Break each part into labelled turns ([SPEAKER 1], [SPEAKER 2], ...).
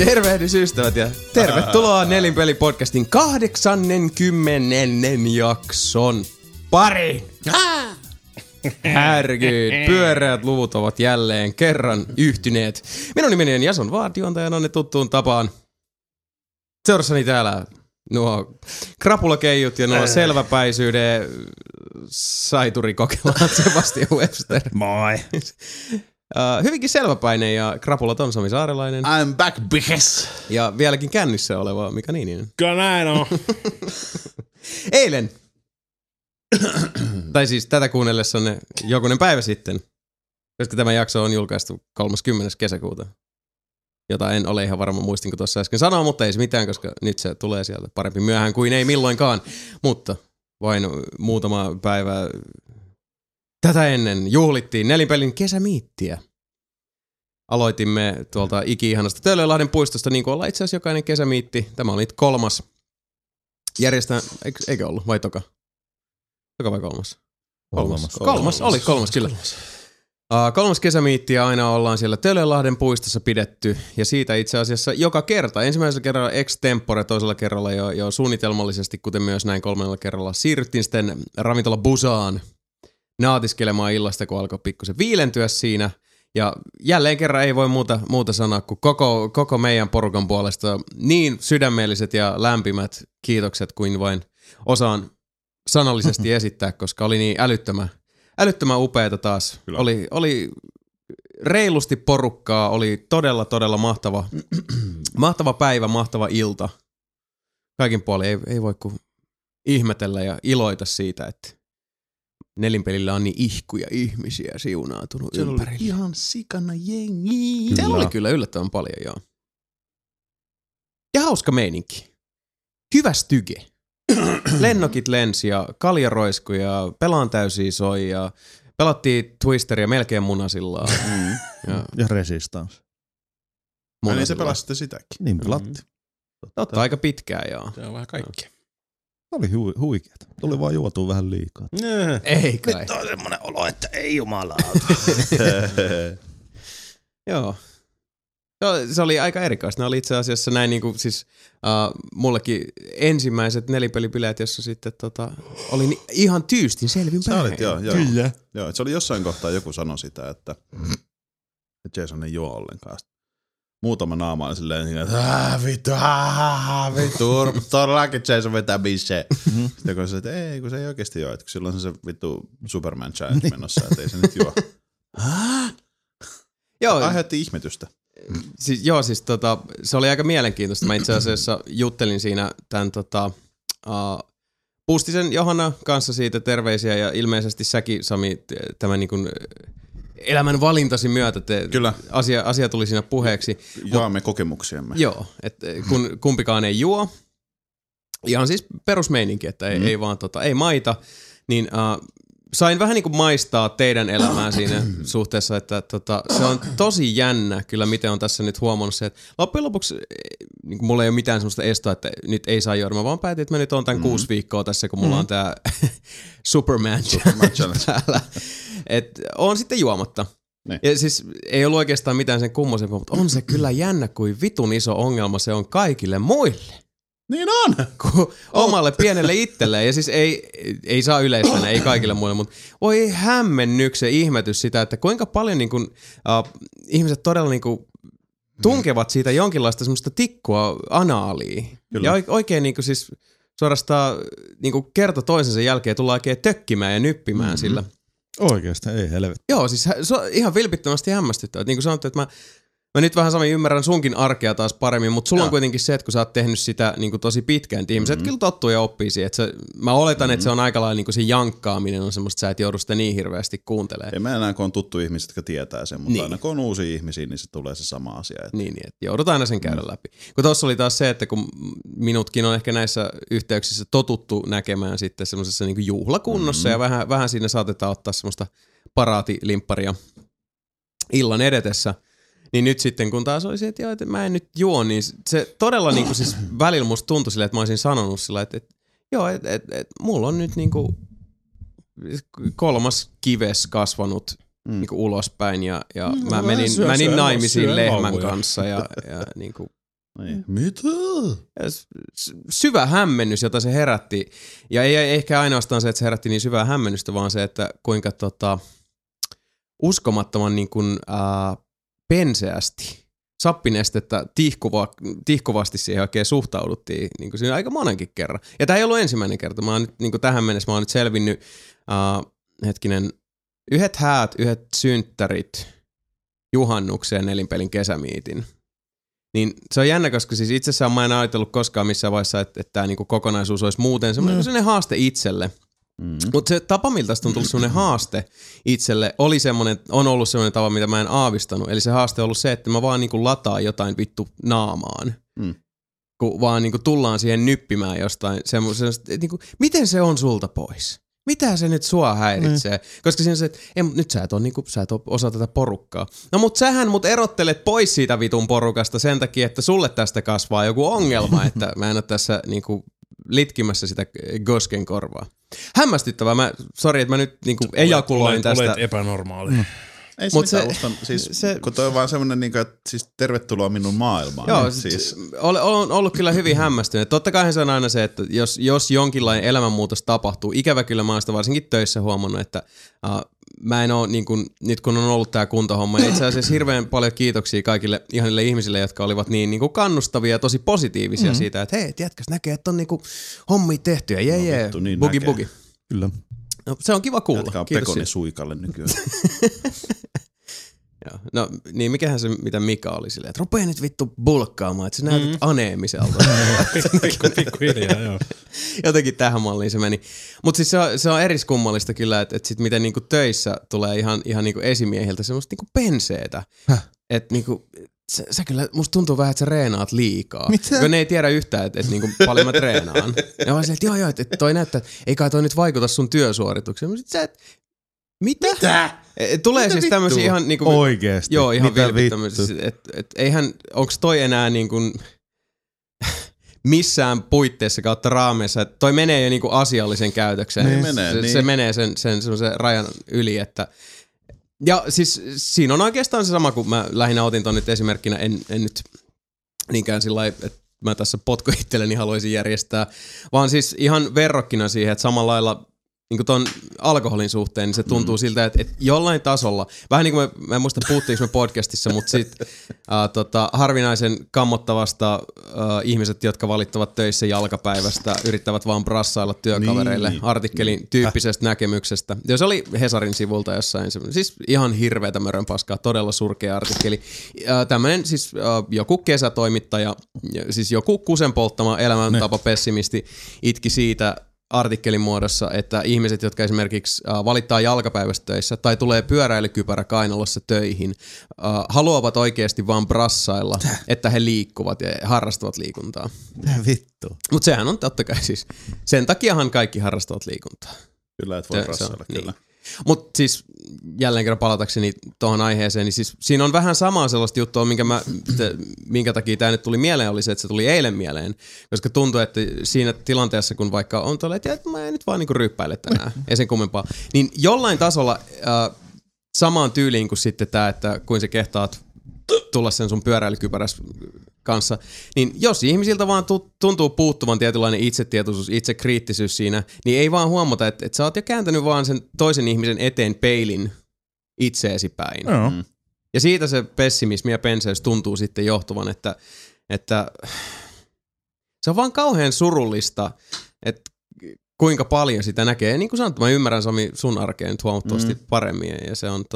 [SPEAKER 1] Tervehdys ystävät ja tervetuloa Nelinpeli-podcastin 80. jakson pariin. Herregud, pyöreät luvut ovat jälleen kerran yhtyneet. Minun nimeni on Jason Vaard, juontajana tuttuun tapaan. Seurassani täällä nuo krapulakeijut ja nuo selväpäisyyden saiturikokelaan Sebastian Webster.
[SPEAKER 2] Moi.
[SPEAKER 1] Hyvinkin selväpäinen ja krapulaton Sami Saarelainen.
[SPEAKER 2] I'm back, bitches.
[SPEAKER 1] Ja vieläkin kännissä oleva Mika Niininen.
[SPEAKER 2] Kyllä näin on.
[SPEAKER 1] Eilen, tai siis tätä kuunnellessanne jokunen päivä sitten, koska tämä jakso on julkaistu 30. kesäkuuta, jota en ole ihan varma muistinko tuossa äsken sanoa, mutta ei se mitään, koska nyt se tulee sieltä parempi myöhään kuin ei milloinkaan. Mutta vain muutama päivä tätä ennen juhlittiin Nelinpelin kesämiittiä. Aloitimme tuolta iki-ihanasta Töölönlahden puistosta, niin kuin ollaan itse asiassa jokainen kesämiitti. Tämä oli 3. järjestää, eikö ollut, vai toka? Toka vai 3? Kolmas, kyllä. 3. kesämiitti ja aina ollaan siellä Töölönlahden puistossa pidetty. Ja siitä itse asiassa joka kerta, ensimmäisellä kerralla ex tempore, toisella kerralla jo suunnitelmallisesti, kuten myös näin 3. kerralla, siirryttiin sitten ravintola Busaan naatiskelemaan illasta, kun alkoi pikkusen viilentyä siinä. Ja jälleen kerran ei voi muuta sanoa kuin koko meidän porukan puolesta niin sydämelliset ja lämpimät kiitokset kuin vain osaan sanallisesti esittää, koska oli niin älyttömän upeata taas. Oli reilusti porukkaa, oli todella mahtava päivä, mahtava ilta. Kaikin puolin ei voi kuin ihmetellä ja iloita siitä, että Nelinpelillä on niin ihkuja ihmisiä siunautunut ympärillä.
[SPEAKER 2] Oli ihan sikana jengi.
[SPEAKER 1] Siellä oli kyllä yllättävän paljon, joo. Ja hauska meininki. Hyvä styge. Lennokit lensi ja kalja roiskui ja pelaan täysiä soi ja pelattiin Twisteria melkein munasillaan.
[SPEAKER 2] Ja Resistance.
[SPEAKER 3] Niin se pelasitte sitäkin.
[SPEAKER 2] Niin pelattiin.
[SPEAKER 1] Totta aika pitkään, joo.
[SPEAKER 3] Se on vähän kaikkea.
[SPEAKER 2] Oli huikeeta. Tuli vaan juotua vähän liikaa.
[SPEAKER 1] Ei kai.
[SPEAKER 2] Nyt on semmonen olo, että ei jumalauta.
[SPEAKER 1] Joo. Se oli aika erikoista. Ne oli itse asiassa näin niinku siis mullekin ensimmäiset Nelinpelibileet, jossa sitten oli ihan tyystin selvin päin.
[SPEAKER 3] Sä olit, joo.
[SPEAKER 2] Kyllä.
[SPEAKER 3] Joo, se oli jossain kohtaa joku sanoi sitä, että Jason ei juo ollenkaan. Muutama naama oli silleen, että vittu, todellakin Jason vetää bisse. Sitten kun se, että ei, kun se ei oikeasti juo, että silloin se vittu Superman challenge menossa, että ei se nyt juo.
[SPEAKER 1] Joo.
[SPEAKER 3] Aiheutti ihmetystä.
[SPEAKER 1] Siis se oli aika mielenkiintoista. Mä itse asiassa juttelin siinä tämän Pustisen Johanna kanssa siitä terveisiä ja ilmeisesti säkin, Sami, tämän niin kuin elämän valintasi myötä asia tuli siinä puheeksi.
[SPEAKER 3] Jaamme kokemuksiamme.
[SPEAKER 1] Joo, että kun kumpikaan ei juo, ihan siis perusmeininki, että ei vaan ei maita, niin sain vähän niin kuin maistaa teidän elämää siinä suhteessa, että se on tosi jännä kyllä, miten on tässä nyt huomannut se, että loppujen lopuksi niin mulla ei ole mitään semmoista estoa, että nyt ei saa juoda. Mä vaan päätin, että mä nyt oon tämän 6 viikkoa tässä, kun mulla on tää Superman challenge täällä. Että on sitten juomatta. Ne. Ja siis ei ollut oikeastaan mitään sen kummosempaa, mutta on se kyllä jännä, kuin vitun iso ongelma se on kaikille muille.
[SPEAKER 3] Niin on!
[SPEAKER 1] Omalle pienelle itselleen. Ja siis ei saa yleistää, ei kaikille muille, mutta voi hämmennyksen ihmetys sitä, että kuinka paljon niin kun, ihmiset todella niin kun tunkevat siitä jonkinlaista semmoista tikkua anaaliin. Kyllä. Ja oikein niin kun siis suorastaan niin kun kerta toisensa jälkeen tullaan oikein tökkimään ja nyppimään sillä.
[SPEAKER 2] Oikeastaan, ei helvetti.
[SPEAKER 1] Joo, siis se on ihan vilpittömästi hämmästyttävää. Niin kuin sanottu, että mä nyt vähän Sami ymmärrän sunkin arkea taas paremmin, mutta sulla on kuitenkin se, että kun sä oot tehnyt sitä niin kuin tosi pitkään, että ihmiset kyllä tottuu ja oppii siihen. Mä oletan, että se on aika lailla niin kuin se jankkaaminen on semmoista, että sä et joudu sitä niin hirveästi kuuntelemaan.
[SPEAKER 3] Ei mä enää, kun on tuttu ihmiset, jotka tietää sen, mutta aina kun on uusia ihmisiä, niin se tulee se sama asia. Että
[SPEAKER 1] niin, että joudutaan aina sen käydä läpi. Kun tossa oli taas se, että kun minutkin on ehkä näissä yhteyksissä totuttu näkemään sitten semmoisessa niin kuin juhlakunnossa ja vähän siinä saatetaan ottaa semmoista paraatilimpparia illan edetessä. Niin nyt sitten, kun taas olisi, että mä en nyt juo, niin se todella niinku siis välillä musta tuntui silleen, että mä olisin sanonut sillä, että mulla on nyt niinku 3. kives kasvanut niinku ulospäin ja mä menin naimisiin lehmän kanssa ja niinku
[SPEAKER 3] Niin. Mitä?
[SPEAKER 1] Syvä hämmennys, jota se herätti. Ja ei ehkä ainoastaan se, että se herätti niin syvää hämmennystä, vaan se, että kuinka uskomattoman niin kuin, penseästi, sappinestettä tihkuvasti siihen oikein suhtauduttiin niin kuin siinä aika monenkin kerran. Ja tämä ei ollut ensimmäinen kerta. Mä oon nyt, niin kuin tähän mennessä mä oon nyt selvinnyt, yhdet häät, yhdet synttärit, juhannukseen, nelinpelin kesämiitin. Niin se on jännä, koska siis itse asiassa mä en ajatellut koskaan missään vaiheessa, että tämä niinku kokonaisuus olisi muuten semmoinen haaste itselle. Mutta se tapa, miltä tästä on tullut semmoinen haaste itselle, on ollut semmoinen tapa, mitä mä en aavistanut. Eli se haaste on ollut se, että mä vaan niinku lataan jotain vittu naamaan. Kun vaan niinku tullaan siihen nyppimään jostain semmoisesta, niinku, miten se on sulta pois? Mitä se nyt sua häiritsee? Koska siinä on se, että nyt sä et ole osa tätä porukkaa. No mut sähän mut erottelet pois siitä vitun porukasta sen takia, että sulle tästä kasvaa joku ongelma, että mä en ole tässä niinku litkimässä sitä Gosken korvaa. Hämmästyttävää. Sori, että mä nyt niinku ejakuloin tästä.
[SPEAKER 4] Olet epänormaali.
[SPEAKER 3] Ei se mitään ustan, kun toi on vaan semmonen niinku, että siis tervetuloa minun maailmaan.
[SPEAKER 1] Joo,
[SPEAKER 3] siis.
[SPEAKER 1] on ollut kyllä hyvin hämmästynyt. Totta kai se on aina se, että jos jonkinlainen elämänmuutos tapahtuu, ikävä kyllä mä oon sitä varsinkin töissä huomannut, että mä en oo niin kuin, nyt kun on ollut tää kuntohomma, niin itse asiassa hirveän paljon kiitoksia kaikille ihanille ihmisille, jotka olivat niin kuin kannustavia ja tosi positiivisia siitä, että hei, tiedätkö, näkee, että on niinku hommia tehty ja jee,
[SPEAKER 3] niin
[SPEAKER 1] bugi.
[SPEAKER 2] Kyllä.
[SPEAKER 1] No, se on kiva kuulla.
[SPEAKER 3] Jatkaa Pekoni suikalle nykyään.
[SPEAKER 1] Joo. No niin, mikähän se, mitä Mika oli silleen, että rupee nyt vittu bulkkaamaan, että sä näytät aneemiselta.
[SPEAKER 4] Pikkuhiljaa, joo.
[SPEAKER 1] Jotenkin tähän malliin se meni. Mutta siis se on eriskummallista kyllä, että sit miten niinku töissä tulee ihan niinku esimiehiltä semmoista niinku penseetä. Että niinku, sä kyllä, musta tuntuu vähän, että sä reenaat liikaa.
[SPEAKER 2] Mitä?
[SPEAKER 1] Kun ne ei tiedä yhtään, että niinku paljon mä treenaan. Ja vaan silleen, että joo, että toi näyttää, että ei kai toi nyt vaikuta sun työsuoritukseen. Mutta sä et, mitä? Tulee mitä siis tämmösiä ihan niinku
[SPEAKER 2] oikeesti.
[SPEAKER 1] Joo, ihan
[SPEAKER 2] mitä
[SPEAKER 1] vilpittömyys, että eihän onks toi enää niinku missään puitteissa kautta raameissa, että toi menee jo niinku asiallisen käytökseen. Se menee sen semmoisen rajan yli, että ja siis siinä on oikeastaan se sama, kun mä lähinnä otin ton nyt esimerkkinä, en nyt niinkään sillä lailla, että mä tässä potko itselleni haluaisin järjestää, vaan siis ihan verrokkina siihen, että samalla lailla niin ton alkoholin suhteen, niin se tuntuu siltä, että jollain tasolla, vähän niin kuin mä en muista puhuttiinko me podcastissa, mutta sitten harvinaisen kammottavasta ihmiset, jotka valittavat töissä jalkapäivästä, yrittävät vaan brassailla työkavereille artikkelin tyyppisestä näkemyksestä. Ja se oli Hesarin sivulta jossain, siis ihan hirveätä mörönpaskaa, todella surkea artikkeli. Tämmöinen siis joku kesätoimittaja, siis joku kusen polttama elämäntapa pessimisti itki siitä, artikkelin muodossa, että ihmiset, jotka esimerkiksi valittaa jalkapäivästä töissä tai tulee pyöräilykypärä kainalossa töihin, haluavat oikeasti vaan brassailla, että he liikkuvat ja harrastavat liikuntaa.
[SPEAKER 2] Vittu.
[SPEAKER 1] Mutta sehän on totta kai siis, sen takiahan kaikki harrastavat liikuntaa.
[SPEAKER 3] Kyllä, et voi brassailla, kyllä.
[SPEAKER 1] Niin. Mutta siis jälleen kerran palatakseni tuohon aiheeseen, niin siis siinä on vähän samaa sellaista juttua, minkä takia tämä nyt tuli mieleen, oli se, että se tuli eilen mieleen. Koska tuntuu, että siinä tilanteessa, kun vaikka on tuolla, että mä en nyt vaan niinku ryppäile tänään, ei sen kummempaa, niin jollain tasolla samaan tyyliin kuin sitten tämä, että kuin sä kehtaat tulla sen sun pyöräilykypäräs kanssa, niin jos ihmisiltä vaan tuntuu puuttuvan tietynlainen itsetietoisuus, itsekriittisyys siinä, niin ei vaan huomata, että sä oot jo kääntänyt vaan sen toisen ihmisen eteen peilin itseesi päin. Ja siitä se pessimismi ja penseys tuntuu sitten johtuvan, että se on vaan kauhean surullista, että kuinka paljon sitä näkee. Ja niin kuin sanottu, mä ymmärrän Sami sun arkeen nyt huomattavasti paremmin ja se on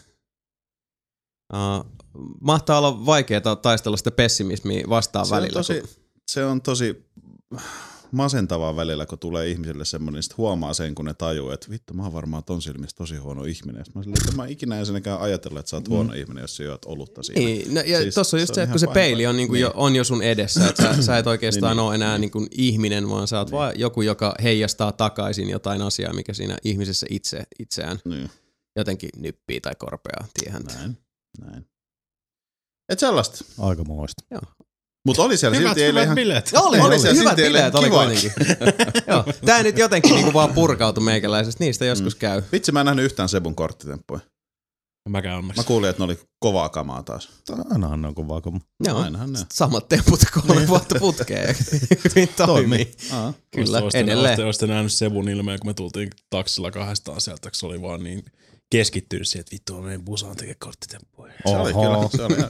[SPEAKER 1] mahtaa olla vaikeaa taistella sitä pessimismiä vastaan välillä.
[SPEAKER 3] Se on tosi masentavaa välillä, kun tulee ihmisille semmoinen, että huomaa sen, kun ne tajuu, että vittu, mä oon varmaan ton silmissä tosi huono ihminen. Mä silleen, että mä ikinä ensinnäkään ajatella, että sä oot huono ihminen, jos sä juot olutta siinä.
[SPEAKER 1] Niin, no, ja siis tossa on just se, että kun se peili on, on jo sun edessä, että sä et oikeastaan ole enää niin kuin ihminen, vaan sä oot vaan joku, joka heijastaa takaisin jotain asiaa, mikä siinä ihmisessä itseään jotenkin nyppii tai korpeaa tiehen.
[SPEAKER 3] Näin. Et sellaista.
[SPEAKER 2] Aikamoista.
[SPEAKER 1] Joo.
[SPEAKER 3] Mutta oli siellä silti eilen ihan...
[SPEAKER 4] bileet.
[SPEAKER 1] Oli siellä hyvät bileet, oli kuitenkin. Joo. Tää nyt jotenkin niinku vaan purkautui meikäläisestä, niistä joskus käy.
[SPEAKER 3] Vitsi, mä en nähnyt yhtään Sebun korttitemppuja.
[SPEAKER 4] Mäkään onneksi.
[SPEAKER 3] Mä kuulin, että ne oli kovaa kamaa taas.
[SPEAKER 2] Ainahan ne on kovaa koma.
[SPEAKER 1] Joo,
[SPEAKER 3] Ainahan ne.
[SPEAKER 1] samat temput 3 vuotta putkeen ja hyvin toimii.
[SPEAKER 3] Aa.
[SPEAKER 1] Kyllä, edelleen.
[SPEAKER 4] Olisitte nähnyt Sebun ilmeen, kun me tultiin taksilla kahdestaan sieltä, se oli vaan niin keskittynyt siihen, että vittu on meidän busaan tekee korttitemppuja.
[SPEAKER 3] Se oli kyllä. Se oli,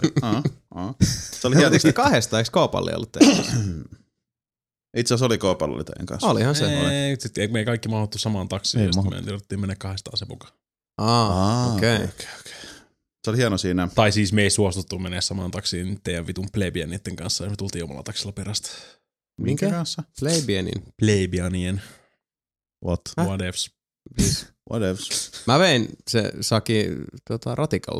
[SPEAKER 3] se oli hieno.
[SPEAKER 1] Oliko te kahdesta, eikö Koopalle ollut tehty?
[SPEAKER 3] Itse asiassa oli K-pallo teidän kanssa.
[SPEAKER 1] Olihan se.
[SPEAKER 4] Ei, me ei kaikki mahduttu samaan taksiin, ja sitten me jouduttiin mennä kahdestaan Sebukaan.
[SPEAKER 1] Okei.
[SPEAKER 3] Se oli hieno siinä.
[SPEAKER 4] Tai siis me ei suostuttu menemään samaan taksiin teidän vitun plebianitten kanssa, ja me tultiin omalla taksilla perästä.
[SPEAKER 3] Minkä kanssa?
[SPEAKER 1] Pleibienin.
[SPEAKER 4] Plebianien.
[SPEAKER 2] What?
[SPEAKER 4] Whatevs.
[SPEAKER 3] Whatevs.
[SPEAKER 1] Mä vein se Saki ratikalla.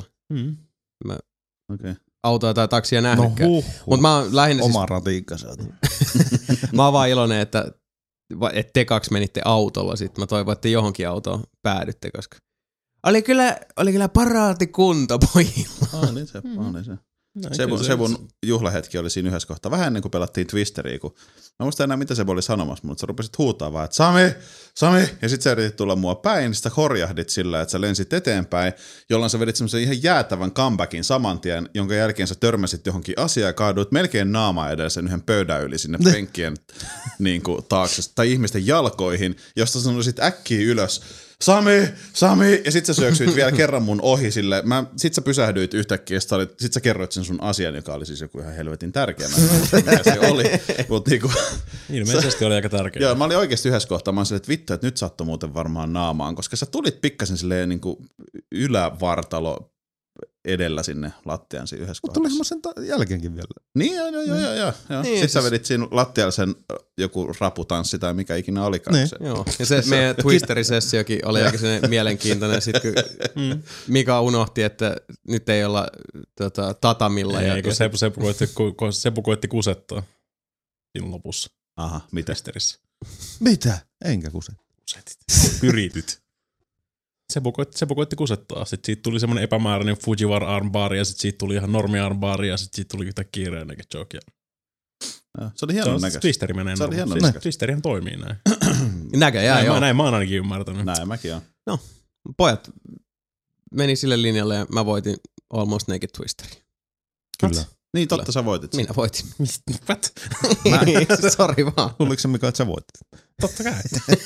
[SPEAKER 3] Okei.
[SPEAKER 1] Autoa tai taksia nähnytkään. Mutta mä oon lähinnä
[SPEAKER 2] Oma ratikka sä oot.
[SPEAKER 1] mä oon vaan iloinen, että te kaksi menitte autolla sit. Mä toivon, että johonkin autoon päädytte, koska oli kyllä paraati kunto pojilla.
[SPEAKER 3] Oli se. Sebun juhlahetki oli siinä yhdessä kohtaa. Vähän ennen kuin pelattiin Twisteriä, kun mä muistan enää mitä Sebu oli sanomassa, mutta sä rupesit huutaa vaan, että Sami! Ja sit sä yritit tulla mua päin, sit sä horjahdit sillä, että sä lensit eteenpäin, jolloin sä vedit semmoisen ihan jäätävän comebackin saman tien, jonka jälkeen sä törmäsit johonkin asiaan ja kaaduit melkein naamaa edellä yhden pöydän yli sinne penkkien niin kuin, taakse tai ihmisten jalkoihin, josta sä nousit äkkiä ylös. Sami! Ja sit sä syöksyit vielä kerran mun ohi sille. Sit sä pysähdyit yhtäkkiä, sit sä kerroit sen sun asian, joka oli siis joku ihan helvetin tärkeä. Mikä se oli. Mut niinku,
[SPEAKER 4] ilmeisesti oli aika tärkeä.
[SPEAKER 3] Joo, mä olin oikeesti yhdessä kohtaa. Mä olin silleen, että vittu, että nyt sattui muuten varmaan naamaan, koska sä tulit pikkasen silleen niinku ylävartalo edellä sinne lattian siinä yhdessä kohdassa.
[SPEAKER 2] Tulihan mä sen jälkeenkin vielä.
[SPEAKER 3] Niin, joo.
[SPEAKER 1] Niin,
[SPEAKER 3] Sitten sä vedit siinä lattialla sen joku raputanssi tai mikä ikinä olikaan.
[SPEAKER 2] Niin.
[SPEAKER 3] Se.
[SPEAKER 1] Joo, ja se meidän Twisterisessiokin oli aika mielenkiintoinen. Sitten kun Mika unohti, että nyt ei olla tatamilla.
[SPEAKER 4] Ei, kun Sebu koitti kusettaa siinä lopussa.
[SPEAKER 3] Aha, mitä?
[SPEAKER 4] Twisterissä.
[SPEAKER 2] Mitä? Enkä kuset.
[SPEAKER 4] Kusetit. Pyrityt. Sebu koitti kusettaa. Sitten siitä tuli semmoinen epämääräinen Fujiwara armbar ja sitten siitä tuli ihan normi armbar ja sitten siitä tuli yhtä kiireen näkö joke.
[SPEAKER 3] Se oli hienon näköistä.
[SPEAKER 4] Twisteri menee.
[SPEAKER 3] Se oli hienon
[SPEAKER 4] näköistä. Twisterihän toimii näin.
[SPEAKER 1] Näköjään, joo.
[SPEAKER 4] Näin mä oon ainakin ymmärtänyt.
[SPEAKER 3] Näin mäkin on.
[SPEAKER 1] No, pojat meni sille linjalle ja mä voitin Almost Naked Twisterin.
[SPEAKER 2] Kyllä.
[SPEAKER 3] Niin, totta sä voitit.
[SPEAKER 1] Minä voitin.
[SPEAKER 4] What?
[SPEAKER 1] Sori vaan.
[SPEAKER 2] Luuliko se Mika, että sä voitit?
[SPEAKER 4] Totta kai.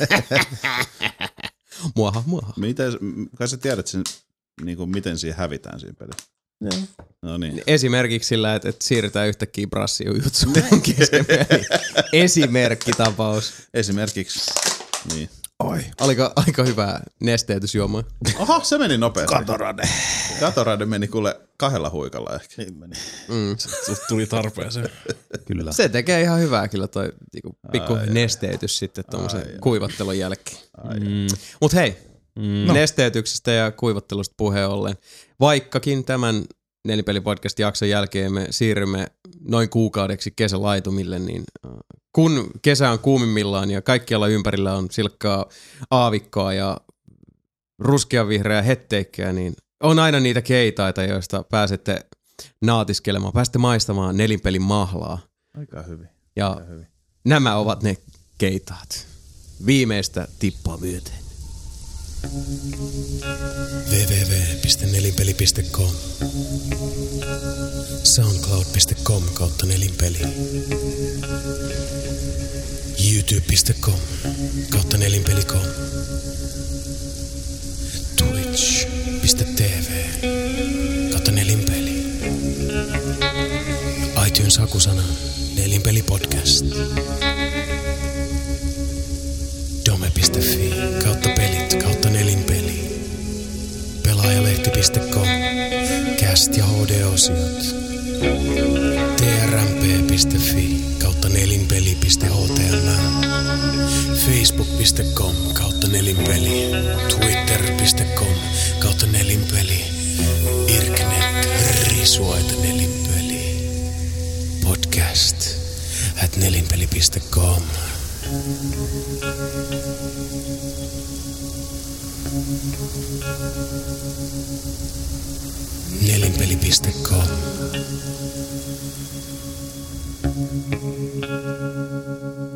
[SPEAKER 1] Muaha.
[SPEAKER 3] Kai sä tiedät sen, niin kuin, miten siihen hävitään siinä pelissä.
[SPEAKER 4] Joo.
[SPEAKER 3] No niin.
[SPEAKER 1] Esimerkiksi sillä, että siirrytään yhtäkkiä brassijujutsuun kesken peli. Esimerkkitapaus.
[SPEAKER 3] Esimerkiksi. Niin.
[SPEAKER 2] Oi.
[SPEAKER 1] Oliko aika hyvää nesteytysjuomaa?
[SPEAKER 3] Oho, se meni nopeasti.
[SPEAKER 2] Gatorade
[SPEAKER 3] meni kuule 2 huikalla ehkä.
[SPEAKER 2] Niin meni.
[SPEAKER 4] Tuli tarpeeseen.
[SPEAKER 2] Kyllä.
[SPEAKER 1] Se tekee ihan hyvää kyllä toi pikku nesteytys sitten tommosen kuivattelun jälkeen. Mut hei, nesteytyksestä ja kuivattelusta puheen ollen. Vaikkakin tämän Nelipeli-podcast-jakson jälkeen me siirrymme noin kuukaudeksi kesälaitumille, niin kun kesä on kuumimmillaan ja kaikkialla ympärillä on silkkaa aavikkoa ja ruskeavihreää hetteikkää, niin on aina niitä keitaita, joista pääsette naatiskelemaan, pääsette maistamaan Nelinpelin mahlaa.
[SPEAKER 3] Aika hyvin.
[SPEAKER 1] Ja nämä ovat ne keitaat. Viimeistä tippaa myöten.
[SPEAKER 5] www.nelinpeli.com soundcloud.com/nelinpeli youtube.com/nelinpeli.com twitch.tv/nelinpeli iTunes hakusana Nelinpeli podcast dome.fi/pelit/nelinpeli pelaajalehti.com cast ja HD-osiot trmp.fi/nelinpeli.html facebook.com/nelinpeli twitter.com/nelinpeli irknet risuaita nelinpeli podcast@nelinpeli.com nelinpeli.com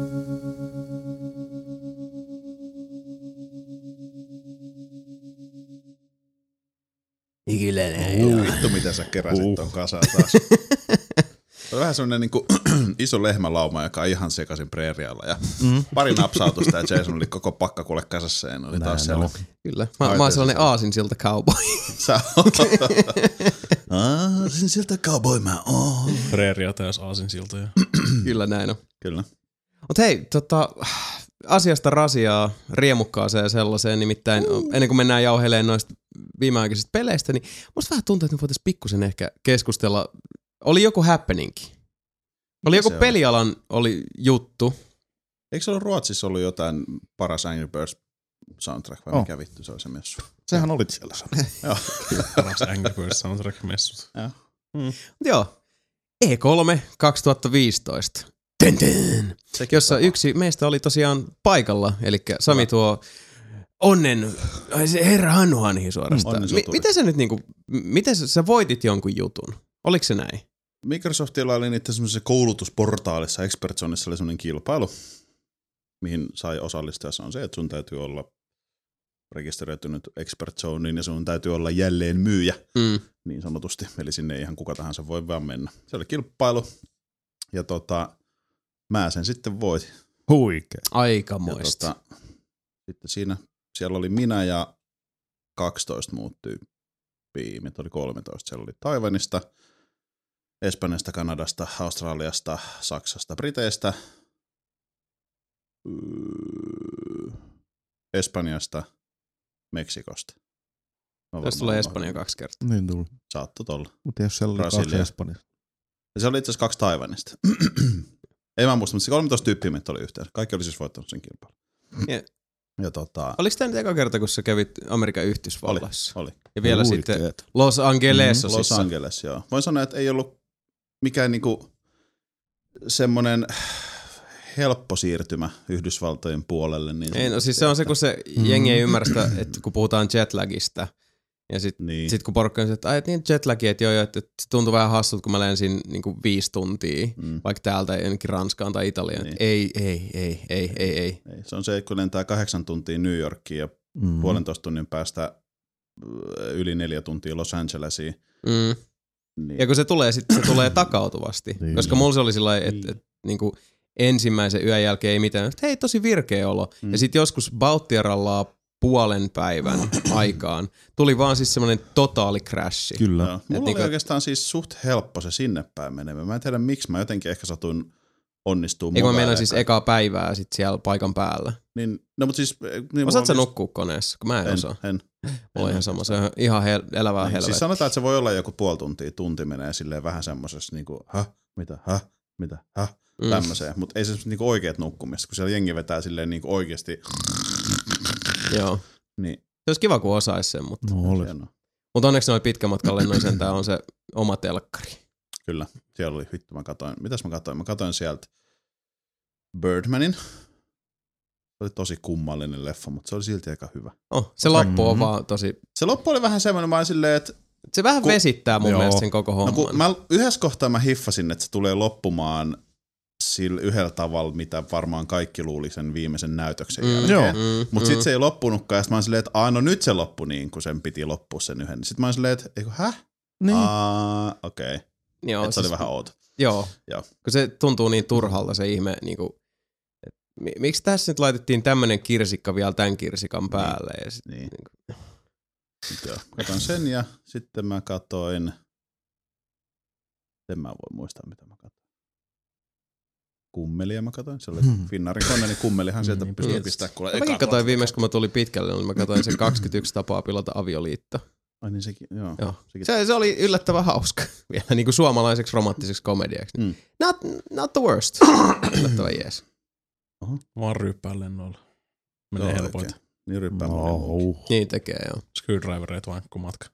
[SPEAKER 3] Vittu, miten sä keräsit ton kasaan taas. Se on vähän semmonen niinku iso lehmälauma, joka on ihan sekaisin preerialla. Ja pari napsautusta ja Jason oli koko pakka kuule kasassa ja oli taas siellä.
[SPEAKER 1] Kyllä. Mä oon sellainen aasinsilta cowboy.
[SPEAKER 3] Sä oot. Aasinsilta cowboy mä oon.
[SPEAKER 4] Preeria täys aasinsiltoja.
[SPEAKER 1] Kyllä näin on.
[SPEAKER 3] Kyllä.
[SPEAKER 1] Mut hei, asiasta rasiaa riemukkaaseen sellaiseen, nimittäin ennen kuin mennään jauhelemaan noista viimeaikaisista peleistä, niin musta vähän tuntuu, että me voitaisiin pikkusen ehkä keskustella. Oli joku happeningki. Oli joku pelialan oli juttu.
[SPEAKER 3] Eikö se ollut Ruotsissa ollut jotain paras Angry Birds soundtrack vai mikä vittu se oli se messu?
[SPEAKER 2] Sehän olit siellä sanoa.
[SPEAKER 3] Joo.
[SPEAKER 4] Paras Angry Birds soundtrack-messut.
[SPEAKER 1] Joo. E3 2015. Jossa yksi meistä oli tosiaan paikalla, eli Sami tuo onnen, se herra Hannuhanhi suorastaan. Miten sä nyt niinku, miten sä voitit jonkun jutun? Oliko se näin?
[SPEAKER 3] Microsoftilla oli niitä semmoisessa koulutusportaalissa, Expert Zoneissa oli semmoinen kilpailu, mihin sai osallistua. Se on se, että sun täytyy olla rekisteröitynyt Expert Zoneen ja sun täytyy olla jälleen myyjä, niin sanotusti. Eli sinne ei ihan kuka tahansa voi vaan mennä. Se oli kilpailu ja mä sen sitten voitin.
[SPEAKER 2] Huikea.
[SPEAKER 1] Aikamoista.
[SPEAKER 3] Ja sitten siellä oli minä ja 12 muut tyyppiä. Meitä oli 13. Siellä oli Taiwanista, Espanjasta, Kanadasta, Australiasta, Saksasta, Briteistä, Espanjasta, Meksikosta.
[SPEAKER 1] Jos tulee Espanja 2 kertaa.
[SPEAKER 2] Niin tuli.
[SPEAKER 3] Saatto tolla.
[SPEAKER 2] Mutta jos siellä oli 2 Espanjasta.
[SPEAKER 3] Ja se oli itse asiassa 2 Taiwanista. Ei mä muista, mutta se 13 tyyppiä meitä oli yhteensä. Kaikki oli siis voittanut sen kilpailun. Ja
[SPEAKER 1] oliko tämä nyt eka kerta, kun sä kävit Amerikan Yhdysvalloissa?
[SPEAKER 3] Oli.
[SPEAKER 1] Ja vielä sitten Los Angelesissa.
[SPEAKER 3] Los Angeles, joo. Voin sanoa, että ei ollut mikään niinku semmoinen helppo siirtymä Yhdysvaltojen puolelle. Niin
[SPEAKER 1] ei, no siis se on se, kun se jengi ei ymmärrä sitä, että kun puhutaan jetlagista, ja sit kun porukka on että niin jetlagi, että joo, että se tuntuu vähän hassut, kun mä lensin niinku 5 tuntia, vaikka täältä jonnekin Ranskaan tai Italiaan. Niin. Ei.
[SPEAKER 3] Se on se, kun lentää 8 tuntia New Yorkiin ja 1,5 tunnin päästä yli 4 tuntia Los Angelesiin. Niin.
[SPEAKER 1] Ja kun se tulee, se tulee takautuvasti, koska mulla se oli sillä lailla, että niinku ensimmäisen yön jälkeen ei mitään, että hei, tosi virkeä olo. Ja sitten joskus Bautierallaa puolen päivän aikaan tuli vaan siis semmoinen totaali crashi.
[SPEAKER 2] Kyllä.
[SPEAKER 3] Joo. Mulla oli oikeastaan siis suht helppo se sinne päin menemään. Mä en tiedä miksi, mä jotenkin ehkä satuin onnistumaan.
[SPEAKER 1] Eikö mä meinaan siis ekaa päivää sit siellä paikan päällä?
[SPEAKER 3] Niin, no mut siis... Niin
[SPEAKER 1] osaat sä nukkua koneessa? Kun mä en osaa. Mulla on ihan sama, se on ihan elävää helvettiä.
[SPEAKER 3] Siis sanotaan, että se voi olla joku puoli tuntia, tunti menee silleen vähän semmosessa niinku, mitä, tämmöiseen. Mutta ei se niinku oikeet nukkumista, kun siellä jengi vetää silleen niinku oikeesti...
[SPEAKER 1] Joo.
[SPEAKER 3] Niin.
[SPEAKER 1] Se olisi kiva, kun osaisi sen, mutta...
[SPEAKER 3] Mutta
[SPEAKER 1] onneksi noin pitkän matkan lennoin sentään on se oma telkkari.
[SPEAKER 3] Kyllä. Siellä oli vittu, mitäs mä katoin? Mä katoin sieltä Birdmanin. Se oli tosi kummallinen leffa, mutta se oli silti aika hyvä.
[SPEAKER 1] Se loppu on vaan tosi...
[SPEAKER 3] Se loppu oli vähän semmoinen, mä olin silleen, että...
[SPEAKER 1] Se vähän vesittää mun mielestä sen koko homman.
[SPEAKER 3] No, yhdessä kohtaa mä hiffasin, että se tulee loppumaan sillä yhdellä tavalla, mitä varmaan kaikki luuli sen viimeisen näytöksen jälkeen. Mutta sitten se ei loppunutkaan, ja sitten mä olin silleen, että no nyt se loppui niin, kun sen piti loppua sen yhden. Sitten mä olin silleen, että Niin. Okei.
[SPEAKER 1] Joo,
[SPEAKER 3] se oli vähän outo.
[SPEAKER 1] Joo, kun se tuntuu niin turhalta se ihme, niinku, miksi tässä nyt laitettiin tämmönen kirsikka vielä tämän kirsikan päälle? Ja sit,
[SPEAKER 3] niin. Joo, katoin sen ja sitten mä katoin, en mä voi muistaa mitä mä katoin. Kummelia mä katoin, se oli Finnaarin kone, niin kummelihan sieltä pystyy pistää kuule eka.
[SPEAKER 1] Mäkin katoin viimeksi, kun mä tulin pitkälle, niin mä katoin sen 21 tapaa pilata avioliitto.
[SPEAKER 3] Ai niin sekin, joo.
[SPEAKER 1] Se oli yllättävän hauska, vielä niin kuin suomalaiseksi romanttiseksi komediaksi. Not the worst, yllättävän jees.
[SPEAKER 4] Vaan ryyppää lennoilla. Menee helpoita.
[SPEAKER 3] Niin ryyppää
[SPEAKER 1] Niin tekee, joo.
[SPEAKER 4] Screwdrivereet vaan kun matka.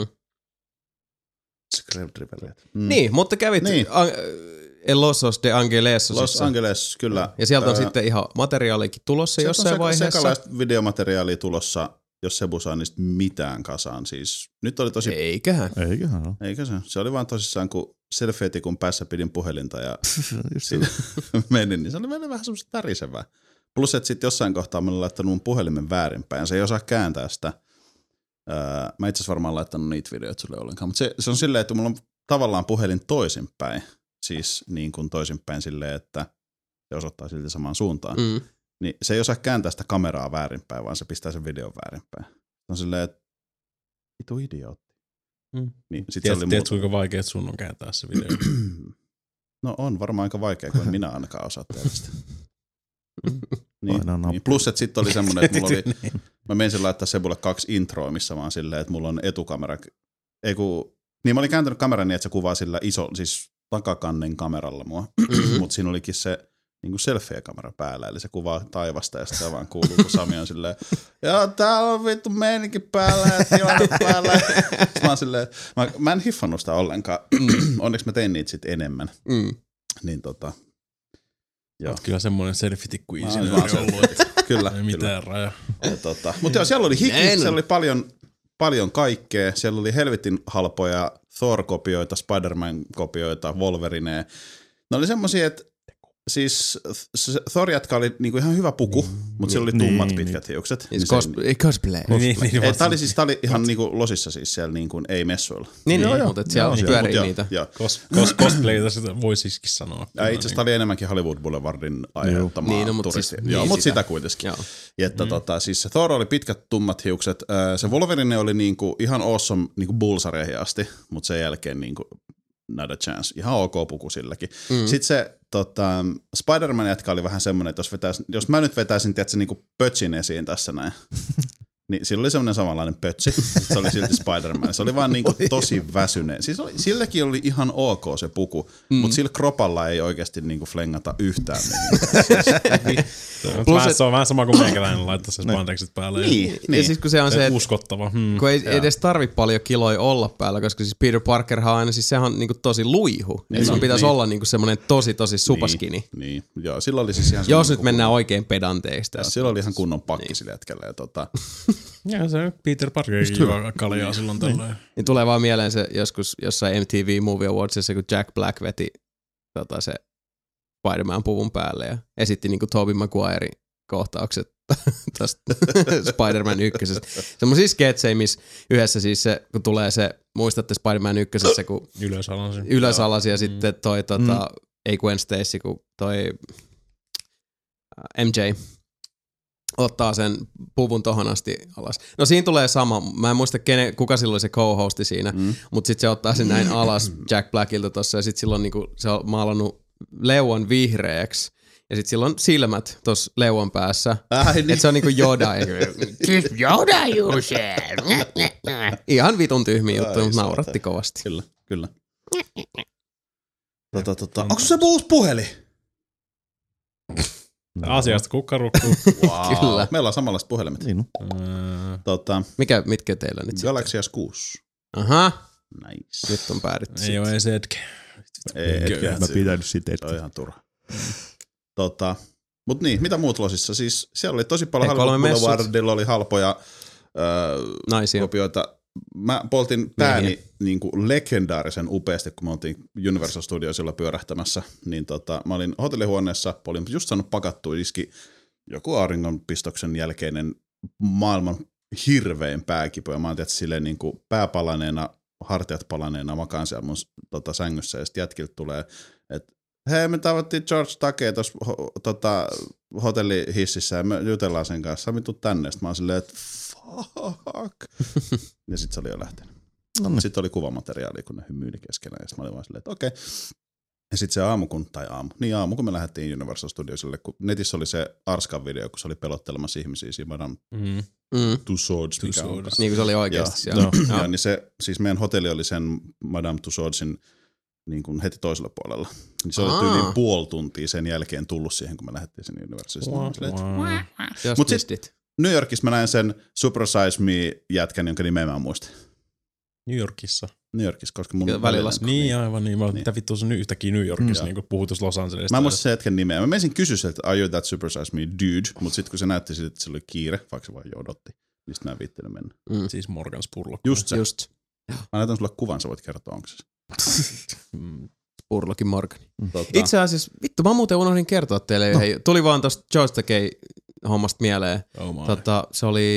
[SPEAKER 3] Screwdrivereet.
[SPEAKER 1] Niin, mutta kävit Los de Angelesos.
[SPEAKER 3] Los Angeles, kyllä.
[SPEAKER 1] Ja sieltä on sitten ihan materiaalikin tulossa jossain vaiheessa.
[SPEAKER 3] Sekalaista videomateriaalia tulossa, jos Sebu saa niistä mitään kasaan. Siis, nyt oli tosi...
[SPEAKER 1] Eiköhän.
[SPEAKER 3] Eikö se? Se oli vaan tosissaan, kun selfietti, kun päässä pidin puhelinta ja menin, niin se oli vähän semmoista tärisevää. Plus, että sitten jossain kohtaa mä olin laittanut mun puhelimen väärinpäin ja se ei osaa kääntää sitä. Mä itse asiassa varmaan laittanut niitä videoita sulle ollenkaan, mutta se on silleen, että mulla on tavallaan puhelin toisinpäin. Siis niin kuin toisinpäin silleen, että se osoittaa silti samaan suuntaan. Niin se ei osaa kääntää sitä kameraa väärinpäin, vaan se pistää sen videon väärinpäin. Se on silleen, että vitu idiootti. Niin,
[SPEAKER 4] Tiedätkö, kuinka vaikea sun on kääntää se video?
[SPEAKER 3] No on varmaan aika vaikea, kun minä ainakaan osaa tehdä sitä. Niin. Plus, että sitten oli semmoinen, että mulla oli, mä menisin laittaa Sebulle 2 introa, missä vaan silleen, että mulla on etukamera, niin mä olin kääntänyt kameran niin, että se kuvaa sillä siis takakannen kameralla mua, mutta siinä olikin se niin selfie-kamera päällä, eli se kuvaa taivasta ja sitten vaan kuuluu, kun Sami on silleen, joo, täällä on vittu meininki päällä ja tilanne päällä. Sitten mä oon silleen, mä en hiffannut sitä ollenkaan, onneksi mä tein niitä sit enemmän. Niin
[SPEAKER 4] joo. Kyllä semmoinen selfie-tikku insinööri ollut, että
[SPEAKER 3] kyllä,
[SPEAKER 4] ei mitään raja.
[SPEAKER 3] Mutta joo, siellä oli hiki, siellä oli paljon kaikkea, siellä oli helvetin halpoja Thor-kopioita, Spider-Man-kopioita, Wolverinea. Ne oli semmosia, että siis Thor-jätkä oli niinku ihan hyvä puku, mutta siellä oli tummat pitkät hiukset.
[SPEAKER 1] Cosplay.
[SPEAKER 3] Tää oli ihan niinku losissa siis siellä niinku, ei messuilla.
[SPEAKER 1] Niin, mutta siellä pyörii niitä.
[SPEAKER 4] Cosplayita sitä voi siiskin sanoa.
[SPEAKER 3] Itse asiassa oli enemmänkin Hollywood Boulevardin aiheuttamaa turisti. Joo, mutta sitä kuitenkin. Siis se Thor oli pitkät tummat hiukset. Se Wolverine oli niinku ihan awesome niinku Bullsareihin asti, mutta sen jälkeen niinku not a chance. Ihan ok puku silläkin. Sitten se Spider-Man jätkä oli vähän semmoinen, että jos mä nyt vetäisin tiedätkö, niinku pötsin esiin tässä näin, niin sillä oli semmoinen samanlainen pötsi. Se oli silti Spider-Man. Se oli vaan niinku tosi väsyneen. Siis silläkin oli ihan ok se puku, mutta sillä kropalla ei oikeasti niinku flengata yhtään.
[SPEAKER 4] Se on vähän sama kuin meikäläinen laittaa se spandexit päälle.
[SPEAKER 1] Niin. Ja siis kun se on se,
[SPEAKER 4] uskottava.
[SPEAKER 1] Kun ei edes tarvi paljon kiloja olla päällä, koska siis Peter Parkerhan on aina, siis sehän on niinku tosi luihu. Niin sun pitäisi olla niinku semmoinen tosi supaskini.
[SPEAKER 3] Niin. Joo, sillä oli siis ihan
[SPEAKER 1] jos nyt mennään oikein pedanteista.
[SPEAKER 3] Sillä oli ihan kunnon pakki sillä hetkellä.
[SPEAKER 4] Ja se Peter Parkerkin juo kaljaa silloin tällöin.
[SPEAKER 1] Niin tulee vaan mieleen se joskus jossain MTV Movie Awardsissa, kun Jack Black veti se Spider-Man-puvun päälle ja esitti niinku Tobey Maguire kohtaukset tästä Spider-Man ykkösestä. Semmoisia sketsejä, missä yhdessä siis se, kun tulee se, muistatte Spider-Man ykkösessä, kun ylösalasi ja sitten toi ei Gwen Stacy, kun toi MJ ottaa sen puvun tohon asti alas. No siinä tulee sama. Mä en muista kuka silloin oli se co-hosti siinä, mutta sitten se ottaa sen näin alas Jack Blackilta tossa ja sitten silloin niinku se on maalannut leuan vihreäksi ja sitten silloin silmät tossa leuan päässä. Niin. Että se on niinku Yoda. Yoda Jussi! Ihan vitun tyhmiä juttu, mutta nauratti kovasti.
[SPEAKER 3] Kyllä. Onko se uusi puhelin?
[SPEAKER 4] Asiasta kukkarukkuu.
[SPEAKER 3] Wow. Kyllä. Meillä on samanlaiset puhelimet.
[SPEAKER 2] Niin.
[SPEAKER 1] Mitkä teillä nyt
[SPEAKER 3] Galaxy S6.
[SPEAKER 1] Aha.
[SPEAKER 3] Nice.
[SPEAKER 1] Nyt on päädytty.
[SPEAKER 4] Ei ole edes Edge.
[SPEAKER 2] Mä pitänyt siitä
[SPEAKER 3] Edge. Se on ihan turha. Mut niin, mitä muut losissa? Siis siellä oli tosi paljon halpoja. Boulevardilla oli halpoja kopioita. Mä poltin pääni niin kuin legendaarisen upeasti, kun me oltiin Universal Studiosilla pyörähtämässä, niin mä olin hotellihuoneessa, olin just saanut pakattua iski joku auringonpistoksen jälkeinen maailman hirvein pääkipu, ja mä oon tietysti silleen niin kuin pääpalaneena, hartiat palaneena, makaan siellä mun sängyssä, ja sitten jätkiltä tulee, että hei, me tavattiin George Takei tuossa hotellihississä, ja me jutellaan sen kanssa, Sami, tuu tänne, sitten mä oon silleen, että fuck. Ja sit se oli jo lähtenyt. Sitten oli kuvamateriaalia, kun ne hymyili keskenään. Ja sit mä olin vaan silleen, että okei. Ja sit se aamu, kun me lähdettiin Universal Studiosille, kun netissä oli se Arskan video, kun se oli pelottelemassa ihmisiä siinä Madame Tussauds. Niin
[SPEAKER 1] kuin se oli oikeasti
[SPEAKER 3] siellä. Ja niin se, siis meidän hotelli oli sen Madame Tussaudsin niin kuin heti toisella puolella. Niin se oli tyyliin puoli tuntia sen jälkeen tullut siihen, kun me lähdettiin sen Universalista. Mut sit New Yorkissa mä näin sen Super Size Me-jätkän, jonka nimeä mä en muista.
[SPEAKER 4] New Yorkissa,
[SPEAKER 3] koska mun
[SPEAKER 4] välilasku. Niin, aivan niin. Mitä vittu on yhtäkkiä New Yorkissa, niin kuin puhutus Los Angelesista.
[SPEAKER 3] Mä en muista sen hetken nimeä. Mä menisin kysyä sieltä, että are you that Super Size Me dude? Mutta sitten kun se näytti siltä, että se oli kiire, vaikka se vaan joudotti, niin sitten mä en viittinyt mennä.
[SPEAKER 4] Siis Morgan Spurlock.
[SPEAKER 3] Just se. Mä näytän sulle kuvan, sä voit kertoa, onko se.
[SPEAKER 1] Spurlockin Morgan. Itse asiassa, vittu, mä muuten unohdin kertoa teille. Hei, tuli vaan tosta George Takei hommasta mieleen.
[SPEAKER 4] Oh my.
[SPEAKER 1] Se oli...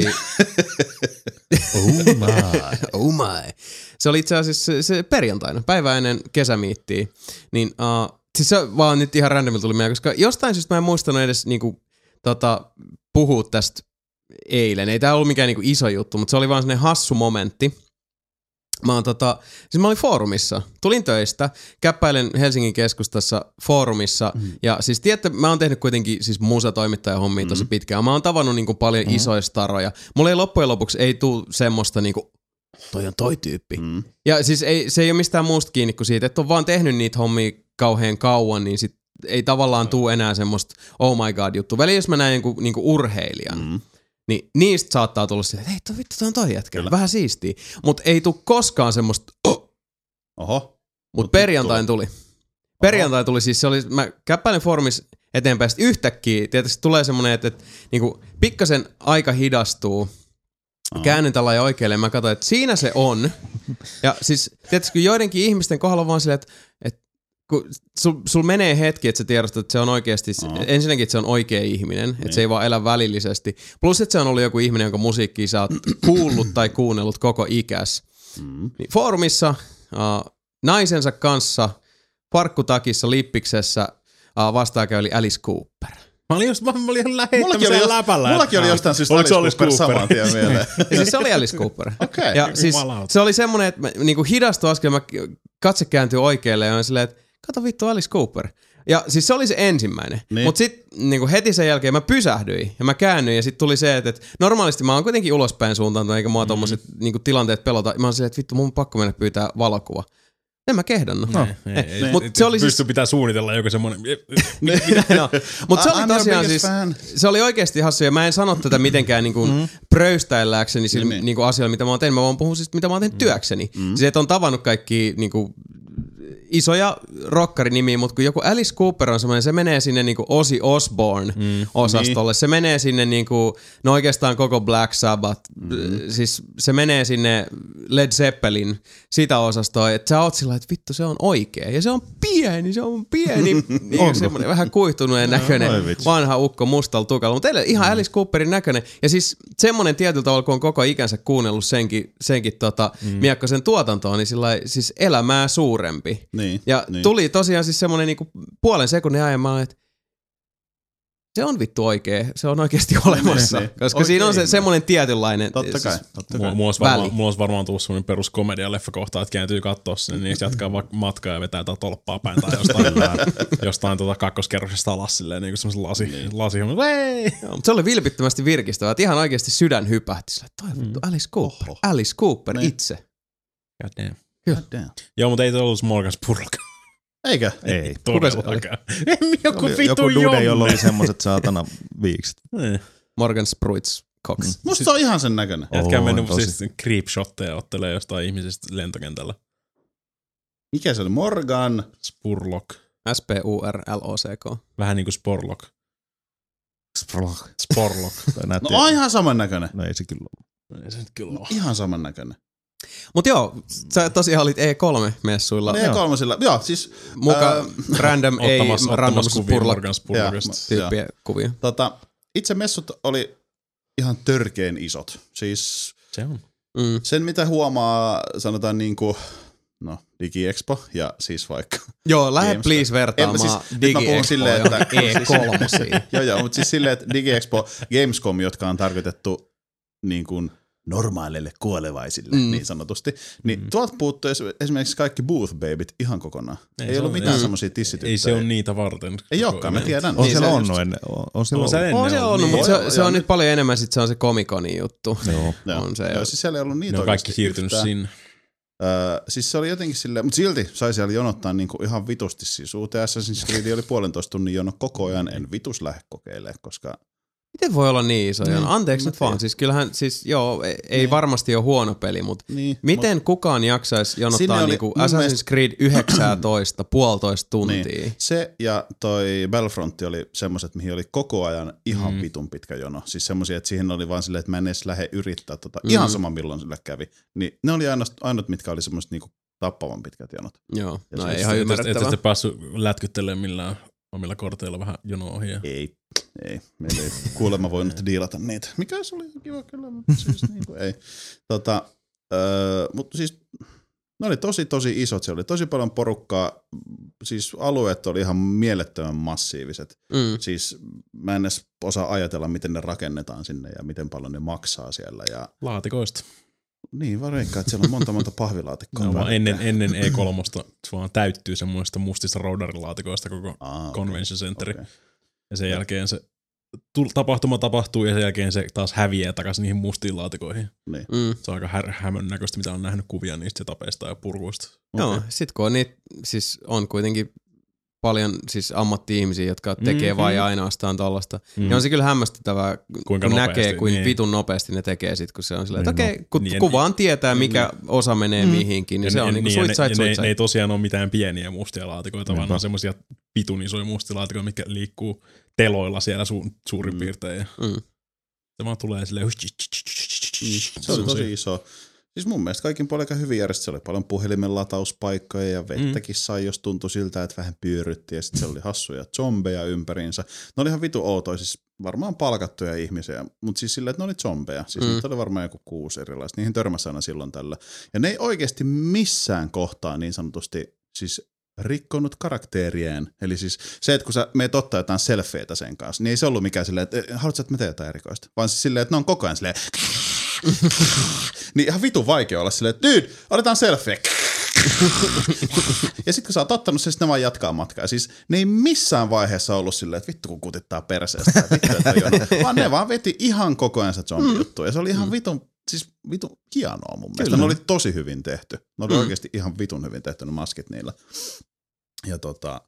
[SPEAKER 1] oh my. Se oli itse asiassa se perjantaina, päivä ennen kesämiittiä. Niin, siis se vaan nyt ihan randomilla tuli mieleen, koska jostain syystä mä en muistanut edes niinku, puhua tästä eilen. Ei tää ollut mikään niinku iso juttu, mutta se oli vaan sellainen hassu momentti. Siis mä olin foorumissa, tulin töistä, käppäilen Helsingin keskustassa foorumissa ja siis tiedätte, mä oon tehnyt kuitenkin siis musatoimittajan hommia tosi pitkään. Mä oon tavannut niinku paljon isoja staroja. Mulla ei loppujen lopuksi ei tuu semmoista niinku, toi on toi tyyppi. Ja siis se ei ole mistään muusta kiinni kuin siitä, että on vaan tehnyt niitä hommia kauhean kauan, niin sit ei tavallaan tuu enää semmoista oh my god juttu. Väliin jos mä näen niinku urheilijan, niin niistä saattaa tulla sitä, että hei, vittu, toi on toi jätkä. Vähän siistiä. Mutta ei tule koskaan semmoista,
[SPEAKER 3] Oho.
[SPEAKER 1] Mutta perjantain tuli. Perjantain tuli siis, se oli, mä käppäilen foorumissa eteenpäin, sitten yhtäkkiä, tietysti tulee semmoinen, että niinku, pikkasen aika hidastuu. Käännyn tällä oikealle ja mä katsoin, että siinä se on. Ja siis, tietysti joidenkin ihmisten kohdalla on vaan silleen, että kun sul menee hetki, että sä tiedostat, että se on oikeasti, ensinnäkin, että se on oikea ihminen, että se ei vaan elä välillisesti. Plus, että se on ollut joku ihminen, jonka musiikkia sä oot kuullut tai kuunnellut koko ikäs. Niin foorumissa naisensa kanssa, farkkutakissa, lippiksessä vastaakäyli Alice Cooper.
[SPEAKER 4] Mä olin ihan lähettämisellä läpällä.
[SPEAKER 3] Mullakin oli jostain syystä Alice Cooper saman tien mieleen.
[SPEAKER 1] Ja siis se oli Alice Cooper.
[SPEAKER 3] Okei.
[SPEAKER 1] Ja siis se oli semmoinen, että niinku hidastui askel, mä katse kääntyi oikealle ja on silleen, että kato vittu Alice Cooper. Ja siis se oli se ensimmäinen. Niin. Mut sit niinku heti sen jälkeen mä pysähdyin ja mä käännyin ja sit tuli se, että normaalisti mä oon kuitenkin ulospäin suuntaantunut eikä mua tommoset niinku tilanteet pelota. Mä oon silleen, että vittu mun on pakko mennä pyytää valokuva. En mä kehdannut. Mut se oli siis...
[SPEAKER 4] pitää suunnitella joku semmonen...
[SPEAKER 1] no, mut se oli tosiaan siis... Se oli oikeesti hassu ja mä en sano tätä mitenkään niinku pröystäilläkseni sillä niinku asioilla, mitä mä oon tehnyt. Mä vaan puhun siis, mitä mä oon tehnyt työkseni. Siis et on tavannut kaikki niinku... isoja rockarinimiä, mutta kun joku Alice Cooper on semmoinen, se menee sinne niinku Ozzy Osbourne-osastolle. Se menee sinne niinku, no oikeastaan koko Black Sabbath. Siis se menee sinne Led Zeppelin sitä osastoa, että sä oot sillä, että vittu se on oikee. Ja se on pieni, niin semmoinen vähän kuihtuneen näköinen vanha ukko mustalla tukalla. Mutta ihan Alice Cooperin näköinen. Ja siis semmoinen tietyllä tavalla, kun on koko ikänsä kuunnellut senkin Miekkosen tuotantoa, niin sillä siis elämää suurempi.
[SPEAKER 3] Niin,
[SPEAKER 1] ja tuli tosiaan siis semmoinen niinku puolen sekunnin ajan, mä olin, että se on vittu oikee, se on oikeasti olemassa. Koska oikein, siinä on se semmoinen tietynlainen
[SPEAKER 3] totta kai.
[SPEAKER 4] Mulla olisi varmaan tullut semmoinen peruskomedialeffakohta, että kääntyy kattoo sinne, niin jatkaa vaikka matkaa ja vetää jotain tolppaa päin tai jostain kakkoskerroksesta alas silleen, niin kuin semmoisen lasi.
[SPEAKER 1] Mutta se oli vilpittömästi virkistävää, että ihan oikeasti sydän hypähti sille, että toi vittu Alice Cooper itse.
[SPEAKER 4] God damn. Joo, mutta ei toi ollut Morgan Spurlock.
[SPEAKER 3] Eikö?
[SPEAKER 2] Ei.
[SPEAKER 4] Todellakaan.
[SPEAKER 2] Joku dude, jolla oli semmoset saatana viikset.
[SPEAKER 1] Morgan Spruits Cox.
[SPEAKER 3] Musta se on ihan sen näköinen.
[SPEAKER 4] Jätkä on mennyt siis creepshotteja ottelee jostain ihmisistä lentokentällä.
[SPEAKER 3] Mikä se oli? Morgan
[SPEAKER 4] Spurlock.
[SPEAKER 1] Spurlock.
[SPEAKER 4] Vähän niinku Sporlock.
[SPEAKER 2] Sporlock.
[SPEAKER 3] No on ihan saman näköinen.
[SPEAKER 2] No ei se kyllä ole.
[SPEAKER 3] Ihan saman näköinen.
[SPEAKER 1] Mut joo, sä tosiaan olit E3-messuilla.
[SPEAKER 3] E3-silla, joo siis...
[SPEAKER 1] Random
[SPEAKER 4] Spurlock-tyyppien
[SPEAKER 1] kuvia.
[SPEAKER 3] Itse messut oli ihan törkeen isot. Siis
[SPEAKER 4] se on.
[SPEAKER 3] Sen mitä huomaa, sanotaan niinku, no DigiExpo ja siis vaikka...
[SPEAKER 1] Joo, lähde please vertaamaan DigiExpo ja E3.
[SPEAKER 3] Joo, mutta siis silleen, että DigiExpo, Gamescom, jotka on tarkoitettu niin kuin normaaleille kuolevaisille, niin sanotusti. Niin tuolta puuttuu esimerkiksi kaikki booth babyt ihan kokonaan. Ei ollut mitään semmosia tissityttöjä.
[SPEAKER 4] Ei se ole niitä varten.
[SPEAKER 3] Ei olekaan, mä tiedän.
[SPEAKER 2] On siellä ennen. On
[SPEAKER 1] se ollut, mutta se on nyt paljon enemmän sit se on se Comic-Conin juttu.
[SPEAKER 3] Joo.
[SPEAKER 1] On se.
[SPEAKER 3] Joo, siis siellä ei ollut niitä
[SPEAKER 4] ne on kaikki siirtynyt sinne.
[SPEAKER 3] Siis se oli jotenkin silleen, mutta silti sai siellä jonottaa niinku ihan vitusti. Siis uuteen Assassin's Creed oli 1,5 tunnin jono koko ajan. En vitus lähde kokeilemaan, koska...
[SPEAKER 1] Miten voi olla niin iso? Anteeksi nyt vaan. Siis kyllähän, siis joo, ei varmasti ole huono peli, mutta miten kukaan jaksaisi jonottaa niinku Assassin's Creed 19, 1,5 tuntia?
[SPEAKER 3] Niin. Se ja toi Battlefront oli semmoset, mihin oli koko ajan ihan vitun pitkä jono. Siis semmosia, että siihen oli vaan silleen, että mä en edes lähde yrittää ihan sama milloin sillä kävi. Niin ne oli ainut mitkä oli semmoset niinku tappavan pitkät jonot.
[SPEAKER 1] Joo, no ei ihan ymmärrettävää.
[SPEAKER 4] Et sä päässyt lätkyttelemään millään omilla korteilla vähän jono ohi.
[SPEAKER 3] Ei. Meillä ei kuulemma voinut diilata niitä. Mikä se oli kiva kyllä, mutta siis niinku ei. Mutta siis ne oli tosi isot, se oli tosi paljon porukkaa, siis alueet oli ihan mielettömän massiiviset. Siis mä en edes osaa ajatella, miten ne rakennetaan sinne ja miten paljon ne maksaa siellä. Ja
[SPEAKER 4] laatikoista.
[SPEAKER 3] niin, vareikkaa, että siellä on monta pahvilaatikkoa.
[SPEAKER 4] No, vaan ennen E3 se vaan täyttyy semmoista mustista roudarilaatikoista koko Convention Centeri. Okay. Ja sen jälkeen se tapahtuma tapahtuu ja sen jälkeen se taas häviää takaisin niihin mustiin laatikoihin. Niin. Se on aika hämön näköistä, mitä on nähnyt kuvia niistä tapeista ja purkuista.
[SPEAKER 1] Joo, okay. Sit kun on niitä, siis on kuitenkin paljon siis ammatti-ihmisiä, jotka tekee vain ainoastaan tollasta. Ja on se kyllä hämmästyttävää, kun näkee, kuin vitun nopeasti ne tekee sit, kun se on silleen, että okei, kun kuvaan tietää, mikä osa menee mihinkin, niin se on niinku suitsait.
[SPEAKER 4] Ne ei tosiaan ole mitään pieniä mustia laatikoita, vaan on semmosia vitun isoja mustia laatikoita, mitkä liikkuu teloilla siellä suurin piirtein. Se vaan tulee silleen.
[SPEAKER 3] Se on tosi iso. Siis mun mielestä kaikin puolin aika hyvin järjestetty. Oli paljon puhelimen latauspaikkoja ja vettäkin sai, jos tuntui siltä, että vähän pyörytti. Ja sitten siellä oli hassuja zombeja ympäriinsä. Ne oli ihan vitu outoja, siis varmaan palkattuja ihmisiä, mutta siis silleen, että ne oli zombeja. Siis niitä oli varmaan joku 6 erilaista. Niihin törmäsi aina silloin tällä. Ja ne ei oikeasti missään kohtaa niin sanotusti siis rikkonut karakterien. Eli siis se, että kun sä meet ottaa jotain selfieitä sen kanssa, niin ei se ollut mikään silleen, että haluatko, että me teet jotain erikoista. Vaan siis silleen, että ne on koko ajan silleen niin ihan vitun vaikea olla silleen, että dude, otetaan selfie. Ja sit kun sä oot ottanut se, ne vaan jatkaa matkaa. Ja siis ne ei missään vaiheessa ollut silleen, että vittu kun kutittaa perseestä. Vaan ne vaan veti ihan koko ajan se zombi-juttu. Ja se oli ihan vitun hienoa mun mielestä. Ne oli tosi hyvin tehty. Ne oli oikeasti ihan vitun hyvin tehty ne maskit niillä. Ja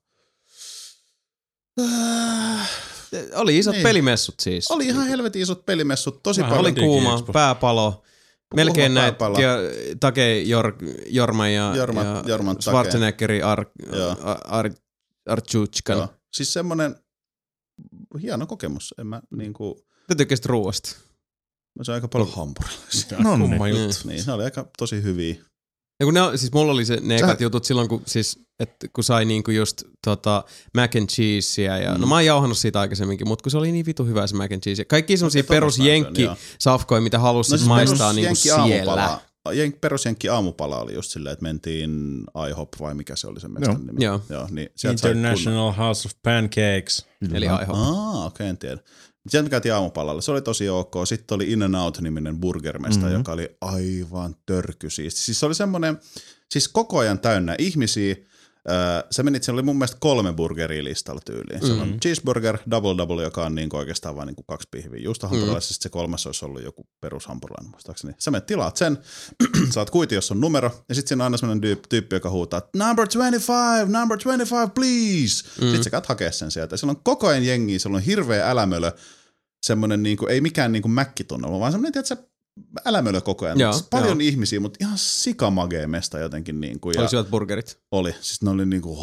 [SPEAKER 1] oli isot pelimessut siis.
[SPEAKER 3] Oli ihan helvetin isot pelimessut, tosi paljon.
[SPEAKER 1] Oli kuuma, pääpalo. Melkein näitä Take Jorma ja Schwarzeneggeri Archuchkan.
[SPEAKER 3] Siis semmonen hieno kokemus. En mä niinku.
[SPEAKER 1] Te tykkäsit ruuasta.
[SPEAKER 3] Mä sain aika paljon hampurilaisia. Niin, ne oli aika tosi hyviä.
[SPEAKER 1] Ja kun siis mulla oli ne ekat jutut silloin, kun sai niinku just mac and cheesea ja no mä oon jauhannut siitä aikaisemminkin, mutta kun se oli niin vitu hyvä se mac and cheese. Kaikki semmosia perus jenkki-safkoja, mitä halusi maistaa niinku siellä.
[SPEAKER 3] Perusjenkki aamupala oli just silleen, että mentiin IHOP vai mikä se oli se mestan nimi.
[SPEAKER 1] Joo.
[SPEAKER 3] Niin
[SPEAKER 4] International House of Pancakes.
[SPEAKER 1] Eli IHOP.
[SPEAKER 3] Okei, en tiedä. Sieltä me käytiin aamupalalla. Se oli tosi ok. Sitten oli In-N-Out-niminen burgermesta, joka oli aivan törkysiisti. Siis se oli semmoinen, siis koko ajan täynnä ihmisiä. Se meni, siellä oli mun mielestä 3 burgeria listalla tyyliin. Se on cheeseburger, double, joka on niin oikeastaan vain niin 2 pihviä juustohampurilaista. Sitten se 3 olisi ollut joku perushampurilainen muistaakseni. Sä menet tilaat sen, saat kuiti, jos on numero. Ja sitten siinä on aina semmoinen tyyppi, joka huutaa, number 25, please. Sitten sä käyt hakea sen sieltä. Siellä on koko ajan jengiä, siellä on hirveä älämölö. Semmoinen, niin kuin, ei mikään niin kuin mäkkitunnelma, vaan semmoinen, tiedätkö, älämölö koko ajan. Paljon ihmisiä, mutta ihan sikamagee mesta jotenkin. Niin kuin,
[SPEAKER 1] oli syöt burgerit?
[SPEAKER 3] Oli. Siis ne oli niin kuin,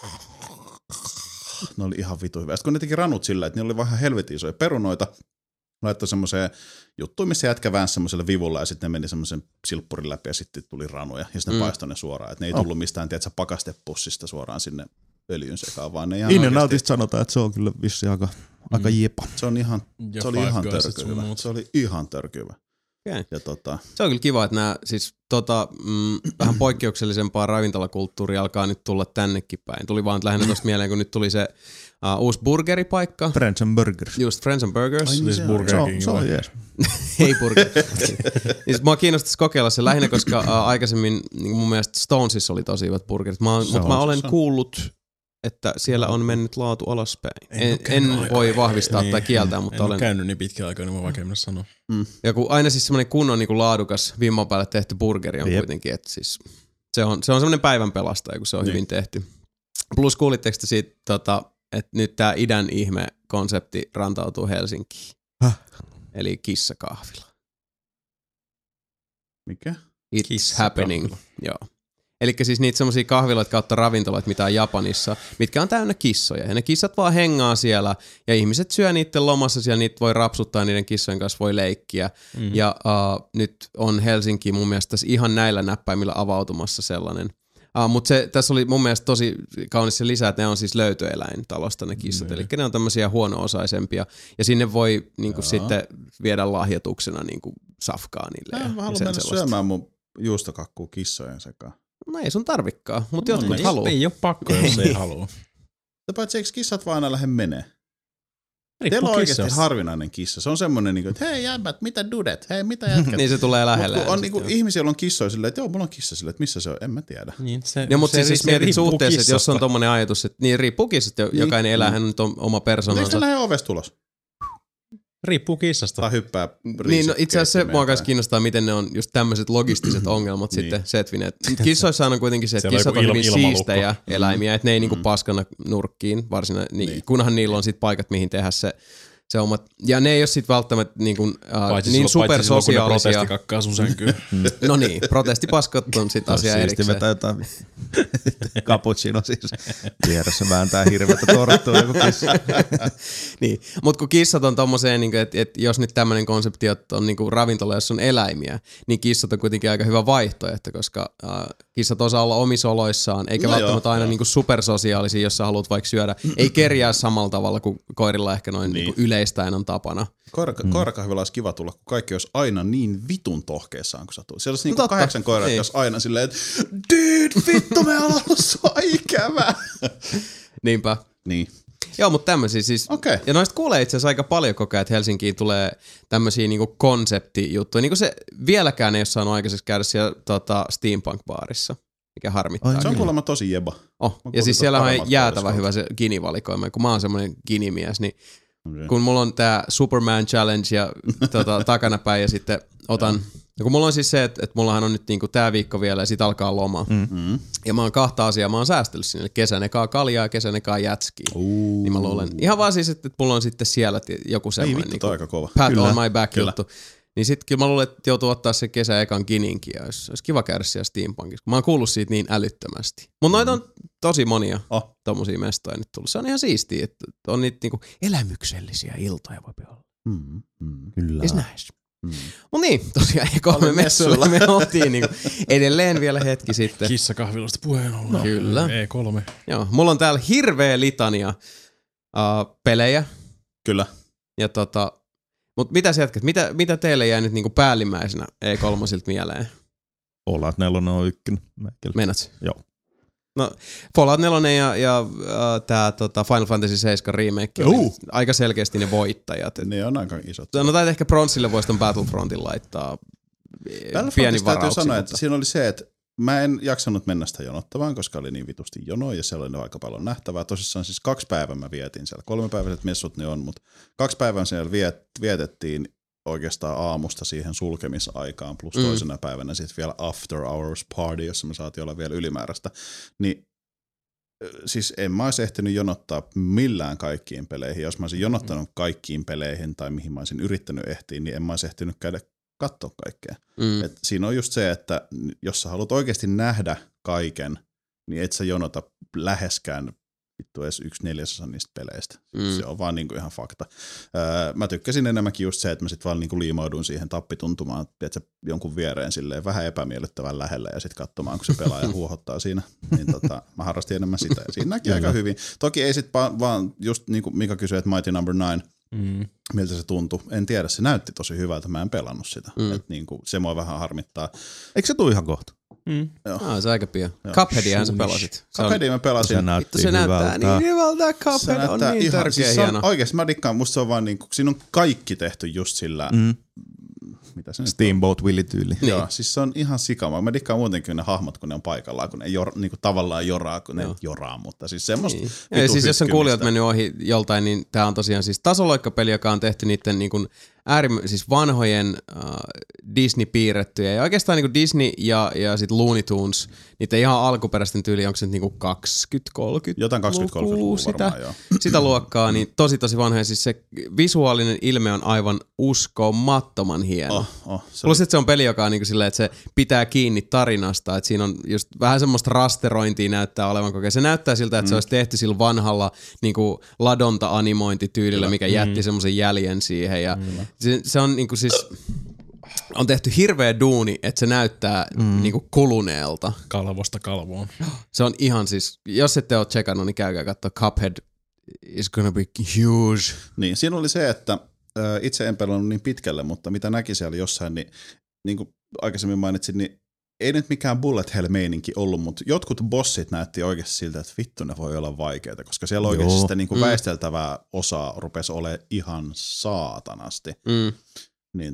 [SPEAKER 3] ne oli ihan vitu hyvä. Sitten kun ne teki ranut sillä, että niillä oli vähän helvetin isoja perunoita, laittoi semmoiseen juttuun, missä jätkä väänsi semmoiselle vivulla ja sitten ne meni semmoisen silppurin läpi ja sitten tuli ranuja ja sitten ne paistoi ne suoraan. Että ne ei tullut mistään, tiedätkö, pakastepussista suoraan sinne öljyn sekaan, vaan ne ihan
[SPEAKER 2] In-N-Outista sanotaan, että se on kyllä vissiin aika jepa.
[SPEAKER 3] Se oli ihan törkyvä. Se oli ihan törkyvä.
[SPEAKER 1] Okay. Ja se on kyllä kiva, että nämä siis vähän poikkeuksellisempaa ravintolakulttuuria alkaa nyt tulla tännekin päin. Tuli vaan lähinnä tuosta mieleen, kun nyt tuli se uusi burgeripaikka.
[SPEAKER 2] Friends and Burgers.
[SPEAKER 1] Just Friends and Burgers.
[SPEAKER 2] Ai,
[SPEAKER 4] siis Burger King.
[SPEAKER 2] Se on jees.
[SPEAKER 1] Ei burger. Siis mua kiinnostaisi kokeilla se lähinnä, koska aikaisemmin niin mun mielestä Stonesissa oli tosi hyvät burgerit. Mutta mä olen kuullut, että siellä on mennyt laatu alaspäin. En voi vahvistaa tai kieltää, mutta olen
[SPEAKER 4] käynyt niin pitkään aikaa, niin mä vaikea mennä sanoa.
[SPEAKER 1] Ja kun aina siis semmoinen kunnon niin kuin laadukas vimman päälle tehty burgeri on kuitenkin, että siis se on semmoinen päivän pelastaja, kun se on hyvin tehty. Plus kuulitteko te siitä, että nyt tää idän ihme-konsepti rantautuu Helsinkiin? Eli kissakahvila.
[SPEAKER 3] Mikä?
[SPEAKER 1] It's happening, joo. Elikkä siis niitä semmosia kahviloita kautta ravintoloita, mitä on Japanissa, mitkä on täynnä kissoja. Ja ne kissat vaan hengaa siellä, ja ihmiset syö niiden lomassa siellä, niitä voi rapsuttaa, niiden kissojen kanssa voi leikkiä. Ja nyt on Helsinki mun mielestä tässä ihan näillä näppäimillä avautumassa sellainen Mutta tässä oli mun mielestä tosi kaunis se lisä, että ne on siis löytöeläintalosta ne kissat. Eli ne on tämmöisiä huono-osaisempia. Ja sinne voi niinku sitten viedä lahjoituksena niinku safkaa niille.
[SPEAKER 3] Mä haluan mennä syömään mun juustokakkuu kissojen sekaan.
[SPEAKER 1] No ei sun tarvikkaa, mutta jotkut haluaa.
[SPEAKER 4] Ei ole pakko, jos ei halua.
[SPEAKER 3] Paitsi eikö kissat vaan aina lähde menee? Teillä on oikeasti harvinainen kissa. Se on semmoinen, että hei jäbät, mitä dudet? Hei, mitä jätkät?
[SPEAKER 1] Niin se tulee lähelle.
[SPEAKER 3] On niinku ihmisiä, joilla on kissoja silleen, että joo, mulla on kissa silleen, että missä se on, en mä tiedä.
[SPEAKER 4] Niin,
[SPEAKER 1] mutta siis mietit suhteessa, että jos on tommonen ajatus, että niin riippuu kissasta, jokainen eläinhän nyt on oma persoonansa.
[SPEAKER 3] Eikö se lähde ovesta tulos?
[SPEAKER 4] Riippuu kissasta.
[SPEAKER 3] Tai hyppää
[SPEAKER 1] niin, no itse asiassa se mua kanssa kiinnostaa, miten ne on just tämmöiset logistiset ongelmat sitten setvineet. Kissoissa on kuitenkin se, että kissat on hyvin siistejä eläimiä, että ne ei niinku paskana nurkkiin varsinaisesti, kunhan niillä on sit paikat, mihin tehdä se omat. Ja ne ei ole sit välttämättä niin supersosiaalisia.
[SPEAKER 4] Protesti kakkaa sun sänkyyn.
[SPEAKER 1] No niin, protestipaskot on sit asia erikseen.
[SPEAKER 2] Siisti vetää jotain cappuccino siis. Vieressä vääntää hirveätä torttua joku kissa.
[SPEAKER 1] Niin, mutta kun kissat on tommoseen, niin että jos nyt tämmöinen konsepti on niin ravintola, jossa on eläimiä, niin kissat on kuitenkin aika hyvä vaihtoehto, koska kissat osaa olla omissa oloissaan, eikä välttämättä aina niin supersosiaalisia, jos sä haluat vaikka syödä. Ei kerjää samalla tavalla kuin koirilla ehkä noin niin yleistäen on tapana.
[SPEAKER 3] Koirakahvilla olisi kiva tulla, kun kaikki olisi aina niin vitun tohkeessaan, kun sä tulet. Siellä olisi niinku 8 koiraa, jos aina silleen, että dude, vittu, me ollaan ollut sua ikävää.
[SPEAKER 1] Niinpä.
[SPEAKER 3] Niin.
[SPEAKER 1] Joo, mutta tämmöisiä siis. Okay. Ja noista kuulee itse asiassa aika paljon koko ajan, että Helsinkiin tulee tämmöisiä niinku konseptijuttuja. Niinku se vieläkään ei ole saanut aikaiseksi käydä siellä Steampunk-baarissa, mikä harmittaa.
[SPEAKER 3] Se on kuulemma tosi jeba.
[SPEAKER 1] Ja siis siellä on jäätävän hyvä se ginivalikoima. Kun mä oon semmoinen ginimies, niin kun mulla on tää Superman Challenge ja takanapäin ja sitten otan, ja kun mulla on siis se, että mullahan on nyt niinku tää viikko vielä ja sit alkaa loma. Ja mä oon 2 asiaa, mä oon säästellyt sinne, eli kesän ekaa kaljaa ja kesän ekaa jätskiä. Niin mä luulen, ihan vaan siis, että mulla on sitten siellä joku semmoinen niinku
[SPEAKER 3] aika kova.
[SPEAKER 1] Pat on my back juttu. Niin sit kyllä mä luulen, että joutuu ottaa se kesän ekan gininkin ja olisi kiva käydä siellä Steampunkissa, kun mä oon kuullut siitä niin älyttömästi. Mutta noita on tosi monia tommosia mestoja nyt tullut. Se on ihan siistiä, että on niitä niinku elämyksellisiä iltoja voi olla.
[SPEAKER 2] Kyllä.
[SPEAKER 1] Is nice. Mut niin, tosiaan E3-messuilla me oltiin niinku edelleen vielä hetki sitten.
[SPEAKER 4] Kissakahvilasta puheen ollen.
[SPEAKER 1] Kyllä.
[SPEAKER 4] E3.
[SPEAKER 1] Joo, mulla on täällä hirveä litania pelejä.
[SPEAKER 3] Kyllä.
[SPEAKER 1] Ja mutta mitä sä jatkat? Mitä teille jäi nyt niinku päällimmäisenä E3 mieleen?
[SPEAKER 2] Fallout 4 on ykkönen.
[SPEAKER 1] Meinaat?
[SPEAKER 2] Joo.
[SPEAKER 1] No Fallout 4 ja tää Final Fantasy 7 remake oli aika selkeästi ne voittajat.
[SPEAKER 3] Ne on aika isot.
[SPEAKER 1] No tai ehkä bronssille voisi ton Battlefrontin laittaa pieni varauksen.
[SPEAKER 3] Täytyy sanoa, että siinä oli se, että mä en jaksanut mennä sitä jonottamaan, koska oli niin vitusti jonoa ja siellä oli aika paljon nähtävää. Tosissaan siis 2 päivää mä vietin siellä. 3-päiväiset messut ne on, mutta 2 päivää siellä vietettiin oikeastaan aamusta siihen sulkemisaikaan plus toisena päivänä sitten vielä after hours party, jossa me saatiin olla vielä ylimääräistä. Niin siis en mä olisi ehtinyt jonottaa millään kaikkiin peleihin. Jos mä olisin jonottanut kaikkiin peleihin tai mihin mä olisin yrittänyt ehtiä, niin en mä olisi ehtinyt käydä katsoa kaikkea. Et siinä on just se, että jos sä haluat oikeasti nähdä kaiken, niin et sä jonota läheskään vittu edes 1/4 niistä peleistä. Se on vaan niinku ihan fakta. Mä tykkäsin enemmänkin just se, että mä sit vaan niinku liimaudun siihen tappituntumaan, että se jonkun viereen silleen vähän epämiellyttävän lähellä ja sit katsomaan, kun se pelaaja huohottaa siinä. Niin mä harrastin enemmän sitä ja siinä näki aika hyvin. Toki ei sit vaan just niin kuin Mika kysyi, että Mighty Number 9, miltä se tuntui. En tiedä, se näytti tosi hyvältä, mä en pelannut sitä. Et niinku, se mua vähän harmittaa.
[SPEAKER 2] Eikö se tule ihan kohta?
[SPEAKER 1] Se aika pian. Cupheadiahan sä pelasit.
[SPEAKER 3] Cupheadia mä pelasin.
[SPEAKER 1] Se näyttää niin hyvältä. Cuphead on niin tärkeä hieno.
[SPEAKER 3] Oikeesti mä dikkaan, musta se on vaan niinku, siinä on kaikki tehty just sillä, mitä se
[SPEAKER 2] Steamboat Willie-tyyli.
[SPEAKER 3] Niin. Joo, siis se on ihan sikama. Mä dikkaan muutenkin ne hahmot, kun ne on paikallaan, kun ne niinku tavallaan joraa, kun ne joraa, mutta siis semmoista
[SPEAKER 1] ja siis jos on kuulijat mennyt ohi joltain, niin tää on tosiaan siis tasoloikkapeli, joka on tehty niitten niin siis vanhojen Disney-piirrettyjä ja oikeastaan niin Disney ja sit Looney Tunes, niitä ihan alkuperäisten tyyli, onko se nyt niin 20-30
[SPEAKER 3] jotain 20-30 varmaan, joo.
[SPEAKER 1] Sitä luokkaa, niin tosi vanhoja. Siis se visuaalinen ilme on aivan uskomattoman hieno. Plus että se on peli, joka on niin kuin silleen, että se pitää kiinni tarinasta, että siinä on just vähän semmoista rasterointia näyttää olevan kokea. Se näyttää siltä, että se olisi tehty sillä vanhalla niin kuin ladonta-animointityylillä, mikä jätti semmoisen jäljen siihen ja se on niinku siis on tehty hirveä duuni, että se näyttää niinku kuluneelta.
[SPEAKER 4] Kalvosta kalvoon.
[SPEAKER 1] Se on ihan siis, jos ette ole tsekannut, niin käykää katsoa Cuphead is gonna be huge.
[SPEAKER 3] Niin, siinä oli se, että itse en pelannut niin pitkälle, mutta mitä näki siellä jossain, niin kuin aikaisemmin mainitsin, niin ei nyt mikään bullet hell-meininki ollut, mutta jotkut bossit näytti oikeasti siltä, että vittu ne voi olla vaikeita, koska siellä oikeasti sitä niin kuin väisteltävää osaa rupesi olemaan ihan saatanasti. Niin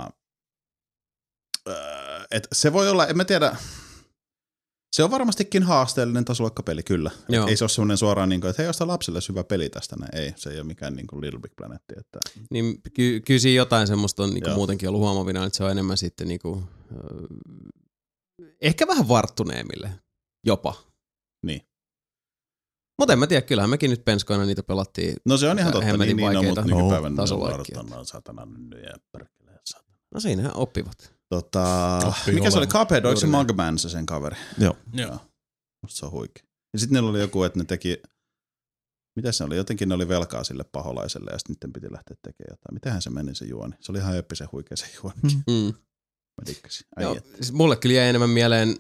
[SPEAKER 3] et se voi olla, en mä tiedä, se on varmastikin haasteellinen tasoluokkapeli, kyllä. Ei se ole semmoinen suoraan, niin kuin, että hei, osta lapsille hyvä peli tästä. Ei, se ei ole mikään niin kuin Little Big Planet. Että...
[SPEAKER 1] Niin kyllä siinä jotain semmoista on niin kuin muutenkin ollut huomaavina, että se on enemmän sitten niin kuin, ehkä vähän varttuneemmille jopa.
[SPEAKER 3] Niin.
[SPEAKER 1] Mutta en mä tiedä, kyllähän mekin nyt penskoina niitä pelattiin.
[SPEAKER 3] No se on ihan totta, niin on, mutta nykypäivän
[SPEAKER 1] tasoloikkia. No siinähän oppivat.
[SPEAKER 3] Mikä se oli? Cuphead, oliko se Mugman se sen kaveri?
[SPEAKER 2] Joo.
[SPEAKER 3] Musta se on huikea. Ja sitten niillä oli joku, että ne teki, mitä se oli? Jotenkin ne oli velkaa sille paholaiselle ja sitten niiden piti lähteä tekemään jotain. Mitähän se meni se juoni? Se oli ihan eeppisen huikea se juonikin. Mä dikkasin.
[SPEAKER 1] Siis mulle kyllä jäi enemmän mieleen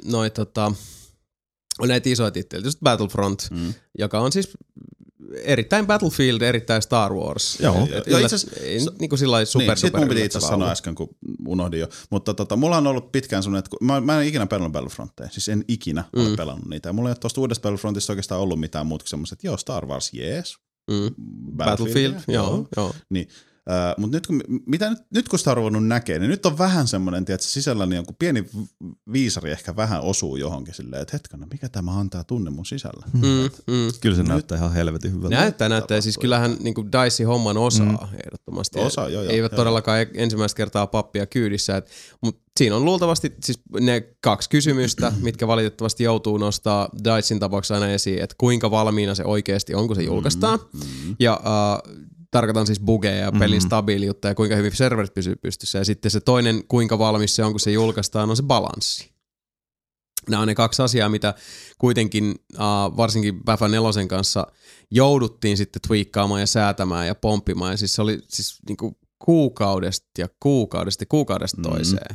[SPEAKER 1] näitä isoja titteleitä, just Battlefront, joka on siis erittäin Battlefield, erittäin Star Wars.
[SPEAKER 2] Joo.
[SPEAKER 1] Niin kuin sillai super.
[SPEAKER 3] Sitten mun piti itse asiassa sanoa äsken, kun unohdin jo. Mutta mulla on ollut pitkään sellainen, että mä en ikinä pelannut Battlefrontteja. Siis en ikinä ole pelannut niitä. Ja mulla ei ole tuosta uudesta Battlefrontista oikeastaan ollut mitään muuta kuin semmoiset, että joo, Star Wars, jees.
[SPEAKER 1] Battlefield, joo.
[SPEAKER 3] Niin. Mutta nyt kun sitä on ruvennut näkee, niin nyt on vähän semmoinen, että sisällä niin joku pieni viisari ehkä vähän osuu johonkin silleen, että hetkinen, mikä tämä antaa tunne mun sisällä.
[SPEAKER 2] Kyllä se näyttää ihan helvetin hyvältä.
[SPEAKER 1] Näyttää. Siis kyllähän niin kuin DICE homman osaa ehdottomasti. Eivät todellakaan ensimmäistä kertaa pappia kyydissä. Mutta siinä on luultavasti siis ne 2 kysymystä, mitkä valitettavasti joutuu nostaa DICEin tapauksessa aina esiin, että kuinka valmiina se oikeasti on, kun se julkaistaan. Ja tarkoitan siis bugeja ja pelin stabiiliutta ja kuinka hyvin serverit pysyy pystyssä. Ja sitten se toinen, kuinka valmis se on, kun se julkaistaan, on se balanssi. Nämä on ne 2 asiaa, mitä kuitenkin varsinkin BAFA 4 kanssa jouduttiin sitten tweakkaamaan ja säätämään ja pomppimaan. Ja siis se oli siis niinku kuukaudesta toiseen.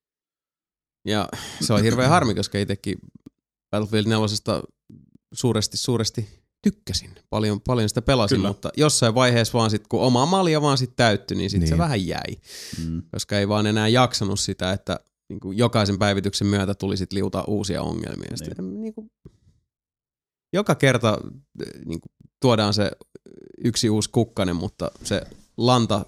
[SPEAKER 1] Ja se on hirveän harmi, koska itsekin Battlefield 4 suuresti tykkäsin. Paljon sitä pelasin, mutta jossain vaiheessa vaan sit, kun oma malja vaan sit täyttyi, niin sit se vähän jäi. Koska ei vaan enää jaksanut sitä, että niin kuin jokaisen päivityksen myötä tuli sit liuta uusia ongelmia. Niin kuin, joka kerta niin kuin, tuodaan se yksi uusi kukkanen, mutta se lanta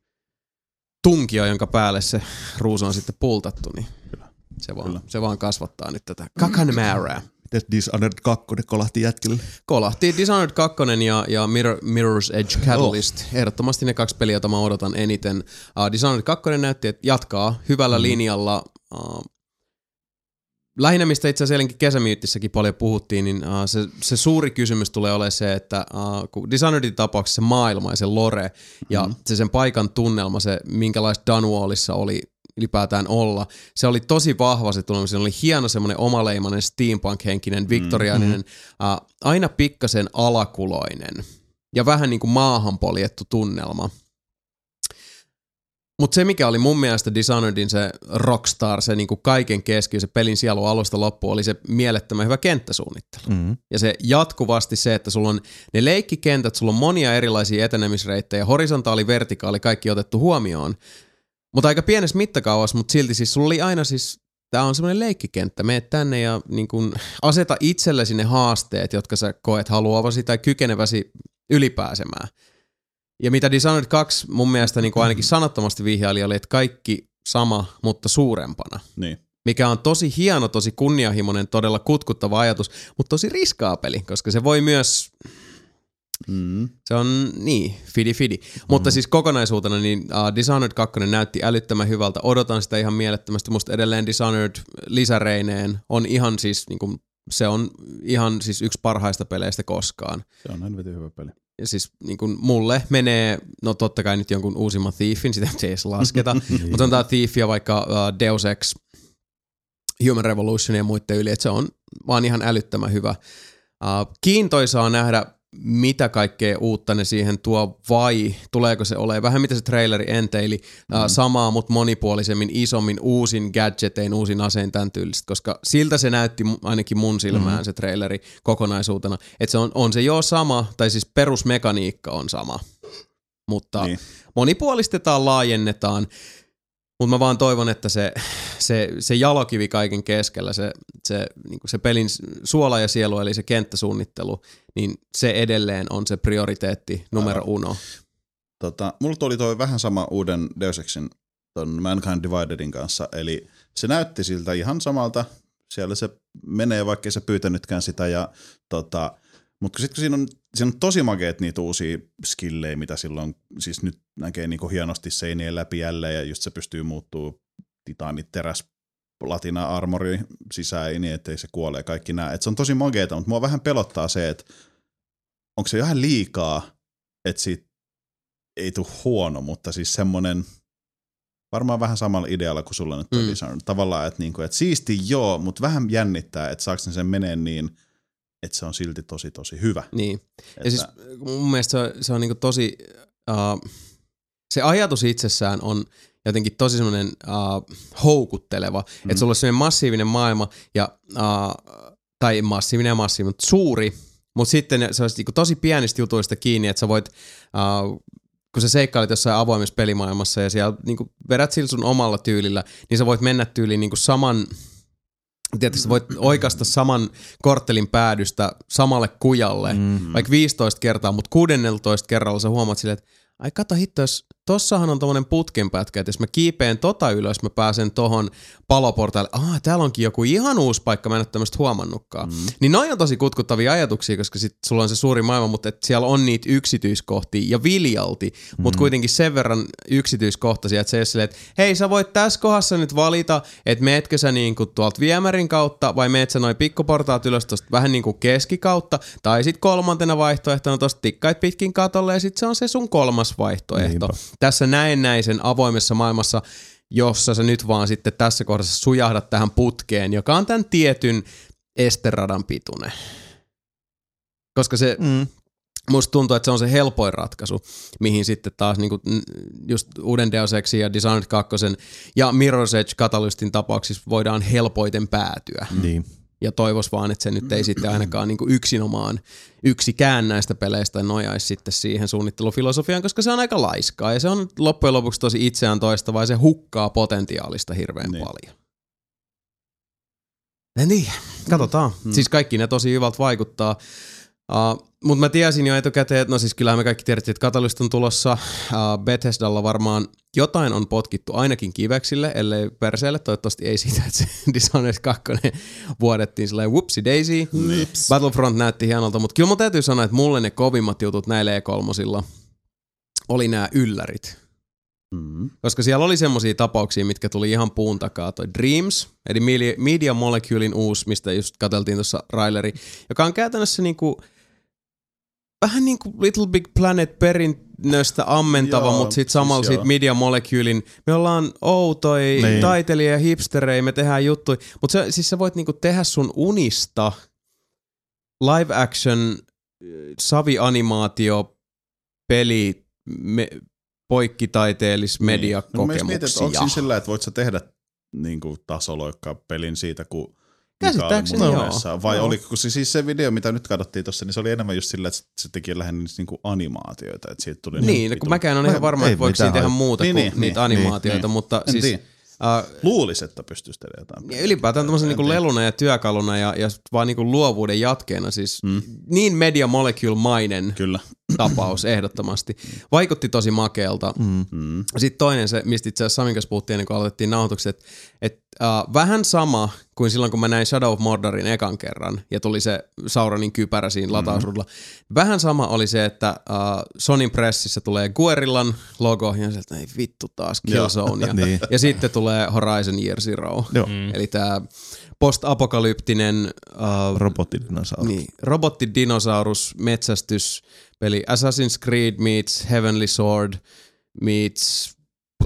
[SPEAKER 1] tunkio, jonka päälle se ruusu on sitten pultattu, niin se vaan kasvattaa nyt tätä kakan määrää.
[SPEAKER 2] Mites Dishonored 2 kolahti jätkille?
[SPEAKER 1] Kolahti Dishonored 2 ja Mirror's Edge Catalyst. Ehdottomasti ne 2 peliä, joita mä odotan eniten. Dishonored 2 näytti, että jatkaa hyvällä linjalla. Lähinnä, mistä itse asiassa eilenkin kesämyyttissäkin paljon puhuttiin, niin se suuri kysymys tulee olemaan se, että kun Dishonoredin tapauksessa se maailma ja se lore ja se sen paikan tunnelma, se minkälaista Dunwallissa oli ylipäätään olla. Se oli tosi vahva se tunnelma, se oli hieno semmoinen omaleimainen steampunk-henkinen, viktoriaaninen, aina pikkasen alakuloinen ja vähän niin kuin maahan poljettu tunnelma. Mutta se, mikä oli mun mielestä Dishonoredin se rockstar, se niinku kaiken keskiö, se pelin sielu alusta loppuun, oli se mielettömän hyvä kenttäsuunnittelu. Ja se jatkuvasti se, että sulla on ne leikkikentät, sulla on monia erilaisia etenemisreittejä, horisontaali, vertikaali, kaikki otettu huomioon. Mutta aika pienessä mittakaavassa, mutta silti siis sulla oli aina siis, tää on semmoinen leikkikenttä, meet tänne ja niin kun aseta itsellesi ne haasteet, jotka sä koet haluavasi tai kykeneväsi ylipääsemään. Ja mitä Dishonored 2 mun mielestä niin kuin ainakin sanattomasti vihjaili, oli, että kaikki sama, mutta suurempana.
[SPEAKER 3] Niin.
[SPEAKER 1] Mikä on tosi hieno, tosi kunnianhimoinen, todella kutkuttava ajatus, mutta tosi riskaa peli, koska se voi myös, se on niin, fidi. Mutta siis kokonaisuutena niin Dishonored 2 näytti älyttömän hyvältä, odotan sitä ihan mielettömästi, musta edelleen Dishonored lisäreineen on ihan siis, niin kuin, se on ihan siis yksi parhaista peleistä koskaan.
[SPEAKER 3] Se on helvetin hyvä peli.
[SPEAKER 1] Ja siis niin kuin mulle menee, no totta kai nyt jonkun uusimman Thiefin, sitä ei edes lasketa, mutta on tää Thief ja vaikka Deus Ex, Human Revolution ja muiden yli, että se on vaan ihan älyttömän hyvä. Kiintoisaa nähdä, mitä kaikkea uutta ne siihen tuo vai tuleeko se olemaan vähän mitä se traileri enteili, samaa mutta monipuolisemmin, isommin, uusin gadgetein, uusin asein tämän tyylistä, koska siltä se näytti ainakin mun silmään se traileri kokonaisuutena, että se on se jo sama, tai siis perusmekaniikka on sama, mutta monipuolistetaan, laajennetaan. Mutta mä vaan toivon, että se jalokivi kaiken keskellä, se pelin suola ja sielu, eli se kenttäsuunnittelu, niin se edelleen on se prioriteetti numero uno.
[SPEAKER 3] Mulla tuli toi vähän sama uuden Deus Exin ton Mankind Dividedin kanssa, eli se näytti siltä ihan samalta, siellä se menee, vaikkei se pyytänytkään sitä, mutta sitten kun siinä on tosi makeet niitä uusia skillejä, mitä silloin, siis nyt näkee niinku hienosti seinien läpi jälleen, ja just se pystyy muuttuu titaanit teräs platina armori sisään, niin ettei se kuole kaikki nää. Et se on tosi makeeta, mutta mua vähän pelottaa se, että onko se vähän liikaa, että siitä ei tule huono, mutta siis semmoinen varmaan vähän samalla idealla kuin sulla nyt on Dishonored. Tavallaan, että niinku, et siisti joo, mutta vähän jännittää, että saako sen menee niin, että se on silti tosi, tosi hyvä. Niin.
[SPEAKER 1] Ja siis mun mielestä se on niinku tosi, se ajatus itsessään on jotenkin tosi semmoinen houkutteleva, että sulla on semmoinen massiivinen maailma, tai massiivinen, mutta suuri, mutta sitten se olisi niinku tosi pienistä jutuista kiinni, että sä voit, kun sä seikkailet jossain avoimessa pelimaailmassa ja siellä niinku vedät sillä sun omalla tyylillä, niin sä voit mennä tyyliin niinku saman. Tietysti sä voit oikaista saman korttelin päädystä samalle kujalle, vaikka 15 kertaa, mutta 16 kerralla sä huomaat silleen, että ai kato hitto, tossahan on tommonen putkenpätkä, että jos mä kiipeen ylös, mä pääsen tohon paloportaille, täällä onkin joku ihan uusi paikka, mä en ole tämmöistä huomannutkaan. Niin noi on tosi kutkuttavia ajatuksia, koska sit sulla on se suuri maailma, mutta et siellä on niitä yksityiskohtia ja viljalti, mutta kuitenkin sen verran yksityiskohtaisia, että se ei ole silleen, että hei sä voit tässä kohdassa nyt valita, että meetkö sä niinku tuolta viemärin kautta vai meet sä noi pikkuportaat ylös tosta vähän niinku keskikautta, tai sit kolmantena vaihtoehtona tosta tikkait pitkin katolle ja sit se on se sun kolmas vaihtoehto. Tässä näennäisen avoimessa maailmassa, jossa sä nyt vaan sitten tässä kohdassa sujahdat tähän putkeen, joka on tämän tietyn esteradan pituinen. Koska se, musta tuntuu, että se on se helpoin ratkaisu, mihin sitten taas niinku just uuden Deus Exin ja Dishonored 2 ja Mirror's Edge Catalystin tapauksissa voidaan helpoiten päätyä. Niin. Ja toivois vaan, että se nyt ei sitten ainakaan niinku yksinomaan yksikään näistä peleistä nojaisi sitten siihen suunnittelufilosofiaan, koska se on aika laiskaa ja se on loppujen lopuksi tosi itseään toistavaa ja se hukkaa potentiaalista hirveän paljon. Niin, katsotaan. Siis kaikki ne tosi hyvältä vaikuttaa. Mutta mä tiesin jo etukäteen, että no siis kyllähän me kaikki tiedettiin, että Catalyst on tulossa. Bethesdalla varmaan jotain on potkittu ainakin kiveksille, ellei perseelle. Toivottavasti ei siitä, että se Dishonored 2 vuodettiin sellainen whoopsie daisy. Battlefront näytti hienolta, mutta kyllä mun täytyy sanoa, että mulle ne kovimmat jutut näillä E3 oli nämä yllärit. Koska siellä oli semmosia tapauksia, mitkä tuli ihan puun takaa. Toi Dreams, eli Media Moleculein uusi, mistä just katseltiin tuossa traileri, joka on käytännössä niinku vähän niinku Little Big Planet perinnöstä ammentava, mutta sit samalla siis sit Media Moleculein, me ollaan outoja, taiteilija ja hipsterejä, me tehdään juttuja, mutta siis sä voit niinku tehdä sun unista live action savianimaatio peli poikkitaiteellis mediakokemuksia.
[SPEAKER 3] Mä mietin, että onko siinä sillä, että voit sä tehdä niinku tasoloikkaa pelin siitä, kun
[SPEAKER 1] käsittääkseni
[SPEAKER 3] joo. Vai oliko siis se video, mitä nyt katsottiin tuossa, niin se oli enemmän just sillä, että se teki lähinnä niinku animaatioita. Että siitä tuli
[SPEAKER 1] niin, kun mäkään on ihan varma, että voiko siinä tehdä muuta kuin niitä animaatioita, mutta siis
[SPEAKER 3] luulisi, että pystyisi tehdä jotain.
[SPEAKER 1] Ylipäätään tämmöisen niinku leluna ja työkaluna ja vaan niinku luovuuden jatkeena siis niin Media Molecule-mainen tapaus ehdottomasti. Vaikutti tosi makealta. Sitten toinen se, mistä itse asiassa Samin kanssa puhuttiin ennen kuin aloitettiin nauhoitukset, että vähän sama kuin silloin, kun mä näin Shadow of Mordorin ekan kerran ja tuli se Sauronin kypärä siinä latausruudulla. Vähän sama oli se, että Sonyn pressissä tulee Guerrillan logo ja sieltä ei vittu taas Killzone. Ja sitten tulee Horizon Year Zero. Eli tää post-apokalyptinen robottidinosaurus metsästyspeli Assassin's Creed meets Heavenly Sword meets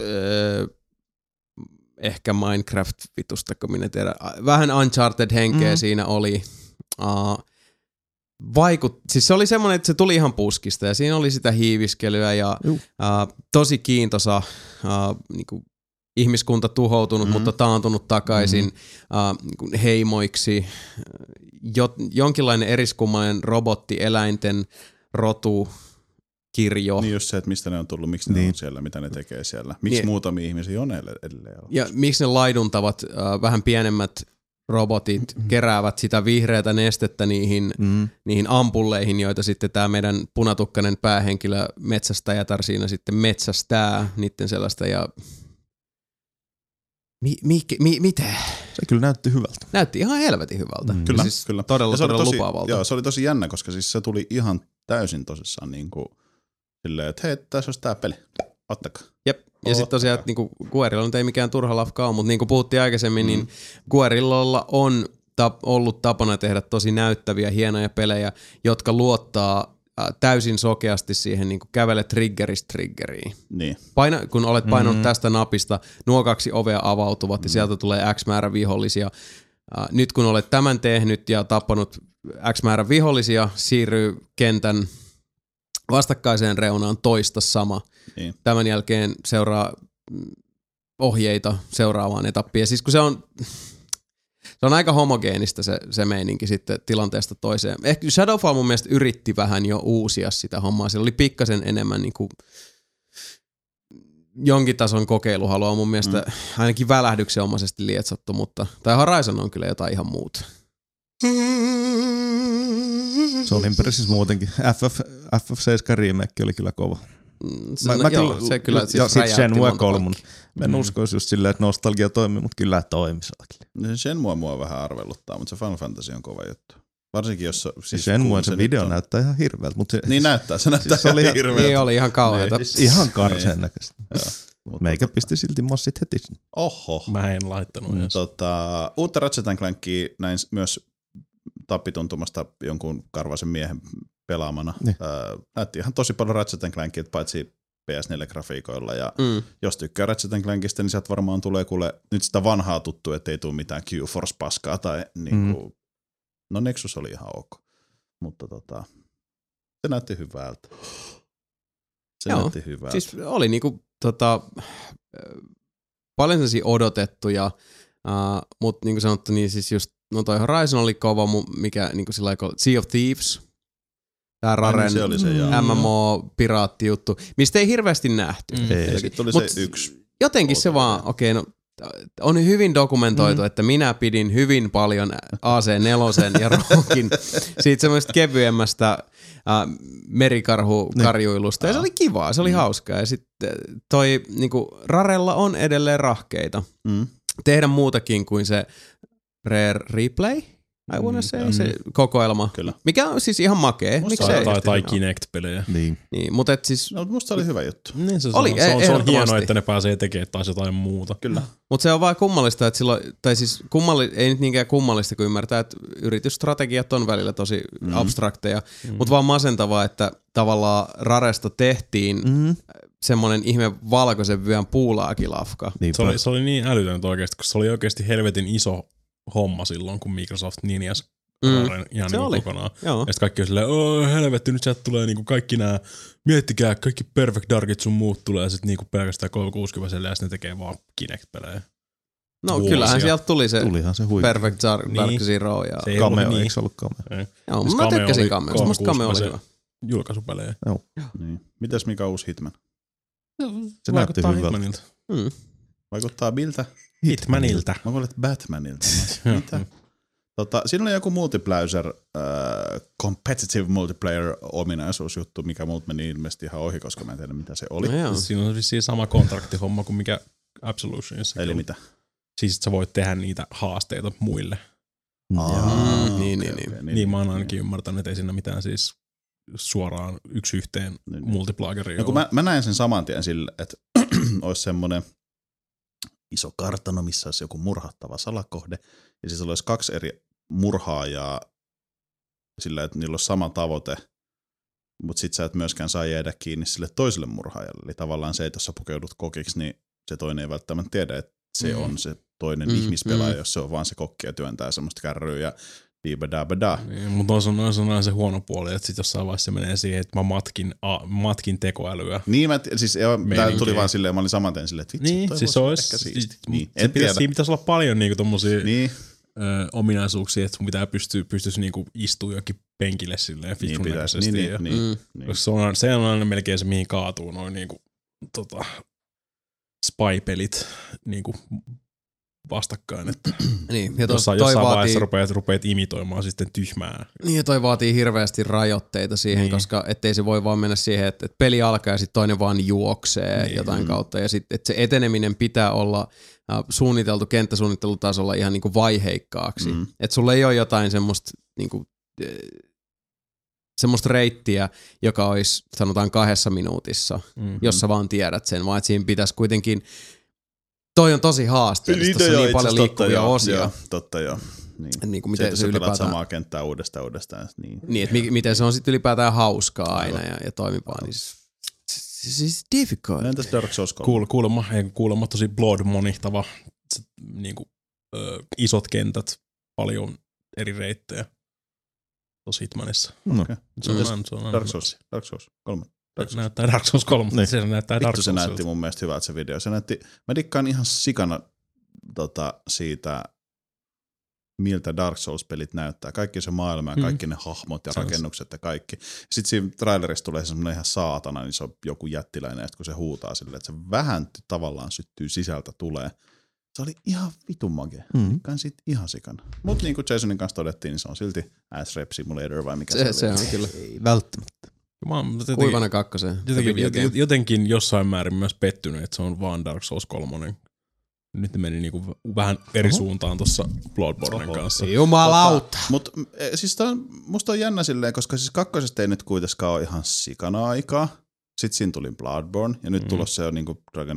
[SPEAKER 1] ehkä Minecraft-vitusta, kun minä tiedän. Vähän Uncharted-henkeä siinä oli. siis se oli semmoinen, että se tuli ihan puskista ja siinä oli sitä hiiviskelyä ja tosi kiintoisa niinku ihmiskunta tuhoutunut, mutta taantunut takaisin heimoiksi. Jonkinlainen eriskummallinen robottieläinten rotukirjo.
[SPEAKER 3] Niin just se, että mistä ne on tullut, miksi ne on siellä, mitä ne tekee siellä. Miksi muutamia ihmisiä on edelleen?
[SPEAKER 1] Ja miksi ne laiduntavat vähän pienemmät robotit keräävät sitä vihreätä nestettä niihin ampulleihin, joita sitten tämä meidän punatukkainen päähenkilö metsästäjätar siinä sitten metsästää niiden sellaista ja miten?
[SPEAKER 2] Se kyllä näytti hyvältä.
[SPEAKER 1] Näytti ihan helvetin hyvältä.
[SPEAKER 3] Kyllä,
[SPEAKER 1] siis
[SPEAKER 3] kyllä.
[SPEAKER 1] Todella lupaavalta.
[SPEAKER 3] Joo, se oli tosi jännä, koska siis se tuli ihan täysin tosissaan niinku silleen, että hei, tässä olisi tää peli. Ottakaa.
[SPEAKER 1] Jep. Ja sitten tosiaan, että niinku Guerrilla nyt ei mikään turha lafka ole, mutta niin kuin puhuttiin aikaisemmin, niin Guerrillalla on ollut tapana tehdä tosi näyttäviä, hienoja pelejä, jotka luottaa täysin sokeasti siihen niin kuin kävele triggeristä triggeriin.
[SPEAKER 3] Niin.
[SPEAKER 1] Kun olet painanut tästä napista, nuo 2 ovea avautuvat ja sieltä tulee X määrä vihollisia. Nyt kun olet tämän tehnyt ja tappanut X määrä vihollisia, siirryy kentän vastakkaiseen reunaan toista sama.
[SPEAKER 3] Niin.
[SPEAKER 1] Tämän jälkeen seuraa ohjeita seuraavaan etappiin. Ja siis kun se on aika homogeenista se meininki sitten tilanteesta toiseen. Ehkä Shadowfall mun mielestä yritti vähän jo uusia sitä hommaa. Siellä oli pikkasen enemmän niin kuin jonkin tason kokeiluhalua mun mielestä ainakin välähdyksenomaisesti lietsattu, mutta tai Horizon on kyllä jotain ihan muuta.
[SPEAKER 2] Se oli siis muutenkin. FF7 remake oli kyllä kova.
[SPEAKER 1] Se kyllä siis
[SPEAKER 2] ja sitten Shenmue 3. Mä en uskoisi just silleen, että nostalgia toimii, mutta kyllä toimi saakeli.
[SPEAKER 3] Shenmue mua vähän arveluttaa, mutta se Final Fantasy on kova juttu. Varsinkin jos
[SPEAKER 2] siis Shenmue se video näyttää ihan hirveältä.
[SPEAKER 3] Niin näyttää, se näyttää siis ihan hirveältä.
[SPEAKER 1] Niin oli ihan kauheata.
[SPEAKER 2] Ihan karseen näköistä. Meikä pisti silti mossit heti.
[SPEAKER 3] Oho.
[SPEAKER 4] Mä en laittanut edes.
[SPEAKER 3] Uutta Ratchet & Clankia näin myös tappituntumasta jonkun karvaisen miehen pelaamana. Näytti ihan tosi paljon Ratchet & Clankia, paitsi PS4-grafiikoilla. Ja jos tykkää Ratchet & Clankista, niin sieltä varmaan tulee nyt sitä vanhaa tuttua, ettei tule mitään Q-Force-paskaa. Tai niinku, no Nexus oli ihan ok. Mutta se näytti hyvältä. Näytti hyvältä.
[SPEAKER 1] Siis oli niinku paljon sellaisia odotettuja, mutta niin kuin sanottu, niin siis just toi Horizon oli kova, mikä niinku sillä lailla Sea of Thieves, tää Raren MMO-piraattijuttu, mistä ei hirveästi nähty.
[SPEAKER 3] Sitten tuli se yksi.
[SPEAKER 1] Jotenkin se vaan, on hyvin dokumentoitu, että minä pidin hyvin paljon AC4 ja Rokin siitä semmoista kevyemmästä merikarhukarjuilusta. Ja se oli kivaa, se oli hauskaa. Ja sitten toi niinku, Rarella on edelleen rahkeita. Tehdä muutakin kuin se Rare Replay, I wanna say, se kokoelma. Kyllä. Mikä on siis ihan makee.
[SPEAKER 4] Tai Kinect-pelejä.
[SPEAKER 2] Niin,
[SPEAKER 1] mutta siis
[SPEAKER 3] no, musta oli hyvä juttu.
[SPEAKER 4] Niin, se on hienoa, että ne pääsee tekemään taas jotain muuta.
[SPEAKER 3] Kyllä.
[SPEAKER 1] Mutta se on vaan kummallista, että silloin, tai siis ei nyt niinkään kummallista, kun ymmärtää, että yritysstrategiat on välillä tosi abstrakteja, mutta vaan masentavaa, että tavallaan Raresta tehtiin semmoinen ihme valkoisen vyön puulaakilafka.
[SPEAKER 4] Se oli niin älytön oikeasti, koska se oli oikeasti helvetin iso homma silloin, kun Microsoft ninjas ihan niin kokonaan. Joo. Ja sitten kaikki on silleen, helvetti, nyt sieltä tulee niinku kaikki nämä, miettikää, kaikki Perfect Darkit sun muut tulee, ja sitten niinku pelkästään 360 ja sitten ne tekee vaan Kinect-pelejä.
[SPEAKER 1] No vuosia. Kyllähän sieltä tuli se Perfect Dark Zero. Ja
[SPEAKER 2] se Cameo, eikö se ollut Cameo?
[SPEAKER 1] Joo, mä tykkäsin Cameosta, musta Cameo oli hyvä.
[SPEAKER 4] Julkaisupelejä.
[SPEAKER 2] Joo.
[SPEAKER 3] Niin. Mitäs mikä uusi Hitman?
[SPEAKER 2] Se näytti hyvältä.
[SPEAKER 3] Vaikuttaa miltä?
[SPEAKER 4] Hitmanilta.
[SPEAKER 3] Mä kuulen, että Batmanilta. Mitä? Siinä oli joku multiplayer, competitive multiplayer-ominaisuusjuttu, mikä multa meni ilmeisesti ihan ohi, koska mä en tiedä, mitä se oli.
[SPEAKER 4] No siinä on vissiin sama kontraktihomma kuin mikä Absolutionissa.
[SPEAKER 3] Eli mitä?
[SPEAKER 4] Siis, että sä voit tehdä niitä haasteita muille. Niin mä oon ainakin ymmärtänyt, että ei siinä mitään siis suoraan yksi yhteen multiplageria.
[SPEAKER 3] No, kun mä näin sen saman tien sille, että olisi semmoinen iso kartano, missä olisi joku murhattava salakohde, ja siis olisi 2 eri murhaajaa sillä, että niillä olisi sama tavoite, mutta sit sä et myöskään saa jäädä kiinni sille toiselle murhaajalle. Eli tavallaan se, että jos sä pukeudut kokiksi, niin se toinen ei välttämättä tiedä, että se on se toinen ihmispelaaja, jos se on vaan se kokki ja työntää semmoista kärryä. Ja Diibadabada.
[SPEAKER 4] Niin, mutta on se huono puoli, että sit jossain vaiheessa menee siihen, että mä matkin tekoälyä.
[SPEAKER 3] Niin, tää tuli vaan silleen, mä olin samaten silleen, että vitsi,
[SPEAKER 4] niin,
[SPEAKER 3] toi
[SPEAKER 4] siis
[SPEAKER 3] voisi ehkä siisti. Niin, en tiedä.
[SPEAKER 4] Siinä pitäisi olla paljon niinku tommosia
[SPEAKER 3] Niin.
[SPEAKER 4] ominaisuuksia, että sun pitää pystyisi niinku istua jokin penkille silleen fiksun näköisesti.
[SPEAKER 3] Niin.
[SPEAKER 4] Koska se on aina melkein se, mihin kaatuu noin niinku spy-pelit niinku vastakkain. Että
[SPEAKER 1] Niin, ja
[SPEAKER 4] jossain vaiheessa rupeat imitoimaan sitten tyhmää.
[SPEAKER 1] Niin, ja toi vaatii hirveästi rajoitteita siihen, koska ettei se voi vaan mennä siihen, että peli alkaa ja sitten toinen vaan juoksee jotain kautta. Ja sitten että se eteneminen pitää olla suunniteltu kenttäsuunnittelutasolla ihan niinku vaiheikkaaksi. Että sulla ei ole jotain semmoista niinku, semmoista reittiä, joka olisi sanotaan 2 minuutissa, jossa vaan tiedät sen, vaan että siinä pitäisi kuitenkin. Toi on tosi haasteellista, tässä on niin paljon liikkuvia osia.
[SPEAKER 3] Totta joo.
[SPEAKER 1] Niin kuin miten se ylipäätään
[SPEAKER 3] samaa kenttää uudestaan.
[SPEAKER 1] Niin, että miten se on sitten ylipäätään hauskaa aina ja toimivaa. Niin siis difficult.
[SPEAKER 3] Entäs Dark Souls 3?
[SPEAKER 4] Kuulemma tosi blood monihtava, niinku isot kentät, paljon eri reittejä tuossa Hitmanissa.
[SPEAKER 3] Okay.
[SPEAKER 4] Se on
[SPEAKER 3] Dark Souls 3.
[SPEAKER 4] Näyttää Dark Souls 3.
[SPEAKER 3] Niin.
[SPEAKER 4] Se näyttää Dark Souls.
[SPEAKER 3] Se näytti mun mielestä hyvältä se video. Mä dikkaan ihan sikana siitä, miltä Dark Souls-pelit näyttää. Kaikki se maailma ja kaikki ne hahmot ja rakennukset ja kaikki. Sitten siinä trailerissa tulee semmoinen ihan saatana, niin se on joku jättiläinen, että kun se huutaa silleen, että se vähän tavallaan syttyy sisältä tulee. Se oli ihan vitun makea. Dikkaan siitä ihan sikana. Mutta niin kuin Jasonin kanssa todettiin, niin se on silti Ass Rep Simulator vai mikä
[SPEAKER 1] se on kyllä.
[SPEAKER 2] Ei välttämättä.
[SPEAKER 1] Kuivana 2.
[SPEAKER 4] Jotenkin jossain määrin myös pettynyt, että se on vaan Dark Souls 3. Nyt ne meni niinku vähän eri suuntaan tuossa Bloodbornen kanssa.
[SPEAKER 1] Jumalauta!
[SPEAKER 3] Mutta siis musta on jännä silleen, koska siis 2. ei nyt kuitenkaan ole ihan sikana aikaa. Sitten siinä tuli Bloodborne ja nyt tulossa jo niinku Dragon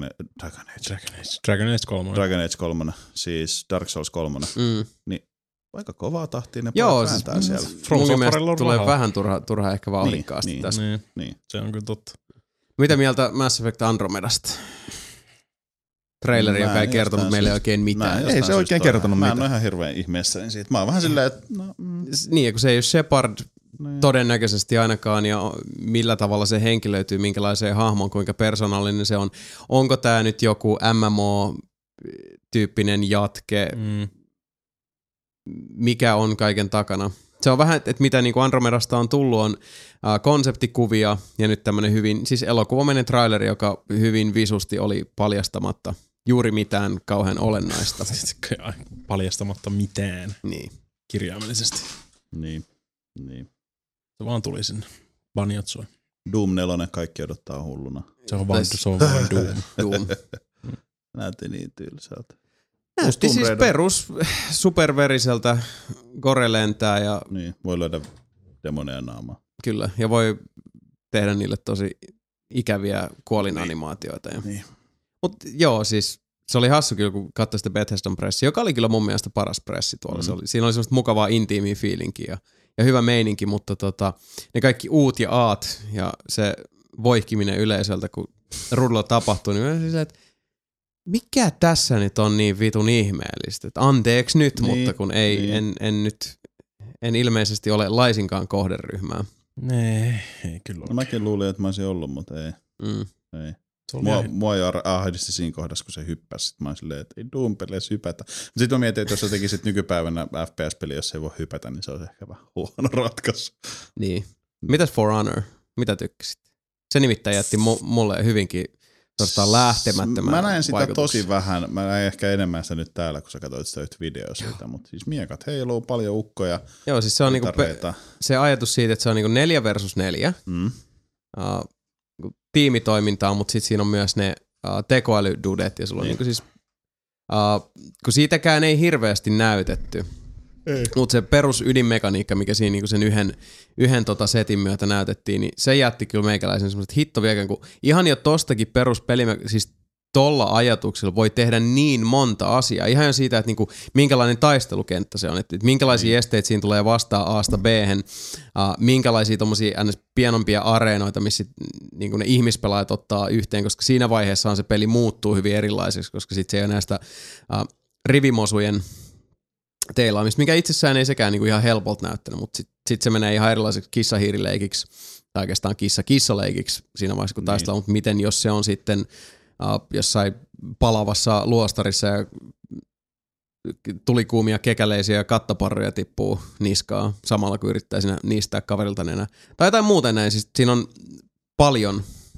[SPEAKER 3] Age 3, siis Dark Souls 3. Niin aika kovaa tahtia ne vääntää
[SPEAKER 1] siis
[SPEAKER 3] siellä.
[SPEAKER 1] Mun mielestä tulee vähän turha ehkä vauhdikkaasti tässä.
[SPEAKER 4] Niin, se on kyllä totta.
[SPEAKER 1] Mitä mieltä Mass Effect Andromedasta? Traileri, joka ei kertonut meille oikein mitään.
[SPEAKER 2] Ei se oikein kertonut mitään.
[SPEAKER 3] Mä en ole ihan hirveän ihmeessäni siitä. Mä oon vähän silleen, että
[SPEAKER 1] Niin, kun se ei ole Shepard todennäköisesti ainakaan, ja millä tavalla se henkilöityy, minkälaiseen hahmoon, kuinka persoonallinen se on. Onko tää nyt joku MMO-tyyppinen jatke? Mikä on kaiken takana? Se on vähän, että mitä niin kuin Andromedasta on tullut, on konseptikuvia ja nyt tämmönen hyvin, siis elokuvamainen traileri, joka hyvin visusti oli paljastamatta juuri mitään kauhean olennaista.
[SPEAKER 4] Paljastamatta mitään.
[SPEAKER 1] Niin.
[SPEAKER 4] Kirjaimellisesti.
[SPEAKER 3] Niin.
[SPEAKER 4] Se vaan tuli sinne. Banjotsoi.
[SPEAKER 3] Doom 4 kaikki odottaa hulluna.
[SPEAKER 4] Se on vaan Doom.
[SPEAKER 3] Näytti niin tylsältä.
[SPEAKER 1] Näytti siis perus superveriseltä, gore lentää ja
[SPEAKER 3] niin, voi löydä demoneja naamaa.
[SPEAKER 1] Kyllä, ja voi tehdä niille tosi ikäviä kuolinanimaatioita.
[SPEAKER 3] Niin.
[SPEAKER 1] Mutta joo, siis se oli hassu kyllä, kun katsoi sitä Bethesdan pressi, joka oli kyllä mun mielestä paras pressi tuolla. Siinä oli semmoista mukavaa intiimiä fiilinkiä ja hyvä meininki, mutta ne kaikki uut ja aat ja se voihkiminen yleisöltä, kun ruudulla tapahtui, niin silleen, että mikä tässä nyt on niin vitun ihmeellistä? Että anteeksi nyt, mutta kun en ilmeisesti ole laisinkaan kohderyhmää.
[SPEAKER 4] Ei kyllä ole.
[SPEAKER 3] No mäkin luulin, että mä olisin ollut, mutta ei. Ei. Mua jo ahdisti siinä kohdassa, kun se hyppäsi. Sitten mä olin silleen, että ei Doom-peleissä hypätä. Sitten mä mietin, että jos sä tekisit nykypäivänä FPS-peli, jos ei voi hypätä, niin se olisi ehkä vähän huono ratkaisu.
[SPEAKER 1] Niin. Mitäs For Honor? Mitä tykkäsit? Se nimittäin jätti mulle hyvinkin lähtemättömän
[SPEAKER 3] mä näen sitä tosi vähän. Mä näen ehkä enemmän sitä nyt täällä, kun sä katsoit sitä yhtä videoa siitä, mutta siis miekat heiluu, paljon ukkoja.
[SPEAKER 1] Joo, siis se on niinku se ajatus siitä, että se on niinku 4 versus 4. Tiimitoimintaa, mutta sitten siinä on myös ne tekoälydudet ja sulla on niinku siis, kun siitäkään ei hirveästi näytetty. Mutta se perus ydinmekaniikka, mikä siinä niinku sen yhden setin myötä näytettiin, niin se jätti kyllä meikäläisen semmoiset hittoviekään, kun ihan jo tostakin siis tolla ajatuksella voi tehdä niin monta asiaa. Ihan jo siitä, että niinku, minkälainen taistelukenttä se on, että minkälaisia esteitä siinä tulee vastaan A:sta B:hen, minkälaisia tommosia pienompia areenoita, missä niinku ne ihmispelaajat ottaa yhteen, koska siinä vaiheessaan se peli muuttuu hyvin erilaiseksi, koska sitten se ei ole näistä rivimosujen teilaamista, mikä itsessään ei sekään niinku ihan helpolta näyttänyt, mutta sit se menee ihan erilaiseksi kissahiirileikiksi, tai oikeastaan kissaleikiksi siinä vaiheessa, kun taistellaan, mutta miten jos se on sitten jossain palavassa luostarissa ja tulikuumia kekäleisiä ja kattaparroja tippuu niskaa samalla kun yrittää siinä niistää kaverilta nenä. Tai jotain muuta näin, siis siinä on paljon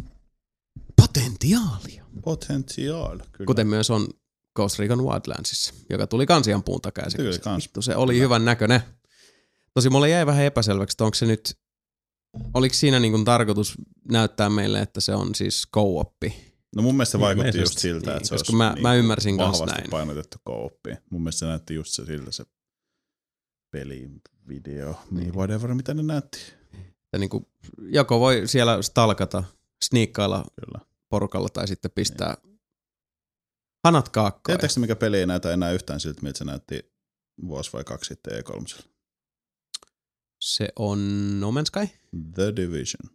[SPEAKER 1] potentiaalia.
[SPEAKER 3] Kyllä.
[SPEAKER 1] Kuten myös on Ghost Recon Wildlandsissa, joka tuli kansian puun takaa. Se oli hyvän näköinen. Tosi mulle jäi vähän epäselväksi, että onko se nyt, oliko siinä niin kuin tarkoitus näyttää meille, että se on siis co-oppi?
[SPEAKER 3] No mun mielestä se vaikutti just siltä, että se
[SPEAKER 1] koska
[SPEAKER 3] olisi
[SPEAKER 1] mä ymmärsin kans
[SPEAKER 3] vahvasti
[SPEAKER 1] näin.
[SPEAKER 3] painotettu co-oppiin. Mun mielestä se näytti just siltä se peli, video, whatever, mitä ne näytti.
[SPEAKER 1] Ja niin kuin, joko voi siellä stalkata, sniikkailla
[SPEAKER 3] Kyllä.
[SPEAKER 1] porukalla tai sitten pistää hanat kaakkoon.
[SPEAKER 3] Tiedättekö mikä peli ei näytä enää yhtään siltä, miltä se näytti vuosi vai 2 sitten E3?
[SPEAKER 1] Se on No Man's Sky?
[SPEAKER 3] The Division.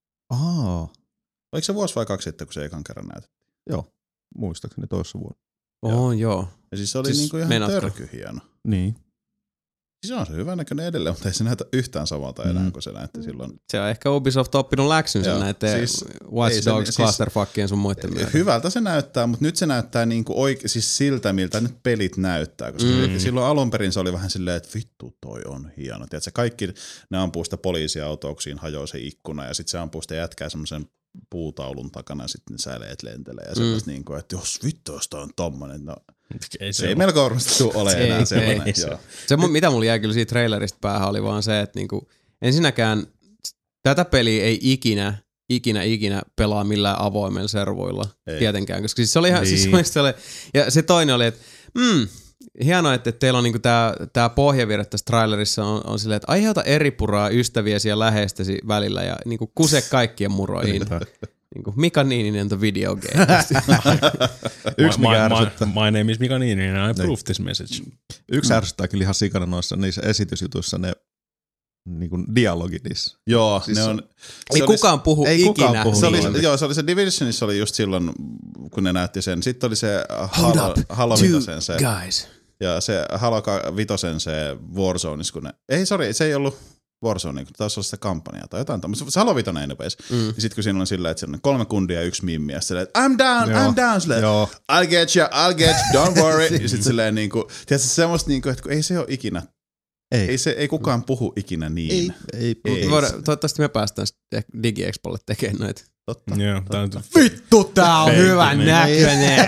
[SPEAKER 3] Oliko se vuosi vai 2 sitten, kun se ekan kerran näytettiin?
[SPEAKER 2] Joo, muistaakseni toissa vuonna.
[SPEAKER 1] Joo.
[SPEAKER 3] Ja siis se oli
[SPEAKER 1] Siis
[SPEAKER 3] niinku ihan
[SPEAKER 1] meinaatko?
[SPEAKER 3] törkyhieno.
[SPEAKER 2] Niin.
[SPEAKER 3] Siis on se hyvän näköinen edelleen, mutta ei se näytä yhtään samalta enää, kuin se näytti silloin.
[SPEAKER 1] Se on ehkä Ubisoft oppinut läksynsä näiden
[SPEAKER 3] siis
[SPEAKER 1] Watch Dogs, Clusterfuckien sun muiden myötä.
[SPEAKER 3] Hyvältä se näyttää, mutta nyt se näyttää niinku siis siltä, miltä nyt pelit näyttää. Koska silloin alun perin se oli vähän silleen, että vittu toi on hieno. Tiedätkö, kaikki ne ampuu sitä poliisiautoksiin, hajoaa se ikkuna ja sitten se ampuu sitä jätkää semmoisen puutaulun takana ja sitten ne säleet lentelee. Ja sellaista niinku, että jos vittu, jos toi on tommonen, no se ei melko varmasti tule ole enää sellainen.
[SPEAKER 1] Se, mitä mulla jäi kyllä siitä trailerista päähän, oli vaan se, että niinku, ensinnäkään tätä peliä ei ikinä pelaa millään avoimella servoilla tietenkään, koska siis se oli ihan, ja se toinen oli, että hienoa, että teillä on niinku tää pohjavire tässä trailerissa on silleen, että aiheuta eri puraa ystäviesi ja läheistesi välillä ja niinku kuse kaikkien muroihin. Niinku Mika Niininen the video game.
[SPEAKER 2] Yksi mikä ärsyttää.
[SPEAKER 4] My name is Mika Niininen and I approve this message.
[SPEAKER 2] Yksi ärsyttää kyllä ihan sikana niissä esitysjutuissa ne niinku dialogit niissä.
[SPEAKER 3] Joo,
[SPEAKER 2] siis
[SPEAKER 3] ne on.
[SPEAKER 1] Ei kukaan puhu ikinä.
[SPEAKER 3] Se oli se Divisionissa oli just silloin, kun ne näytti sen. Sitten oli se Halo Vitosen se.
[SPEAKER 1] Guys.
[SPEAKER 3] Ja se Halo Vitosen se Warzoneissa, kun ne. Ei, sorry, se ei ollut Warzone, kun taas oli sitä kampanjaa tai jotain. Mutta se Halo Vitonen ei nopeisi. Ja sit kun siinä on silleen, että siinä on 3 kundia ja 1 mimmi. Ja silleen, että I'm down. Silleen, I'll get you, don't worry. Ja sit silleen niinku, tiedätkö semmoista niinku, että ei se ole ikinä. Ei kukaan puhu ikinä niin.
[SPEAKER 2] Ei.
[SPEAKER 1] Toivottavasti me päästään DigiExpolle tekemään noita.
[SPEAKER 3] Totta.
[SPEAKER 4] Joo,
[SPEAKER 1] Vittu, tää on hyvän näköinen.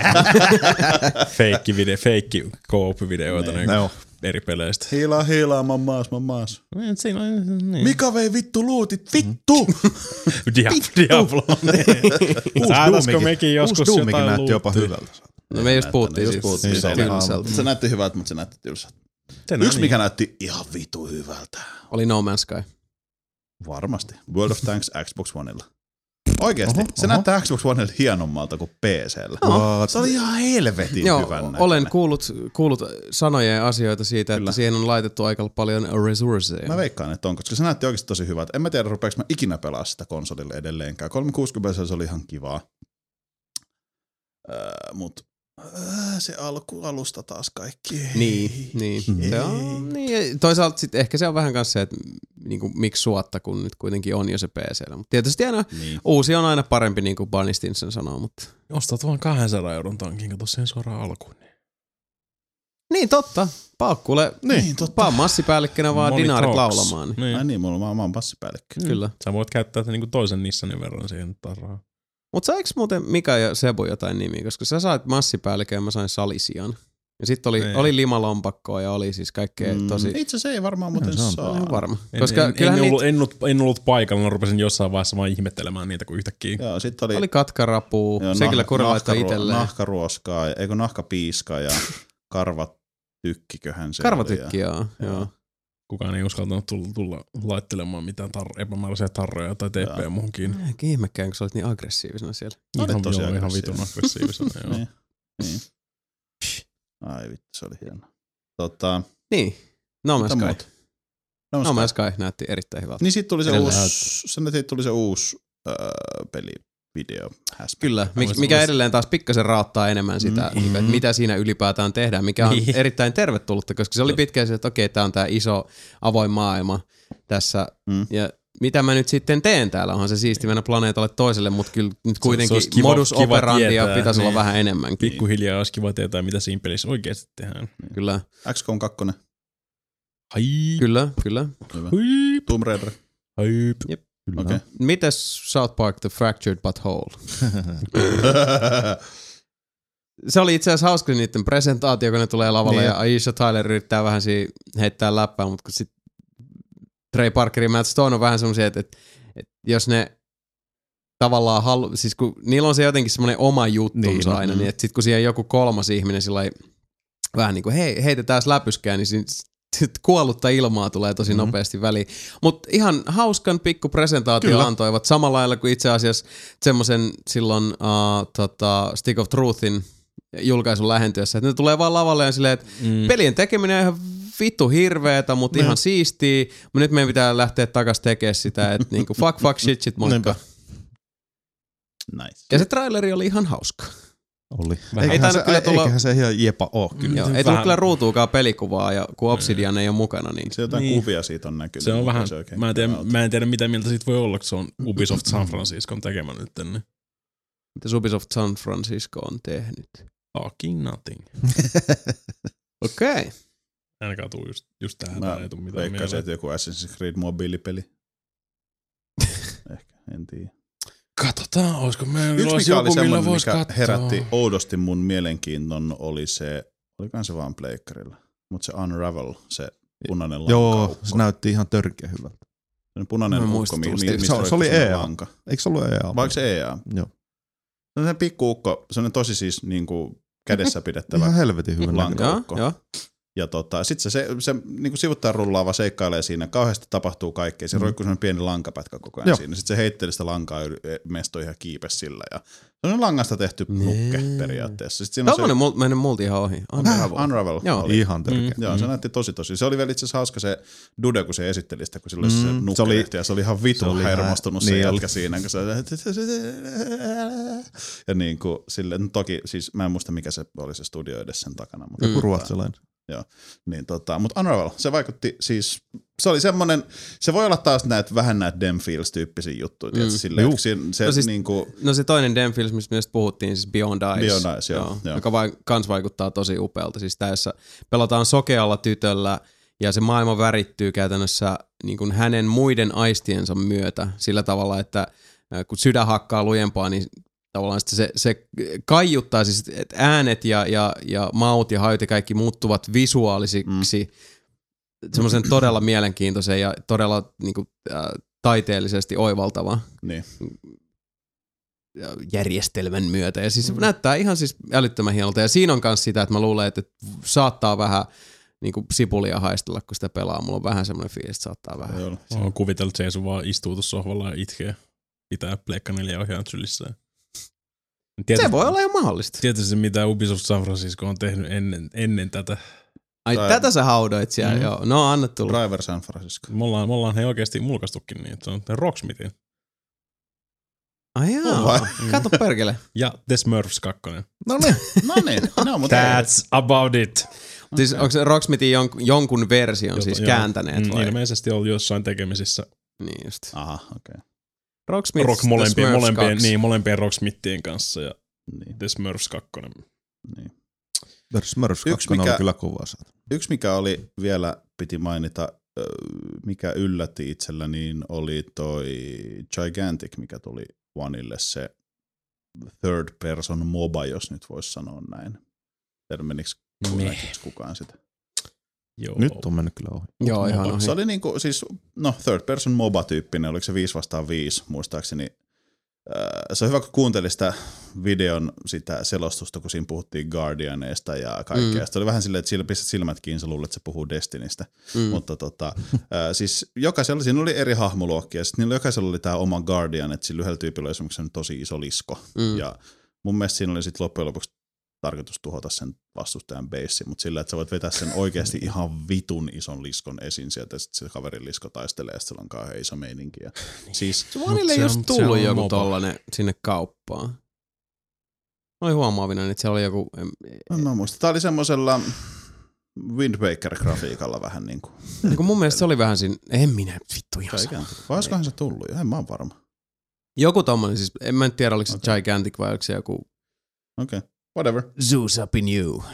[SPEAKER 4] Feikki co-op-videoita eri peleistä.
[SPEAKER 3] Hiilaa, mammaas.
[SPEAKER 4] Niin.
[SPEAKER 3] Mika vei vittu luutit, vittu!
[SPEAKER 4] Diablo. Saataisiko mekin joskus
[SPEAKER 2] Uusi Doomikin
[SPEAKER 4] jotain
[SPEAKER 2] näytti jopa
[SPEAKER 4] luuttia?
[SPEAKER 2] hyvältä.
[SPEAKER 1] No me just puhuttiin siitä tylsältä.
[SPEAKER 3] Se näytti hyvältä, mutta se näytti tylsältä. Yksi mikä näytti ihan vitu hyvältä.
[SPEAKER 1] Oli No Man's Sky.
[SPEAKER 3] Varmasti. World of Tanks Xbox Onella. Oikeesti, se näyttää Xbox Onella hienommalta kuin PC:llä. Se oli ihan helvetin hyvän näköinen.
[SPEAKER 1] Olen kuullut sanoja ja asioita siitä, että siihen on laitettu aika paljon resursseja.
[SPEAKER 3] Mä veikkaan, että on, koska se näytti oikeasti tosi hyvältä. En mä tiedä, rupeeks mä ikinä pelaa sitä konsolille edelleenkään. 360 se oli ihan kivaa. Mut se alusta taas kaikki.
[SPEAKER 1] Niin. Se on, niin. Toisaalta sit ehkä se on vähän kanssa se, että niinku, miksi suotta, kun nyt kuitenkin on jo se PC:llä. Mutta tietysti aina uusi on aina parempi, niin kuin Bunny Stinson sanoo. Mutta.
[SPEAKER 4] Ostat vaan 200 € tankin, kato sen suoraan alkuun.
[SPEAKER 1] Niin, totta. Paukkuule. Niin, totta. Paa massipäällikkönä vaan dinaarit laulamaan.
[SPEAKER 3] Niin, mä oon massipäällikkö.
[SPEAKER 1] Kyllä.
[SPEAKER 4] Sä voit käyttää niinku toisen Nissanin verran siihen taas rahaa.
[SPEAKER 1] Mutta saiko muuten Mika ja Sebu jotain nimiä? Koska sä sait massipäällikön ja mä sain salisian. Ja sitten oli limalompakkoa ja oli siis kaikkea tosi.
[SPEAKER 3] Itse asiassa ei varmaan muuten saa.
[SPEAKER 1] Ihan varma.
[SPEAKER 4] Koska en ollut paikalla, mä rupesin jossain vaiheessa vaan ihmettelemään niitä kuin yhtäkkiä.
[SPEAKER 3] Joo, sit
[SPEAKER 1] oli katkarapua, se kyllä Kure laittoi itselleen.
[SPEAKER 3] Nahkaruoskaa, eikö nahkapiiska ja karvatykkiköhän se
[SPEAKER 1] Karvatykki, joo.
[SPEAKER 4] Kukaan ei uskaltanut tulla laittelemaan mitään epämääräisiä tarroja tai TP muuhun kiinni.
[SPEAKER 1] Ihmekään, kun sä olit niin aggressiivisena siellä.
[SPEAKER 4] Ihan vitun aggressiivisena, joo.
[SPEAKER 3] Niin. Ai vittu, se oli hieno.
[SPEAKER 1] Niin, No Man's Sky näytti erittäin hyvältä.
[SPEAKER 3] Niin sit tuli se uusi peli. video has been.
[SPEAKER 1] Kyllä, mikä edelleen taas pikkasen raottaa enemmän sitä, että mitä siinä ylipäätään tehdään, mikä on erittäin tervetullutta, koska se oli pitkään se, että okei, tää on tää iso avoin maailma tässä, ja mitä mä nyt sitten teen täällä, onhan se siisti mennä planeetalle toiselle, mutta kyllä nyt kuitenkin modus operandia pitäisi olla vähän enemmänkin.
[SPEAKER 4] Pikkuhiljaa olisi kiva tietää, mitä siinä pelissä oikeasti tehdään.
[SPEAKER 1] Kyllä.
[SPEAKER 3] XCOM 2.
[SPEAKER 1] Kyllä.
[SPEAKER 3] Hyvä. Tomb Raider.
[SPEAKER 1] Jep.
[SPEAKER 3] Okay.
[SPEAKER 1] Mites South Park The Fractured But Whole? Se oli itse asiassa hauska niiden presentaatio, kun ne tulee lavalle ja Aisha Tyler yrittää vähän heittää läppää, mutta kun sitten Trey Parker ja Matt Stone on vähän semmoisia, että jos ne tavallaan siis kun niillä on se jotenkin semmoinen oma juttunsa aina, niin että sit kun siellä on joku kolmas ihminen sillai vähän niin kuin heitetään läpyskää, niin kuollutta ilmaa tulee tosi nopeasti väliin. Mutta ihan hauskan pikku presentaatio antoivat samalla lailla kuin itse asiassa semmoisen silloin Stick of Truthin julkaisun lähentyessä, että ne tulee vaan lavalle ja silleen, että pelien tekeminen on ihan vittu hirveetä, mutta ihan siistiä, mutta nyt meidän pitää lähteä takas tekemään sitä, että niinku fuck shit moikka.
[SPEAKER 3] Nice.
[SPEAKER 1] Ja se traileri oli ihan hauska.
[SPEAKER 2] Oli.
[SPEAKER 1] Eiköhän
[SPEAKER 2] se ihan jepa oo kyllä.
[SPEAKER 1] Joo, ei tullut kyllä ruutuukaan pelikuvaa ja kun Obsidian ei ole mukana. Niin.
[SPEAKER 3] Se jotain kuvia siitä on näkynyt.
[SPEAKER 4] Se on vähän, mä en tiedä mitä mieltä siitä voi olla, kun se on Ubisoft San Franciscon tekemä nyt. Niin.
[SPEAKER 1] Mitä Ubisoft San Francisco on tehnyt?
[SPEAKER 4] Fucking nothing.
[SPEAKER 1] Okei. Okay.
[SPEAKER 4] Ainakaan tuu just tähän.
[SPEAKER 3] Mä veikkaisin, että joku Assassin's Creed mobiilipeli. Ehkä, en tiedä.
[SPEAKER 4] Katsotaan, olisiko meillä
[SPEAKER 3] yksi mikä
[SPEAKER 4] joku,
[SPEAKER 3] oli semmoinen,
[SPEAKER 4] mikä
[SPEAKER 3] katsoa. Herätti oudosti mun mielenkiinnon, oli se, olikohan se vaan pleikkarilla, mutta se Unravel, se punainen lanka.
[SPEAKER 2] Joo, se näytti ihan törkeä hyvältä.
[SPEAKER 3] Punainen ukko,
[SPEAKER 2] se oli EA.
[SPEAKER 3] Lanka.
[SPEAKER 2] Eikö se ollut EA?
[SPEAKER 3] Vaikka se EA?
[SPEAKER 2] Joo.
[SPEAKER 3] Se on pikku-ukko, se on tosi siis niinku kädessä pidettävä
[SPEAKER 2] ihan helvetin hyvä
[SPEAKER 3] lankaukko. Ja sitten se niinku sivuttaan rullaava seikkailee siinä, kauheasti tapahtuu kaikkea. Se roikkuu semmoinen pieni lankapätkä koko ajan siinä. Sitten se heitteli sitä lankaa mestoi ihan kiipes sillä. Ja se on langasta tehty nukke periaatteessa.
[SPEAKER 1] Tämä on mennyt multa ihan ohi.
[SPEAKER 3] Unravel.
[SPEAKER 1] Joo.
[SPEAKER 2] Ihan tärkeä.
[SPEAKER 3] Joo, se näytti tosi. Se oli vielä itse asiassa hauska se Dude, kun se esitteli sitä, kun sillä se nukke tehty. Ja se oli ihan vitun hermostunut se jätkä siinä. Kun se ja niin kuin silleen, toki siis mä en muista mikä se oli se studio edes sen takana.
[SPEAKER 2] Joku ruotsalainen.
[SPEAKER 3] Joo, niin mutta Unravel, se vaikutti siis, se oli semmonen, se voi olla taas vähän näitä Demfields-tyyppisiä juttuja,
[SPEAKER 1] se toinen Demfields, mistä myös puhuttiin, siis Beyond Eyes,
[SPEAKER 3] joo.
[SPEAKER 1] Joka kans vaikuttaa tosi upealta, siis tässä pelataan sokealla tytöllä, ja se maailma värittyy käytännössä niin kuin hänen muiden aistiensa myötä, sillä tavalla, että kun sydän hakkaa lujempaa, niin tavallaan se kaiuttaa, siis että äänet ja maut ja hajut ja kaikki muuttuvat visuaalisiksi semmoisen todella mielenkiintoisen ja todella niin kuin, taiteellisesti oivaltava järjestelmän myötä. Ja siis näyttää ihan siis älyttömän hienolta. Ja siinä on myös sitä, että mä luulen, että saattaa vähän niin kuin sipulia haistella, kun sitä pelaa. Mulla on vähän semmoinen fiilis, että saattaa vähän.
[SPEAKER 4] Mä oon kuvitellut, että Jason vaan istuu tuossa sohvalla ja itkee. Pitää Pleikka 4 ohjaan sylissään.
[SPEAKER 1] Se voi olla ihan mahdollista.
[SPEAKER 4] Tietysti mitä Ubisoft San Francisco on tehnyt ennen tätä.
[SPEAKER 1] Ai tätä sä haudoit siellä, joo. No anna tulla.
[SPEAKER 3] Driver San Francisco.
[SPEAKER 4] Me ollaan he oikeasti mulkaistukin niin, että se on Rocksmithin.
[SPEAKER 1] Ai jaa, kato perkele.
[SPEAKER 4] Ja The Smurfs 2.
[SPEAKER 3] No niin.
[SPEAKER 4] That's about it.
[SPEAKER 1] Siis onko se Rocksmithin jonkun version siis kääntäneet vai?
[SPEAKER 4] Ilmeisesti on jossain tekemisissä.
[SPEAKER 1] Niin just.
[SPEAKER 3] Aha, okei.
[SPEAKER 4] Molempien Rocksmithien kanssa ja The Smurfs 2.
[SPEAKER 2] Niin. The Smurfs 2 oli kyllä kovaa saada.
[SPEAKER 3] Yksi mikä oli vielä, piti mainita, mikä yllätti itsellä, niin oli toi Gigantic, mikä tuli Oneille se third person MOBA, jos nyt voisi sanoa näin. Menikö kukaan sitä?
[SPEAKER 4] Joo.
[SPEAKER 2] Nyt on mennyt kyllä ohi.
[SPEAKER 1] Joo, ihan ohi.
[SPEAKER 3] Se oli niinku siis, third person MOBA-tyyppinen, oliko se 5-5 muistaakseni. Se on hyvä, kun kuuntelin sitä videon sitä selostusta, kun siinä puhuttiin Guardianeista ja kaikkea. Se oli vähän silleen, että pistät silmät kiinni, sä luulet, että se puhuu Destinystä. Mutta siis jokaisella, siinä oli eri hahmoluokkia, ja sitten jokaisella oli tämä oma Guardian, että sillä yhdellä tyypillä oli semmoinen tosi iso lisko. Ja mun mielestä siinä oli sitten loppujen lopuksi tarkoitus tuhota sen vastustajan beissi, mutta sillä, että sä voit vetää sen oikeasti ihan vitun ison liskon esiin sieltä, ja sitten se kaverin lisko taistelee, ja sitten sillä on kauhean iso meininki. Ja siis,
[SPEAKER 1] Se on niille just tullut joku tollanen sinne kauppaan. Oli huomaavina, että siellä oli joku...
[SPEAKER 3] Mä muistan. Tää oli semmosella Wind Waker-grafiikalla vähän niinku.
[SPEAKER 1] Niin mun mielestä se oli vähän siinä... En minä vittu ihan sama.
[SPEAKER 3] Vai olisikohan se tullut? En mä oon varma.
[SPEAKER 1] Joku tommonen, siis en mä nyt tiedä, oliko se Gigantic vai oliko se joku...
[SPEAKER 3] Okei. Whatever.
[SPEAKER 1] Zeus up in you.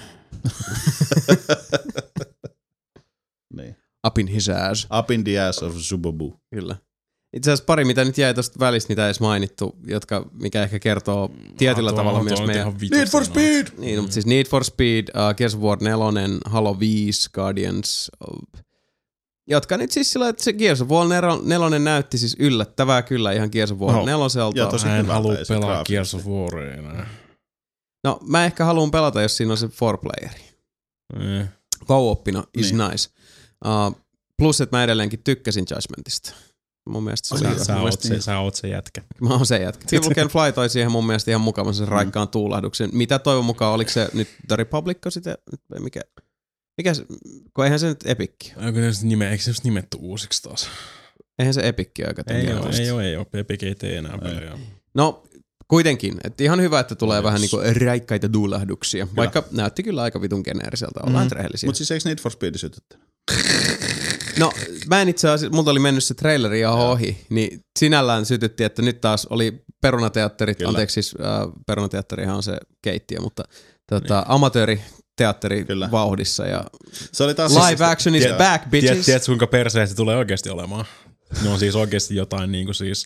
[SPEAKER 3] Niin.
[SPEAKER 1] Up in his ass.
[SPEAKER 3] Up in the ass of Zubabu.
[SPEAKER 1] Kyllä. Itse asiassa pari, mitä nyt jäi tosta välistä, mitä edes mainittu, mikä ehkä kertoo tietyllä tavalla myös meidän...
[SPEAKER 3] Need for Speed!
[SPEAKER 1] Niin, mutta siis Need for Speed, Gears of War 4, Halo 5, Guardians, jotka nyt siis sillä, että se Gears of War 4 näytti siis yllättävää kyllä ihan Gears of War 4.
[SPEAKER 3] Ja tosi
[SPEAKER 4] Mä en
[SPEAKER 3] hyvältä,
[SPEAKER 4] halua
[SPEAKER 3] ei se
[SPEAKER 4] pelaa
[SPEAKER 3] graafisesti.
[SPEAKER 4] Gears of Waria enää.
[SPEAKER 1] No, mä ehkä haluan pelata, jos siinä on se 4-playeri. Co-oppina is nice. Plus, että mä edelleenkin tykkäsin Judgmentista. Mun mielestä se oli
[SPEAKER 4] Sä oot se jätkä.
[SPEAKER 1] Mä oon se jätkä. People Can Fly toi siihen mun mielestä ihan mukavan sen raikkaan tuulahduksen. Mitä toivon mukaan, oliko se nyt The Republic sitten? Mikä se, kun eihän se nyt Epikki.
[SPEAKER 4] Eikö se just nimetty uusiksi taas?
[SPEAKER 1] Eihän se Epikki aika
[SPEAKER 4] Ei ole. Epic ei tee enää pelejä.
[SPEAKER 1] No, kuitenkin. Että ihan hyvä, että tulee vähän niinku räikkäitä tuulahduksia. Kyllä. Vaikka näytti kyllä aika vitun geneeriseltä. Ollaan rehellisiä.
[SPEAKER 3] Mut siis eikö Need for Speed sytyttänyt?
[SPEAKER 1] No, mä en itse asiassa, multa oli mennyt se traileri ihan ohi, niin sinällään sytytti, että nyt taas oli Perunateatterit,
[SPEAKER 3] Kyllä.
[SPEAKER 1] anteeksi siis Perunateatterihan on se keittiö, mutta amatööriteatteri
[SPEAKER 3] Kyllä.
[SPEAKER 1] vauhdissa ja
[SPEAKER 3] Se oli taas
[SPEAKER 1] live action is back, bitches.
[SPEAKER 4] Tiedätkö kuinka perseestä tulee oikeasti olemaan? Ne on siis oikeasti jotain niinku siis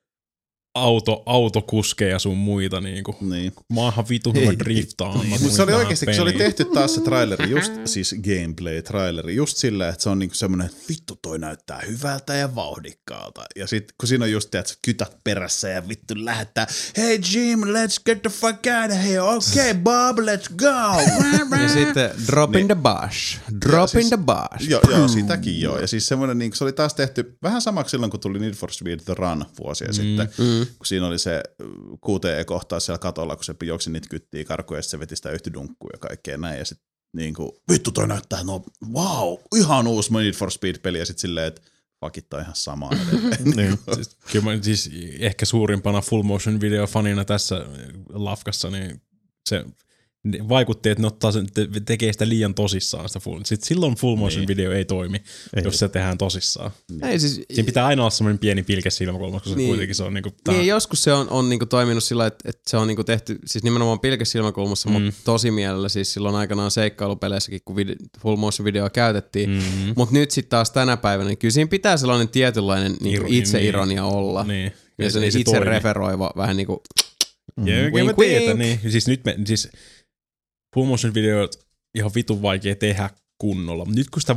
[SPEAKER 4] autokuskeja sun muita niinku.
[SPEAKER 3] Niin.
[SPEAKER 4] Maahan vitun hyvä driftaa.
[SPEAKER 3] Mutta se oli oikeasti, kun se oli tehty taas se traileri, just siis gameplay-traileri, just silleen, että se on niinku semmoinen, että vittu toi näyttää hyvältä ja vauhdikkaalta. Ja sit kun siinä on just, että kytät perässä ja vittu lähettää, hey Jim, let's get the fuck out of here, okay Bob, let's go.
[SPEAKER 1] Ja sitten drop in the bush, drop in the bush.
[SPEAKER 3] Joo, sitäkin joo. Ja siis semmoinen, niin se oli taas tehty vähän samaksi silloin, kun tuli Need for Speed The Run vuosia sitten. Kun siinä oli se QTE-kohtaus siellä katolla, kun se juoksi niitä kyttiä karkuja ja se veti sitä dunkkua ja kaikkea näin. Ja sitten niinku, vittu toi näyttää, wow, ihan uusi Need for Speed-peli. Ja sitten silleen, että fuck on ihan sama edelleen.
[SPEAKER 4] Siis, kyllä mä, siis ehkä suurimpana full motion video fanina tässä lafkassa, niin se vaikutti, että ne ottaa sen, tekee sitä liian tosissaan sitä sitten silloin full motion video ei toimi, jos se tehdään tosissaan.
[SPEAKER 1] Ei, siis,
[SPEAKER 4] siinä pitää aina olla semmoinen pieni pilke silmäkulma, koska se kuitenkin se on niinku...
[SPEAKER 1] Niin, joskus se on niinku toiminut sillä, että se on niinku tehty, siis nimenomaan pilke silmäkulmassa, mutta tosi mielellä siis silloin aikanaan seikkailupeleissäkin, kun full motion videoa käytettiin. Mutta nyt sitten taas tänä päivänä, niin kyllä siinä pitää sellainen tietynlainen niinku itseironia olla.
[SPEAKER 4] Niin.
[SPEAKER 1] Ja se itse toimi. Referoiva vähän niinku...
[SPEAKER 4] Wink, wink. Niin. Siis nyt full motion videot ihan vitun vaikea tehdä kunnolla. Nyt kun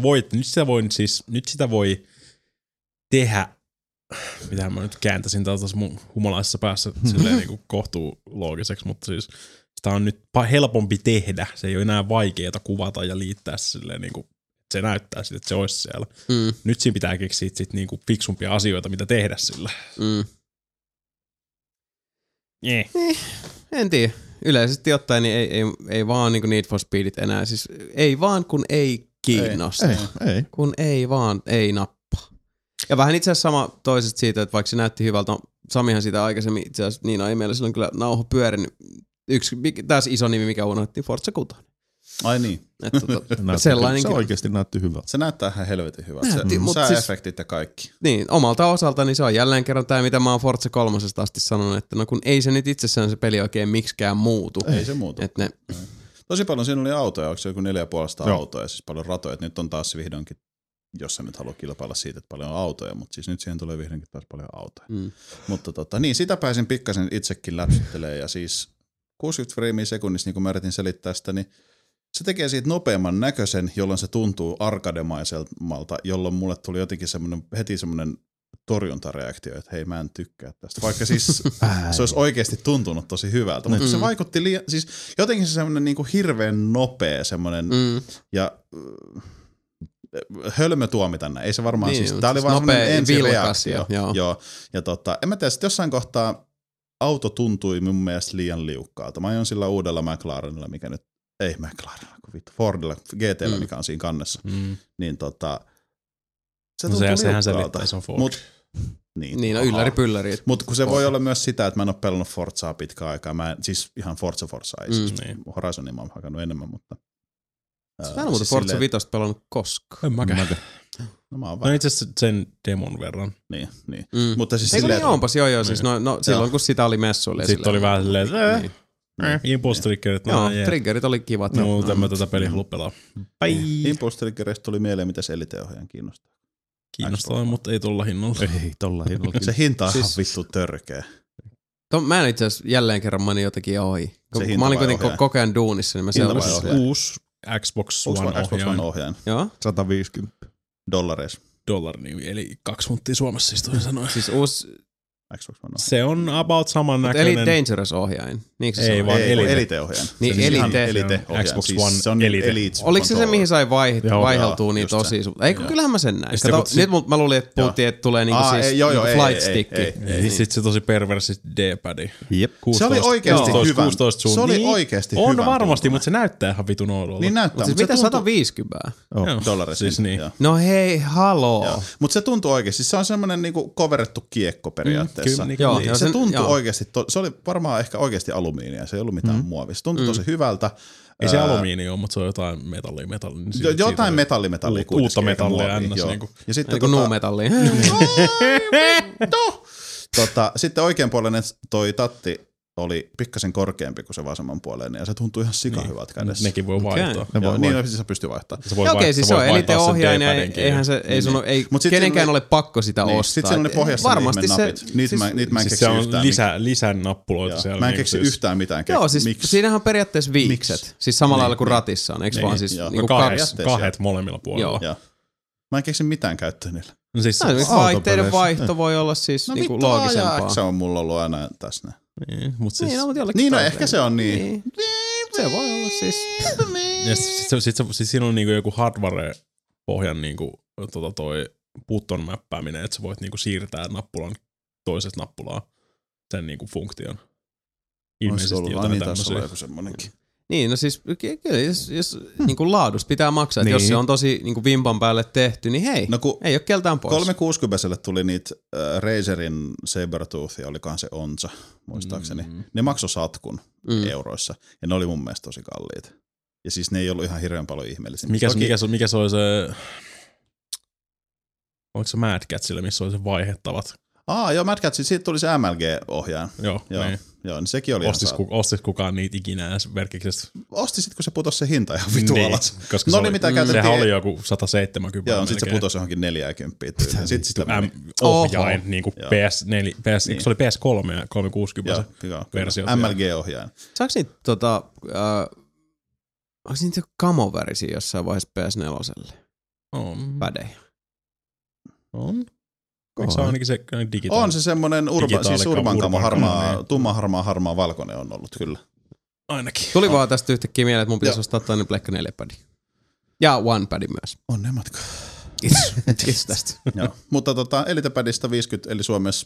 [SPEAKER 4] nyt sitä voi tehdä, mitä mä nyt kääntäisin taas mun humalaisessa päässä silleen niinku kohtuu loogiseksi, mutta siis sitä on nyt helpompi tehdä. Se ei ole enää vaikeaa kuvata ja liittää silleen niinku, se näyttää siltä, että se olisi siellä. Nyt siinä pitää keksiä sit niinku fiksumpia asioita, mitä tehdä sillä.
[SPEAKER 1] En tiedä. Yleisesti ottaen niin ei vaan niin kuin Need for Speedit enää. Siis ei vaan kun ei kiinnosta.
[SPEAKER 2] Ei.
[SPEAKER 1] Kun ei vaan, ei nappa. Ja vähän itse asiassa sama toisesta siitä, että vaikka se näytti hyvältä, Samihan sitä aikaisemmin itse asiassa niin meillä silloin kyllä nauho pyörinyt. Yksi taas iso nimi, mikä unohdettiin, Forza 6.
[SPEAKER 3] Ai niin.
[SPEAKER 1] Sellainen
[SPEAKER 2] se oikeasti näytti hyvältä.
[SPEAKER 3] Se näyttää ihan helvetin hyvältä. Sääefektit ja kaikki.
[SPEAKER 1] Niin, omalta osaltani se on jälleen kerran tämä, mitä mä oon Forza 3 asti sanonut, että no kun ei se nyt itsessään se peli oikein miksikään muutu.
[SPEAKER 3] Ei se muutu. Tosi paljon siinä oli autoja, onko se joku 4,5 autoja ja siis paljon ratoja. Et nyt on taas vihdoinkin, jos sä nyt haluat kilpailla siitä, että paljon on autoja, mutta siis nyt siihen tulee vihdoinkin taas paljon autoja. Mutta niin, sitä pääsin pikkasen itsekin läpsyttelemään ja siis 60 freimiä sekunnissa, niin kuin mä yritin selittää sitä, niin se tekee siitä nopeamman näköisen, jolloin se tuntuu arkademaiselmalta, jolloin mulle tuli jotenkin heti semmoinen torjuntareaktio, että hei mä en tykkää tästä. Vaikka siis se olisi oikeasti tuntunut tosi hyvältä, mutta se vaikutti siis jotenkin se semmoinen niinku hirveän nopea semmoinen ja hölmö tuomita näin. Ei se varmaan
[SPEAKER 1] niin,
[SPEAKER 3] siis, tää oli vaan semmoinen ensireaktio.
[SPEAKER 1] Joo.
[SPEAKER 3] Ja en mä tiedä, sit jossain kohtaa auto tuntui mun mielestä liian liukkaalta. Mä ajoin sillä uudella McLarenilla, mikä nyt, ei McLarenilla, kun vittu, Fordilla, GTllä, mikä on siinä kannessa. Niin se tuntui
[SPEAKER 4] sehän
[SPEAKER 3] liukkaalta.
[SPEAKER 4] Se on Ford.
[SPEAKER 1] Niin, no ylläri-pylläri.
[SPEAKER 3] Mutta kun se voi olla myös sitä, että mä en ole pelannut Forzaa pitkään aikaa. Siis ihan Forza ei siis Horizonia mä oon hakannut enemmän, mutta...
[SPEAKER 1] Mä en muuta Forza 5 pelannut koskaan.
[SPEAKER 4] En mäkään.
[SPEAKER 3] No
[SPEAKER 4] itse asiassa sen demon verran.
[SPEAKER 3] Niin. Mutta siis
[SPEAKER 1] silleen... onpas, joo, siis no silloin kun sitä oli messuilla.
[SPEAKER 4] Sitten oli vähän silleen, Impulse Triggerit.
[SPEAKER 1] Joo, triggerit oli kivat.
[SPEAKER 4] Mutta en mä tätä peliä halua pelaa.
[SPEAKER 3] Impulse Triggeristä tuli mieleen, mitä se Elite-ohjaajan kiinnostaa.
[SPEAKER 4] Kiinnostaa, mutta ei tolla hinnalla.
[SPEAKER 2] Ei tolla hinnalla.
[SPEAKER 3] Se hinta on ihan vittu törkeä.
[SPEAKER 1] Mä en itse asiassa jälleen kerran mani jotenkin ohi. Mä olin kuitenkin koko ajan duunissa, niin mä seurasin.
[SPEAKER 4] Uusi Xbox One ohjaaja.
[SPEAKER 1] Joo.
[SPEAKER 2] 150
[SPEAKER 3] dollareissa.
[SPEAKER 4] Eli 2 hunttia Suomessa siis toisin sanoen.
[SPEAKER 1] Siis uusi
[SPEAKER 3] Xbox One.
[SPEAKER 4] Se on about saman näköinen.
[SPEAKER 1] Elite Dangerous -ohjaain.
[SPEAKER 4] Ei vaan
[SPEAKER 3] Elite-ohjaaja.
[SPEAKER 1] Niin
[SPEAKER 3] Elite.
[SPEAKER 4] Xbox
[SPEAKER 3] siis
[SPEAKER 4] One
[SPEAKER 3] se on
[SPEAKER 4] Elite.
[SPEAKER 1] Oliko se mihin sai vaiheltua niin tosi? Eikö kyllähän mä sen näin. Nyt mä luulin, että puhuttiin, että tulee niinku siis flight stick.
[SPEAKER 4] Sitten se tosi perversi D-padi.
[SPEAKER 2] Jep.
[SPEAKER 3] Se oli oikeasti hyvä. Se oli oikeasti hyvä.
[SPEAKER 4] On varmasti, mutta se näyttää ihan vitun oudolta.
[SPEAKER 3] Niin näyttää.
[SPEAKER 1] Mutta mitä 150?
[SPEAKER 3] Dollareissa.
[SPEAKER 4] Siis niin.
[SPEAKER 1] No hei, haloo.
[SPEAKER 3] Mutta se tuntui oikeasti. Se on semmoinen niinku coverettu kiekko periaatteessa. Se tuntui oikeasti, se oli varmaan ehkä oikeasti alumiinia, se ei ollut mitään muovia. Se tuntui tosi hyvältä.
[SPEAKER 4] Ei se alumiini ole, mutta se on jotain metallia.
[SPEAKER 3] Jotain metallia.
[SPEAKER 4] Uutta metallia ns.
[SPEAKER 3] Ja sitten
[SPEAKER 1] nuumetallia.
[SPEAKER 3] Sitten oikeanpuoleinen toi tatti oli pikkasen korkeampi kuin se vasemmanpuoleinen, ja se tuntui ihan sikahyvältä kädessä.
[SPEAKER 4] Nekin voi vaihtaa.
[SPEAKER 3] Niin, se pystyy vaihtamaan.
[SPEAKER 1] Okei, siis se on Elite-ohjaaja, eihän se, ei kenenkään ole pakko sitä ostaa.
[SPEAKER 3] Sitten siinä oli pohjassa napit. Niitä mä en keksi yhtään.
[SPEAKER 4] Se on lisän nappuloita siellä.
[SPEAKER 3] Mä en keksi yhtään mitään.
[SPEAKER 1] Joo, siis siinähän on periaatteessa viikset. Siis samalla lailla kuin ratissa on, eikö vaan siis
[SPEAKER 4] kahdet molemmilla puolilla.
[SPEAKER 3] Mä en keksi mitään käyttöä niillä.
[SPEAKER 4] No siis
[SPEAKER 1] vaihteiden vaihto voi olla siis niinku loogisempaa.
[SPEAKER 3] Se on mulla ollut aina tässä.
[SPEAKER 4] Niin, mutta siis...
[SPEAKER 3] Niin, no ehkä se on niin.
[SPEAKER 1] Se voi olla siis.
[SPEAKER 4] Ja sit siinä on niinku joku hardware-pohjan niinku toi button mäppääminen, että sä voit niinku siirtää nappulan toisesta nappulaa sen niinku funktion. Ilmeisesti jotain tämmöisiä.
[SPEAKER 3] Joku semmonenkin.
[SPEAKER 1] Niin, no siis kyllä, jos niinku laadusta pitää maksaa, että jos se on tosi niinku vimpan päälle tehty, niin hei, ei ole keltään pois.
[SPEAKER 3] 360 tuli niitä Razerin Sabertoothia, olikohan se Onsa, muistaakseni. Ne maksoi satkun euroissa, ja ne oli mun mielestä tosi kalliita. Ja siis ne ei ollut ihan hirveän paljon ihmeellisiä.
[SPEAKER 4] Mikä se oli se, oliko se Mad Catsille, missä oli se vaihettavat?
[SPEAKER 3] Joo, Mad Catsin, siitä tuli se MLG-ohjaaja.
[SPEAKER 4] Joo,
[SPEAKER 3] niin sekin oli
[SPEAKER 4] Ostis kukaan niitä ikinä edes verkkiksesta?
[SPEAKER 3] Ostis kun se putosi se hinta ihan vitu alas.
[SPEAKER 4] Koska sehän oli joku 170.
[SPEAKER 3] Joo, sitten se putosi johonkin 40. Sitten
[SPEAKER 4] ohjain, niin kuin PS4, eikö se oli PS3 ja 360 versio?
[SPEAKER 3] MLG-ohjaaja.
[SPEAKER 1] Saako niitä onko niitä kamovärisiä jossain vaiheessa PS4? Pädejä.
[SPEAKER 4] On. Eikö se ainakin se digitaali?
[SPEAKER 3] On se semmoinen siis urban kamo, tumma harmaa valkoinen on ollut kyllä.
[SPEAKER 4] Ainakin.
[SPEAKER 1] Tuli vaan tästä yhtäkkiä mieleen, että mun pitäisi ostaa toinen Pleikka 4-pädi. Ja One-pädi myös.
[SPEAKER 3] Onnea matka.
[SPEAKER 1] Kiitos tästä.
[SPEAKER 3] Joo. Mutta Elite-pädistä 50, eli Suomessa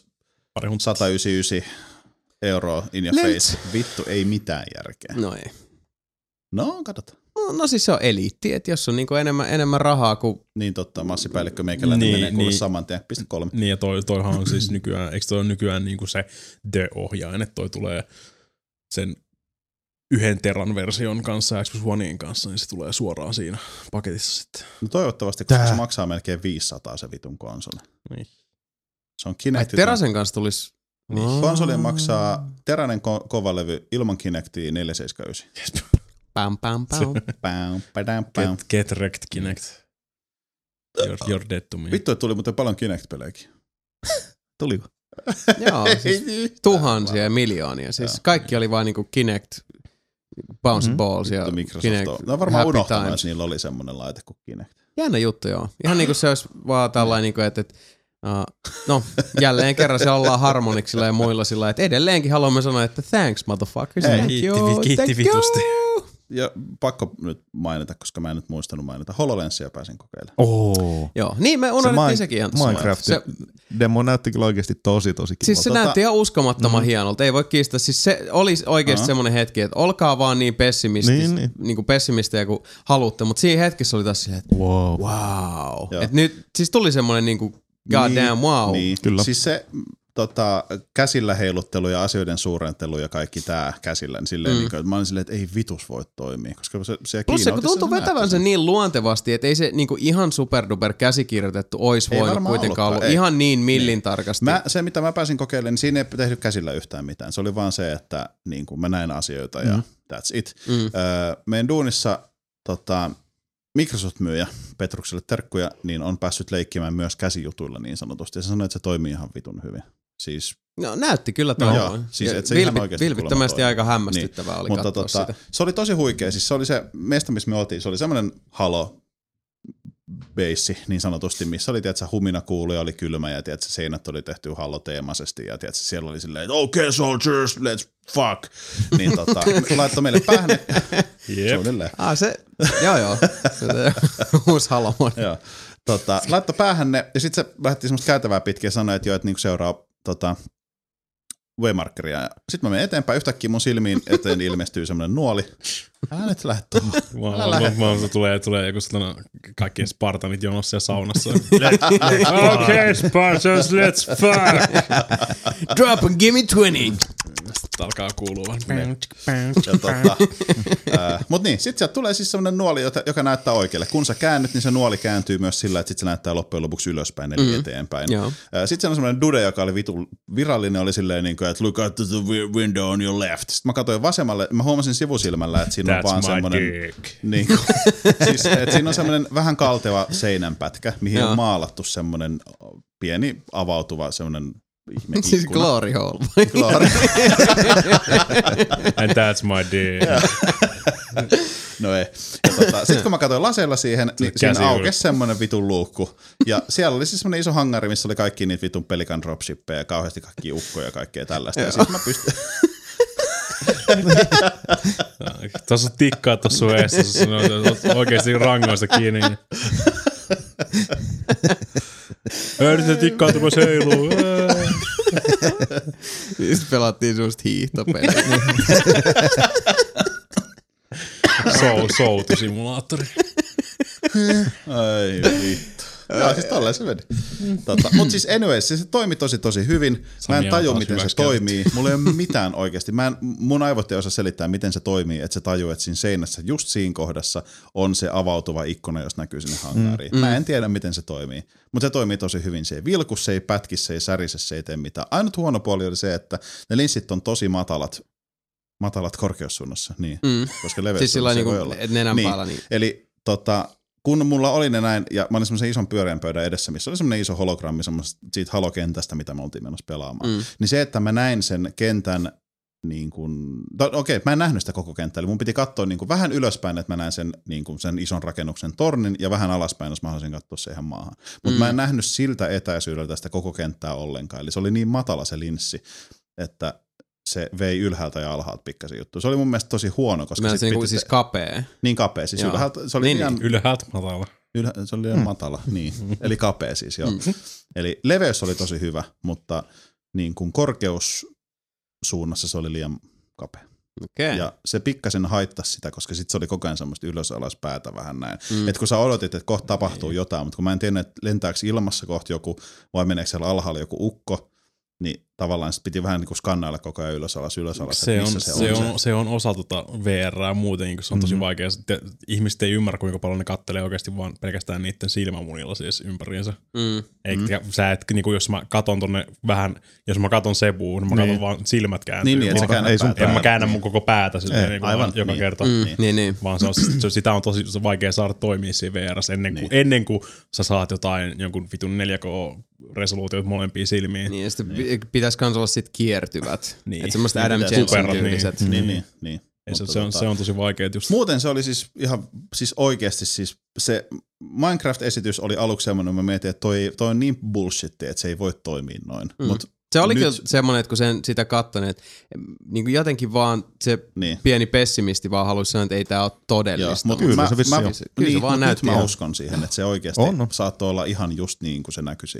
[SPEAKER 3] 199 € in your face. Vittu, ei mitään järkeä.
[SPEAKER 1] No ei.
[SPEAKER 3] No, katsotaan.
[SPEAKER 1] No siis se on eliitti, että jos on niinku enemmän rahaa kuin...
[SPEAKER 3] Niin totta, massipäällikkö meikäläinen menee kuule saman tien, 3.
[SPEAKER 4] Niin ja toihan on siis nykyään, eikö toi ole nykyään niinku se The-ohjain, että toi tulee sen 1 teran version kanssa, Xbox Onein kanssa, niin se tulee suoraan siinä paketissa sitten.
[SPEAKER 3] No toivottavasti, koska se maksaa melkein 500 se vitun konsoli.
[SPEAKER 4] Niin.
[SPEAKER 3] Se on Kinecti.
[SPEAKER 1] Terasen kanssa tulisi...
[SPEAKER 3] Niin. Konsolien maksaa teräinen kovalevy ilman Kinectia 479.
[SPEAKER 1] Pam.
[SPEAKER 4] Get wrecked Kinect. You're dead to me.
[SPEAKER 3] Vittu, että tuli muuten paljon Kinect-pelejäkin.
[SPEAKER 2] Tuliko?
[SPEAKER 1] Joo, siis tuhansia ja miljoonia. Siis kaikki oli vain niinku Kinect, Bounce Balls ja Kinect.
[SPEAKER 3] No varmaan unohtanut, että niillä oli semmoinen laite kuin Kinect.
[SPEAKER 1] Jännä juttu, joo. Ihan niinku se olisi vaan tällainen, että no, jälleen kerran siellä ollaan Harmonixilla ja muilla sillä, että edelleenkin haluamme sanoa, että thanks motherfuckers.
[SPEAKER 4] Kiitti vitusti.
[SPEAKER 3] Ja pakko nyt mainita, koska mä en nyt muistanut mainita. HoloLensia pääsin kokeilemaan.
[SPEAKER 1] Joo, niin me unohdettiin sekin ihan tässä.
[SPEAKER 2] Minecraft demo näytti kyllä oikeasti tosi kivalta.
[SPEAKER 1] Siis se näytti ihan uskomattoman hienolta, ei voi kiistää. Siis se oli oikeasti semmoinen hetki, että olkaa vaan niin pessimisteja kuin haluatte, mutta siinä hetkessä oli taas silleen, että wow. Että nyt siis tuli semmoinen niinku goddamn wow.
[SPEAKER 3] Niin.
[SPEAKER 2] Kyllä.
[SPEAKER 3] Siis se käsillä heiluttelu ja asioiden suurentelu ja kaikki tää käsillä, niin silleen niin kuin, että mä olin silleen, että ei vitus voi toimia, koska se
[SPEAKER 1] plus se kun tuntuu vetävän sen niin luontevasti, että ei se niinku ihan superduper käsikirjoitettu ois voinut kuitenkaan ollut ihan niin millin tarkasti.
[SPEAKER 3] Se mitä mä pääsin kokeilemaan, niin siinä ei tehty käsillä yhtään mitään. Se oli vaan se, että niin kuin mä näin asioita ja that's it. Meidän duunissa Microsoft-myyjä Petrukselle terkkuja, niin on päässyt leikkimään myös käsijutuilla niin sanotusti. Ja se sanoi, että se toimii ihan vitun hyvin. Siis,
[SPEAKER 1] no näytti kyllä toimivan.
[SPEAKER 3] Siis, se
[SPEAKER 1] vilpittömästi aika hämmästyttävää oli katsoa sitä.
[SPEAKER 3] Se oli tosi huikea. Siis se oli se mesta, missä me oltiin. Se oli semmoinen Halo-beissi niin sanotusti, missä oli humina kuului ja oli kylmä ja seinät oli tehty Halo-teemaisesti ja siellä oli silleen, että okay soldiers, let's fuck. Niin laittoi meille päähän.
[SPEAKER 1] Joo. Uusi Halo-modi.
[SPEAKER 3] Joo. Laittoi päähän ne ja sitten se lähti semmoista käytävää pitkin ja sanoi, että niinku seuraa waymarkeria. Sitten mä menen eteenpäin, yhtäkkiä mun silmiin eteen ilmestyy semmoinen nuoli. Älä nyt lähde tuohon.
[SPEAKER 4] Tulee joku sellainen kaikkien Spartanit jonossa ja saunassa. Okay, Spartans, let's fuck!
[SPEAKER 1] Drop and give me 20!
[SPEAKER 4] Sitten alkaa kuulua.
[SPEAKER 3] Mutta niin, sitten sieltä tulee siis semmoinen nuoli, joka näyttää oikealle. Kun sä käännyt, niin se nuoli kääntyy myös sillä, että sitten se näyttää loppujen lopuksi ylöspäin, eli eteenpäin. Sitten se on semmoinen dude, joka oli virallinen, oli silleen, että look out the window on your left. Sitten mä katsoin vasemmalle, mä huomasin sivusilmällä, että siinä on vaan semmoinen, niin kuin, siis, että siinä on semmoinen vähän kalteva seinänpätkä, mihin on maalattu semmoinen pieni avautuva semmoinen ihme ikkuna.
[SPEAKER 1] Siis glory hole.
[SPEAKER 3] Glory.
[SPEAKER 4] And that's my dick.
[SPEAKER 3] No ei. Sitten kun mä katsoin laseilla siihen, niin siinä aukesi semmoinen vitun luukku. Ja siellä oli siis semmoinen iso hangari, missä oli kaikki niitä vitun Pelican dropshippeja ja kauheasti kaikki ukkoja ja kaikkea tällaista. Ja sitten mä pystyn...
[SPEAKER 4] Tuossa tikkaa tuossa sun eessä, oikeesti rangoista kiinni. Nyt se tikkautuma seiluu.
[SPEAKER 1] Sitten pelattiin semmoista hiihtopeliä.
[SPEAKER 4] Soutusimulaattori.
[SPEAKER 3] Ai vittu. Joo, siis tolleen se meni. Mutta siis anyways, se toimi tosi hyvin. Mä en taju, miten se toimii. Mulla ei ole mitään oikeasti. Mun aivot ei osaa selittää, miten se toimii, että se tajuu, että siinä seinässä, just siinä kohdassa, on se avautuva ikkuna, jos näkyy sinne hangariin. Mä en tiedä, miten se toimii. Mutta se toimii tosi hyvin. Se ei vilku, se ei pätki, se ei särise, se ei tee mitään. Ainut huono puoli oli se, että ne linssit on tosi matalat korkeussuunnassa. Niin, koska leveyssuunnassa siis voi olla.
[SPEAKER 1] Nenän päällä. Niin.
[SPEAKER 3] Eli kun mulla oli ne näin, ja mä olin semmoisen ison pyöreän pöydän edessä, missä oli semmoinen iso hologrammi siitä halokentästä, mitä me oltiin menossa pelaamaan. Niin se, että mä näin sen kentän, niin kuin, mä en nähnyt sitä koko kenttää, eli mun piti katsoa niin kuin vähän ylöspäin, että mä näin sen, niin kuin sen ison rakennuksen tornin, ja vähän alaspäin, jos mä haluaisin katsoa se ihan maahan. Mutta mä en nähnyt siltä etäisyydeltä sitä koko kenttää ollenkaan, eli se oli niin matala se linssi, että se vei ylhäältä ja alhaalta pikkasen juttu. Se oli mun mielestä tosi huono, koska
[SPEAKER 1] se niin siis kapea.
[SPEAKER 3] Niin kapea, siis ylhäältä. Se oli
[SPEAKER 4] niin, ylhäältä matala.
[SPEAKER 3] Se oli liian matala, niin. Eli kapea siis, joo. Eli leveys oli tosi hyvä, mutta niin kuin korkeussuunnassa se oli liian kapea.
[SPEAKER 1] Okay.
[SPEAKER 3] Ja se pikkasen haittasi sitä, koska sitten se oli koko ajan semmoista ylös alas päätä vähän näin. Että kun sä odotit, että kohta tapahtuu jotain, mutta kun mä en tiedä, että lentääkö ilmassa kohta joku vai meneekö siellä alhaalla joku ukko, niin tavallaan sit piti vähän niin kuin skannailla koko ajan ylös alas,
[SPEAKER 4] se on osa VR:ää muutenkin, kun se on tosi vaikea. Ihmiset ei ymmärrä, kuinka paljon ne kattelee oikeasti vaan pelkästään niiden silmämunilla siis ympäriinsä. Eikä sä et, niin kuin jos mä katon tonne vähän, jos mä katon Sebuun, niin mä katon vaan silmät kääntyy.
[SPEAKER 3] Niin,
[SPEAKER 4] en mä käännä mun koko päätä niin
[SPEAKER 3] aivan,
[SPEAKER 4] joka kerta.
[SPEAKER 1] Niin.
[SPEAKER 4] Vaan sitä on tosi vaikea saada toimia siinä VR:ssä ennen kuin sä saat jonkun vitun 4K-resoluutiot molempiin silmiin.
[SPEAKER 1] Niin, ja sitten pitäisi kans olla sit kiertyvät.
[SPEAKER 3] Niin.
[SPEAKER 1] Että semmoista Adam Jensen-tyyliset.
[SPEAKER 3] Niin.
[SPEAKER 4] Se on tosi vaikea.
[SPEAKER 3] Muuten se oli siis ihan siis oikeasti siis se Minecraft-esitys oli aluksi semmoinen, mä mietin, että toi on niin bullshit, että se ei voi toimia noin. Mut
[SPEAKER 1] se oli kyllä semmoinen, että kun sitä katsoin, että niin kuin jotenkin vaan se pieni pessimisti vaan halusi sanoa, että ei tää ole todellista.
[SPEAKER 2] Mutta kyllä se
[SPEAKER 3] vaan näytti. Nyt mä uskon siihen, että se oikeasti saattoi olla ihan just niin kuin se näkyi siinä.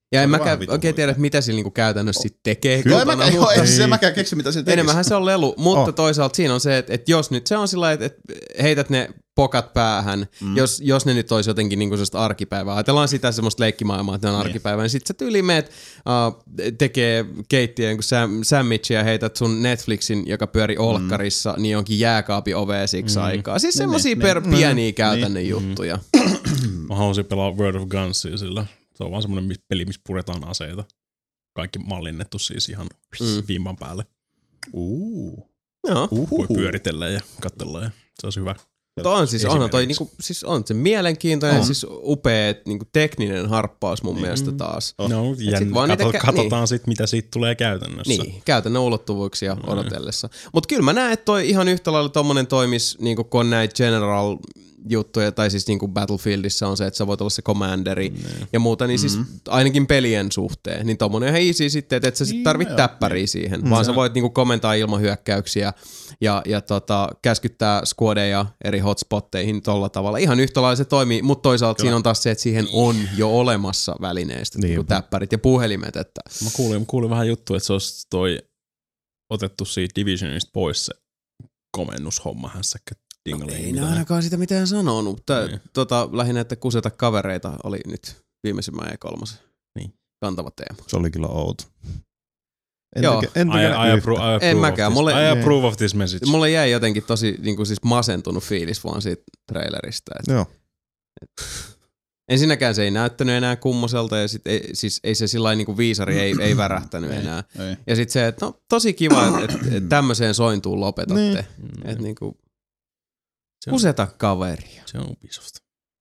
[SPEAKER 1] Ja en mäkään oikein tiedä, että mitä sillä niinku käytännössä sit tekee.
[SPEAKER 3] Joo, ei se mäkään keksi, mitä sillä tekisi.
[SPEAKER 1] Enemmänhän se on lelu, mutta toisaalta siinä on se, että jos nyt se on sillä lailla, että heität ne pokat päähän, jos ne nyt olisi jotenkin niinku sellaista arkipäivää. Ajatellaan sitä semmoista leikkimaailmaa, että ne on arkipäivää, niin sit sä tyyliin meet tekee keittiön sandwichia ja heität sun Netflixin, joka pyöri olkkarissa, niin jonkin jääkaapin oveen siksi aikaa. Siis semmosia pieniä käytännön juttuja.
[SPEAKER 4] Mä haluaisin pelaa World of Gunsia sillä. Se on vaan semmoinen peli, missä puretaan aseita. Kaikki mallinnettu siis ihan vimman päälle.
[SPEAKER 1] Joo.
[SPEAKER 4] Voi pyöritellä ja katsella ja se olisi hyvä.
[SPEAKER 1] On siis, siis on se mielenkiintoinen, siis upea niinku tekninen harppaus mun mielestä taas.
[SPEAKER 4] No, katsotaan sitten, mitä siitä tulee käytännössä.
[SPEAKER 1] Niin, käytännön ulottuvuuksia odotellessa. Mutta kyllä mä näen, että toi ihan yhtä lailla tommonen toimis, niinku kun on näitä general juttuja, tai siis niinku Battlefieldissa on se, että sä voit olla se commanderi ja muuta, niin siis ainakin pelien suhteen, niin tommonen ihan easy sitten, että et sä sit tarvit täppäriä siihen, vaan sä voit niinku komentaa ilmahyökkäyksiä ja käskyttää squadeja eri hotspotteihin tolla tavalla. Ihan yhtä lailla se toimii, mutta toisaalta siinä on taas se, että siihen on jo olemassa välineistä, niinku täppärit ja puhelimet. Että.
[SPEAKER 4] Mä kuulin vähän juttua, että se olisi otettu siitä Divisionista pois se komennushomma hässäkkä.
[SPEAKER 1] Ei ne ainakaan sitä mitään sanonut. Lähinnä, että kuseta kavereita oli nyt viimeisimmän E3 kantava teema.
[SPEAKER 2] Se oli kyllä outo.
[SPEAKER 1] En mäkään.
[SPEAKER 4] I approve of this message.
[SPEAKER 1] Mulle jäi jotenkin tosi niinku siis masentunut fiilis vaan siitä trailerista.
[SPEAKER 2] Joo.
[SPEAKER 1] Ensinnäkään se ei näyttänyt enää kummoselta ja sit ei se sillain niinku viisari ei värähtänyt enää. Ei. Ja sit se, että no tosi kiva, että tämmöiseen sointuun lopetatte. Että niinku kuseta kaveria.
[SPEAKER 4] Se on Ubisoft.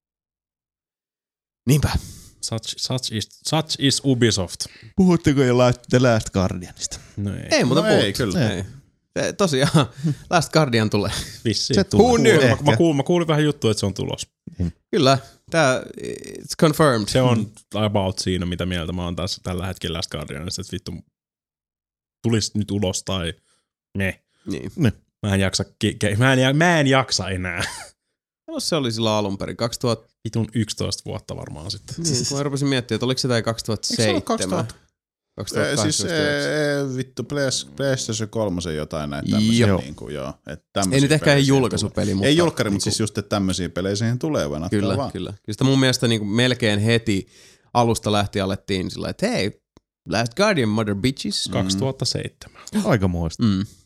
[SPEAKER 1] Niinpä.
[SPEAKER 4] Such is Ubisoft.
[SPEAKER 2] Puhutteko jo The Last Guardianista?
[SPEAKER 1] No ei muuta puhuttu.
[SPEAKER 3] Ei, kyllä.
[SPEAKER 1] Ei. Tosiaan, Last Guardian tulee.
[SPEAKER 4] Vissiin.
[SPEAKER 2] Se tulee.
[SPEAKER 4] Mä kuulin vähän juttua, että se on tulos.
[SPEAKER 1] Kyllä, it's confirmed.
[SPEAKER 4] Se on about siinä, mitä mieltä mä oon taas tällä hetkellä Last Guardianista, että vittu tulisi nyt ulos tai ne.
[SPEAKER 1] Niin.
[SPEAKER 4] Mä en jaksa enää.
[SPEAKER 1] No se oli silloin alun perin,
[SPEAKER 4] 2011 vuotta varmaan sitten.
[SPEAKER 1] Niin, kun mä rupesin miettimään, että oliko se tai 2007?
[SPEAKER 3] Siis vittu PlayStation 3 jotain näitä tämmöisiä.
[SPEAKER 1] Ei nyt ehkä julkaisupeli, mutta.
[SPEAKER 3] Ei julkkari, mutta siis just, että tämmöisiä pelejä siihen tulee vaan.
[SPEAKER 1] Kyllä. Kyllä sitä mun mielestä niin kuin melkein heti alusta lähtien alettiin sillä, että hei, Last Guardian, mother bitches.
[SPEAKER 4] 2007.
[SPEAKER 2] Aikamoista.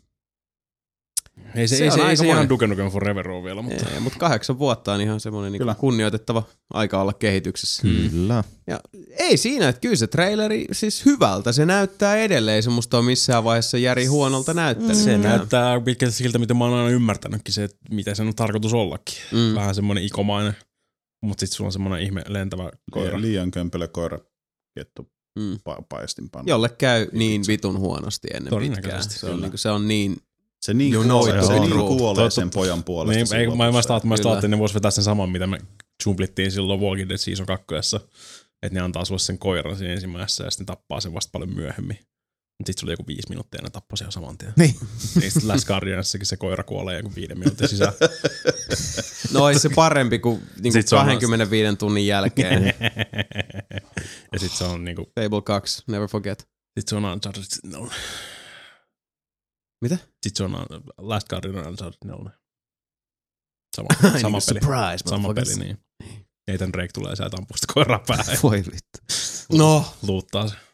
[SPEAKER 4] Ei se ihan Duke Nukem Forever ole vielä, mutta.
[SPEAKER 1] Ei, mutta 8 vuotta on ihan semmoinen niin kunnioitettava aika olla kehityksessä.
[SPEAKER 2] Kyllä.
[SPEAKER 1] Ja ei siinä, että kyllä se traileri siis hyvältä. Se näyttää edelleen, se musta on missään vaiheessa Jari huonolta näyttänyt.
[SPEAKER 4] Se näyttää pitkälti siltä, mitä mä oon aina ymmärtänytkin, se, että mitä sen on tarkoitus ollakin. Vähän semmoinen ikomainen, mutta sitten sulla on semmoinen ihme lentävä koira.
[SPEAKER 3] Liian kömpelö koira kettu paistinpanna.
[SPEAKER 1] Jolle käy niin vitun huonosti ennen pitkään. Se on niin.
[SPEAKER 3] Se niin kuolee sen pojan puolesta.
[SPEAKER 4] Niin, mä ajattelin, että ne vois vetää sen saman, mitä me jumplittiin silloin Walking Dead Season 2. Että ne antaa sulle sen koiran siinä ensimmäisessä ja sitten tappaa sen vasta paljon myöhemmin. Mutta sitten se oli joku 5 minuuttia ja ne tappoi sen saman tien. Niin. Ja sitten Last Guardianissakin se koira kuolee joku 5 minuutin sisään.
[SPEAKER 1] No ei se parempi kuin niinku 25 tunnin jälkeen.
[SPEAKER 4] Ja sitten se on niinku
[SPEAKER 1] Fable 2, never forget.
[SPEAKER 4] Sitten se on Uncharted 4.
[SPEAKER 1] Mitä?
[SPEAKER 4] Sitten se on Last Guardian Uncharted 4. Sama peli.
[SPEAKER 1] Surprise,
[SPEAKER 4] sama peli, niin. Nathan Drake tulee sieltä ampua sitä koiraa päähän.
[SPEAKER 2] Voi vittu.
[SPEAKER 1] No.
[SPEAKER 4] Luuttaa se.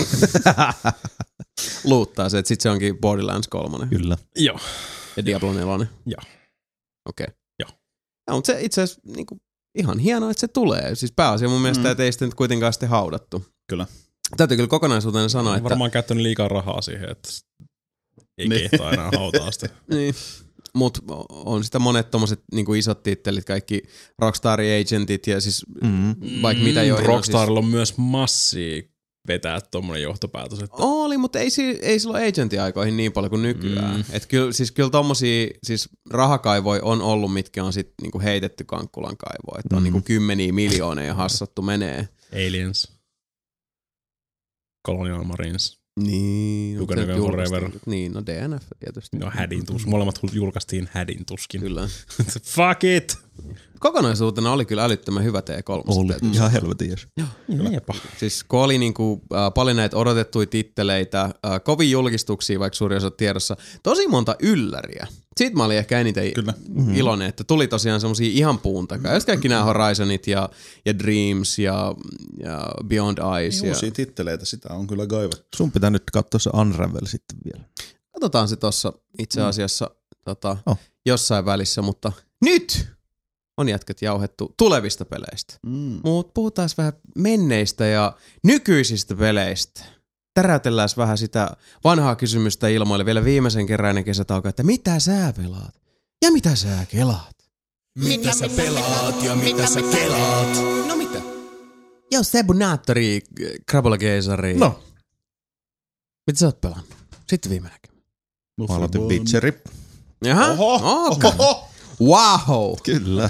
[SPEAKER 1] Luuttaa se, että sit se onkin Borderlands 3.
[SPEAKER 2] Kyllä.
[SPEAKER 4] Joo.
[SPEAKER 1] Ja Diablo 4.
[SPEAKER 4] Joo.
[SPEAKER 1] Okei.
[SPEAKER 4] Joo.
[SPEAKER 1] Ja, mutta se itse asiassa niinku, ihan hienoa, että se tulee. Siis pääasia mun mielestä, että ei sitä nyt kuitenkaan sitten haudattu.
[SPEAKER 3] Kyllä.
[SPEAKER 1] Täytyy kyllä kokonaisuutena sanoa, että.
[SPEAKER 4] Varmaan käyttänyt liikaa rahaa siihen, että ei kehtaa enää hautaa sitä.
[SPEAKER 1] Niin. Mut on sitä monet tommoset niinku isot tittelit, kaikki Rockstarin agentit ja siis vaikka mitä joihin
[SPEAKER 4] Rockstarilla on myös massia vetää tommonen johtopäätös. Että
[SPEAKER 1] oli, mutta ei silloin agentti-aikoihin niin paljon kuin nykyään. Et kyllä tommosia siis rahakaivoja on ollut, mitkä on sit niinku heitetty Kankkulan kaivoon. Että on niinku 10 miljoonia hassattu menee.
[SPEAKER 4] Aliens. Colonial Marines.
[SPEAKER 1] Niin.
[SPEAKER 4] Took a Nigga Forever.
[SPEAKER 1] Niin, no DNF tietysti.
[SPEAKER 4] No Hädintus. Molemmat julkaistiin Hädintuskin.
[SPEAKER 1] Kyllä.
[SPEAKER 4] Fuck it!
[SPEAKER 1] Kokonaisuutena oli kyllä älyttömän hyvä T3.
[SPEAKER 2] Oli ihan helvetin jees.
[SPEAKER 4] Jepa.
[SPEAKER 1] Siis kun oli niinku, paljon näitä odotettuja titteleitä, kovin julkistuksia, vaikka suuri osa tiedossa, tosi monta ylläriä. Siitä mä olin ehkä eniten iloinen, että tuli tosiaan semmosia ihan puun takaa. Just kaikki nämä Horizonit ja Dreams ja Beyond Eyes.
[SPEAKER 3] Niin uusia titteleitä, sitä on kyllä kaivattu.
[SPEAKER 2] Sun pitää nyt katsoa se Unravel sitten vielä.
[SPEAKER 1] Katsotaan se tossa itse asiassa jossain välissä, mutta nyt on jätkät jauhettu tulevista peleistä. Mutta puhutaan vähän menneistä ja nykyisistä peleistä. Täräytellään vähän sitä vanhaa kysymystä ilmoille vielä viimeisen kerran ennen kesätaukoa, että mitä sä pelaat ja mitä sä kelaat?
[SPEAKER 5] Mitä sä pelaat ja mitä sä kelaat?
[SPEAKER 1] No mitä? Joo, Sebunaattori, Crabola Geisari.
[SPEAKER 2] No.
[SPEAKER 1] Mitä sä oot pelannut? Sitten viime näkemään.
[SPEAKER 2] Mä aloitin Witcheri.
[SPEAKER 1] Jaha, okay. Wow.
[SPEAKER 2] Kyllä.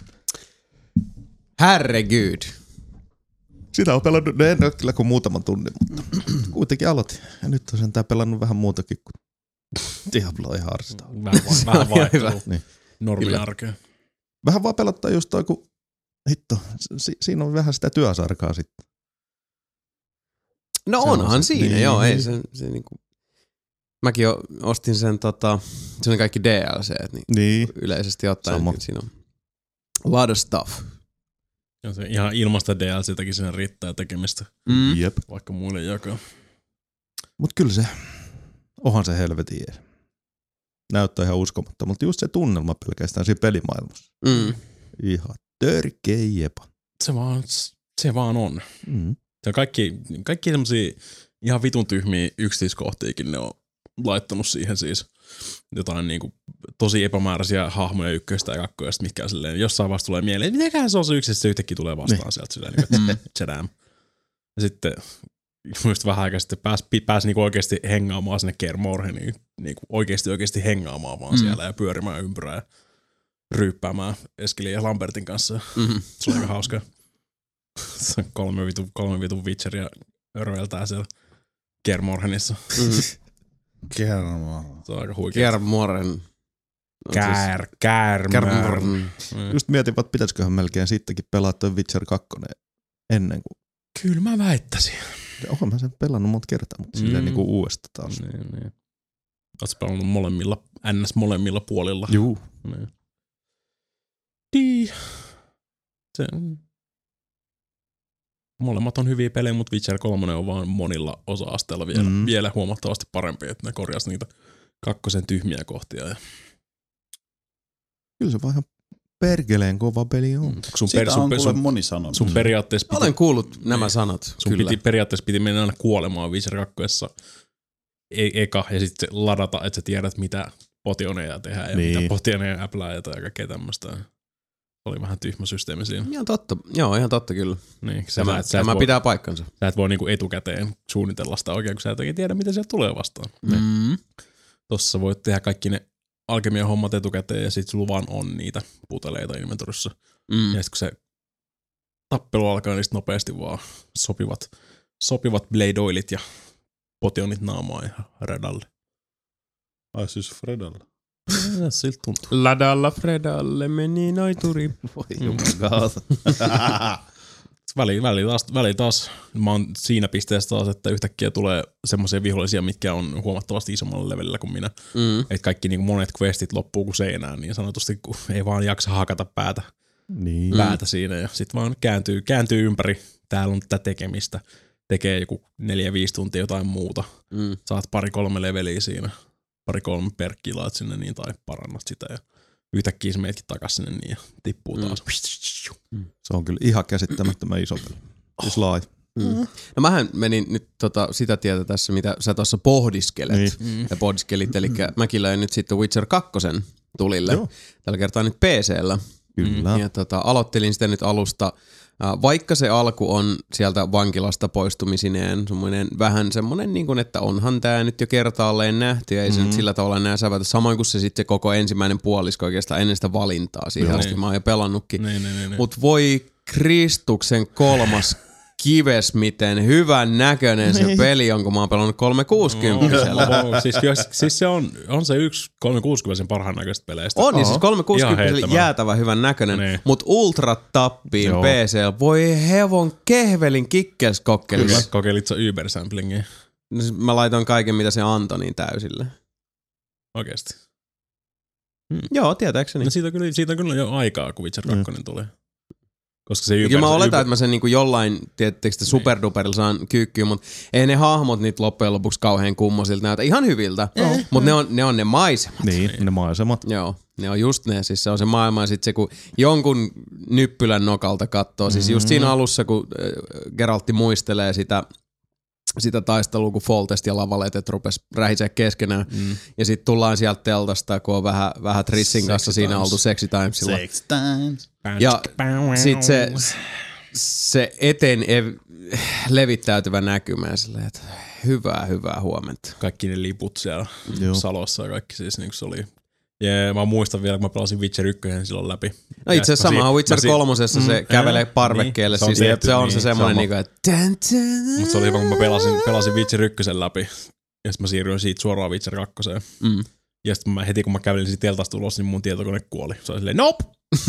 [SPEAKER 1] Herregud.
[SPEAKER 2] Sitä on pelannut, no en ole kyllä kuin muutaman tunnin, mutta kuitenkin aloitin. Ja nyt on sentään pelannut vähän muutakin kuin Diablo ja Hearthstone.
[SPEAKER 4] Vähän vaihtelua.
[SPEAKER 2] Niin.
[SPEAKER 4] Normiarkea.
[SPEAKER 2] Vähän vaan pelottaa just toi, kun hitto, siinä on vähän sitä työsarkaa sitten.
[SPEAKER 1] No
[SPEAKER 2] se
[SPEAKER 1] onhan
[SPEAKER 2] on
[SPEAKER 1] siinä,
[SPEAKER 2] niin,
[SPEAKER 1] joo.
[SPEAKER 2] niin.
[SPEAKER 1] Ei se niinku. Mäkin ostin sen se on kaikki DLC, niin yleisesti ottaen. Siinä on a lot of stuff.
[SPEAKER 4] Ja se ihan ilmasta DLCtäkin siinä riittää tekemistä.
[SPEAKER 2] Jep.
[SPEAKER 4] Vaikka muille jakaa.
[SPEAKER 2] Mut kyllä se, onhan se helvetin jees. Näyttää ihan uskomatta, mutta just se tunnelma pelkästään siinä pelimaailmassa. Ihan törkeä jepa.
[SPEAKER 4] Se vaan on. Se on kaikki semmosia ihan vitun tyhmiä yksityiskohtiakin ne on laittanut siihen siis jotain niinku tosi epämääräisiä hahmoja ykköstä ja kakkoista, mitkä on silleen, jossain vasta tulee mieleen, että mitäköhän se on se yksi, se yhtäkkiä tulee vastaan sieltä silleen, että tsadam. Ja sitten just vähän aikaa sitten pääsi niinku oikeesti hengaamaan sinne Kaer Morhenniin, niinku oikeesti hengaamaan vaan siellä ja pyörimään ympyrää ja ryyppäämään Eskelin ja Lambertin kanssa. Se on aika hauskaa. Se on kolme vitun Witcheria örveltää siellä Kaer Morhenissa. Se on aika huikea.
[SPEAKER 1] Kaer Morhen.
[SPEAKER 4] Kaer Morhen.
[SPEAKER 2] Just mietin, että pitäisiköhän melkein sittenkin pelaa toi Witcher 2 ennen kuin...
[SPEAKER 4] Kyllä mä väittäisin.
[SPEAKER 2] Oon mä sen pelannut monta kertaa, mutta silleen niinku uudesta taas.
[SPEAKER 4] Niin. Ootko pelannut molemmilla puolilla?
[SPEAKER 2] Juu.
[SPEAKER 4] Niin. Molemmat on hyviä pelejä, mutta Witcher 3 on vaan monilla osa-asteella vielä huomattavasti parempi, että ne korjasi niitä kakkosen tyhmiä kohtia. Ja...
[SPEAKER 2] Kyllä se vaan ihan perkeleen kova peli on.
[SPEAKER 3] Sitä on kuule moni sanonut.
[SPEAKER 4] Sun periaatteessa
[SPEAKER 1] olen kuullut nämä sanat.
[SPEAKER 4] Sun periaatteessa piti mennä aina kuolemaan Witcher 2 eka ja sitten ladata, että sä tiedät mitä potioneja tehdään ja mitä potioneja äplää ja kaikkea tämmöistä. Oli vähän tyhmä systeemi siinä.
[SPEAKER 1] Ihan totta. Joo, ihan totta kyllä.
[SPEAKER 4] Niin,
[SPEAKER 1] tämä pitää paikkansa.
[SPEAKER 4] Sä et voi niinku etukäteen suunnitella sitä oikein, kun sä et oikein tiedä, mitä sieltä tulee vastaan. Tossa voit tehdä kaikki ne alkemian hommat etukäteen ja sit sulla vaan on niitä puteleita inventorissa. Ja sit kun se tappelu alkaa, niin sit nopeasti vaan sopivat blade oilit ja potionit naamaan ja Redalle.
[SPEAKER 3] Ai siis Fredalle.
[SPEAKER 4] Ja siltä tuntuu.
[SPEAKER 1] Ladalla Fredalle meni noituri.
[SPEAKER 2] Voi jumakauta.
[SPEAKER 4] Väli taas, mä oon siinä pisteessä taas, että yhtäkkiä tulee semmoisia vihollisia, mitkä on huomattavasti isommalla levelillä kuin minä. Että kaikki niin monet questit loppuu kuin seinään, niin sanotusti kun ei vaan jaksa hakata päätä siinä. Ja sit vaan kääntyy ympäri. Täällä on tätä tekemistä. Tekee joku 4-5 tuntia jotain muuta. Saat 2-3 leveliä siinä. 2-3 perkkiä laat sinne niin, tai parannat sitä ja yhtäkkiä sä meetkin takas sinne niin ja tippuu taas.
[SPEAKER 2] Se on kyllä ihan käsittämättömän iso peli. Siis laaja.
[SPEAKER 1] No mähän menin nyt sitä tietä tässä, mitä sä tuossa pohdiskelet. Ja pohdiskelit, eli mäkin löin nyt sitten Witcher 2 tulille. Joo. Tällä kertaa nyt PC:llä.
[SPEAKER 2] Kyllä.
[SPEAKER 1] Ja aloittelin sitä nyt alusta. Vaikka se alku on sieltä vankilasta poistumisineen vähän semmoinen, niin kuin, että onhan tämä nyt jo kertaalleen nähty, ja ei se nyt sillä tavalla enää sävätä. Samoin kuin se sitten se koko ensimmäinen puolisko oikeastaan ennen sitä valintaa siihen asti. Mä oon jo pelannutkin. Mut voi Kristuksen 3. kives, miten hyvän näköinen se peli on, kun mä oon pelannut 360.
[SPEAKER 4] Siis se on se yksi 360 parhaan näköistä peleistä.
[SPEAKER 1] On, niin siis 360 jäätävä hyvän näköinen,
[SPEAKER 4] niin.
[SPEAKER 1] Mutta ultrat tappiin PC:llä. Voi hevon kehvelin kikkeskokkelissa.
[SPEAKER 4] Kyllä, kokeilit sä Uber-samplingia.
[SPEAKER 1] No, siis mä laitoin kaiken, mitä se antoi niin täysille.
[SPEAKER 4] Oikeesti.
[SPEAKER 1] Joo, tietääkseni.
[SPEAKER 4] No siitä on kyllä jo aikaa, kun Witcher 2 tuli. Koska se
[SPEAKER 1] Kyllä mä oletan, että mä sen niinku jollain, tietysti superduperilla saan kyykkyä, mutta ei ne hahmot niitä loppujen lopuksi kauhean kummosilta näytä. Ihan hyviltä, mutta ne on ne maisemat.
[SPEAKER 2] Niin, ne maisemat.
[SPEAKER 1] Joo, ne on just ne. Siis se on se maailma ja sit se, kun jonkun nyppylän nokalta katsoo. Siis just siinä alussa, kun Geraltti muistelee sitä taistelua, kun Foltest ja Lavaletet rupes rähisee keskenään. Ja sitten tullaan sieltä teltasta, kun on vähän Trissin kanssa siinä oltu Sexy Timesilla.
[SPEAKER 3] Sexy Times.
[SPEAKER 1] Ja sitten se eteen levittäytyvä näkymä ja silleen, että hyvää huomenta.
[SPEAKER 4] Kaikki ne liput siellä Salossa ja kaikki siis niin kuin se oli. Ja mä muistan vielä, kun mä pelasin Witcher 1 silloin läpi.
[SPEAKER 1] No itse asiassa sama Witcher 3 se kävelee parvekkeelle.
[SPEAKER 4] Niin,
[SPEAKER 1] siis se on se semmoinen niinku, että
[SPEAKER 4] mutta se oli hyvä, kun mä pelasin Witcher 1 läpi. Ja sitten mä siirryin siitä suoraan Witcher 2. Ja sitten heti kun mä kävelin siitä teltasta ulos, niin mun tietokone kuoli. Se oli silleen, nope!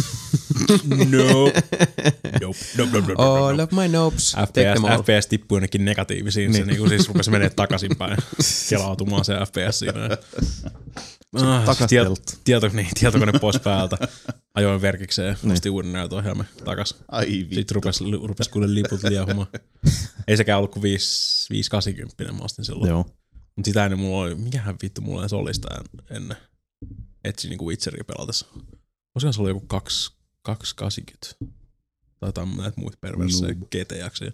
[SPEAKER 4] Nope.
[SPEAKER 1] All of my nopes.
[SPEAKER 4] FPS tippui jonnekin negatiivisiin. Niin. Se niinku siis rupesi menee takaisinpäin. Kelautumaan se FPS siinä. Tietokone pois päältä. Ajoin verkikseen. Ostin uuden näytöohjelman takas. Sitten rupesi kuule liput liehumaan. Ei sekään ollut kuin 580 mä ostin silloin.
[SPEAKER 2] Joo.
[SPEAKER 4] Mutta sitä ennen mulla oli, mikähän vittu mulla edes oli sitä ennen. Etsin niinku Witcheria pelatessa. Olisikohan se oli joku 280. Tai jotain näitä muita perversejä GTX:jä.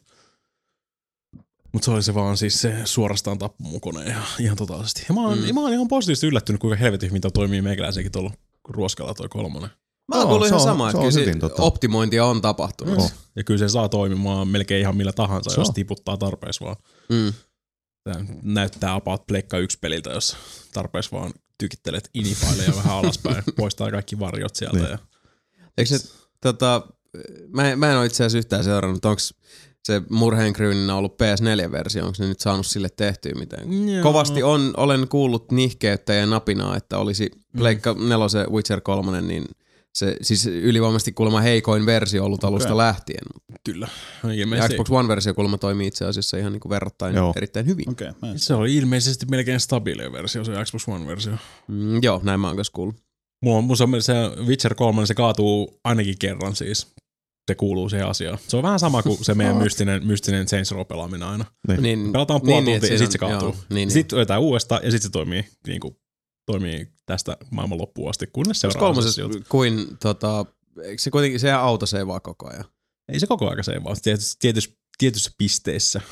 [SPEAKER 4] Mutta se oli se vaan siis se suorastaan tappumukone ihan totaalisesti. Ja mä oon ihan positiivisesti yllättynyt, kuinka helvetin mitä toimii meikäläisenkin tuolla ruoskalla toi 3.
[SPEAKER 1] Mä oon kuullut ihan samaa, että kyllä optimointia on tapahtunut.
[SPEAKER 4] Ja kyllä se saa toimimaan melkein ihan millä tahansa, jos tiputtaa tarpeeksi vaan. Tää näyttää about Pleikka 1 peliltä, jos tarpeeksi vaan tykittelet inifaileja vähän alaspäin, poistaa kaikki varjot sieltä. Ja...
[SPEAKER 1] Eikö se, mä en ole itse asiassa yhtään seurannut, onko se Murheenkryyninä ollut PS4-versio, onko ne nyt saanut sille tehtyä mitään? Joo. Kovasti olen kuullut nihkeyttä ja napinaa, että olisi Pleikka 4 Witcher 3, niin se siis ylivoimaisesti kuulemma heikoin versio ollut alusta lähtien.
[SPEAKER 4] Kyllä.
[SPEAKER 1] Ja Xbox One-versio kuulemma toimii itse asiassa ihan niin kuin verrattain erittäin hyvin.
[SPEAKER 4] Se oli ilmeisesti melkein stabiili versio, se Xbox One-versio.
[SPEAKER 1] Joo, näin mä oon myös kuullut.
[SPEAKER 4] Mulla se Witcher 3, se kaatuu ainakin kerran siis. Se kuuluu siihen asiaan. Se on vähän sama kuin se meidän mystinen Saints Row pelaaminen aina.
[SPEAKER 1] Niin.
[SPEAKER 4] Pelataan puoli tuntia ja sitten se kaatuu.
[SPEAKER 1] Niin.
[SPEAKER 4] Sitten otetaan uudestaan ja sitten se toimii tästä maailman loppuun asti, kunnes seuraava se
[SPEAKER 1] kuin eikö se kuitenkin, sehän auto seivaa koko ajan?
[SPEAKER 4] Ei se koko ajan seivaa, tietyissä pisteissä.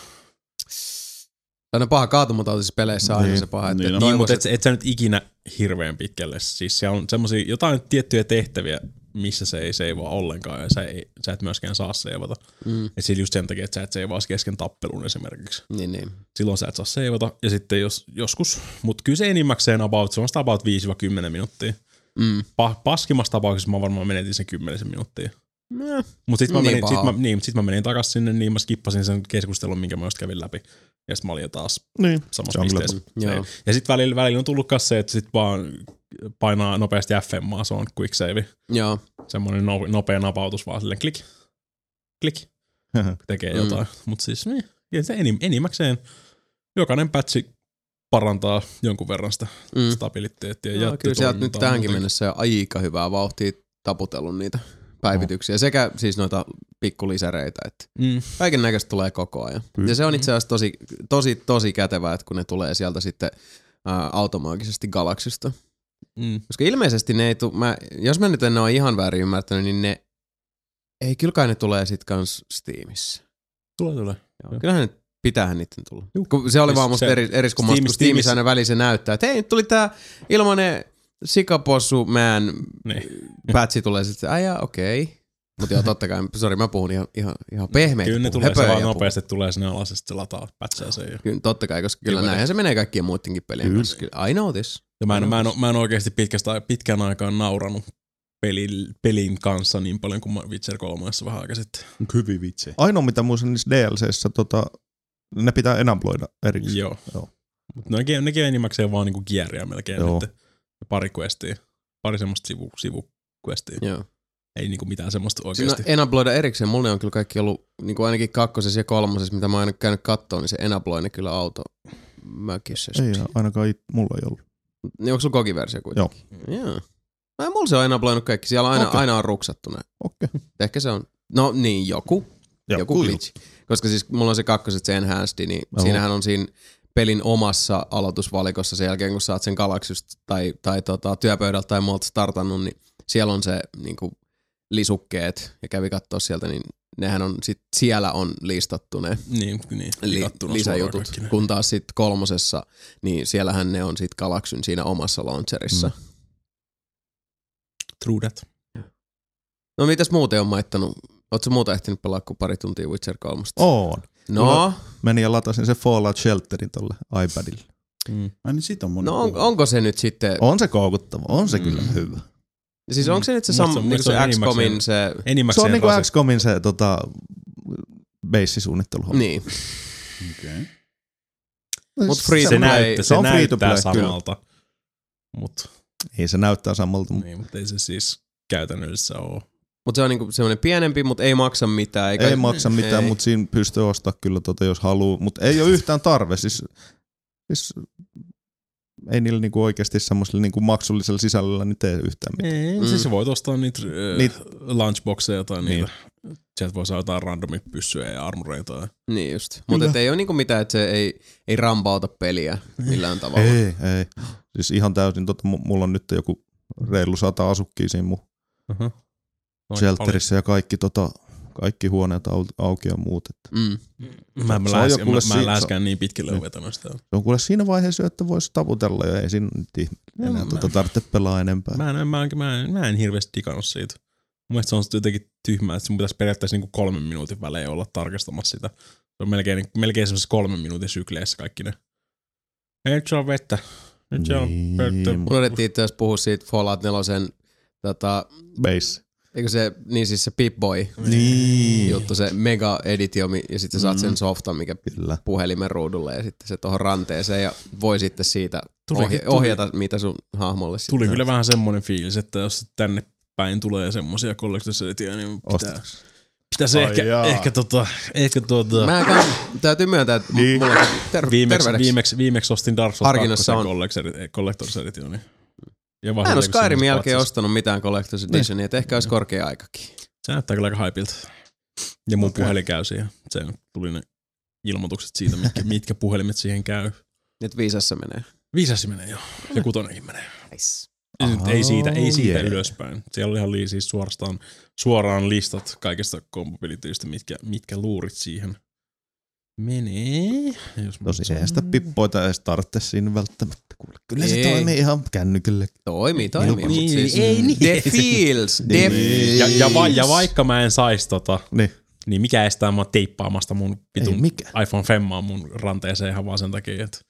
[SPEAKER 1] Tämä on paha kaatumatautisissa peleissä aina se paha.
[SPEAKER 4] Niin, mutta et sä nyt ikinä hirveän pitkälle. Siis se on semmosia jotain tiettyjä tehtäviä, missä se ei seivaa ollenkaan ja sä et myöskään saa seivata. Et siis just sen takia, että sä et seivaa kesken tappelun esimerkiksi.
[SPEAKER 1] Niin.
[SPEAKER 4] Silloin sä et saa seivata ja sitten joskus, mutta kyllä se enimmäkseen se on sitä about 5-10 minuuttia. Paskimmassa tapauksessa mä varmaan menetin sen 10 minuuttia. Mutta sit mä menin takas sinne, niin mä skippasin sen keskustelun, minkä mä just kävin läpi. Ja sit mä olin jo taas samassa pisteessä. Ja sit välillä on tullut kanssa se, että sit vaan painaa nopeasti FM:aa, se on quick save.
[SPEAKER 1] Joo.
[SPEAKER 4] Semmoinen nopea napautus vaan silleen klik, tekee jotain. Mutta siis ja se enimmäkseen jokainen patchi parantaa jonkun verran sitä stabiliteettia. Ja
[SPEAKER 1] kyllä sieltä nyt tähänkin mennessä on aika hyvää vauhtia taputellut niitä päivityksiä sekä siis noita pikkulisäreitä, että kaiken näköistä tulee koko ajan. Ja se on itse asiassa tosi kätevää, että kun ne tulee sieltä sitten automaagisesti Galaxista. Koska ilmeisesti ne ei jos mä nyt en ole ihan väärin ymmärtänyt, niin ne ei kyllä kai ne tulee sit kans Steamissa.
[SPEAKER 4] Tulee.
[SPEAKER 1] Kyllähän ne pitäähän niiden tulla. Se oli vaan musta eriskummasta, kun Steamissa aina väliin se näyttää, että hei, nyt tuli tää ilmanen Sikapossu Man patchi tulee sitten, okei. Mutta joo, totta kai, sori, mä puhun ihan pehmeitä.
[SPEAKER 4] Kyllä ne tulee se vaan nopeasti, tulee sinne alas ja sitten se lataa patchaa sen.
[SPEAKER 1] Kyllä, totta kai, koska kyllä näinhän se menee kaikkien muidenkin pelien kanssa. I know this.
[SPEAKER 4] Ja mä en oikeasti pitkään aikaan nauranut pelin kanssa niin paljon kuin Witcher 3 vähän aika sitten.
[SPEAKER 3] Hyvin vitsi.
[SPEAKER 2] Ainoa mitä muistan niissä DLCissä, ne pitää enabloida erikseen.
[SPEAKER 4] Joo. Mutta nekin enimmäkseen vaan niinku kierriä melkein nyt. Pari questia. Pari semmoista sivuquestia.
[SPEAKER 1] Joo.
[SPEAKER 4] Ei niinku mitään semmoista oikeasti.
[SPEAKER 1] No enabloida erikseen. Mulla on kyllä kaikki ollut niinku ainakin 2. ja 3, mitä mä oon aina käynyt kattoo, niin se enabloi ne kyllä automäkisesti.
[SPEAKER 2] Ei ainakaan mulla ei ollut.
[SPEAKER 1] Niin onko sulla kokiversio kuitenkin? Joo. Mulla se on enabloinut kaikki. Siellä on aina on ruksattu näin.
[SPEAKER 2] Okei.
[SPEAKER 1] Ehkä se on, no niin, joku glitch. Koska siis mulla on se 2, se enhanced, niin siinähän on siinä pelin omassa aloitusvalikossa sen jälkeen, kun sä oot sen Galaxysta tai työpöydältä tai muualta startannut, niin siellä on se niinku lisukkeet ja kävi kattoo sieltä, niin nehän on sit siellä on listattu ne lisäjutut, kun taas sit 3, niin siellähän ne on sit Galaxyn siinä omassa launcherissa.
[SPEAKER 4] True that.
[SPEAKER 1] No mitäs muuten on maittanut? Ootko muuta ehtinyt pelaa kuin pari tuntia Witcher 3?
[SPEAKER 2] Oon.
[SPEAKER 1] No?
[SPEAKER 2] Menin ja latasin se Fallout Shelterin tolle iPadille.
[SPEAKER 3] Niin sit on
[SPEAKER 1] no onko se nyt sitten...
[SPEAKER 2] On se koukuttava, on se kyllä hyvä.
[SPEAKER 1] Siis onko se nyt se XCOMin se...
[SPEAKER 2] Se on niinku XCOMin se beissisuunnitteluhomma.
[SPEAKER 1] Niin.
[SPEAKER 3] Okei.
[SPEAKER 1] Mut free to play.
[SPEAKER 2] Se on free to play
[SPEAKER 4] samalta.
[SPEAKER 2] Ei se näyttää samalta.
[SPEAKER 4] Niin, mutta ei se siis käytännössä ole.
[SPEAKER 1] Mutta se on niinku semmoinen pienempi, mutta ei maksa mitään.
[SPEAKER 2] Ei maksa mitään, mutta siinä pystyy ostamaan kyllä jos haluaa. Mutta ei ole yhtään tarve. Siis ei niillä niinku oikeasti semmoisella niinku maksullisella sisällöllä niin tee yhtään mitään.
[SPEAKER 4] Ei, siis voit ostaa niitä lunchboxeja tai niitä. Sieltä voi saada jotain randomia pyssyjä ja armoreita.
[SPEAKER 1] Niin just. Mutta ei ole niinku mitään, että se ei rampauta peliä millään tavalla.
[SPEAKER 2] Ei. Siis ihan täysin. Mulla on nyt joku reilu 100 asukkia siinä mun shelterissä ja kaikki huoneet auki ja muut.
[SPEAKER 4] Mä en läheskään niin pitkälle ole vetänyt sitä.
[SPEAKER 2] Se on kuule siinä vaiheessa, että voisi taputella ja ei siinä enää tarvitse pelaa enempää.
[SPEAKER 4] Mä en hirveästi digannut siitä. Mun mielestä se on jotenkin tyhmää, että sun pitäisi periaatteessa niinku 3 minuutin välein olla tarkastamassa sitä. Se on melkein semmoisessa 3 minuutin sykleissä kaikki ne. Ei nyt se on vettä. Nyt se on vettä.
[SPEAKER 1] Unohdettiin itse asiassa puhua siitä Fallout 4
[SPEAKER 2] base.
[SPEAKER 1] Eikö se, niin siis se Pip-Boy juttu, se mega-editio, ja sitten sä saat sen softan, mikä puhelimen ruudulle, ja sitten se tohon ranteeseen, ja voi sitten siitä ohjata, mitä sun hahmolle sitten.
[SPEAKER 4] Tuli kyllä vähän semmoinen fiilis, että jos tänne päin tulee semmosia collector's editionia, niin pitäisi ehkä
[SPEAKER 1] täytyy myöntää, että mulla on
[SPEAKER 4] viimeksi ostin Dark Souls 2 collector's editionia. Mä
[SPEAKER 1] en ole Skyrimin jälkeen ostanut mitään Collector's Editionia, että ehkä olisi korkea aikakin.
[SPEAKER 4] Se näyttää kyllä aika hypiltä. Ja mun puhelin käy siihen. Se tuli ne ilmoitukset siitä, mitkä puhelimet siihen käy.
[SPEAKER 1] Nyt 5 menee.
[SPEAKER 4] 5 menee joo. Ja 6 menee.
[SPEAKER 1] Nice.
[SPEAKER 4] Ei siitä ylöspäin. Siellä oli ihan siis suoraan listat kaikista kompabilityistä, mitkä luurit siihen menee.
[SPEAKER 2] Tosi ei sitä pippoita edes tarvitse siinä välttämättä. Kyllä se toimii ihan kännykällä.
[SPEAKER 1] Toimii. The feels.
[SPEAKER 4] Ja vaikka mä en sais niin mikä estää mua teippaamasta mun pitun iPhone 5 mun ranteeseen ihan vaan sen takia, että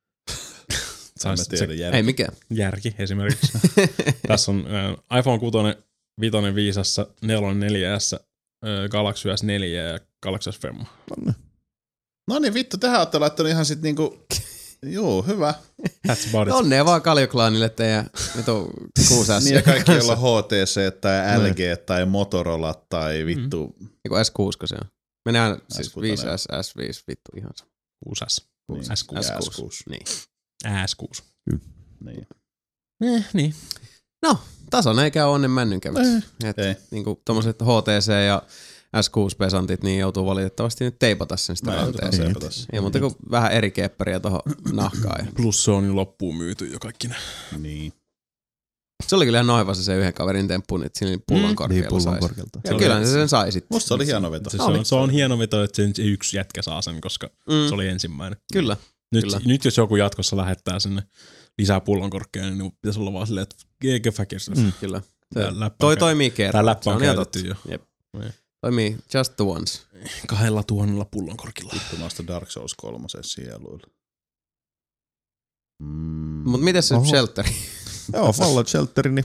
[SPEAKER 1] ei mikään.
[SPEAKER 4] Järki esimerkiksi. Tässä on iPhone 6, 5, 5, 4, 4S, Galaxy S4 ja Galaxy S Femma.
[SPEAKER 3] No niin, vittu, tehän ootte laittanut ihan sit niinku... Joo, hyvä.
[SPEAKER 4] That's about it.
[SPEAKER 1] Onnea vaan Kaljoklaanille teidän 6S.
[SPEAKER 3] Niin ja kaikki, joilla on HTC tai LG tai Motorola tai vittu...
[SPEAKER 1] Eiku S6 se on. Menee aina siis 5S, S5, vittu ihan se.
[SPEAKER 4] 6S.
[SPEAKER 1] S6. Niin.
[SPEAKER 4] S6.
[SPEAKER 3] Niin.
[SPEAKER 4] Niin.
[SPEAKER 1] No, tasan ei käy onnen männyn kävyt. Niinku tommoset HTC ja S6-pesantit, niin joutuu valitettavasti nyt teipata sen sitä ranteeseen. Ei muuta kuin vähän eri keppäriä tohon nahkaan.
[SPEAKER 4] Plus se on jo loppuun myyty jo kaikki ne.
[SPEAKER 3] Niin.
[SPEAKER 1] Se oli kyllä noivassa se yhden kaverin temppu, että siinä pullon korkealla saisi. Ja kyllä se sen sai sitten.
[SPEAKER 3] Musta se oli hieno veto.
[SPEAKER 4] Se on hieno veto, että se yksi jätkä saa sen, koska se oli ensimmäinen.
[SPEAKER 1] Kyllä.
[SPEAKER 4] Nyt jos joku jatkossa lähettää sinne lisää pullonkorkkeja, niin pitäisi olla vaan silleen, että GG-fäkistä.
[SPEAKER 1] Kyllä. Toi toimii kerran.
[SPEAKER 4] Tää läppä on käytetty jo.
[SPEAKER 1] Jep. Toimii just the once.
[SPEAKER 4] 2000 pullonkorkilla.
[SPEAKER 3] Vittu noista Dark Souls 3 sieluilla.
[SPEAKER 1] Mut miten se Shelteri?
[SPEAKER 2] Joo, Fallout Shelteri, niin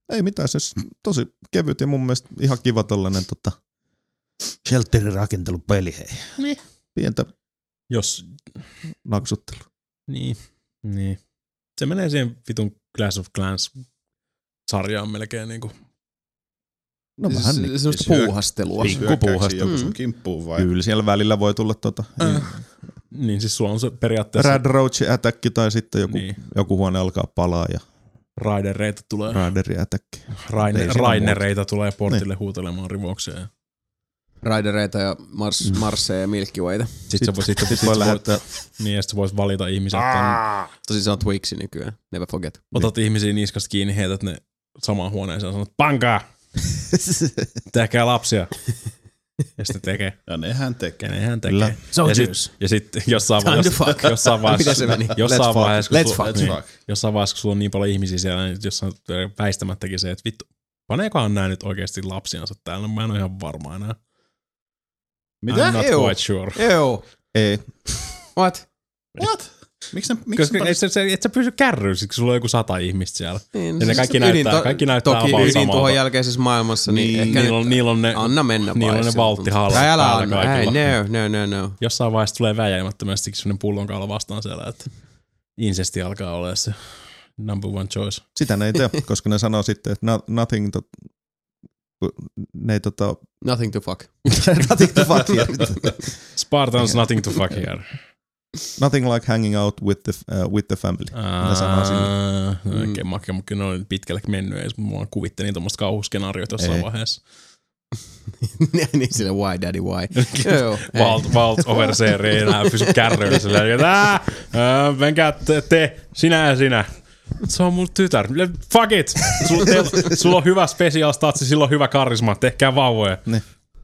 [SPEAKER 2] Ei mitään, se tosi kevyt ja mun mielestä ihan kiva tollanen shelterin rakentelupeli, hei.
[SPEAKER 4] Niin.
[SPEAKER 2] Pientä
[SPEAKER 4] Jos,
[SPEAKER 2] naksuttelu.
[SPEAKER 4] niin. Se menee siihen vitun Clash of Clans-sarjaan melkein niinku.
[SPEAKER 2] No vähän niin.
[SPEAKER 1] Semmoista puuhastelua.
[SPEAKER 3] Hyökkääksi joku sun kimppuun vai?
[SPEAKER 2] Kyllä siellä välillä voi tulla
[SPEAKER 4] Niin siis sulla on se periaatteessa
[SPEAKER 2] Rad Roach attack tai sitten
[SPEAKER 4] Niin.
[SPEAKER 2] joku huone alkaa palaa ja
[SPEAKER 4] raidereita tulee.
[SPEAKER 2] Raideri attack.
[SPEAKER 4] Rainereita tulee portille huutelemaan rivouksia.
[SPEAKER 1] Raidereita ja marsseja ja Milky Wayta.
[SPEAKER 4] Sitten sä voi lähettää. Niin, ja sit sä vois valita ihmisiä.
[SPEAKER 1] Tosin se on Twixi nykyään. Never forget.
[SPEAKER 4] Otat ihmisiä niskasta kiinni, heität ne samaan huoneeseen ja sanot, pankaa! Tehkää lapsia. Ja sitten tekee.
[SPEAKER 3] Ja nehän tekee.
[SPEAKER 4] Ja sitten jossain vaiheessa, kun sulla on niin paljon ihmisiä siellä, niin jossain väistämättäkin se, että vittu, paneekohan nää nyt oikeesti lapsiansa täällä? Mä en ole ihan varma enää.
[SPEAKER 3] Mitä?
[SPEAKER 4] I'm not quite sure.
[SPEAKER 1] Ew.
[SPEAKER 2] Ei.
[SPEAKER 1] What?
[SPEAKER 4] Koska et sä pysy kärryys, kun sulla on joku 100 ihmistä siellä.
[SPEAKER 1] Niin,
[SPEAKER 4] Ja ne kaikki näyttää
[SPEAKER 1] toki
[SPEAKER 4] about
[SPEAKER 1] ydintuhon jälkeisessä maailmassa, niin ehkä
[SPEAKER 4] niillä on ne,
[SPEAKER 1] anna mennä
[SPEAKER 4] niillä on ne valttihallat
[SPEAKER 1] päällä. No.
[SPEAKER 4] Jossain vaiheessa tulee väjämättömästi sellainen pullonkaula vastaan siellä, että insesti alkaa olla se number one choice.
[SPEAKER 2] Sitä ne ei tee, koska ne sanoo sitten, että nothing to...
[SPEAKER 1] Nothing to fuck.
[SPEAKER 2] Nothing to fuck here.
[SPEAKER 4] Spartans nothing to fuck here.
[SPEAKER 2] Nothing like hanging out with the family. Ne sanoo sinne.
[SPEAKER 4] Oikein makea, mutta kyllä ne on pitkälle mennyt. Ja mulla kuvittelin tuommoista kauhuskenaariota jossain vaiheessa.
[SPEAKER 1] Niin sille why daddy why.
[SPEAKER 4] Vault over seeri ei enää pysy kärryillä silleen, että menkää te, sinä ja sinä. Se on mun tytär. Fuck it! Sulla on hyvä special statsi, sillä on hyvä karisma. Tehkää vauvoja.
[SPEAKER 2] Ne.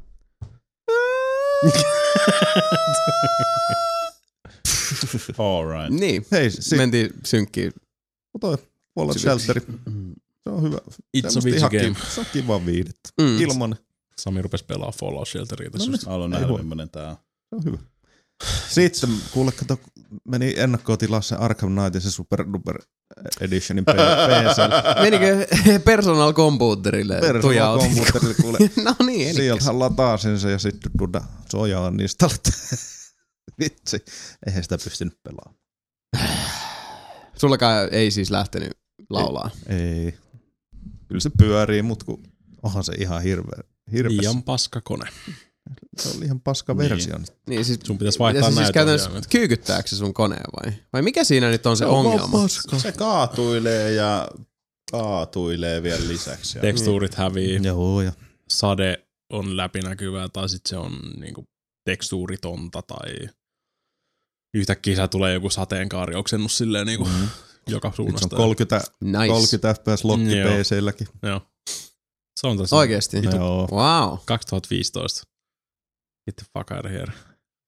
[SPEAKER 3] All right.
[SPEAKER 1] Niin,
[SPEAKER 2] Hei,
[SPEAKER 1] mentiin synkkiin.
[SPEAKER 2] toi Fallout Shelteri. Se on hyvä.
[SPEAKER 4] It's a video game.
[SPEAKER 2] Se on kiva viihdettä. Ilman.
[SPEAKER 4] Sami rupesi pelaa Fallout Shelteria tässä.
[SPEAKER 3] Haluan nähdä, millainen tää on.
[SPEAKER 2] Se on hyvä. Sitten kuule, kato, meni ennakkotilassa Arkham Knight ja se Super Duper Editionin PC:lle.
[SPEAKER 1] Menikö Personal Computerille?
[SPEAKER 2] Personal Computerille kuule.
[SPEAKER 1] No niin, eli.
[SPEAKER 2] Sieltähän lataa sen se ja sitten sojaa niistä. Vitsi, eihän sitä pystynyt pelaamaan.
[SPEAKER 1] Sullakaan ei siis lähtenyt laulaa.
[SPEAKER 2] Ei. Kyllä se pyörii, mutta onhan se ihan hirveä.
[SPEAKER 4] Liian paska kone.
[SPEAKER 2] Se oli ihan paska versio.
[SPEAKER 1] Niin, siis,
[SPEAKER 4] sun pitäisi vaihtaa
[SPEAKER 1] siis
[SPEAKER 4] näytön.
[SPEAKER 1] kyykyttääkö se sun koneen vai mikä siinä nyt on se ongelma?
[SPEAKER 3] Se kaatuilee ja kaatuilee vielä lisäksi.
[SPEAKER 4] Tekstuurit hävii.
[SPEAKER 2] Joo, ja
[SPEAKER 4] Sade on läpinäkyvää tai sitten se on niinku tekstuuritonta tai yhtäkkiä tulee joku sateenkaarioksennus silleen niinku joka suunnasta.
[SPEAKER 2] Se on 30 FPS-lokki PC:lläkin.
[SPEAKER 4] Joo. Se on tässä.
[SPEAKER 1] Oikeesti?
[SPEAKER 2] Joo.
[SPEAKER 1] Wow.
[SPEAKER 4] 2015. Get the fuck out of here.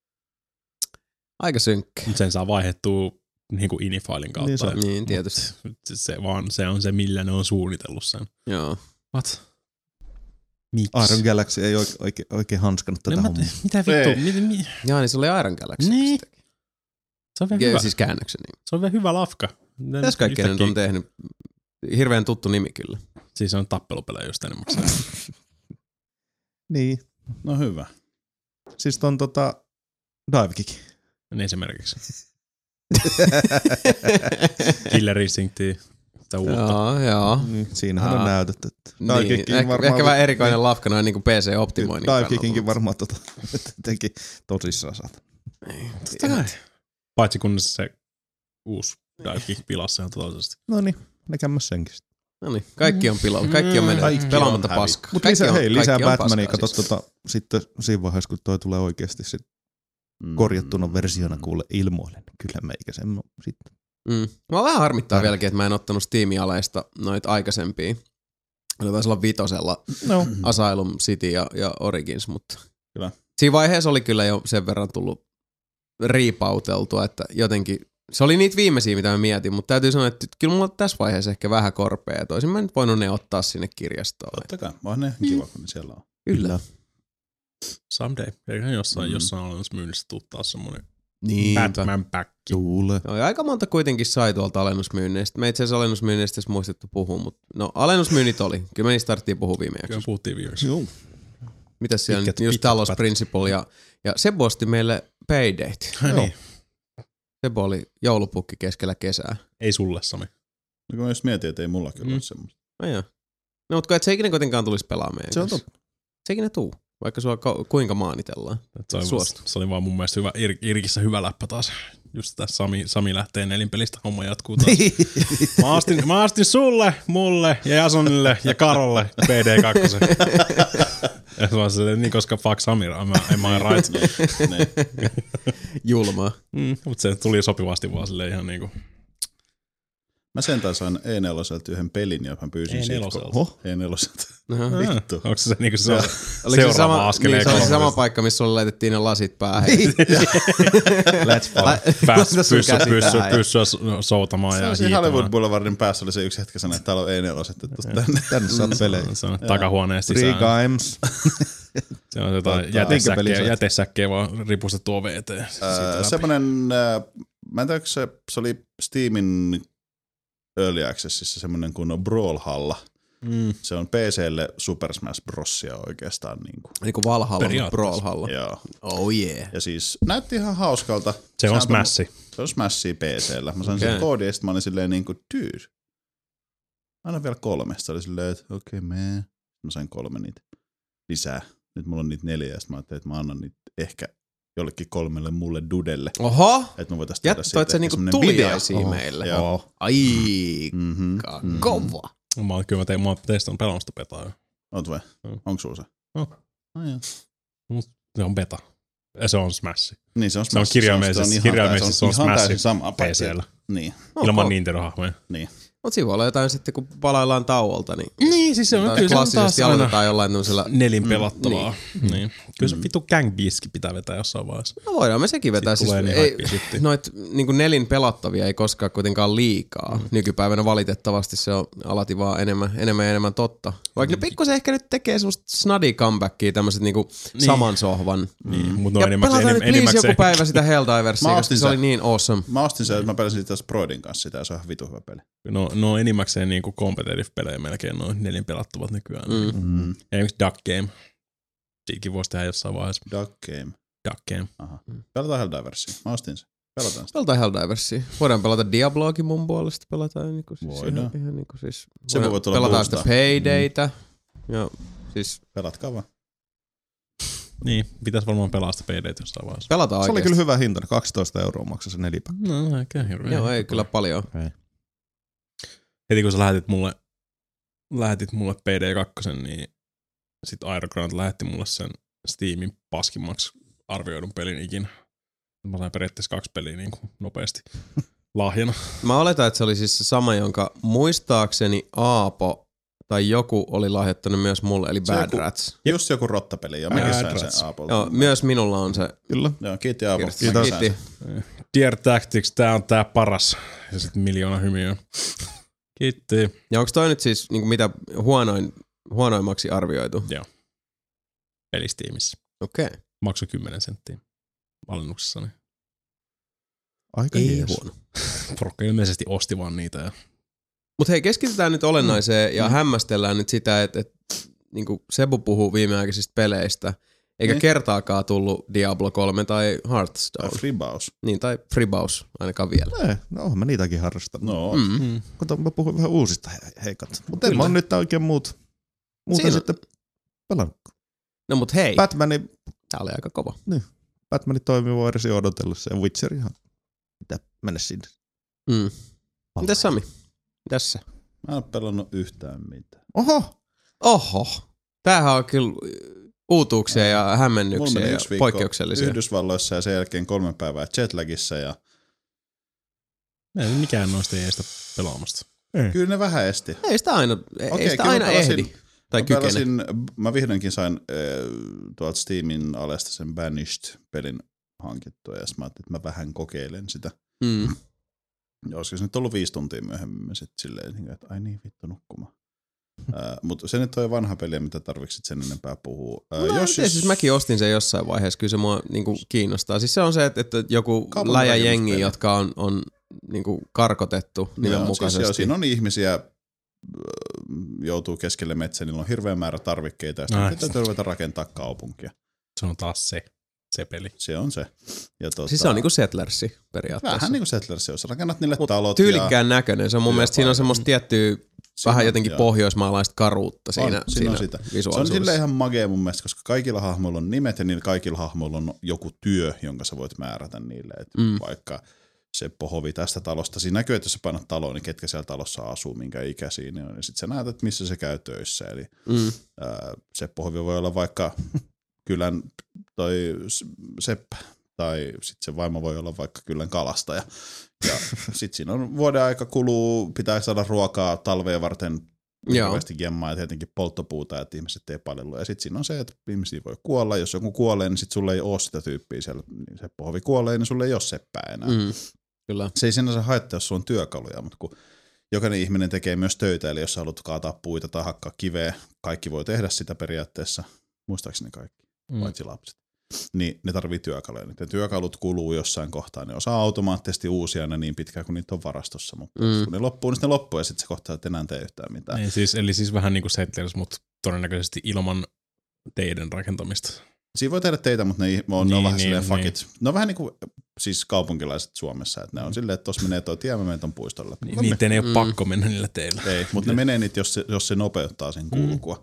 [SPEAKER 1] Aika synkkä.
[SPEAKER 4] Sen saa vaihdettua niinku inifailin kautta.
[SPEAKER 1] Niin, tietysti.
[SPEAKER 4] Se on se, millä ne on suunnitellut sen.
[SPEAKER 1] Joo.
[SPEAKER 4] What? Miksi?
[SPEAKER 2] Iron Galaxy ei oikein hanskanut tätä hommaa.
[SPEAKER 4] Mitä vittu?
[SPEAKER 1] Jaa, niin se oli Iron Galaxy.
[SPEAKER 4] Niin. Se on vielä hyvä.
[SPEAKER 1] Siis käännöksen nimi.
[SPEAKER 4] Se on vielä hyvä lafka.
[SPEAKER 1] Tässä kaikkea nyt on tehnyt. Hirveän tuttu nimi kyllä.
[SPEAKER 4] Siis on tappelupelejä just enemmän.
[SPEAKER 2] Niin.
[SPEAKER 3] No hyvä.
[SPEAKER 2] Siis ton Dive Kick.
[SPEAKER 4] Niin esimerkiksi. Killer Instinctia. Sitä uutta.
[SPEAKER 1] Joo.
[SPEAKER 2] Niin, siinähän on näytetty.
[SPEAKER 1] Niin. Ehkä vähän erikoinen lafka noin niinku PC-optimoinnin kannalta.
[SPEAKER 2] Dive Kickinkin varmaan teki tosissaan saat.
[SPEAKER 4] Paitsi kun se uusi Dive Kick pilasi ihan totaalisesti.
[SPEAKER 2] No niin, näkemässä senkin.
[SPEAKER 1] No niin, kaikki on pilalla. Kaikki on mennyt pelaamatta paskaa.
[SPEAKER 2] Mutta lisää Batmania, kato sitten siinä vaiheessa, kun toi tulee oikeasti sit korjattuna versiona kuule ilmoille, niin kyllä meikä sen sitten.
[SPEAKER 1] Mä vähän harmittaa vieläkin, että mä en ottanut Steam-aleista noita aikaisempia. Oli taisi olla 5 Asylum City ja Origins, mutta
[SPEAKER 3] kyllä.
[SPEAKER 1] Siinä vaiheessa oli kyllä jo sen verran tullut riipauteltua, että jotenkin se oli niitä viimeisiä, mitä mä mietin, mutta täytyy sanoa, että kyllä mulla on tässä vaiheessa ehkä vähän korpea. Toisin mä nyt voinut ne ottaa sinne kirjastoon.
[SPEAKER 3] Totta kai, vaan ne kiva, kun ne siellä on.
[SPEAKER 1] Kyllä.
[SPEAKER 4] Someday. Eiköhän jossain olemassa myynnissä tuu taas semmonen Batman Back.
[SPEAKER 2] Tuule.
[SPEAKER 1] No, ja aika monta kuitenkin sai tuolta alennusmyynneistä. Me itse asiassa alennusmyynneistä edes muistettu puhua, mutta no alennusmyynnit oli. Kyllä me niistä tarvittiin puhua viime
[SPEAKER 4] Kyllä
[SPEAKER 1] jaksossa.
[SPEAKER 4] puhuttiin viimeksi.
[SPEAKER 2] Joo.
[SPEAKER 1] Mitäs siellä
[SPEAKER 4] Pitkät-
[SPEAKER 1] nyt? Just
[SPEAKER 4] pitkät
[SPEAKER 1] Talos
[SPEAKER 4] pätkät.
[SPEAKER 1] Principle ja Sebo osti meille Paydate.
[SPEAKER 4] Niin.
[SPEAKER 1] Sebo oli joulupukki keskellä kesää.
[SPEAKER 4] Ei sulle, Sami.
[SPEAKER 3] No kun mä just mietin, että ei mulla kyllä ole semmoista.
[SPEAKER 1] No joo. No mutta et se ikinä kuitenkaan tulisi pelaamaan meidän
[SPEAKER 2] Se on
[SPEAKER 1] kanssa. Se ikinä tuu, vaikka sua kuinka maanitellaan. Suostu.
[SPEAKER 4] Se oli vaan mun mielestä hyvä, Irkissä hyvä läppä taas. Just tässä Sami lähtee nelinpelistä, homma jatkuu taas. Mä astin sulle, mulle ja Jasonille ja Karolle PD2. Ja se on silleen, niin koska fuck Samir, am I right?
[SPEAKER 1] Julmaa.
[SPEAKER 4] Mutta se tuli sopivasti vaan silleen ihan niinku.
[SPEAKER 3] Mä sentään sain E4 yhden pelin, ja mä pyysin siitä. E4.
[SPEAKER 1] Aha.
[SPEAKER 3] Vittu.
[SPEAKER 4] Onko se niinku se
[SPEAKER 1] Oliko
[SPEAKER 4] seuraava
[SPEAKER 1] se sama,
[SPEAKER 4] askeleen
[SPEAKER 1] niin, se oli se sama
[SPEAKER 4] kolmosesta?
[SPEAKER 1] paikka, missä sulle laitettiin ne lasit päähän.
[SPEAKER 4] Let's fall.
[SPEAKER 1] Laita sun käsi tähän.
[SPEAKER 4] Pyssyä soutamaan
[SPEAKER 3] Se
[SPEAKER 4] ja
[SPEAKER 3] on siinä Hollywood Boulevardin päässä oli se yksi hetki sanoi, että täällä on E4, että tuosta tänne.
[SPEAKER 2] Tänne saat pelejä.
[SPEAKER 4] Se on takahuoneesta
[SPEAKER 2] Free
[SPEAKER 4] sisään.
[SPEAKER 2] Games.
[SPEAKER 4] Se on jotain jätesäkkeä vaan ripustettu oveen eteen.
[SPEAKER 3] Semmoinen, mä en tiedä, se oli Steamin Early Accessissa semmoinen kuin Brawlhalla. Se on PC:lle Super Smash Brosia oikeastaan.
[SPEAKER 1] Niin kuin Valhalla, mutta Brawlhalla.
[SPEAKER 3] Joo.
[SPEAKER 1] Oh yeah.
[SPEAKER 3] Ja siis näytti ihan hauskalta.
[SPEAKER 4] Se on Smashi.
[SPEAKER 3] Se on Smashia PC:llä. Mä sain sen koodin ja sitten mä olin silleen niin kuin, dude. Aina vielä 3. Se oli silleen, että okei, mä sain 3 niitä lisää. Nyt mulla on niitä 4 ja sitten mä ajattelin, että mä annan niitä ehkä jollekin 3 mulle dudelle.
[SPEAKER 1] Oho!
[SPEAKER 3] Että mä voitais tehdä
[SPEAKER 1] Toit sä niinku tuliaisia meille?
[SPEAKER 3] Joo.
[SPEAKER 1] Aika kova.
[SPEAKER 4] Mä oon teistä pelaamasta betaa jo.
[SPEAKER 3] Oot vai? Onko sulla se?
[SPEAKER 4] Se on beta. Ja se on Smash.
[SPEAKER 3] Niin se on
[SPEAKER 4] Se on kirjaimellisesti se on Smash PC:llä.
[SPEAKER 3] Niin.
[SPEAKER 4] Ilman Nintendo-hahmoja.
[SPEAKER 3] Niin.
[SPEAKER 1] Mut siinä voi olla jotain sitten, kun palaillaan tauolta, niin
[SPEAKER 4] siis se on kyllä
[SPEAKER 1] klassisesti aloitetaan jollain tämmöisellä...
[SPEAKER 4] Nelin pelattavaa. Niin. Kyllä se vittu Gang Beastkin pitää vetää jossain vaiheessa.
[SPEAKER 1] No voidaan me sekin vetää. Siis noit niinku nelin pelattavia ei koskaan kuitenkaan liikaa. Nykypäivänä valitettavasti se on alati vaan enemmän totta. Vaikka ne pikkusen ehkä nyt tekee semmoista snadi comebackia, tämmöset niinku saman sohvan.
[SPEAKER 4] Mut
[SPEAKER 1] Ja pelataan nyt please joku päivä sitä Helldiversia, koska se oli niin awesome.
[SPEAKER 3] Mä ostin sen, että mä pelasin sitä Sproidin kanssa sitä ja se on ihan vitu hyvä peli.
[SPEAKER 4] No enimmäkseen niinku competitive-pelejä melkein noin nelin pelattavat nykyään. Esimerkiksi Duck Game. Siitäkin voisi tehdä jossain vaiheessa.
[SPEAKER 3] Duck Game. Aha. Pelataan Helldiversia. Mä ostin sen. Pelataan sitä.
[SPEAKER 1] Pelataan Helldiversia. Voidaan pelata Diabloakin mun puolesta. Pelataan niinku siis
[SPEAKER 3] voidaan.
[SPEAKER 1] ihan niinku siis.
[SPEAKER 3] Se voi tulla
[SPEAKER 1] pelataan
[SPEAKER 3] boostaa.
[SPEAKER 1] sitä Paydaytä. Ja siis
[SPEAKER 3] Pelatkaa vaan.
[SPEAKER 4] Niin, pitäisi varmaan pelaa sitä PD:tä jossain vaiheessa.
[SPEAKER 1] pelataan
[SPEAKER 2] Se oli
[SPEAKER 1] oikeesti.
[SPEAKER 2] kyllä hyvä hinta, 12 € maksoi se 4 pakka.
[SPEAKER 4] No, eikä hirveä.
[SPEAKER 1] Joo, ei kyllä paljon.
[SPEAKER 4] Heti kun sä lähetit mulle PD2, niin sit Aerogrant lähetti mulle sen Steamin paskimmaksi arvioidun pelin ikinä. Mä sain periaatteessa 2 peliä niin kuin nopeasti lahjana.
[SPEAKER 1] Mä oletan, että se oli siis se sama, jonka muistaakseni Aapo tai joku oli lahjoittanut myös mulle, eli Bad Rats.
[SPEAKER 3] Just joku rottapeli, ja mäkin sain
[SPEAKER 4] Rats.
[SPEAKER 3] sen Aapolta.
[SPEAKER 1] Joo, myös minulla on se.
[SPEAKER 2] Kyllä.
[SPEAKER 3] Joo, kiitti Aapo.
[SPEAKER 1] Kiitti.
[SPEAKER 4] Dear Tactics, tää on tää paras. Ja sit 1 000 000 hymiöä. Kiitti.
[SPEAKER 1] Ja onko toi nyt siis niinku mitä huonoimmaksi arvioitu?
[SPEAKER 4] Joo. Pelistiimissä.
[SPEAKER 1] Okei. Okay.
[SPEAKER 4] Maksoi 10 senttiä alennuksessani.
[SPEAKER 2] Aika
[SPEAKER 1] Ei
[SPEAKER 2] jees.
[SPEAKER 1] huono.
[SPEAKER 4] Porukka ilmeisesti osti vaan niitä. Ja...
[SPEAKER 1] Mutta hei, keskitytään nyt olennaiseen ja hämmästellään nyt sitä, että niinku Sebu puhuu viimeaikaisista peleistä, eikä kertaakaan tullut Diablo 3 tai Hearthstone.
[SPEAKER 3] Tai Freebaus.
[SPEAKER 1] Niin, tai Freebaus ainakaan vielä.
[SPEAKER 2] No onhan mä niitäkin harrastanut.
[SPEAKER 3] No,
[SPEAKER 2] Kato, mä puhuin vähän uusista heikat. Mutta en mä oon nyt oikein muuta sitten pelannut.
[SPEAKER 1] No mut hei, tää oli aika kova.
[SPEAKER 2] Batmanin toimiva versio odotellessa ja Witcher ihan pitää mennä sinne.
[SPEAKER 1] Mitäs Sami? Mitäs sä?
[SPEAKER 3] mä en ole pelannut yhtään mitään.
[SPEAKER 1] Oho. Tämähän on kyllä uutuuksia ja
[SPEAKER 3] Mulla
[SPEAKER 1] hämmennyksiä
[SPEAKER 3] meni
[SPEAKER 1] ja
[SPEAKER 3] 1 viikko
[SPEAKER 1] poikkeuksellisia.
[SPEAKER 3] Yhdysvalloissa ja sen jälkeen 3 päivää jetlagissa ja
[SPEAKER 4] Mikään noista ei estä pelaamasta.
[SPEAKER 3] kyllä ne vähän esti.
[SPEAKER 1] Ei sitä aina, ei sitä
[SPEAKER 3] kyllä
[SPEAKER 1] aina
[SPEAKER 3] mä pelasin-
[SPEAKER 1] ehdi. Tai kykene.
[SPEAKER 3] Mä vihdoinkin sain tuolta Steamin alesta sen Banished-pelin hankittua ja mä ajattelin, että mä vähän kokeilen sitä. Ja olisiko se nyt ollut 5 tuntia myöhemmin sitten silleen, että ai niin vittu nukkumaan. Mutta se nyt on vanha peli, mitä tarvitsit sen enempää puhua.
[SPEAKER 1] Siis mäkin ostin sen jossain vaiheessa, kyllä se mua niinku kiinnostaa. Siis se on se, että joku läjäjengi, jotka on niinku karkotettu nimenmukaisesti.
[SPEAKER 3] Siis siinä on ihmisiä, joutuu keskelle metsää, niillä on hirveä määrä tarvikkeita ja sitten täytyy ruveta rakentaa kaupunkia.
[SPEAKER 4] Se on taas se peli.
[SPEAKER 3] Se on se. Ja
[SPEAKER 1] siis se on niinku Settlersi periaatteessa.
[SPEAKER 3] Vähän niinku Settlersi, jos rakennat niille talot.
[SPEAKER 1] Tyylikkään näköinen. Se on mun mielestä siinä on semmoista tiettyä vähän jotenkin pohjoismaalaista karuutta siinä visuaalisuudessa.
[SPEAKER 3] Se on silleen ihan magea mun mielestä, koska kaikilla hahmoilla on nimet ja niillä kaikilla hahmoilla on joku työ, jonka sä voit määrätä niille. Vaikka Seppo Hovi tästä talosta. Siinä näkyy, että jos sä painat taloon, niin ketkä siellä talossa asuu, minkä ikäisiä ne on. Ja sit sä näet, että missä se käy töissä. Eli Seppo Hovi voi olla vaikka kylän toi Seppä. Tai sitten se vaimo voi olla vaikka kylän kalastaja. Ja sitten siinä on vuoden aika kuluu, pitää saada ruokaa talveen varten, hirveästi gemmaa ja tietenkin polttopuuta, että ihmiset ei palellu. Ja sitten siinä on se, että ihmisiä voi kuolla. Jos joku kuolee, niin sitten sulle ei ole sitä tyyppiä siellä. Seppo Hovi kuolee, niin sulle ei ole seppää enää.
[SPEAKER 1] Kyllä.
[SPEAKER 3] Se ei sinänsä haittaa, jos sulla on työkaluja, mutta kun jokainen ihminen tekee myös töitä, eli jos sä haluat kaataa puita tai hakkaa kiveä, kaikki voi tehdä sitä periaatteessa. Muistaakseni kaikki, paitsi lapset. Niin ne tarvii työkaluja. Ne työkalut kuluu jossain kohtaa. Ne osaa automaattisesti uusia ne niin pitkään, kun niitä on varastossa. Mutta kun ne loppuu, niin ne loppuu ja sitten se kohtaa, että enää tee yhtään mitään.
[SPEAKER 4] Niin, eli siis vähän niin kuin Settlers, mutta todennäköisesti ilman teiden rakentamista.
[SPEAKER 3] Siinä voi tehdä teitä, mutta ne on vähän silleen fuckit. Ne on vähän niin kuin siis kaupunkilaiset Suomessa, että ne on silleen, että tuossa menee tuo tie, mä menen ton puistolle.
[SPEAKER 4] Niiden ei ole pakko mennä niillä teillä.
[SPEAKER 3] Ei, mutta ne menee niitä, jos se nopeuttaa sen kulkua.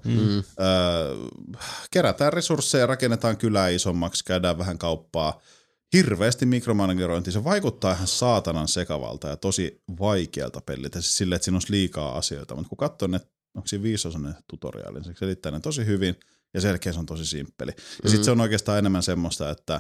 [SPEAKER 3] Kerätään resursseja, rakennetaan kylää isommaksi, käydään vähän kauppaa. Hirveästi mikromanagerointia. Se vaikuttaa ihan saatanan sekavalta ja tosi vaikealta peliltä. Siis silleen, että siinä olisi liikaa asioita. Mutta kun katsoo ne, onko siinä 5-osainen tutoriaali, niin se selittää ne tosi hyvin. Ja sen jälkeen se on tosi simppeli. Ja sitten se on oikeastaan enemmän semmoista, että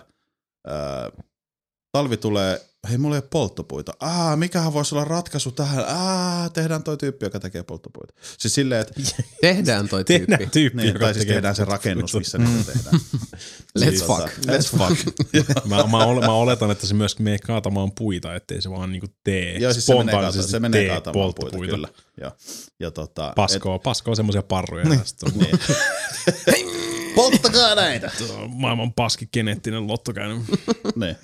[SPEAKER 3] talvi tulee, hei mulla ei ole polttopuita. Mikähän voisi olla ratkaisu tähän? Tehdään toi tyyppi, joka tekee polttopuita. Siis silleen, että
[SPEAKER 1] tehdään toi tyyppi.
[SPEAKER 3] Niin, tai siis tehdään se rakennus, missä niitä tehdään.
[SPEAKER 1] Let's fuck.
[SPEAKER 4] Mä oletan, että se myös menee kaatamaan puita, ettei se vaan niinku tee
[SPEAKER 3] spontaanisesti se menee kaatamaan puita, kyllä.
[SPEAKER 4] Paskoo semmoisia parruja.
[SPEAKER 3] Niin. Polttakaa näitä!
[SPEAKER 4] Maailman paski geneettinen lottokäynnin.
[SPEAKER 3] Niin.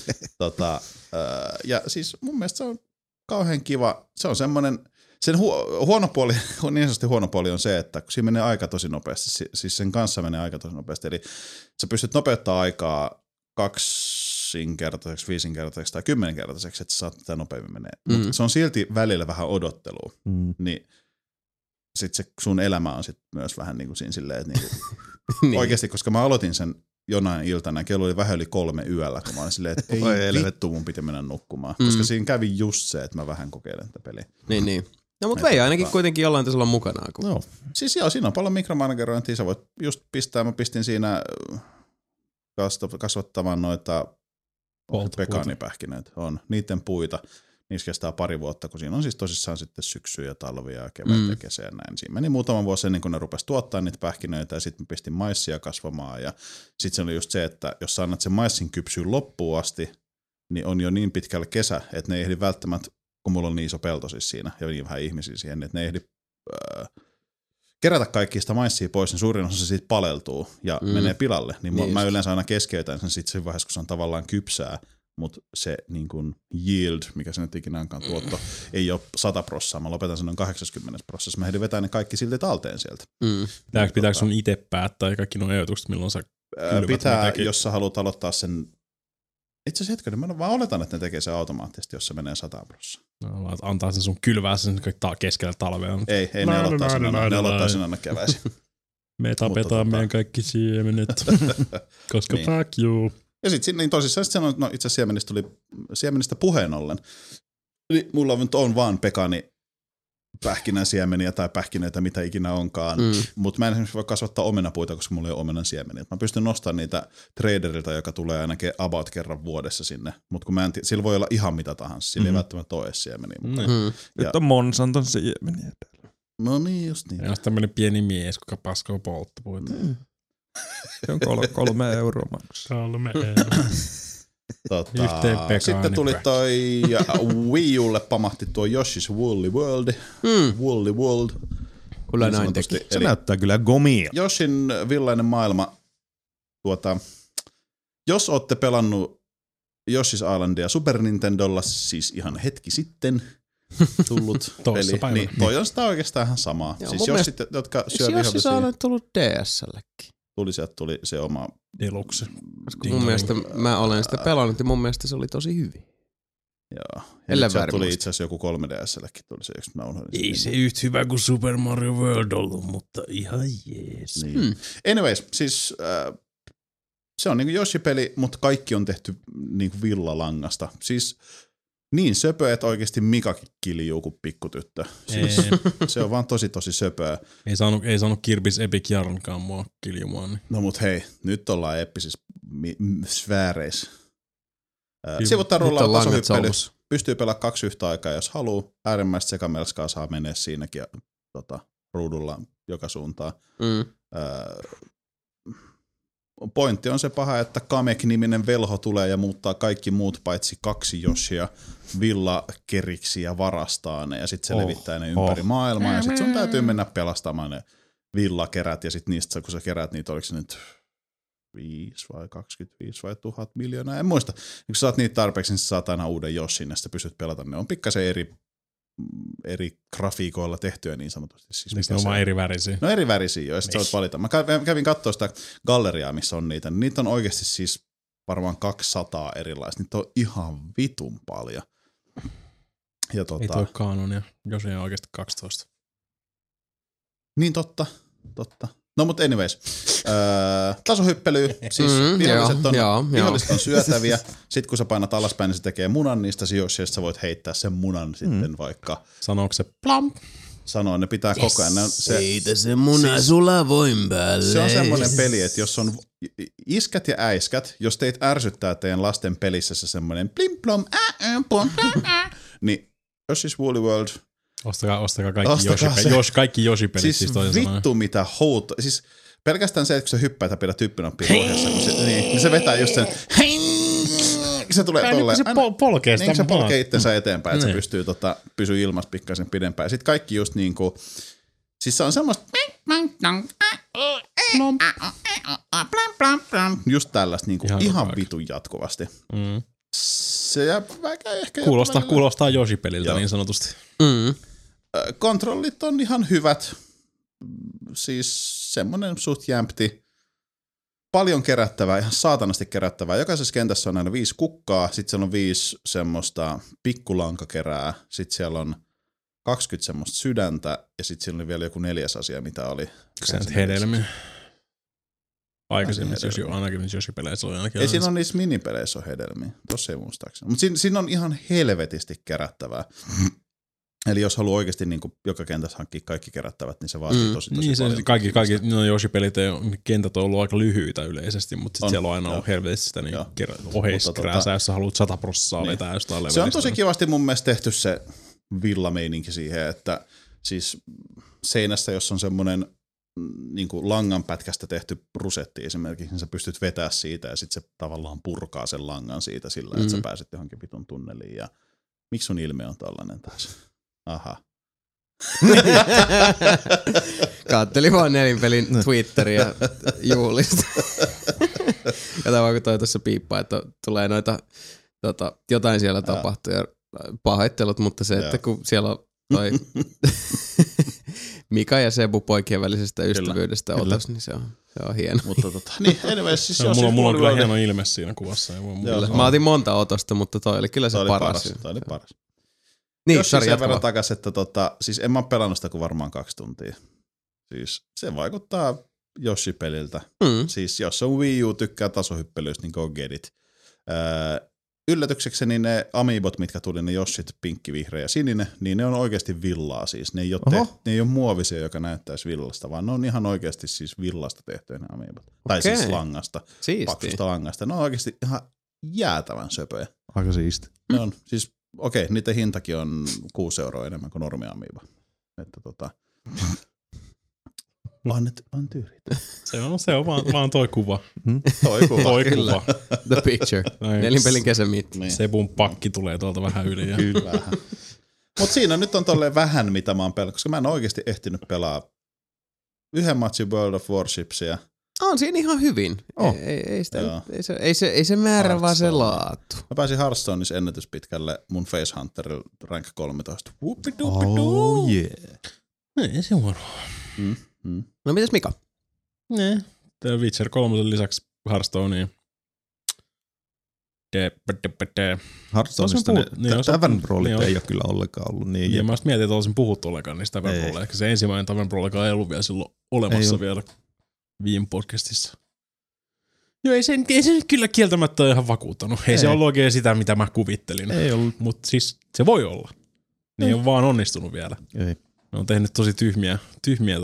[SPEAKER 3] Ja siis mun mielestä se on kauhean kiva. Se on semmoinen, sen huono puoli, niin sanotusti huono puoli on se, että kun siinä menee aika tosi nopeasti, siis sen kanssa menee aika tosi nopeasti, eli sä pystyt nopeuttaa aikaa 2-kertaiseksi, 5-kertaiseksi tai 10-kertaiseksi, että sä saat tätä nopeammin menee. Mutta se on silti välillä vähän odottelua, niin sit se sun elämä on sit myös vähän niin kuin siinä silleen, että niinku, niin. Oikeasti, koska mä aloitin sen jonain iltana, kello oli vähän yli 3 yöllä, kun mä olin silleen, että ei vittu mun piti mennä nukkumaan, koska siinä kävi just se, että mä vähän kokeilen tätä peliä.
[SPEAKER 1] Niin. No mutta vei ainakin kuitenkin jollain tasolla mukanaan.
[SPEAKER 3] No. Siis joo, siinä on paljon mikromanagerointia, sä voit just pistää, mä pistin siinä kasvattamaan noita pekaanipähkinöitä, on niiden puita. Niissä kestää pari vuotta, kun siinä on siis tosissaan sitten syksyä ja talvia ja kevät ja kesä ja näin. Siinä meni muutama vuosi ennen kuin ne rupesi tuottaa niitä pähkinöitä ja sitten pistin maissia kasvamaan. Ja sitten se oli just se, että jos sä annat sen maissin kypsyä loppuun asti, niin on jo niin pitkällä kesä, että ne ei ehdi välttämättä, kun mulla on niin iso pelto siis siinä ja niin vähän ihmisiä siihen, että ne ei ehdi kerätä kaikki sitä maissia pois, niin suurin osa se siitä paleltuu ja menee pilalle. Niin mä yleensä aina keskeytän sen sitten siinä vaiheessa, kun se on tavallaan kypsää. Mutta se niin kun yield, mikä se nyt ikinä onkaan tuotto, ei ole 100%. Mä lopetan sen noin 80%. Mä ehdin vetää ne kaikki silti talteen sieltä.
[SPEAKER 4] Pitääkö sun itse päättää kaikki nuo ajatukset, milloin sä kylvät?
[SPEAKER 3] Pitää, jos sä haluat aloittaa sen. Itse asiassa hetkinen, mä vaan oletan, että ne tekee se automaattisesti, jos se menee 100%.
[SPEAKER 4] No, antaa sen sun kylvää sen keskellä talvea.
[SPEAKER 3] Ei ne aloittaa sen aina keväisin.
[SPEAKER 4] Me tapetaan meidän kaikki siemenet, koska niin. Fuck you.
[SPEAKER 3] Ja sitten niin tosissaan sanoin, no itse asiassa siemenistä puheen ollen. Eli mulla nyt on vaan pekani pähkinän siemeniä tai pähkinöitä, mitä ikinä onkaan. Mutta mä en esimerkiksi voi kasvattaa omenapuita, koska mulla ei ole omenan siemeniä. Mä pystyn nostamaan niitä traderilta, joka tulee ainakin about kerran vuodessa sinne. Mutta kun sillä voi olla ihan mitä tahansa. Sillä ei välttämättä ole edes siemeniä.
[SPEAKER 2] Nyt on Monsanton siemeniä täällä.
[SPEAKER 3] No niin, just niin.
[SPEAKER 4] Ja on tämmönen pieni mies, joka paskoo polttopuita.
[SPEAKER 2] Se on 3 euroa maksaa.
[SPEAKER 4] 3 euroa.
[SPEAKER 3] Sitten tuli toi Wii Ulle pamahti tuo Yoshi's Woolly World. Woolly World.
[SPEAKER 1] Kyllä
[SPEAKER 3] niin
[SPEAKER 1] näin
[SPEAKER 3] sanotusti.
[SPEAKER 1] teki.
[SPEAKER 2] Se
[SPEAKER 3] Eli
[SPEAKER 2] näyttää kyllä gomia.
[SPEAKER 3] Yoshin villainen maailma, jos ootte pelannut Yoshi's Islandia Super Nintendolla, siis ihan hetki sitten tullut
[SPEAKER 4] Toissa
[SPEAKER 3] peli,
[SPEAKER 4] päivänä.
[SPEAKER 3] niin toi on sitä oikeastaan ihan samaa.
[SPEAKER 1] Joo,
[SPEAKER 3] Siis
[SPEAKER 1] mun
[SPEAKER 3] Yoshit, jotka syö
[SPEAKER 1] Jos
[SPEAKER 3] vihollisia,
[SPEAKER 1] se on tullut DS:llekin.
[SPEAKER 3] sieltä tuli se oma.
[SPEAKER 4] Deluxe.
[SPEAKER 1] Koska mun mielestä mä olen sitä pelannut ja mun mielestä se oli tosi hyvin.
[SPEAKER 3] Joo. Ja
[SPEAKER 1] Ellei
[SPEAKER 3] nyt sieltä
[SPEAKER 1] väärin
[SPEAKER 3] tuli
[SPEAKER 1] muista.
[SPEAKER 3] itse asiassa joku 3DS:llekin tuli se, mä unohdin.
[SPEAKER 4] Ei se yhtä hyvä kuin Super Mario World ollut, mutta ihan jees.
[SPEAKER 3] Niin. Anyways, siis se on niinku Yoshi-peli, mutta kaikki on tehty niinku villalangasta. Siis niin söpöä, että oikeasti Mikakin kiljuu kuin pikkutyttö. Siis se on vaan tosi söpöä.
[SPEAKER 4] Ei saanut Kirby's Epic Yarnkaan mua kiljumaan. Niin.
[SPEAKER 3] No mut hei, nyt ollaan eeppisissä sfääreissä. Sivuttaa rullaa tasohyppely. Pystyy pelaamaan 2 yhtä aikaa, jos haluaa. Äärimmäistä sekamelskaa saa mennä siinäkin ruudulla joka suuntaan. Pointti on se paha, että Kamek-niminen velho tulee ja muuttaa kaikki muut paitsi 2 Yoshia villakeriksi ja varastaa ne ja sitten se levittää ne ympäri maailmaa ja sitten sun täytyy mennä pelastamaan ne villakerät ja sitten niistä kun sä kerät niitä, oliko se nyt 5 vai 25 vai 1000 miljoonaa, en muista. Kun sä saat niitä tarpeeksi, niin sä saat aina uuden Yoshin ja sitten pystyt pelata. Ne on pikkasen eri grafiikoilla tehtyä niin sanotusti. Siis
[SPEAKER 4] ne on vaan eri värisiä.
[SPEAKER 3] No eri värisiä jo, ja sitten sä voit valita. Mä kävin katsoa sitä galleriaa, missä on niitä. Niitä on oikeasti siis varmaan 200 erilaista. Niitä on ihan vitun paljon. Ja
[SPEAKER 4] Ei toi kanonia, jos ei oikeasti 12.
[SPEAKER 3] Niin totta. No mut anyways, tasohyppely, siis viholliset on syötäviä. Sitten kun sä painat alaspäin, niin se tekee munan niistä sijoista, ja sä voit heittää sen munan sitten vaikka.
[SPEAKER 4] Sanooko se plam?
[SPEAKER 3] Sanoo, ne pitää koko ajan.
[SPEAKER 5] Siitä se muna sulaa voin päälle.
[SPEAKER 3] Se on semmoinen peli, että jos on iskät ja äiskät, jos teitä ärsyttää teidän lasten pelissä se semmoinen plim plom niin Yoshi's Woolly World.
[SPEAKER 4] Ostakaa kaikki Yoshi-pelit.
[SPEAKER 3] Siis vittu mitä houta. Siis pelkästään se, että kun sä hyppäät ja pidät hyppynappia pohjassa, niin se vetää just sen. Se tulee tolleen.
[SPEAKER 4] Se polkee sitä.
[SPEAKER 3] Niin se polkee itsensä eteenpäin, että se pystyy pysyä ilmassa pikkasen pidempään. Sitten kaikki just niinku, siis se on semmoista just tällaista niinku ihan vitun jatkuvasti. Se jää ehkä
[SPEAKER 4] kuulostaa Yoshi-peliltä niin sanotusti.
[SPEAKER 3] Kontrollit on ihan hyvät. Siis semmonen suht jämpti. Paljon kerättävää, ihan saatanasti kerättävää. Jokaisessa kentässä on aina 5 kukkaa, sitten siellä on 5 semmoista pikkulankakerää, sitten siellä on 20 semmoista sydäntä, ja sitten siellä oli vielä joku 4. asia, mitä oli.
[SPEAKER 4] Se on hedelmiä. Aikaisemmin, ainakin Yoshi-peleissä oli ainakin.
[SPEAKER 3] Ei siinä on niissä minipeleissä on hedelmiä, tossa ei muistaakseni. Mutta siinä on ihan helvetisti kerättävää. Eli jos haluaa oikeasti niin joka kentässä hankkia kaikki kerättävät, niin se vaatii tosi
[SPEAKER 4] niin
[SPEAKER 3] paljon.
[SPEAKER 4] Kaikki Yoshi-pelit kentät on ollut aika lyhyitä yleisesti, mutta sitten siellä on aina ollut helvetisti sitä niin oheiskrääsää, jos sä haluat 100% vetää jostain levelistä.
[SPEAKER 3] Se on tosi kivasti mun mielestä tehty se villameininki siihen, että siis seinässä, jos on semmoinen niin kuin langanpätkästä tehty rusetti esimerkiksi, niin sä pystyt vetää siitä ja sitten se tavallaan purkaa sen langan siitä sillä, että sä pääset johonkin vitun tunneliin. Ja miksi sun ilme on tällainen taas? Aha.
[SPEAKER 1] Katteli vaan Nelinpelin Twitteriä juhlista. Kato vaan, kun toi tuossa piippaa, että tulee noita, jotain siellä tapahtuu ja pahoittelut, mutta se, että kun siellä on toi Mika ja Sebu poikien välisestä ystävyydestä otos, niin se on hieno.
[SPEAKER 3] Mutta niin, anyways, siis
[SPEAKER 4] mulla on kyllä hieno ilme siinä kuvassa.
[SPEAKER 1] Mä otin monta otosta, mutta toi oli kyllä se paras.
[SPEAKER 3] Toi oli paras.
[SPEAKER 1] Niin,
[SPEAKER 3] jos sen verran takas, että siis en mä ole pelannut sitä kuin varmaan 2 tuntia. Siis se vaikuttaa Yoshi-peliltä. Siis jos on Wii U tykkää tasohyppelyistä, niin go get it. Yllätyksekseni ne amiibot, mitkä tuli, ne Yoshit, pinkki, vihreä ja sininen, niin ne on oikeasti villaa siis. Ne ei ole muovisia, joka näyttäisi villasta, vaan ne on ihan oikeasti siis villasta tehtyjä ne amiibot. Tai siis langasta, paksusta langasta. Ne on oikeasti ihan jäätävän söpöjä.
[SPEAKER 2] Aika siisti.
[SPEAKER 3] Ne on siis niiden hintakin on 6 € enemmän kuin normi amiiba. Että vaan tyyrit.
[SPEAKER 4] Se on vaan toi kuva.
[SPEAKER 3] Toi kuva.
[SPEAKER 1] The picture. Nelinpelin kesämiitti.
[SPEAKER 3] Niin.
[SPEAKER 4] Sebun pakki tulee tuolta vähän yli.
[SPEAKER 3] Kyllä. Mutta siinä nyt on tolleen vähän, mitä mä oon pelannut, koska mä en oikeasti ehtinyt pelaa yhden matchin World of Warshipsia.
[SPEAKER 1] On siinä ihan hyvin.
[SPEAKER 2] Oh.
[SPEAKER 1] Ei se määrä, vaan se laatu.
[SPEAKER 3] Mä pääsin Hearthstoneissa ennätyspitkälle mun Facehunterilla rank 13.
[SPEAKER 2] Oh yeah.
[SPEAKER 4] Ei se huono.
[SPEAKER 1] No mitäs Mika?
[SPEAKER 4] Tämä Witcher 3 lisäksi Hearthstoneen.
[SPEAKER 2] Hearthstoneista Tavern Brawlit ei ole kyllä ollenkaan ollut niin.
[SPEAKER 4] Ja mä mietin, että olisin puhuttu ollenkaan niistä Tavern Brawleista. Ehkä se ensimmäinen Tavern Brawlikaan ei ollut vielä silloin olemassa vielä viime podcastissa. Joo, ei se nyt kyllä kieltämättä ihan vakuuttanut. Ei se ollut oikein sitä, mitä mä kuvittelin.
[SPEAKER 2] Ei ollut.
[SPEAKER 4] Mutta siis se voi olla. Ne ei ole vaan onnistunut vielä.
[SPEAKER 2] Ei.
[SPEAKER 4] Ne on tehnyt tosi tyhmiä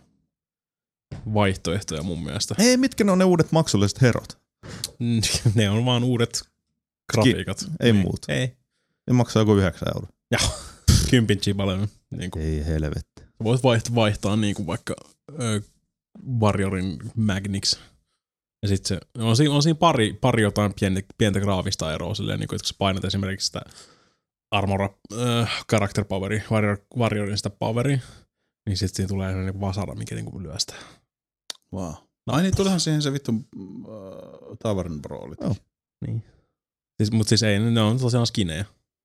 [SPEAKER 4] vaihtoehtoja mun mielestä.
[SPEAKER 2] Ei, mitkä ne on ne uudet maksulliset herot?
[SPEAKER 4] Ne on vaan uudet grafiikat.
[SPEAKER 2] Ei muuta.
[SPEAKER 4] Ei.
[SPEAKER 2] Ne maksaa joku 9 €.
[SPEAKER 4] Joo. 10 chipale. Niin
[SPEAKER 2] ei helvetti.
[SPEAKER 4] Voit vaihtaa niin kuin vaikka Warriorin Magnix. Ja sit se, on siinä pari jotain pientä graafista eroa silleen, niin kuin, että kun sä painat esimerkiksi sitä Armora Character Poweri, Warriorin sitä poweri, niin sit siinä tulee sellainen vasara, mikä niinku lyö sitä.
[SPEAKER 3] Wow. No ai niin, tulihan siihen se vittu Tavern Brawlit.
[SPEAKER 2] Oh.
[SPEAKER 4] Niin. Mut siis ei, ne on tosiaan skinejä.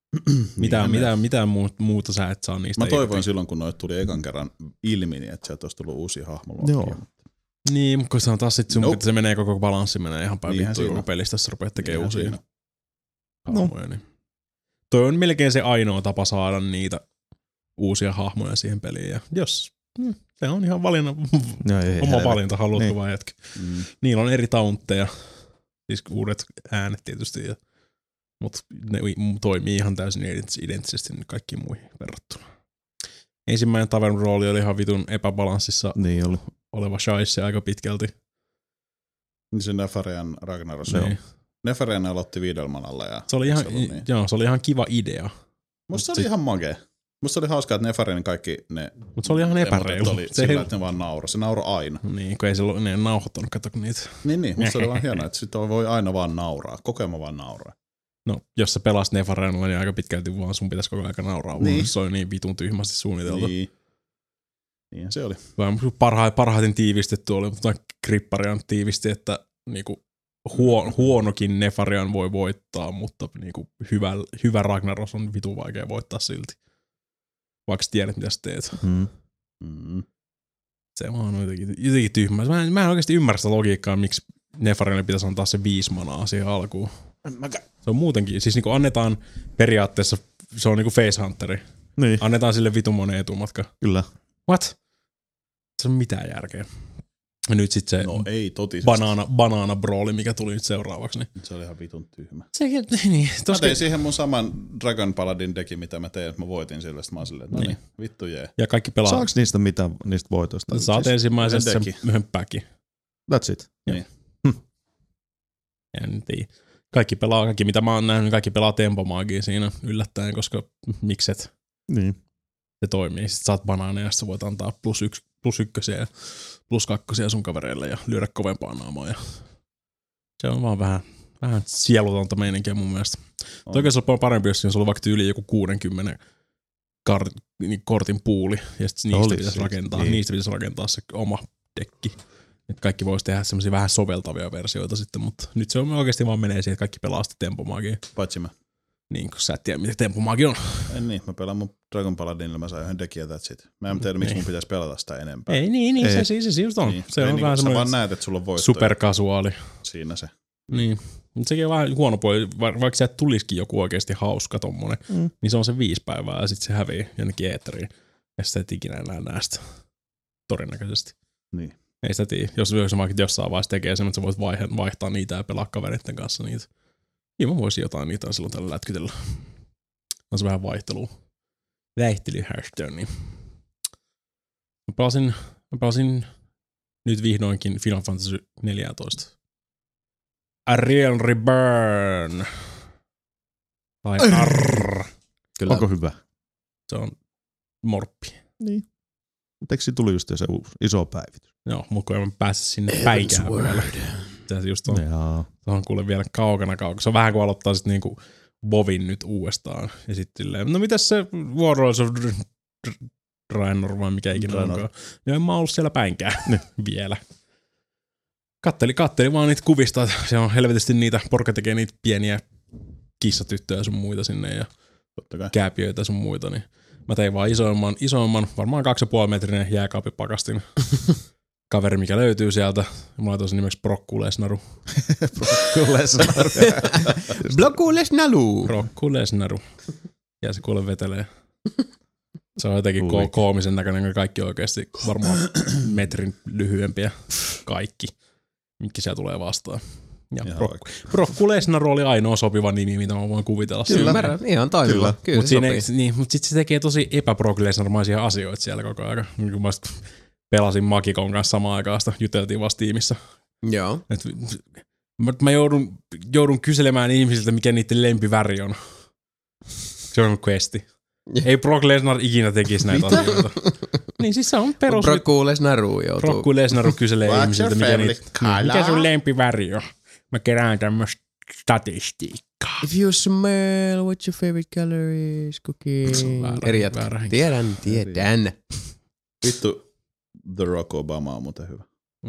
[SPEAKER 4] Mitään muuta sä et saa niistä.
[SPEAKER 3] Mä toivoin silloin, kun noit tuli ekan kerran ilmi, niin että sieltä olisi tullut uusia hahmoluokkia.
[SPEAKER 2] Joo.
[SPEAKER 4] Niin, kun se on taas sit se menee koko balanssi menee ihan päin vittuun, kun pelistä sä rupeat tekemään uusia hahmoja. Niin. Toi on melkein se ainoa tapa saada niitä uusia hahmoja siihen peliin. Ja jos se on ihan oma valinta, haluatko vai jätkä. Niillä on eri tauntteja, siis uudet äänet tietysti, mutta ne toimii ihan täysin identtisesti kaikkiin muihin verrattuna. Ensimmäinen Tavern Brawl oli ihan vitun epäbalanssissa oleva shaisse aika pitkälti.
[SPEAKER 3] Niin se Nefarian Ragnaros. Niin. Nefarian aloitti 5 manalla. Ja
[SPEAKER 4] se oli ihan kiva idea.
[SPEAKER 3] Musta se oli ihan magee. Musta oli hauskaa, että Nefarian kaikki ne...
[SPEAKER 4] Mutta se oli ihan epäreilu.
[SPEAKER 3] Oli sillä, että ne vaan nauroi. Se nauroi aina.
[SPEAKER 4] Niin, kun ei ne ei nauhoittanut, kato niitä.
[SPEAKER 3] Niin, musta oli vaan hienoa, että sitten voi aina vaan nauraa. Koko ajan vaan nauraa.
[SPEAKER 4] No, jos sä pelasit Nefarianilla, niin aika pitkälti vaan sun pitäisi koko ajan nauraa. Niin. Se oli niin vitun tyhmästi suunniteltu.
[SPEAKER 3] Niin se oli.
[SPEAKER 4] Parhaiten tiivistetty oli, mutta Gripparian tiivisti, että niinku huonokin Nefarian voi voittaa, mutta niinku hyvä Ragnaros on vitu vaikea voittaa silti. Vaikka tiedät, mitä sä teet. Se on jotenkin tyhmä. Mä en oikeasti ymmärrä sitä logiikkaa, miksi Nefarianille pitäisi antaa se 5 manaa siihen alkuun. Se on muutenkin, siis niinku annetaan periaatteessa, se on niinku Facehunteri. Niin. Annetaan sille vitun monen etumatka.
[SPEAKER 2] Kyllä.
[SPEAKER 4] What? Se on mitään järkeä. Ja nyt sit se banana brawli, mikä tuli nyt seuraavaksi. Niin.
[SPEAKER 3] Se oli ihan vitun tyhmä.
[SPEAKER 4] Niin,
[SPEAKER 3] mä tein siihen mun saman Dragon Paladin dekin, mitä mä tein, että mä voitin sillä. Sitten mä oon silleen, että niin, vittu jee.
[SPEAKER 4] Ja kaikki pelaa.
[SPEAKER 2] Saaks niistä mitään niistä voitoista?
[SPEAKER 4] Saat ensimmäisen sen yhden päkin.
[SPEAKER 2] That's it.
[SPEAKER 3] Niin.
[SPEAKER 4] En tiedä. Kaikki mitä mä oon nähnyt, kaikki pelaa tempomagia siinä yllättäen, koska mikset.
[SPEAKER 2] Niin.
[SPEAKER 4] Se toimii. Sitten saat banaaneja ja sitten voit antaa +1 ja +2 sun kavereille ja lyödä kovempaa naamaa. Ja se on vaan vähän sielutonta meininkiä mun mielestä. Oikeasti se on parempi, jos siinä on vaikka tyyli joku 60 kortin puuli ja sitten niistä pitäisi rakentaa se oma dekki. Että kaikki voisi tehdä semmoisia vähän soveltavia versioita sitten, mutta nyt se on oikeasti vaan menee siihen, että kaikki pelaa sitä tempomagia.
[SPEAKER 3] Paitsi mä.
[SPEAKER 4] Niin, kun sä et tiedä, mitä tempomagia on.
[SPEAKER 3] En niin, mä pelaan mun Dragon Paladinilla, mä sain yhden dekin ja that's it. Mä en tiedä, miksi mun pitäisi pelata sitä enempää.
[SPEAKER 4] Ei, se just on.
[SPEAKER 3] Niin.
[SPEAKER 4] Se on vähän
[SPEAKER 3] semmoinen... Sä vaan näet, että sulla on voittoja.
[SPEAKER 4] Superkasuaali.
[SPEAKER 3] Siinä se.
[SPEAKER 4] Niin, mutta sekin on vähän huono puoli, vaikka sieltä tulisikin joku oikeasti hauska tommonen, niin se on se 5 päivää ja sitten se hävii jonnekin eetteriin. Ja sitten et ikinä enää näe sitä. Todennäköisesti.
[SPEAKER 3] Niin.
[SPEAKER 4] Ei sitä tiedä. Jos vaikka jossain vaiheessa tekee sen, että sä voit vaihtaa niitä ja pelaa kavereiden kanssa niitä. Niin mä voisin jotain niitä silloin tällä lätkytellä. On se vähän väihtely Hearthstoneen. Mä pelasin nyt vihdoinkin Final Fantasy 14. Ariel Reborn. Tai Arr.
[SPEAKER 2] Kyllä. Onko hyvä?
[SPEAKER 4] Se on morppi.
[SPEAKER 2] Niin. Mutta eikö se tuli just se iso päivitys?
[SPEAKER 4] Joo, mutta kun en pääse sinne päikään vielä. Se just on. Se on kuule vielä kaukana. Se on vähän kuin aloittaa sitten niinku WoWin nyt uudestaan. Ja sitten silleen, no mitäs se Warlords of Draenor vai mikä ikinä onkaan. Ja en mä ollut siellä päinkään vielä. Katteli vaan niitä kuvista, että siellä on helvetisti niitä, porukka tekee niitä pieniä kissatyttöjä sun muita sinne ja kääpiöitä sun muita, niin mä tein vaan isoimman varmaan 2,5 metrinen jääkaapipakastin kaveri, mikä löytyy sieltä. Mä laitoin sen nimeksi Brokku Lesnaru. Brokku Lesnaru. Ja se kuule vetelee. Se on jotenkin koomisen näköinen, kaikki oikeasti varmaan metrin lyhyempiä kaikki, mitkä siellä tulee vastaan. Ja Brokku Lesnaru oli ainoa sopiva nimi, mitä mä voin kuvitella.
[SPEAKER 1] Kyllä, ihan toimiva. Kyllä
[SPEAKER 4] mutta sitten se tekee tosi epäBrock Lesnar-maisia asioita siellä koko ajan. Kun mä pelasin Makikon kanssa samaan aikaan, sitä juteltiin vasta tiimissä.
[SPEAKER 1] Joo.
[SPEAKER 4] Mä joudun kyselemään ihmisiltä, mikä niiden lempiväri on. Se on questi. Ei Brock Lesnar ikinä tekisi näitä asioita. Niin siis se on perus.
[SPEAKER 1] Brokku Lesnaru joutuu.
[SPEAKER 4] Brokku Lesnaru kyselee ihmisiltä, mikä sun lempiväri on. Mä kerään tämmöstä statistiikkaa.
[SPEAKER 1] If you smell what your favorite color is, cooking. Eri jätkä. Tiedän.
[SPEAKER 3] Vittu, The Rock Obama on muuten hyvä.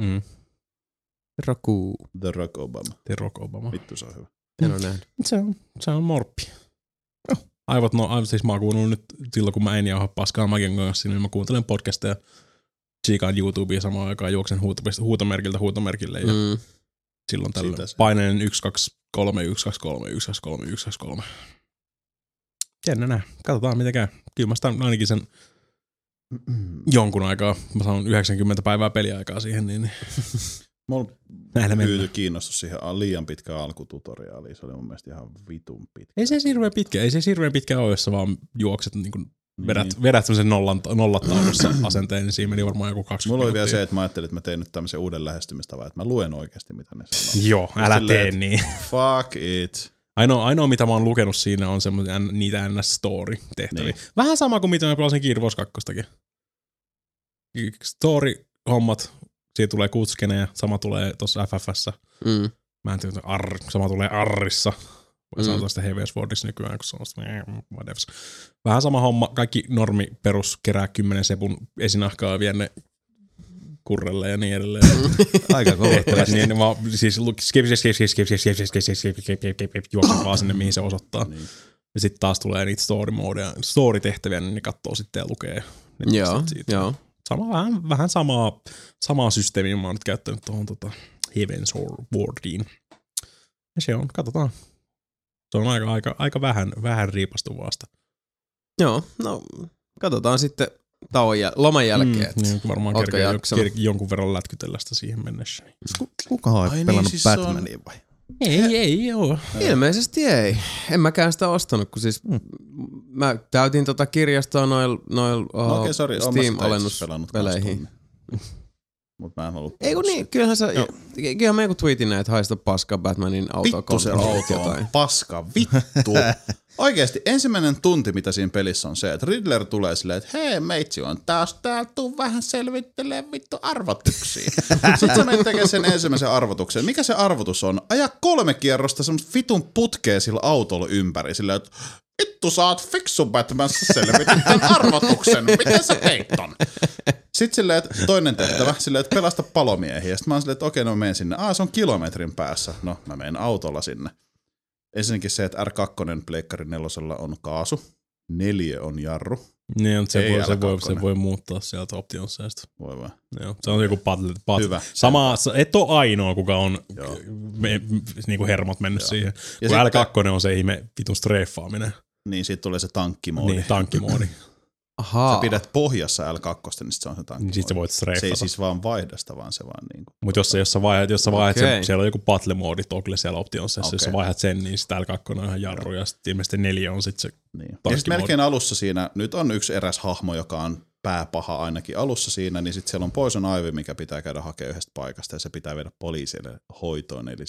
[SPEAKER 3] The Rock Obama. Vittu se on hyvä.
[SPEAKER 1] En ole nähnyt.
[SPEAKER 4] Se on morppi. Siis mä oon kuunnellut nyt silloin, kun mä en jauha paskaa Magian kanssa, niin mä kuuntelen podcasteja, tsiikaan YouTubea samaan aikaan, juoksen huutomerkiltä huutomerkille ja silloin tällöin painelen 1, 2, 3, 1, 2, 3, 1, 2, 3, 1, 2, 3. Jännä nää. Katsotaan mitä käy. Kyllä mä staan ainakin sen jonkun aikaa. Mä saan 90 päivää peliaikaa siihen, niin
[SPEAKER 3] mulla pyytyi kiinnostus siihen liian pitkään alkututoriaaliin. Se oli mun mielestä ihan vitun pitkä.
[SPEAKER 4] Ei se hirveän pitkä ole, jos sä vaan juokset niin kuin vedät semmoisen nollataulussa asenteen, niin siinä meni varmaan joku 20
[SPEAKER 3] Mulla oli vielä se, että mä ajattelin, että mä tein nyt tämmöisen uuden lähestymistavan, että mä luen oikeasti, mitä ne sanoo.
[SPEAKER 4] Joo, älä tee niin.
[SPEAKER 3] Fuck it.
[SPEAKER 4] Ainoa, mitä mä oon lukenut siinä, on niitä NS-story-tehtäviä. Niin. Vähän sama kuin mitä mä pelasin Gears 2:stakin. Story-hommat, siitä tulee kutskenejä, sama tulee tossa FF:ssä. Mä en tiedä, sama tulee Arrissa. Voi sanoa sitä Heavy Swordiksi nykyään, kun se on whatever. Vähän sama homma, kaikki normi perus kerää 10 sepun esinahkaa ja vie ne kurrelle ja niin edelleen.
[SPEAKER 2] Aika kova.
[SPEAKER 4] Niin vaan siis juoksen vaan sinne, mihin se osoittaa. Ja sitten taas tulee niitä story-tehtäviä, niin ne katsoo sitten ja lukee.
[SPEAKER 1] Joo.
[SPEAKER 4] Vähän samaa systeemiä mä oon nyt käyttänyt tuohon Heaven Swordiin. Ja se on, katsotaan. Se on aika vähän riipastu vasta.
[SPEAKER 1] Joo, no katsotaan sitten loman jälkeen.
[SPEAKER 4] Niin, varmaan jonkun verran lätkytellä sitä siihen mennessä.
[SPEAKER 2] Kukaan ei pelannut Batmania vai?
[SPEAKER 4] Ei oo.
[SPEAKER 1] Ilmeisesti ei. En mäkään sitä ostanut, kun siis mä täytin kirjastoa noil Steam-alennuspeleihin.
[SPEAKER 3] Mut mä en halua.
[SPEAKER 1] Ei kun niin, kyllähän mä joku tweetin näin, että haista paskaa Batmanin autoa.
[SPEAKER 3] Vittu se auto on paska, vittu. Oikeesti ensimmäinen tunti, mitä siinä pelissä on se, että Riddler tulee silleen, että hei meitsi on taas täällä, tuu vähän selvittelee vittu arvotuksia. Sitten sä menet tekemään sen ensimmäisen arvotuksen. Mikä se arvotus on? Aja 3 kierrosta semmoista vitun putkea sillä autolla ympäri, silleen, että vittu sä oot fiksu Batman, sä selvitit tämän arvotuksen. Miten sä teit ton? Sitten silleen, että toinen tehtävä, silleen, että pelasta palomiehiä. Ja sitten mä oon silleen, että okei, no mä menen sinne. Se on kilometrin päässä. No, mä menen autolla sinne. Ensinnäkin se, että R2 Pleikkari 4 on kaasu. 4 on jarru.
[SPEAKER 4] Niin, se voi muuttaa sieltä optionsseista.
[SPEAKER 3] Voi vai?
[SPEAKER 4] Joo, se on joku
[SPEAKER 3] Hyvä.
[SPEAKER 4] Sama, et ole ainoa, kuka on niinku hermot mennyt siihen. Ja kun L2 on se ihme vitun streiffaaminen.
[SPEAKER 3] Niin, siitä tulee se tankkimoodi.
[SPEAKER 4] Niin, tankkimoodi.
[SPEAKER 3] Ahaa. Sä pidät pohjassa L2, niin sit se on se tankkimoodi.
[SPEAKER 4] Niin sit sä voit streifata.
[SPEAKER 3] Se ei siis vaan vaihda sitä, vaan se vaan niinku.
[SPEAKER 4] Mut jos sä vaihdat siellä on joku battle-moodi togle siellä optionsseissa, jos sä vaihdat sen, niin sit L2 on ihan jarru ja sit ilmeisesti 4 on sit se
[SPEAKER 3] niin. Ja sit melkein alussa siinä, nyt on yksi eräs hahmo, joka on pääpaha ainakin alussa siinä, niin sit siellä on Poison Ivy, mikä pitää käydä hakemaan yhdestä paikasta ja se pitää viedä poliisille hoitoon, eli siis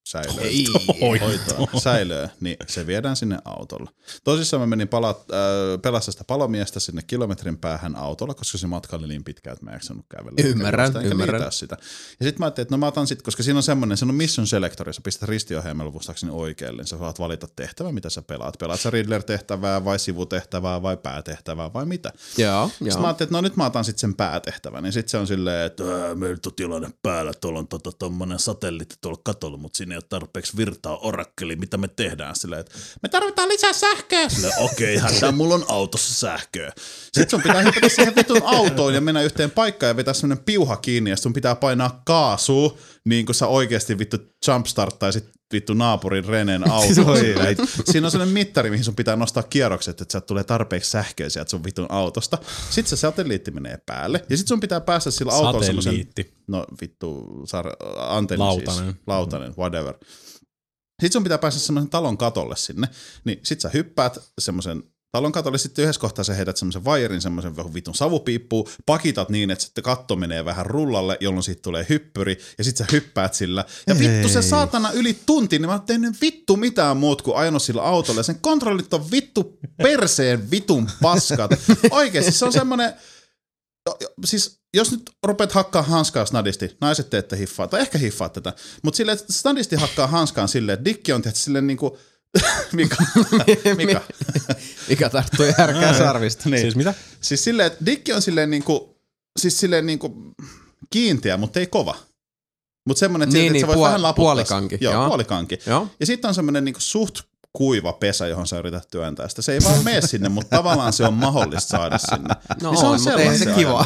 [SPEAKER 3] säilöön, niin se viedään sinne autolla. Tosissaan mä menin pelasta sitä palomiestä sinne kilometrin päähän autolla, koska se matka oli niin pitkä, että mä en jaksanut kävellä.
[SPEAKER 1] Ymmärrän.
[SPEAKER 3] Sitä. Ja sit mä ajattelin, että no mä otan sit, koska siinä on semmoinen, se on mission selectori, sä pistät ristiohjelmalla muistaakseni oikealle, niin sä saat valita tehtävä, mitä sä pelaat. Pelaat sä Riddler-tehtävää vai sivutehtävää vai päätehtävää vai mitä.
[SPEAKER 1] Joo.
[SPEAKER 3] Sitten mä ajattelin, että no nyt mä otan sit sen päätehtävän, niin sit se on silleen, että meillä on tilanne päällä, tuolla on tommonen satelliitti tuolla katolla, mutta siinä ei ole tarpeeksi virtaa orakkeliin, mitä me tehdään silleen, että me tarvitaan lisää sähköä. Silleen, okei, mulla on autossa sähköä. Sitten sun pitää hypätä siihen vitun autoon ja mennä yhteen paikkaan ja vetää semmonen piuha kiinni ja sun pitää painaa kaasua, niin kuin sä oikeesti vittu jumpstarttaisit vittu naapurin Renen auto. Siinä on sellainen mittari, mihin sun pitää nostaa kierrokset, että sä tulee tarpeeksi sähköä sieltä sun vitun autosta. Sitten se satelliitti menee päälle ja sit sun pitää päästä sillä autolla semmoisen... No vittu, antenni lautanen, whatever. Sitten sun pitää päästä semmoisen talon katolle sinne, niin sit sä hyppäät semmoisen talon katolle, sitten yhdessä kohtaa sä heität semmoisen vaijerin, semmoisen vitun savupiippuun, pakitat niin, että sitten katto menee vähän rullalle, jolloin siitä tulee hyppyri, ja sit sä hyppäät sillä. Ja vittu se saatana yli tunti, niin mä en tehnyt vittu mitään muut kuin ajanut sillä autolle, ja sen kontrollit on vittu perseen vitun paskat. Oikeesti se on semmoinen... Siis jos nyt rupeat hakkaa hanskaa snadisti, naiset te ette hiffaa, tai ehkä hiffaa tätä, mutta silleen, että snadisti hakkaa hanskaan silleen, että dikki on tehty silleen niinku,
[SPEAKER 1] Mikä tarttui härkää sarvista.
[SPEAKER 3] Niin.
[SPEAKER 4] Siis mitä?
[SPEAKER 3] Siis silleen, että dikki on silleen niinku kiinteä, mutta ei kova. Mutta semmoinen, että se voi vähän laputtaa.
[SPEAKER 1] Puolikanki.
[SPEAKER 3] Joo, puolikanki.
[SPEAKER 1] Joo.
[SPEAKER 3] Ja sitten on semmoinen niinku suht kuiva pesä, johon sä yrität työntää sitä. Se ei vaan mene sinne, mutta tavallaan se on mahdollista saada sinne.
[SPEAKER 1] No
[SPEAKER 3] niin
[SPEAKER 1] on, mutta ei se kiva.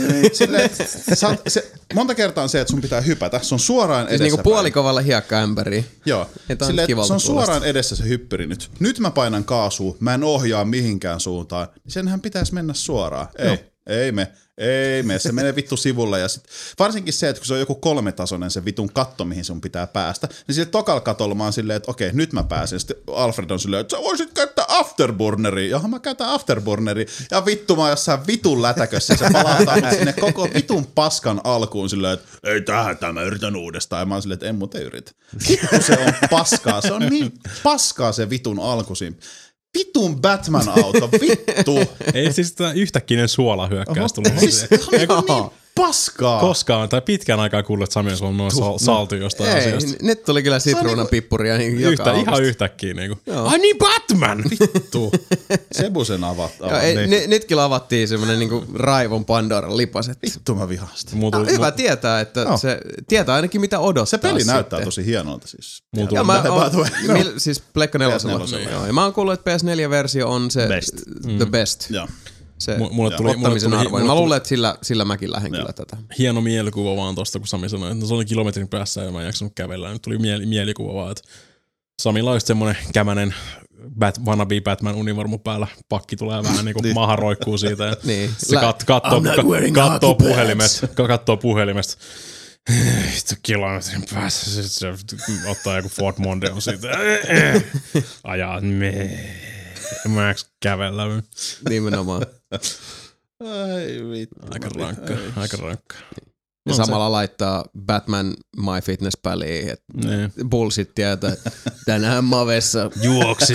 [SPEAKER 3] Monta kertaa on se, että sun pitää hypätä. Se on suoraan edessä.
[SPEAKER 1] Siis niinku puolikovalla hiekkaämpäriin.
[SPEAKER 3] Joo. Silleen, se on suoraan edessä se hyppyri nyt. Nyt mä painan kaasua, mä en ohjaa mihinkään suuntaan. Senhän pitäisi mennä suoraan. Ei me, se menee vittu sivulle ja sit, varsinkin se, että kun se on joku 3-tasoinen se vitun katto, mihin sun pitää päästä, niin sille tokalla katolla mä oon silleen, että okei, nyt mä pääsen. Sitten Alfred on silleen, että sä voisit käyttää afterburneria. Jaha, mä käytän afterburneria. Ja vittu mä oon jossain vitun lätäkössä ja se palauttaa sinne koko vitun paskan alkuun silleen, että ei tähän, mä yritän uudestaan. Ja mä oon silleen, että en muuten yritä. Vittu se on paskaa, se on niin paskaa se vitun alku siinä. Vitun Batman-auto, vittu.
[SPEAKER 4] Ei siis yhtäkkinen suolahyökkäys tullut.
[SPEAKER 3] Siis niin paskaa.
[SPEAKER 4] Koskaan, tai pitkään aikaa kuullut, että Sami on noin saltu jostain asiasta.
[SPEAKER 1] Nyt tuli kyllä sitruunan pippuria niin joka
[SPEAKER 4] ihan yhtäkkiä. Niin ai niin, Batman!
[SPEAKER 3] Vittu. Sebusen
[SPEAKER 1] Nytkin avattiin semmoinen niinku raivon Pandoran lipas.
[SPEAKER 3] Vittu mä vihastin.
[SPEAKER 1] Hyvä tietää, että se tietää ainakin mitä odottaa.
[SPEAKER 3] Se peli näyttää tosi hienolta siis.
[SPEAKER 1] Siis Pleikka 4. Ja mä oon kuullut, että PS4-versio on se the best.
[SPEAKER 3] Joo.
[SPEAKER 1] Se ottamisen arvoinen. Mä luulen, että sillä mäkin lähden kyllä tätä.
[SPEAKER 4] Hieno mielikuva vaan tosta, kun Sami sanoi, että se oli kilometrin päässä ja mä en jaksanut kävellä. Nyt tuli mielikuva vaan, että Samilla olisi semmoinen kämänen wannabe Batman univormu päällä. Pakki tulee vähän niin kuin maahan roikkuu siitä. Ja
[SPEAKER 1] niin.
[SPEAKER 4] Se kattoo puhelimesta. Vittu kilometrin päässä. Sitten se ottaa joku Ford Mondeo siitä. Ajaa mä eikö kävellä?
[SPEAKER 1] Nimenomaan.
[SPEAKER 3] Ai vittu.
[SPEAKER 4] Aika rankka.
[SPEAKER 1] Ja samalla laittaa Batman MyFitness-päliin, että bullshittia, että tänään Mavessa
[SPEAKER 4] juoksin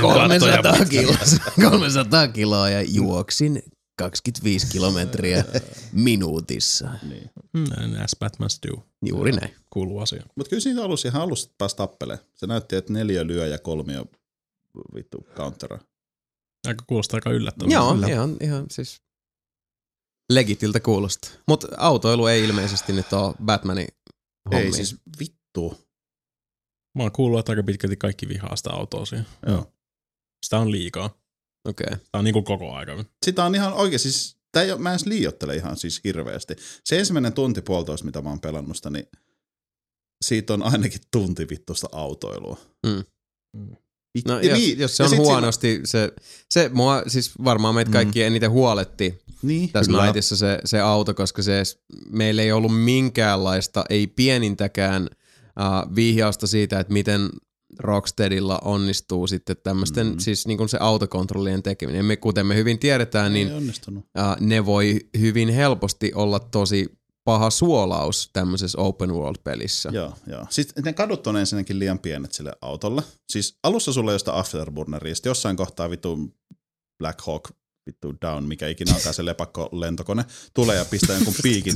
[SPEAKER 1] 300 kiloa ja juoksin 25 kilometriä minuutissa.
[SPEAKER 3] Niin.
[SPEAKER 4] As Batmans do.
[SPEAKER 1] Juuri näin.
[SPEAKER 4] Kuuluu asia.
[SPEAKER 3] Mutta kyllä siinä alussa pääsi tappeleen. Se näytti, että 4 lyö ja 3 vittu countera.
[SPEAKER 4] Kuulostaa aika yllättävää.
[SPEAKER 1] Joo, ihan siis legitiltä kuulostaa. Mutta autoilu ei ilmeisesti nyt ole Batmanin hommia.
[SPEAKER 3] Ei siis vittu.
[SPEAKER 4] Mä oon kuullut, että aika pitkälti kaikki vihaa sitä autoa siihen.
[SPEAKER 3] Joo.
[SPEAKER 4] Sitä on liikaa.
[SPEAKER 1] Okei.
[SPEAKER 4] Tämä on niin kuin koko aika.
[SPEAKER 3] Sitä on ihan oikein, siis mä en liioittele ihan siis hirveästi. Se ensimmäinen tunti puolitoista, mitä mä oon pelannut sitä, niin siitä on ainakin tunti vittuista autoilua.
[SPEAKER 1] No jos se on huonosti, se mua siis varmaan meitä kaikki eniten huoletti tässä Nightissa se auto, koska meillä ei ollut minkäänlaista, ei pienintäkään vihjausta siitä, että miten Rocksteadilla onnistuu sitten tämmöisten, siis niin kuin se autokontrollien tekeminen. Kuten me hyvin tiedetään, niin ne voi hyvin helposti olla tosi paha suolaus tämmöisessä open world-pelissä.
[SPEAKER 3] Joo. Sitten ne kadut on ensinnäkin liian pienet sille autolle. Siis alussa sulla ei ole sitä Afterburneria, sitten jossain kohtaa vittu Black Hawk, vittu Down, mikä ikinä onkaan se lepakko lentokone, tulee ja pistää jonkun piikin.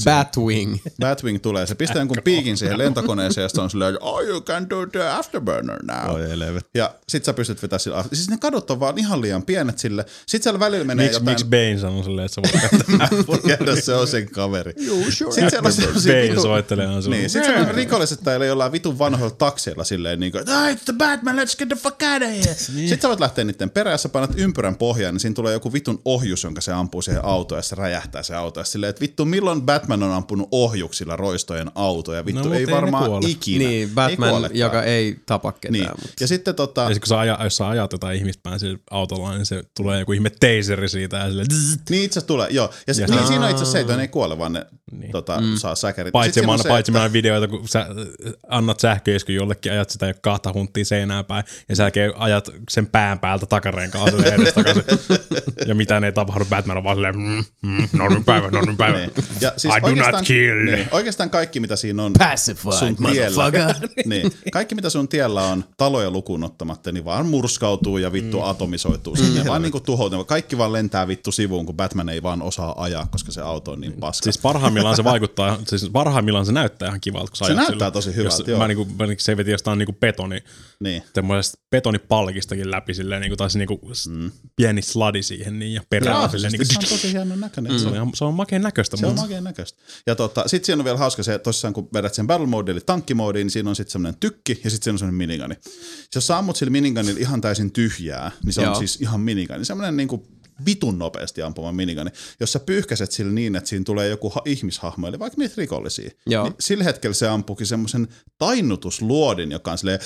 [SPEAKER 3] Batwing tulee, se pistää jonkun piikin siihen lentokoneeseen ja sitten on silleen, you can do the Afterburner now. Ja sit sä pystyt vetämään sillä. Siis ne kadut on vaan ihan liian pienet sille. Sit siellä välillä menee jotain.
[SPEAKER 4] Miksi Bane sanoo silleen, että sä
[SPEAKER 3] voi käydä, se on sen kaveri.
[SPEAKER 4] Sitten Bane soittelee on silleen.
[SPEAKER 3] Niin, sit siellä on rikolliset tai jollain vitun vanhoilla takseilla silleen niin kuin, it's the Batman, let's get the fuck out of here. Sit sä voit lähteä niiden perään, sä painat ympyrän pohjaan, niin siinä tulee joku vitun ohjus, jonka se ampuu siihen autoon ja se räjähtää se auto. Ja silleen, että vittu, milloin Batman on ampunut ohjuksilla roistojen autoja? Vittu, ei varmaan ikinä.
[SPEAKER 1] Niin, Batman, joka ei tapa ketään.
[SPEAKER 3] Niin.
[SPEAKER 1] Mutta.
[SPEAKER 3] Ja sitten
[SPEAKER 4] Ja jos sä ajat jotain ihmistä päin sillä autolla, niin se tulee joku ihme taseri siitä. Ja silleen,
[SPEAKER 3] niin itse asiassa tulee, joo. Ja siinä on itse asiassa se, että ne ei kuole, vaan ne saa säkärit.
[SPEAKER 4] Paitsi mä oon videoita, kun sä annat sähköiskyn jollekin, ajat sitä jo 2 hunttia seinään päin, ja sä ajat sen pään päältä takarenkaan edestakaisin. Ja mitään ei tapahdu, Batman on vaan silleen, normin päivä.
[SPEAKER 3] Niin. Ja siis
[SPEAKER 4] I do not kill.
[SPEAKER 3] Niin, oikeastaan kaikki, mitä siinä on
[SPEAKER 5] Pacified,
[SPEAKER 3] sun tiellä, niin, kaikki, mitä sun tiellä on taloja lukuun ottamatta, niin vaan murskautuu ja vittu atomisoituu sinne. Vaan niinku tuhoutuu. Kaikki vaan lentää vittu sivuun, kun Batman ei vaan osaa ajaa, koska se auto on niin paska.
[SPEAKER 4] Siis parhaimmillaan se vaikuttaa, siis parhaimmillaan se näyttää ihan kivalta, kun sä
[SPEAKER 3] se
[SPEAKER 4] ajat
[SPEAKER 3] näyttää tosi hyvältä, joo.
[SPEAKER 4] Se veti jostain niinku betoni,
[SPEAKER 3] niin.
[SPEAKER 4] semmoisesta betonipalkistakin läpi silleen, niinku taisi niinku pieni sladi siihen niin, ja perään silleen.
[SPEAKER 3] Se on tosi hienon näköinen.
[SPEAKER 4] Se on makeen näköistä.
[SPEAKER 3] Se on makeen näköistä. Ja sit siinä on vielä hauska se, tosissaan kun vedät sen battle mode eli tankkimoodiin, niin siinä on sitten semmoinen tykki ja sitten siinä on semmoinen minigani. Jos sä ammut sillä miniganilla ihan täysin tyhjää, niin se on siis ihan minigani. Semmoinen niinku vitun nopeasti ampuma minigani. Jos sä pyyhkäset sillä niin, että siinä tulee joku ihmishahmo, eli vaikka niitä rikollisia, niin sillä hetkellä se ampuukin semmoisen tainnutusluodin, joka on silleen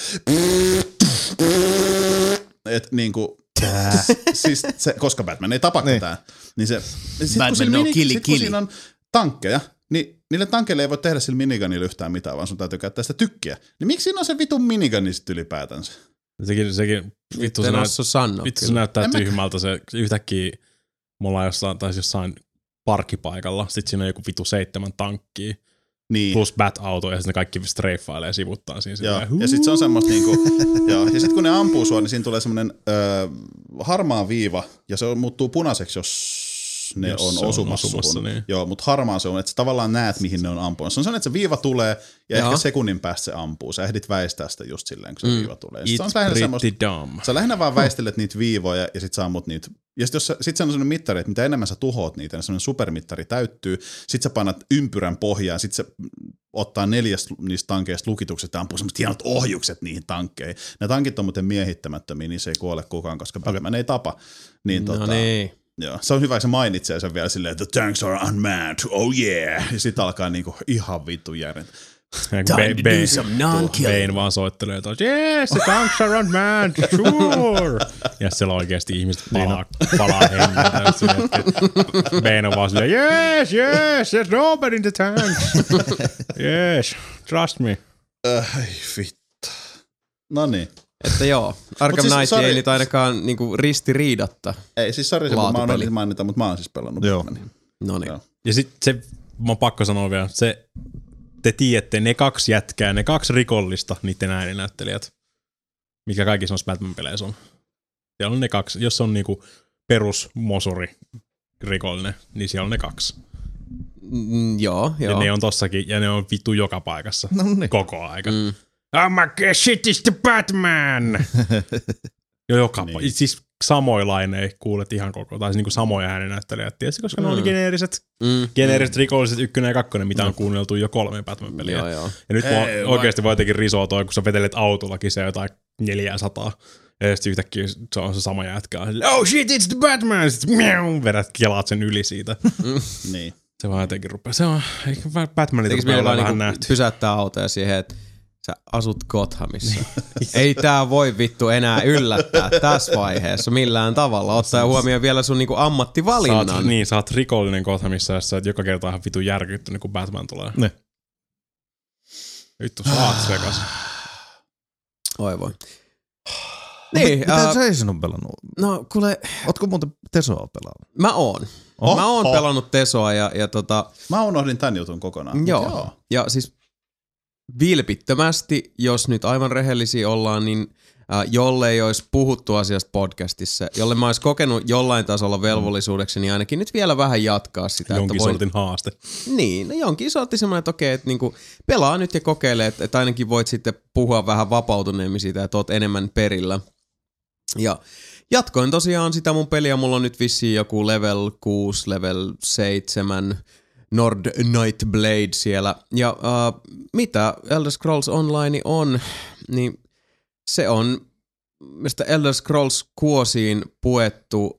[SPEAKER 3] että niinku siis se, koska Batman ei tapa ketään, niin se sit kun siinä on tankkeja, niin niille tankeille ei voi tehdä sillä minigunilla yhtään mitään, vaan sun täytyy käyttää sitä tykkiä. Niin miksi siinä on se vitun miniguni sit ylipäätänsä?
[SPEAKER 4] Sekin vittu se näyttää tyhmältä. Se yhtäkkiä me ollaan jossain parkkipaikalla, sit siinä on joku vitu 7 tankkia. Niin. Plus Bat-auto ja sitten ne kaikki streiffailee sivuttaa siinä.
[SPEAKER 3] Ja sitten se on semmoista niinku, ja sit kun ne ampuu sua, niin siinä tulee semmoinen harmaa viiva, ja se muuttuu punaiseksi, jos ne on osumassa suhun. Niin. Joo, mutta harmaa se on, että sä tavallaan näet, mihin ne on ampunut. Se on sellainen, että se viiva tulee, ja ehkä sekunnin päästä se ampuu. Sä ehdit väistää sitä just silleen, kun se viiva tulee.
[SPEAKER 4] It's pretty dumb.
[SPEAKER 3] Sä lähinnä vaan väistelet niitä viivoja, ja sit sä ammut niitä. Ja sit se on sellainen mittari, että mitä enemmän sä tuhoat niitä, niin sellainen supermittari täyttyy. Sit sä painat ympyrän pohjaan, sit se ottaa 4 niistä tankeista lukitukset ja ampuu semmoiset hienot ohjukset niihin tankkeihin. Ne tankit on muuten miehittämättömiä, niin se ei kuole kukaan, koska Batman ei tapa. Niin,
[SPEAKER 1] niin.
[SPEAKER 3] Joo, se on hyvä, se mainitsee sen vielä silleen, että the tanks are unmanned, oh yeah. Ja sit alkaa niinku ihan vittu järjet.
[SPEAKER 4] Bane vaan soittelee, että yes, the tanks are unmanned, sure. Ja siellä oikeesti ihmiset palaa hengen. Bane on vaan silleen, yes, there's nobody in the tanks. Yes, trust me.
[SPEAKER 3] Ai vittu. Noniin.
[SPEAKER 1] Että joo, Arkham Knight ei nyt ainakaan niinku ristiriidatta.
[SPEAKER 3] Ei, siis sori, mä oon mainita, mutta mä oon siis pelannut.
[SPEAKER 2] Joo.
[SPEAKER 1] Noniin.
[SPEAKER 4] Ja sit se, mä oon pakko sanoa vielä, se, te tiedätte, ne 2 jätkää, ne 2 rikollista, niiden ääninäyttelijät, mikä kaikissa noissa Batman-peleissä on. Siellä on ne 2, jos on niinku perusmosuri rikollinen, niin siellä on ne 2.
[SPEAKER 1] Joo.
[SPEAKER 4] Ja ne on tossakin, ja ne on vittu joka paikassa, koko aika. Oh my shit is the Batman! Joka niin. Siis samoillain ei kuulet ihan koko, tai siis niinku samoja ääninäyttelijät, tietysti, koska ne oli geneeriset rikolliset 1 ja 2, mitä on kuunneltu jo 3 Batman-peliä.
[SPEAKER 1] Joo.
[SPEAKER 4] Ja nyt oikeasti voi jotenkin risoa toi, kun sä vetelet autollakin se jotain 400. Ja sitten yhtäkkiä se on se sama jätkä. Oh shit, it's the Batman! Sitten vedät, kelaat sen yli siitä.
[SPEAKER 3] Niin.
[SPEAKER 4] Se vaan jotenkin rupeaa. Se on, Batmanit rupeaa vähän niinku nähty.
[SPEAKER 1] Pysäyttää autoja siihen, että sä asut Gothamissa. Ei tää voi vittu enää yllättää tässä vaiheessa millään tavalla. Ottaa huomioon vielä sun niinku ammattivalinnan.
[SPEAKER 4] Sä oot rikollinen Gothamissa, jos sä oot joka kerta ihan vittu järkyttynyt, kun Batman tulee.
[SPEAKER 2] Ne.
[SPEAKER 4] Vittu, sä oot sekas.
[SPEAKER 1] Oi voi. Niin,
[SPEAKER 2] Mitä Jason on pelannut?
[SPEAKER 1] No kuule...
[SPEAKER 2] Ootko muuten Tesoa pelannut?
[SPEAKER 1] Mä oon. Mä oon pelannut Tesoa ja
[SPEAKER 3] Mä unohdin tän jutun kokonaan.
[SPEAKER 1] Joo. Ja siis vilpittömästi, jos nyt aivan rehellisiä ollaan, niin jollei olisi puhuttu asiasta podcastissa, jolle mä olisi kokenut jollain tasolla velvollisuudeksi, niin ainakin nyt vielä vähän jatkaa sitä.
[SPEAKER 4] Jonkin sortin haaste.
[SPEAKER 1] Niin, no jonkin sortin semmoinen, että okei, että niinku pelaa nyt ja kokeile, että ainakin voit sitten puhua vähän vapautuneemmin siitä, että oot enemmän perillä. Ja jatkoin tosiaan sitä mun peliä, mulla on nyt vissiin joku level 6, level 7... Nord Night Blade siellä. Ja mitä Elder Scrolls Online on, niin se on mistä Elder Scrolls kuosiin puettu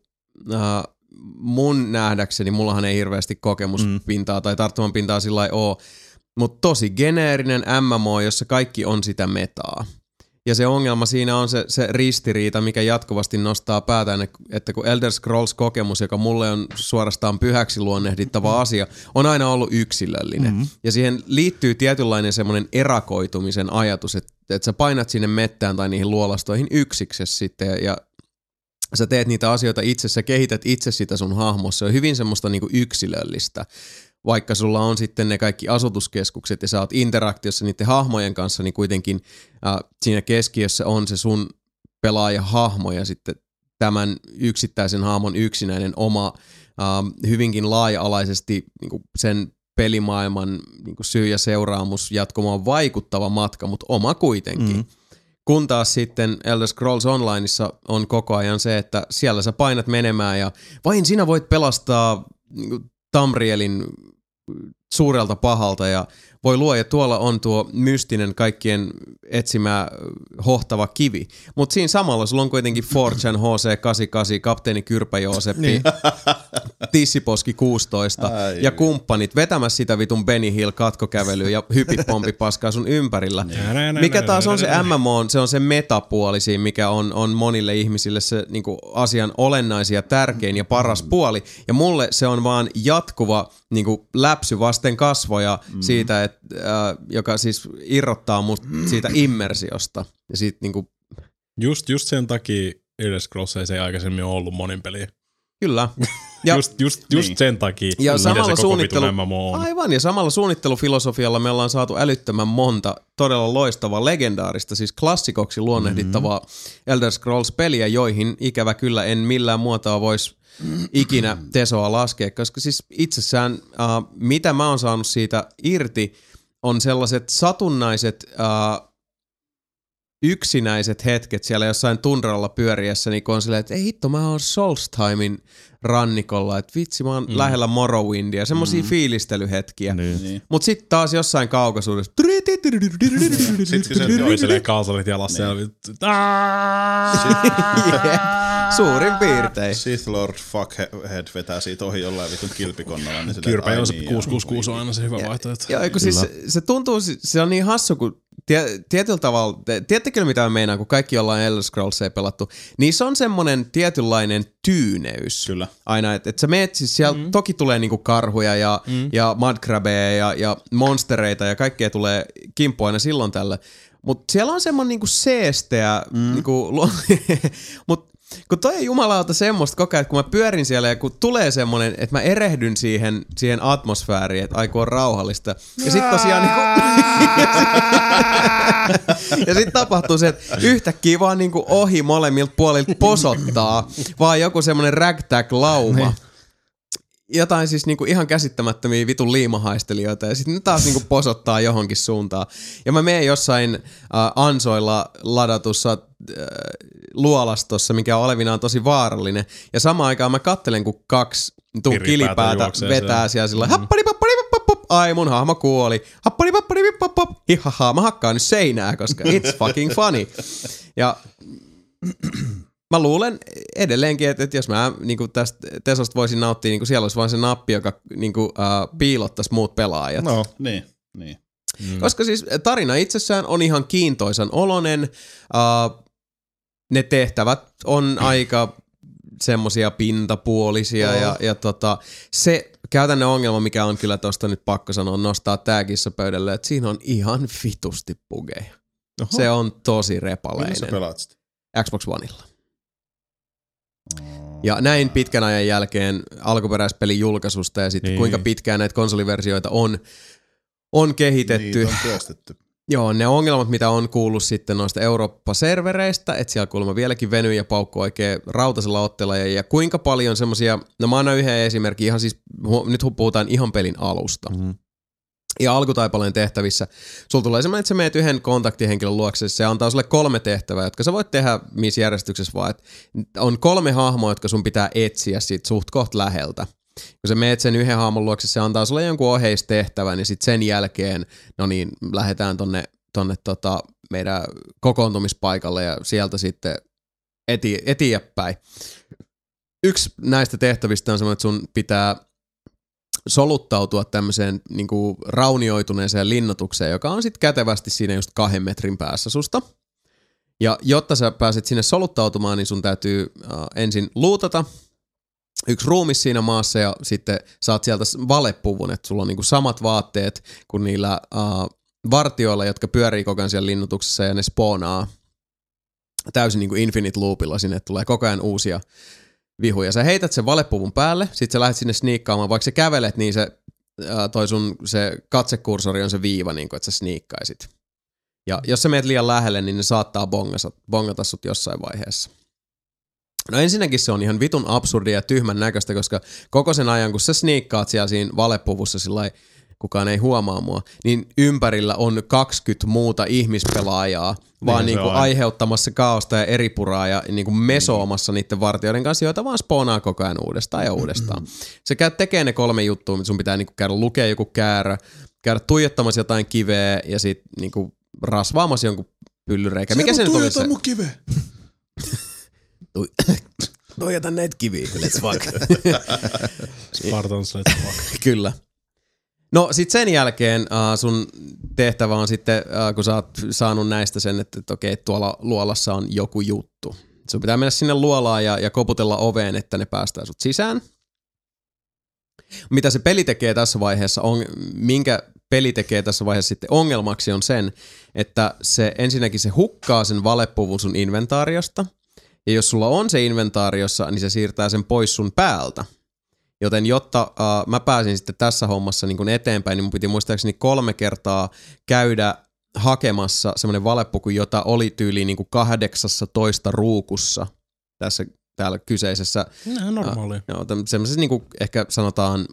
[SPEAKER 1] mun nähdäkseni, mullahan ei hirveästi kokemuspintaa tai tarttuman pintaa sillä lailla oo, mutta tosi geneerinen MMO, jossa kaikki on sitä metaa. Ja se ongelma siinä on se ristiriita, mikä jatkuvasti nostaa päätään, että kun Elder Scrolls-kokemus, joka mulle on suorastaan pyhäksi luonnehdittava asia, on aina ollut yksilöllinen. Mm-hmm. Ja siihen liittyy tietynlainen semmoinen erakoitumisen ajatus, että sä painat sinne mettään tai niihin luolastoihin yksiksessä sitten ja sä teet niitä asioita itse, sä kehität itse sitä sun hahmossa. Se on hyvin semmoista niinku yksilöllistä. Vaikka sulla on sitten ne kaikki asutuskeskukset ja sä oot interaktiossa niiden hahmojen kanssa, niin kuitenkin siinä keskiössä on se sun pelaajahahmo ja sitten tämän yksittäisen hahmon yksinäinen oma hyvinkin laaja-alaisesti niin kuin sen pelimaailman niin kuin syy- ja seuraamus jatkumaan vaikuttava matka, mutta oma kuitenkin. Mm. Kun taas sitten Elder Scrolls Onlineissa on koko ajan se, että siellä sä painat menemään ja vain sinä voit pelastaa niin kuin Tamrielin suurelta pahalta ja voi luoda, ja tuolla on tuo mystinen kaikkien etsimä hohtava kivi. Mutta siinä samalla sulla on kuitenkin 4chan HC88, Kapteeni Kyrpä-Jooseppi, niin. Tissiposki 16 ja kumppanit vetämässä sitä vitun Benny Hill katkokävelyä ja hypit pompi paskaa sun ympärillä. Mikä taas on se MMO, se on se metapuoli siinä, mikä on monille ihmisille se niinku asian olennaisin ja tärkein ja paras puoli. Ja mulle se on vaan jatkuva niinku läpsy vasten kasvoja siitä, että joka siis irrottaa musta siitä immersiosta. Ja siitä niinku...
[SPEAKER 4] Just sen takia Elder Scrolls ei se aikaisemmin ole ollut monin peliä.
[SPEAKER 1] Kyllä. Ja,
[SPEAKER 4] just niin. Sen takia,
[SPEAKER 1] ja samalla
[SPEAKER 4] aivan,
[SPEAKER 1] ja samalla suunnittelufilosofialla me ollaan saatu älyttömän monta todella loistavaa, legendaarista, siis klassikoksi luonnehdittavaa Elder Scrolls-peliä, joihin ikävä kyllä en millään muotoa voisi ikinä Tesoa laskea, koska siis itsessään mitä mä oon saanut siitä irti on sellaiset satunnaiset yksinäiset hetket siellä jossain tundralla pyöriessä, niin kun on silleen, että ei hitto, mä oon Solstimen rannikolla, että vitsi, mä oon lähellä Morrowindia, semmosia fiilistelyhetkiä. Niin. Mut sit taas jossain kaukaisuudessa
[SPEAKER 4] sitten se toiselee kalsarit jalassa ja
[SPEAKER 1] suurin piirtein.
[SPEAKER 3] Sith Lord Fuckhead vetää siitä ohi jollain vitun kilpikonnalla. Niin
[SPEAKER 4] Kyrpä on se 666 on aina se hyvä vaihtoehto.
[SPEAKER 1] Joo, eikö siis se tuntuu, se on niin hassu, kun tietyllä tavalla, tiedättekö mitä mä meinaan, kun kaikki ollaan Elder Scrollsia pelattu, niin se on semmonen tietynlainen tyyneys.
[SPEAKER 3] Kyllä.
[SPEAKER 1] Aina, että sä meet, siis siellä toki tulee niinku karhuja ja mudcrabeja ja monstereita ja kaikkea tulee kimppu aina silloin tällä. Mutta siellä on semmonen niinku seesteä, niinku, mut kun toi on jumalauta semmoista koko ajan, että kun mä pyörin siellä ja kun tulee semmonen, että mä erehdyn siihen atmosfääriin, että aiku on rauhallista. Ja sit tosiaan niinku... ja sit tapahtuu se, että yhtäkkiä vaan niinku ohi molemmilta puolilta posottaa, vaan joku semmonen ragtag-lauma. Jotain siis niinku ihan käsittämättömiä vitun liimahaistelijoita ja sitten ne taas niinku posottaa johonkin suuntaan. Ja mä menen jossain ansoilla ladatussa luolastossa, mikä on olevinaan tosi vaarallinen. Ja samaan aikaan mä kattelen, kun kaksi kilipäätä vetää siellä sillä ai mun hahmo kuoli. Hihaha, mä hakkaan nyt seinää, koska it's fucking funny. Ja... Mä luulen edelleenkin, että jos mä niinku tästä Tesosta voisin nauttia, niin siellä olisi vain se nappi, joka niinku, piilottaisi muut pelaajat.
[SPEAKER 3] No, niin.
[SPEAKER 1] Koska siis tarina itsessään on ihan kiintoisan oloinen. Ne tehtävät on aika semmosia pintapuolisia ja se käytännön ongelma, mikä on kyllä tosta nyt pakko sanoa, nostaa tääkissä pöydälle, että siinä on ihan vitusti bugeja. Se on tosi repaleinen.
[SPEAKER 3] Miten sä pelaat sitä?
[SPEAKER 1] Xbox Oneilla. Ja näin pitkän ajan jälkeen alkuperäispelin julkaisusta ja sitten kuinka pitkään näitä konsoliversioita on kehitetty.
[SPEAKER 3] Niitä on työstetty.
[SPEAKER 1] Joo, ne ongelmat, mitä on kuullut sitten noista Eurooppa-servereistä, että siellä kuulemma vieläkin venyy ja paukkuu oikein rautaisella otteella, ja kuinka paljon semmosia, no mä annan yhden esimerkin, ihan siis, nyt puhutaan ihan pelin alusta. Ja alkutaipaleen tehtävissä, sulla tulee semmoinen, että sä meet yhden kontaktihenkilön luokse, se antaa sulle 3 tehtävää, jotka sä voit tehdä missä järjestyksessä vaan, että on 3 hahmoa, jotka sun pitää etsiä siitä suht koht läheltä. Kun sä meet sen yhden hahmon luokse, se antaa sulle jonkun oheistehtävän ja sitten sen jälkeen, no niin, lähdetään tonne meidän kokoontumispaikalle ja sieltä sitten eteenpäin. Yksi näistä tehtävistä on semmoinen, että sun pitää soluttautua tämmöiseen niinku raunioituneeseen linnoitukseen, joka on sitten kätevästi siinä just 2 metrin päässä susta. Ja jotta sä pääset sinne soluttautumaan, niin sun täytyy ensin luutata yksi ruumis siinä maassa ja sitten saat sieltä valepuvun, että sulla on niinku samat vaatteet kuin niillä vartioilla, jotka pyörii koko ajan siellä linnoituksessa ja ne spoonaa täysin niinku infinite loopilla sinne, että tulee koko ajan uusia vihuja. Sä heität sen valepuvun päälle, sit sä lähdet sinne sniikkaamaan, vaikka sä kävelet, niin se katsekursori on se viiva, niin kuin, että sä sniikkaisit. Ja jos sä meet liian lähelle, niin ne saattaa bongata sut jossain vaiheessa. No ensinnäkin se on ihan vitun absurdia ja tyhmän näköistä, koska koko sen ajan, kun sä sniikkaat siellä siinä valepuvussa sillai, kukaan ei huomaa mua, niin ympärillä on 20 muuta ihmispelaajaa, vaan niinku aiheuttamassa kaaosta ja eripuraa ja niinku mesoomassa niiden vartijoiden kanssa, joita vaan spoonaa koko ajan uudestaan ja uudestaan. Se tekee ne 3 juttua, mitä sun pitää niinku käydä lukea joku käärä tuijottamassa jotain kiveä ja sit niinku rasvaamassa jonkun pyllyreikä. Mikä se nyt oli se?
[SPEAKER 3] Mun kiveä.
[SPEAKER 1] Tuijota näitä kiviä, let's fuck.
[SPEAKER 4] Spartans, let's fuck.
[SPEAKER 1] Kyllä. No sit sen jälkeen sun tehtävä on sitten, kun sä oot saanut näistä sen, että okei, tuolla luolassa on joku juttu. Sun pitää mennä sinne luolaan ja koputella oveen, että ne päästää sut sisään. Mitä se peli tekee tässä vaiheessa, minkä peli tekee tässä vaiheessa sitten ongelmaksi on sen, että ensinnäkin se hukkaa sen valepuvun sun inventaariosta. Ja jos sulla on se inventaariossa, niin se siirtää sen pois sun päältä. Joten jotta mä pääsin sitten tässä hommassa niin kuin eteenpäin, niin mun piti muistaakseni 3 kertaa käydä hakemassa semmoinen valepuku, jota oli tyyliin niin kuin 18 ruukussa täällä kyseisessä.
[SPEAKER 4] Normaalia.
[SPEAKER 1] Semmoisessa niin kuin ehkä sanotaan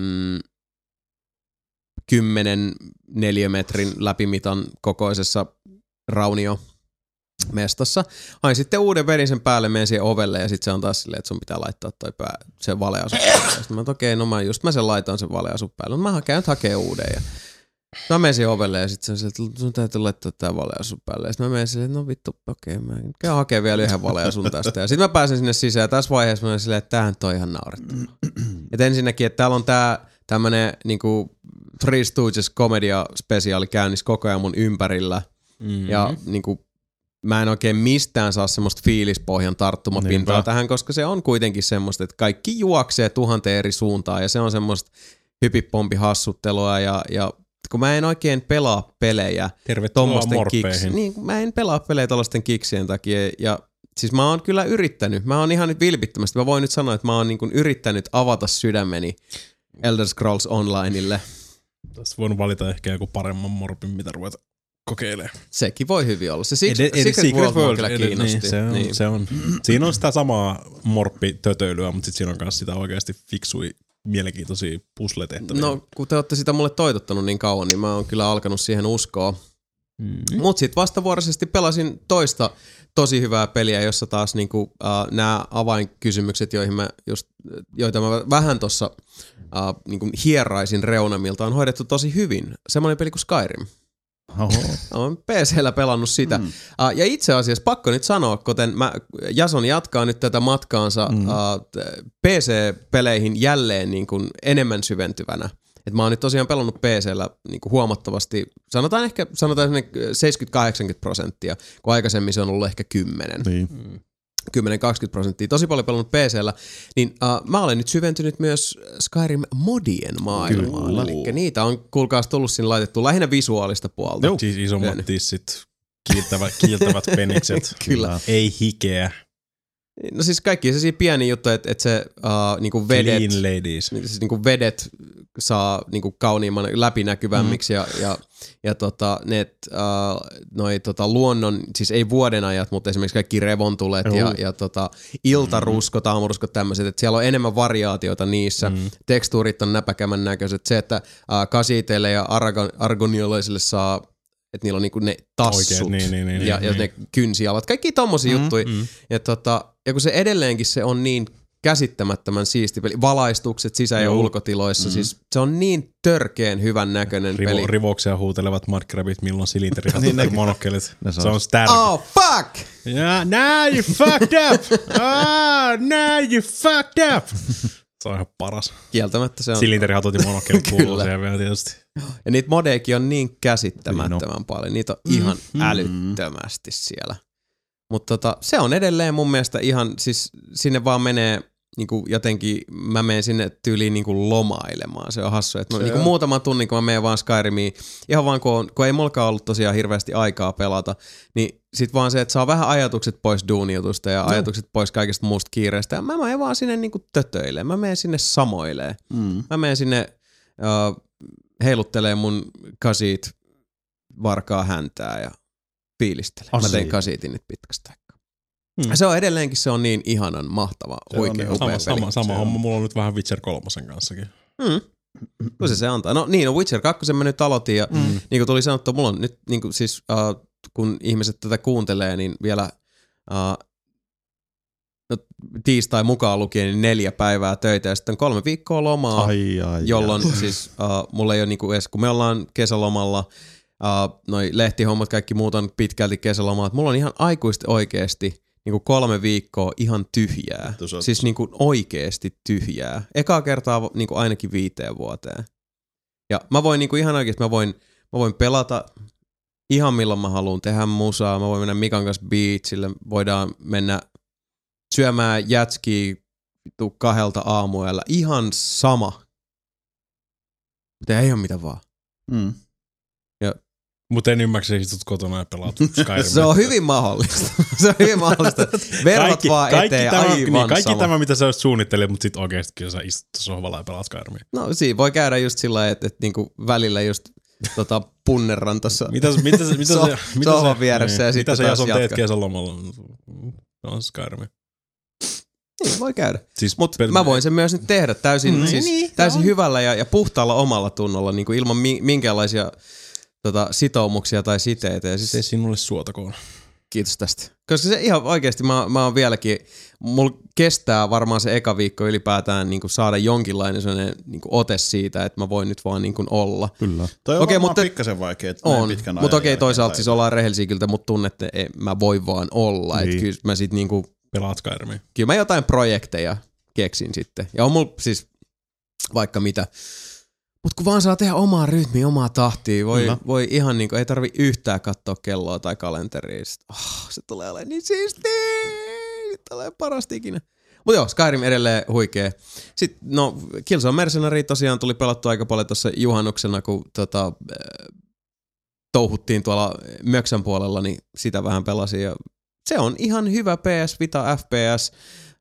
[SPEAKER 1] 10 neliömetrin läpimitan kokoisessa rauniomestassa. Hain sitten uuden verin sen päälle, menen siihen ovelle ja sitten se on taas silleen, että sun pitää laittaa se valeasu päälle. Sitten mä okei, no mä sen laitan sen valeasu päälle. No mä käyn nyt hakee uuden ja mä menen siihen ovelle ja sitten se on silleen, että sun täytyy laittaa tää valeasu päälle. Ja sitten mä menen silleen, että no vittu, okei, mä käyn hakee vielä yhden valeasun tästä. Ja sitten mä pääsen sinne sisään ja tässä vaiheessa mä menen silleen, että tämähän toi ihan naurettavaa. Että ensinnäkin, että täällä on tämmönen niinku Three Stooges komedia-spesiaali käynnissä koko ajan mun ympärillä. Ja niinku mä en oikein mistään saa semmoista fiilispohjan tarttumapintaa tähän, koska se on kuitenkin semmoista, että kaikki juoksee 1000 eri suuntaan ja se on semmoista hypipompihassuttelua ja kun mä en oikein pelaa pelejä tommosten mä en pelaa pelejä tollasten kiksien takia ja siis mä oon kyllä yrittänyt, mä oon ihan nyt vilpittömästi, mä voin nyt sanoa, että mä oon niin kuin yrittänyt avata sydämeni Elder Scrolls Onlineille.
[SPEAKER 4] Tässä voin valita ehkä joku paremman morpin, mitä ruveta kokeilemaan.
[SPEAKER 1] Sekin voi hyvin olla. Se Secret World kyllä kiinnosti.
[SPEAKER 4] Niin, se on. Siinä on sitä samaa morppitötöilyä, mutta sitten siinä on myös sitä oikeasti fiksui, mielenkiintoisia puzzle-tehtäviä.
[SPEAKER 1] No, kun te olette sitä mulle toitottanut niin kauan, niin mä oon kyllä alkanut siihen uskoa. Mut sit vastavuoroisesti pelasin toista tosi hyvää peliä, jossa taas niinku, nämä avainkysymykset, joita mä vähän tossa niinku hierraisin reunamilta, on hoidettu tosi hyvin. Semmoinen peli kuin Skyrim. Olen PC:llä pelannut sitä. Ja itse asiassa pakko nyt sanoa, kuten Jason jatkaa nyt tätä matkaansa PC-peleihin jälleen niin kuin enemmän syventyvänä. Et mä oon nyt tosiaan pelannut PC:llä niin kuin huomattavasti, sanotaan 70-80%, kun aikaisemmin se on ollut ehkä 10. Niin. 10-20%, tosi paljon pelannut PC:llä, niin mä olen nyt syventynyt myös Skyrim-modien maailmaan. Eli niitä on kuulkaas tullut sinne laitettu lähinnä visuaalista puolta.
[SPEAKER 4] Siis isommat tissit, kiiltävät penikset.
[SPEAKER 1] Kyllä.
[SPEAKER 4] Ei hikeä.
[SPEAKER 1] No siis kaikki se pieni juttu, että se niinku vedet,
[SPEAKER 4] Clean ladies.
[SPEAKER 1] siis niinku vedet saa niinku kauniimman läpinäkyvämmiksi ja ne luonnon, siis ei vuodenajat, mutta esimerkiksi kaikki revontulet ja iltaruskot, aamuruskot tämmöiset, että siellä on enemmän variaatioita niissä. Tekstuurit on näpäkämän näköiset. Se, että kasiteille ja argoniolaisille saa, että niillä on niinku ne tassut ja ne kynsialat, kaikki tommosia juttuja. Ja kun se edelleenkin se on niin käsittämättömän siisti peli, valaistukset sisä- ja ulkotiloissa, siis se on niin törkeen hyvän näköinen peli.
[SPEAKER 4] Rivoksia huutelevat mudcrabit, milloin silinteri ja monokkelit. Se on tärkeä.
[SPEAKER 1] Oh fuck!
[SPEAKER 4] Yeah, now you fucked up! Now you fucked up! Se on ihan paras.
[SPEAKER 1] Kieltämättä se on.
[SPEAKER 4] Silinterihatut ja monokkelit kuuluu siihen vielä tietysti.
[SPEAKER 1] Ja niitä modeikin on niin käsittämättömän paljon. Niitä on ihan älyttömästi siellä. Mutta se on edelleen mun mielestä ihan, siis sinne vaan menee niinku jotenkin, mä menen sinne tyyliin niinku lomailemaan. Se on hassu, että niinku muutama tunnin, kun mä menen vaan Skyrimiin, ihan vaan kun ei mullakaan ollut tosiaan hirveästi aikaa pelata, niin sit vaan se, että saa vähän ajatukset pois duuniutusta ja ajatukset pois kaikesta muusta kiireestä. Ja mä menen vaan sinne niinku tötöilemään, mä menen sinne samoilemaan. Mä menen sinne heiluttelee mun kasiit varkaa häntää ja fiilistelee. Mä tein kasiitin nyt pitkästä aikaa. Se on edelleenkin, se on niin ihanan mahtava, huikea, upea peli.
[SPEAKER 4] Sama homma mulla on nyt vähän Witcher 3 kanssakin.
[SPEAKER 1] Kun se antaa. No niin, Witcher 2 mä nyt aloitin ja niin kuin tuli sanottu, mulla on nyt niin kuin siis kun ihmiset tätä kuuntelee, niin vielä tiistai mukaan lukien niin 4 päivää töitä ja sitten 3 viikkoa lomaa, jolloin siis mulla ei ole niinku edes, kun me ollaan kesälomalla, noi lehtihommat, kaikki muut on pitkälti kesälomaa, että mulla on ihan aikuisesti oikeesti niinku 3 viikkoa ihan tyhjää. Siis niinku oikeesti tyhjää. Ekaa kertaa niinku ainakin 5 vuoteen. Ja mä voin niinku ihan oikeesti, mä voin pelata ihan milloin mä haluan tehdä musaa, mä voin mennä Mikan kanssa beachille, voidaan mennä syömään jätskiä 2 aamuyöllä. Ihan sama. Mutta ei ole mitä vaan.
[SPEAKER 4] Mutta en ymmärrä, että istut kotona ja pelaat Skyrimia.
[SPEAKER 1] Se on hyvin mahdollista. Verrat vaan eteen ja aivan
[SPEAKER 4] kaikki
[SPEAKER 1] sama.
[SPEAKER 4] tämä, mitä sä olisit suunnittelet, mutta sit oikeesti kyllä sä istut sohvalla ja pelaat Skyrimia.
[SPEAKER 1] No siinä voi käydä just sillä lailla, että niinku välillä just punnerran tossa sohvan vieressä ja sitten
[SPEAKER 4] taas jatkaa. Mitä sä teet
[SPEAKER 1] jatkaa.
[SPEAKER 4] kesälomalla? On Skyrimia.
[SPEAKER 1] Niin, voi käydä.
[SPEAKER 4] Siis
[SPEAKER 1] mutta mä voin sen myös nyt tehdä täysin hyvällä ja puhtaalla omalla tunnolla, niin kuin ilman minkäänlaisia sitoumuksia tai siteitä. Ja siis,
[SPEAKER 4] se sinulle suotakoon.
[SPEAKER 1] Kiitos tästä. Koska se ihan oikeasti, mä oon vieläkin, mulla kestää varmaan se eka viikko ylipäätään niin kuin saada jonkinlainen sellainen niin kuin ote siitä, että mä voin nyt vaan niin kuin olla.
[SPEAKER 2] Kyllä.
[SPEAKER 3] Toi on varmaan pikkasen vaikea, että näin pitkän ajan.
[SPEAKER 1] Mutta toisaalta siis ollaan rehellisiä kyllä, mutta tunnette, mä voin vaan olla. Niin. Että kyllä mä sit niinku
[SPEAKER 4] pelaat Skyrimia.
[SPEAKER 1] Kyllä mä jotain projekteja keksin sitten. Ja on mulla siis vaikka mitä. Mut kun vaan saa tehdä omaa rytmiä, omaa tahtia, voi ihan niinku, ei tarvi yhtään katsoa kelloa tai kalenteria. Se tulee olemaan niin siistiä. Se tulee parasta ikinä. Mut joo, Skyrim edelleen huikee. Sitten no, Killzone Mercenary tosiaan tuli pelattu aika paljon tuossa juhannuksena, kun touhuttiin tuolla Möksän puolella, niin sitä vähän pelasin. Ja se on ihan hyvä PS Vita FPS.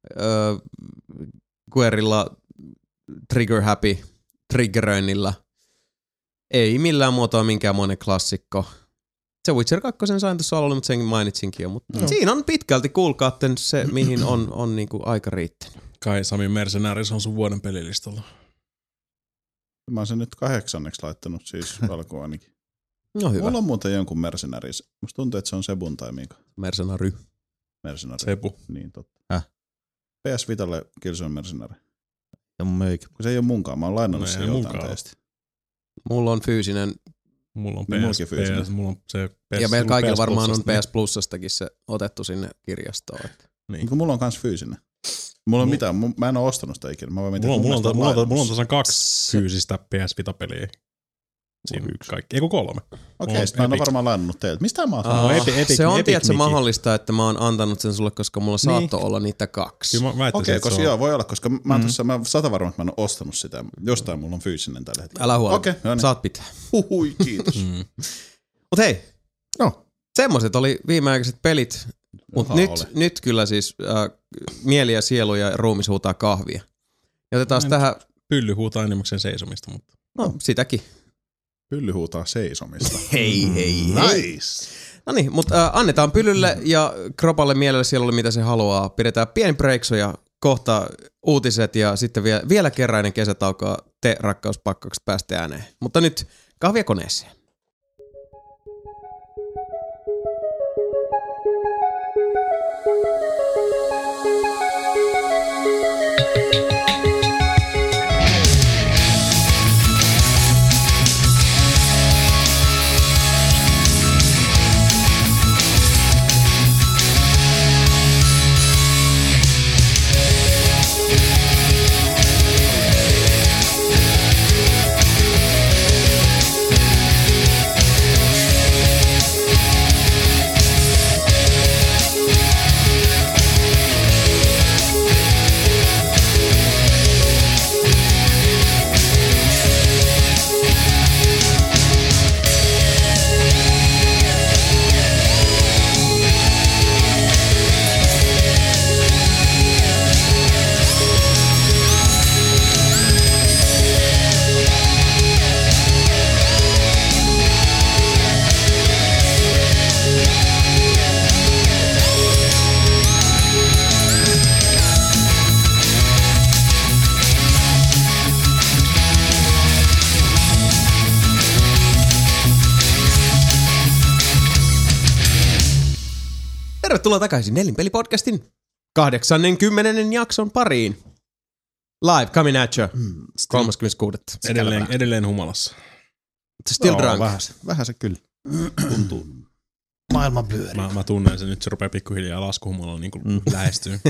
[SPEAKER 1] Guerrilla Trigger Happy triggeröinnillä. Ei millään muotoa minkäänmoinen klassikko. Se Witcher 2 sain tuossa alulla, mutta sen mainitsinkin jo. Mutta siinä on pitkälti kuulkaatten se, mihin on niinku aika riittänyt.
[SPEAKER 4] Kai Sami Mercenaries on sun vuoden pelilistalla.
[SPEAKER 3] Mä oon sen nyt 8 laittanut siis alkuun ainakin.
[SPEAKER 1] No hyvä.
[SPEAKER 3] Mulla on muuten jonkun Mercenaries. Musta tuntuu, että se on Sebun tai Mika.
[SPEAKER 1] Mercenary.
[SPEAKER 4] Sebu.
[SPEAKER 3] Niin totta. PS Vitalle Killzone Mercenary.
[SPEAKER 2] Ja meikä.
[SPEAKER 3] Kun se ei ole munkaan, mä oon lainannut sen joltain teistä.
[SPEAKER 1] Mulla on fyysinen.
[SPEAKER 4] Mulla on
[SPEAKER 3] PS.
[SPEAKER 4] Mulla on se PS.
[SPEAKER 1] Ja meillä kaikilla varmaan on PS Plusastakin se otettu sinne kirjastoon.
[SPEAKER 3] Niin. Mulla on kans fyysinen. Mulla on mitään, mä en oo ostanut sitä ikinä.
[SPEAKER 4] Mulla on tosiaan 2 fyysistä PS Vita-peliä. Siinä kaikki. Eiku 3.
[SPEAKER 3] Okei, sit mä en oo varmaan lainannut teiltä. Mistä mä oon?
[SPEAKER 1] Se on tietysti mahdollista, että mä oon antanut sen sulle, koska mulla saattoi olla niitä 2.
[SPEAKER 3] Okei, koska joo, voi olla, koska mä sata varmaan, että mä en oo ostanut sitä. Jostain mulla on fyysinen tällä hetkellä.
[SPEAKER 1] Älä huolta,
[SPEAKER 3] no niin.
[SPEAKER 1] saat pitää.
[SPEAKER 3] Huhui, kiitos.
[SPEAKER 1] Mut hei, Semmoiset oli viimeaikaiset pelit, mutta nyt kyllä siis mieli ja sielu ja ruumis huutaa kahvia. Ja otetaan tähän...
[SPEAKER 4] Pylly huutaa enimmäkseen seisomista, mutta...
[SPEAKER 1] No, sitäkin.
[SPEAKER 3] Pylly huutaa seisomista.
[SPEAKER 1] Hei.
[SPEAKER 3] Nice.
[SPEAKER 1] No niin, mutta annetaan Pyllylle ja Kropalle mielelle sielulle, mitä se haluaa. Pidetään pieni breakso ja kohta uutiset ja sitten vielä kerran ennen kesätaukoa te rakkauspakkaukset pääste ääneen. Mutta nyt kahvia koneeseen. Tervetuloa takaisin Nelinpeli-podcastin 80. jakson pariin. Live coming at you. 36.
[SPEAKER 4] Edelleen humalassa.
[SPEAKER 1] Still drunk.
[SPEAKER 2] Vähän se kyllä.
[SPEAKER 4] Tuntuu.
[SPEAKER 2] Maailman pyörii.
[SPEAKER 4] Mä tunnen sen, nyt se rupeaa pikkuhiljaa laskuhumalla niin kuin lähestyy.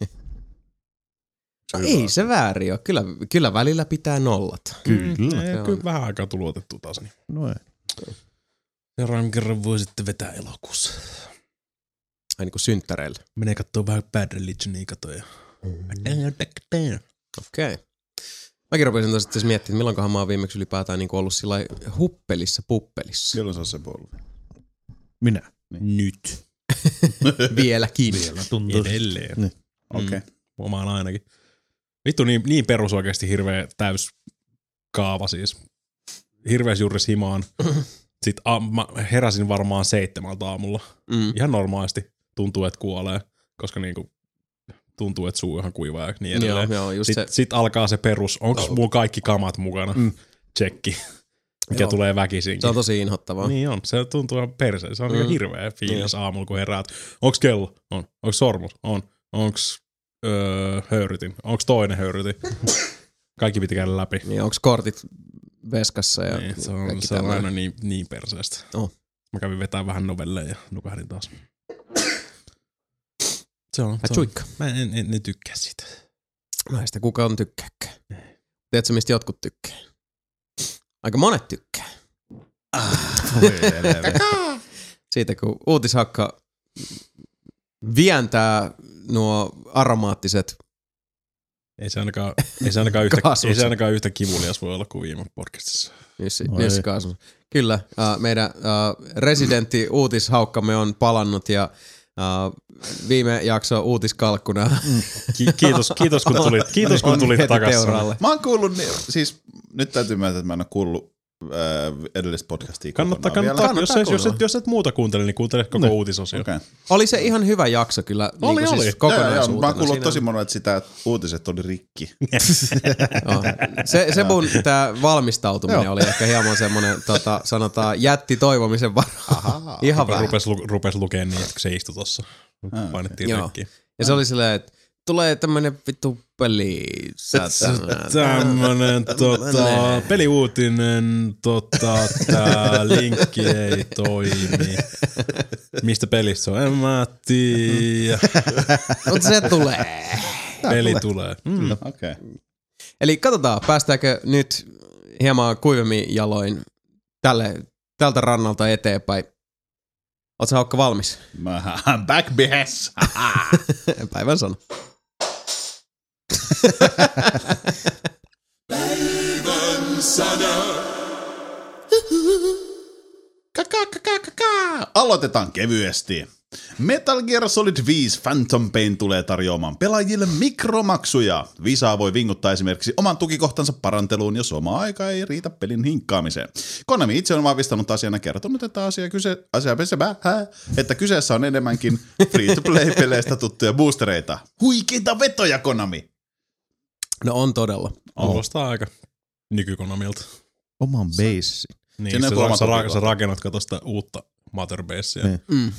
[SPEAKER 1] No ei se väärin ole. Kyllä välillä pitää nollata.
[SPEAKER 4] Kyllä vähän aikaa tuli otettua taas. Niin.
[SPEAKER 2] No ei.
[SPEAKER 4] Seuraavan kerran voi sitten vetää elokuussa.
[SPEAKER 1] Ai niin kuin synttäreillä.
[SPEAKER 4] Menee kattoo vähän Bad Religionia katoja.
[SPEAKER 1] Okei. Mäkin rupesin tosiaan miettimään, että milloinkohan mä oon viimeksi ylipäätään niin ollut sillä huppelissa puppelissa.
[SPEAKER 3] Milloin se on se polvi?
[SPEAKER 2] Minä.
[SPEAKER 3] Niin.
[SPEAKER 4] Nyt.
[SPEAKER 1] Vieläkin.
[SPEAKER 2] Vielä tuntuu.
[SPEAKER 4] Edelleen.
[SPEAKER 2] Niin.
[SPEAKER 3] Okei.
[SPEAKER 4] Omaan ainakin. Vittu niin perus oikeesti hirveä täys kaava siis. Hirveäs juuris himaan. Sitten mä heräsin varmaan 7 aamulla. Ihan normaalisti. Tuntuu, että kuolee, koska niinku tuntuu, että suu ihan kuivaa ja niin edelleen. Sitten alkaa se perus. Onko mulla kaikki kamat mukana? Tsekki. Mikä tulee väkisinkin.
[SPEAKER 1] Se on tosi inhottavaa.
[SPEAKER 4] Niin on. Se tuntuu ihan perseen. Se on ihan hirveä fiilis aamulla, kun heräät. Onks kello? On. Onks sormus? On. Onks höyrytin? Onks toinen höyrytin? Kaikki piti käydä läpi.
[SPEAKER 1] Niin, onks kortit veskassa ja
[SPEAKER 4] niin, se on aina niin perseestä. Mä kävin vetää vähän novelleja ja nukahdin taas. Mä en tykkää siitä.
[SPEAKER 1] No ei sitä kukaan tykkääkään. Tiedätkö, mistä jotkut tykkää? Aika monet tykkää. Siitä kun Uutishakka vientää nuo aromaattiset
[SPEAKER 4] Ei se ainakaan yhtä kivulias voi olla kuin viime podcastissa.
[SPEAKER 1] Kyllä, meidän residentti uutishaukkamme on palannut ja viime jakso uutiskalkkuna.
[SPEAKER 4] Kiitos kun tulit takaisin.
[SPEAKER 3] Mä oon kuullut, siis nyt täytyy myöntää, että mä en ole kuullut edellistä podcastia.
[SPEAKER 4] Kannattaa. Jos et muuta kuuntele, niin kuuntele koko uutisosio.
[SPEAKER 3] Okay.
[SPEAKER 1] Oli se ihan hyvä jakso kyllä.
[SPEAKER 4] Oli.
[SPEAKER 1] Siis kokonaisuutena.
[SPEAKER 3] Mä oon kuullut tosi monet sitä, että uutiset oli rikki.
[SPEAKER 1] Se mun tää valmistautuminen oli ehkä hieman semmonen, sanotaan jätti toivomisen varaa. Ihan vähän.
[SPEAKER 4] Rupes lukemaan niin, että se istui tossa. Painettiin rikkiin.
[SPEAKER 1] Ja se oli silleen, että tulee tämmönen vittu peli.
[SPEAKER 4] Tämmönen peliuutinen, tää linkki ei toimi. Mistä pelistä se on? En mä tiedä.
[SPEAKER 1] Mutta se tulee.
[SPEAKER 4] Peli tulee.
[SPEAKER 3] Okay.
[SPEAKER 1] Eli katsotaan, päästäänkö nyt hieman kuivemmin jaloin tältä rannalta eteenpäin. Ootko Haukka valmis?
[SPEAKER 3] Mä back BS.
[SPEAKER 1] Päivän sana.
[SPEAKER 3] aloitetaan kevyesti. Metal Gear Solid 5 Phantom Pain tulee tarjoamaan pelaajille mikromaksuja. Visaa voi vinguttaa esimerkiksi oman tukikohtansa paranteluun, jos oma aika ei riitä pelin hinkkaamiseen. Konami itse on vahvistanut asiana kertonut, että kyseessä on enemmänkin free-to-play-peleistä tuttuja boostereita. Huikeita vetoja, Konami!
[SPEAKER 1] No on todella.
[SPEAKER 4] Kuulostaa aika nykykonamilta.
[SPEAKER 2] Oman basein.
[SPEAKER 4] Niin, sä rakennat tuosta uutta motherbasea.
[SPEAKER 2] Niin.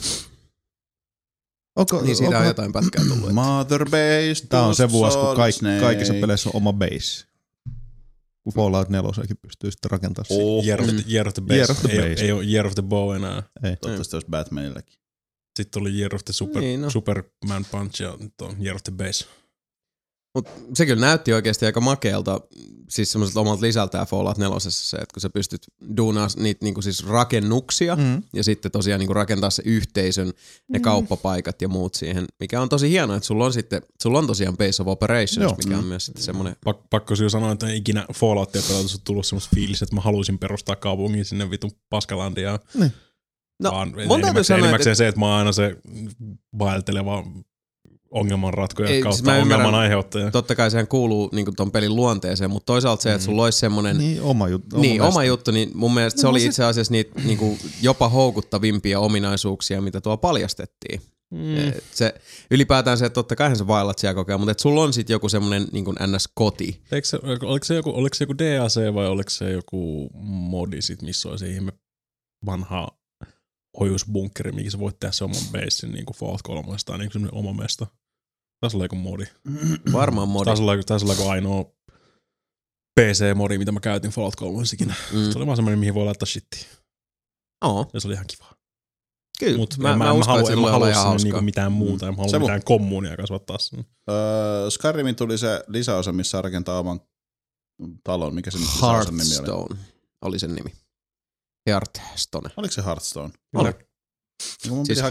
[SPEAKER 1] Niin siitä on jotain pätkää tullut.
[SPEAKER 3] Mother Base.
[SPEAKER 2] Tää on se vuosi, kun kaikissa peleissä on oma base. Kun Fallout 4 pystyy sitten rakentamaan siihen.
[SPEAKER 4] Year of the Base. Ei ole Year of the Bow enää.
[SPEAKER 2] Ei.
[SPEAKER 3] Toivottavasti olisi Batmanillekin.
[SPEAKER 4] Sitten oli Year of the Superman Punch ja nyt on Year of the Base.
[SPEAKER 1] Mut se kyllä näytti oikeasti aika makealta, siis semmoiselta omalta lisältään Fallout 4 se, että kun sä pystyt duunaamaan niitä niinku siis rakennuksia ja sitten tosiaan niinku rakentaa se yhteisön, ne kauppapaikat ja muut siihen, mikä on tosi hienoa, että sulla on tosiaan Base of Operations, mikä on myös sitten semmoinen.
[SPEAKER 4] Pakko syy sanoa, että ikinä Falloutia pelata on tullut semmoista fiilis, että mä haluaisin perustaa kaupungin sinne vitun Paskalandiaan.
[SPEAKER 2] Niin.
[SPEAKER 1] No,
[SPEAKER 4] vaan enimmäkseen se, että mä oon aina se vaelteleva ongelmanratkoja kautta ongelman aiheuttaja.
[SPEAKER 1] Totta kai sehän kuuluu niin ton pelin luonteeseen, mutta toisaalta se, että sulla olisi semmoinen oma juttu, niin mun mielestä se oli itse asiassa niitä niinku jopa houkuttavimpia ominaisuuksia, mitä tuolla paljastettiin. Se, ylipäätään se, että totta kai sä vaellat siellä koko ajan, mutta että sulla on sitten joku semmoinen niin kuin NS-koti.
[SPEAKER 4] Oliko se joku DAC vai oliko se joku modi sit, missä olisi ihme vanhaa ohjusbunkkeri, mikä sä voit tehdä se oman basein niin kuin Fallout 3 tai niin kuin oma mesta. Taisi olla joku modi.
[SPEAKER 1] Varmaan modi.
[SPEAKER 4] Taisi olla joku ainoa PC-modi, mitä mä käytin Fallout 3 ikinä. Se oli vaan semmoinen, mihin voi laittaa shittiä. Ja se oli ihan kivaa.
[SPEAKER 1] Kyllä,
[SPEAKER 4] Mut
[SPEAKER 1] mä uskon, että se tulee olla ihan hauskaa.
[SPEAKER 4] Niinku mitään muuta, en halua mitään kommunia kasvattaa sen.
[SPEAKER 3] Skyrimin tuli se lisäosa, missä rakentaa oman talon. Mikä sen lisäosan nimi oli?
[SPEAKER 1] Hearthstone oli sen nimi. Hearthstone.
[SPEAKER 3] Oliko se Hearthstone?
[SPEAKER 1] Oli. Siis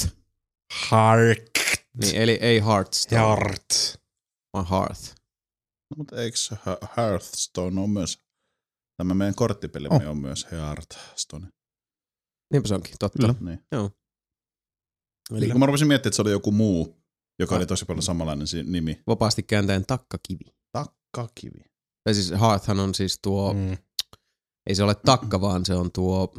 [SPEAKER 1] Hearth. Niin, eli ei Hearthstone. Vaan Hearth.
[SPEAKER 3] No, mutta eikö Hearthstone on myös, tämä meidän korttipelimme on myös Hearthstone.
[SPEAKER 1] Niinpä se onkin, totta.
[SPEAKER 3] Niin.
[SPEAKER 1] Joo. Eli
[SPEAKER 3] kun mä rupesin miettimään, että se oli joku muu, joka oli tosi paljon samanlainen nimi.
[SPEAKER 1] Vapaasti kääntäen takkakivi.
[SPEAKER 3] Takkakivi.
[SPEAKER 1] Tai siis Hearthhan on siis tuo, ei se ole takka, vaan se on tuo.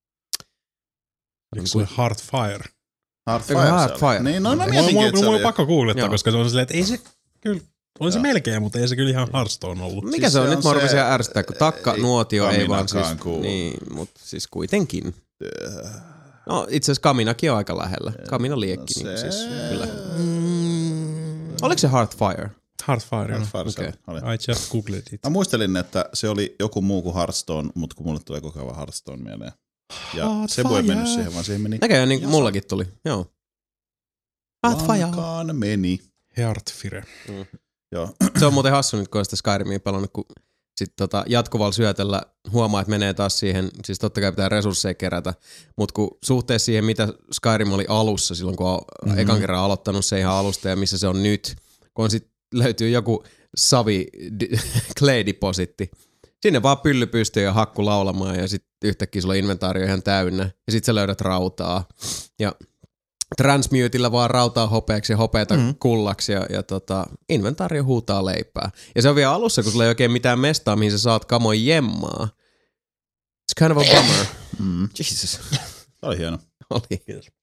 [SPEAKER 4] Eikö se ole Hearthfire?
[SPEAKER 1] Hearthfire.
[SPEAKER 3] Niin, no mä mietinkin, että se
[SPEAKER 4] oli.
[SPEAKER 3] oli.
[SPEAKER 4] Pakko googlettaa, koska se on silleen, että ei se kyllä, oli se melkein, mutta ei se kyllä ihan Hearthstone ollut.
[SPEAKER 1] Mikä se on? Nyt mä rupesin ärsyttää, kun takka, nuotio ei vaan siis. Niin, mutta siis kuitenkin. No itse asiassa Kaminakin on aika lähellä. Kamina liekki niin siis kyllä. Oliko se Hearthfire?
[SPEAKER 4] Hearthfire,
[SPEAKER 3] okay.
[SPEAKER 4] I just googled it.
[SPEAKER 3] Mä muistelin, että se oli joku muu kuin Hearthstone, mutta kun mulle tulee koko ajan Hearthstone mieleen. Ja se voi mennyt siihen, vaan siihen meni.
[SPEAKER 1] Näköjään niin mullakin tuli, joo.
[SPEAKER 3] Hearthfire meni.
[SPEAKER 4] Hearthfire.
[SPEAKER 3] Joo.
[SPEAKER 1] Se on muuten hassu nyt, kun on sitä Skyrimia pelannut, kun sit jatkuvalla syötellä huomaa, että menee taas siihen, siis totta kai pitää resursseja kerätä, mutta kun suhteessa siihen, mitä Skyrim oli alussa, silloin kun on ekan kerran aloittanut se ihan alusta ja missä se on nyt, kun sit löytyy joku clay-depositti, sinne vaan pylly pystyy ja hakku laulamaan ja sitten yhtäkkiä sulla inventaario ihan täynnä ja sit sä löydät rautaa ja transmutella vaan rautaa hopeaksi ja hopeata kullaksi ja inventaario huutaa leipää. Ja se on vielä alussa, kun sulla ei oikein mitään mestaa, mihin sä saat kamoin jemmaa. It's kind of a bummer. Jesus.
[SPEAKER 3] Oli hieno.
[SPEAKER 1] Oli.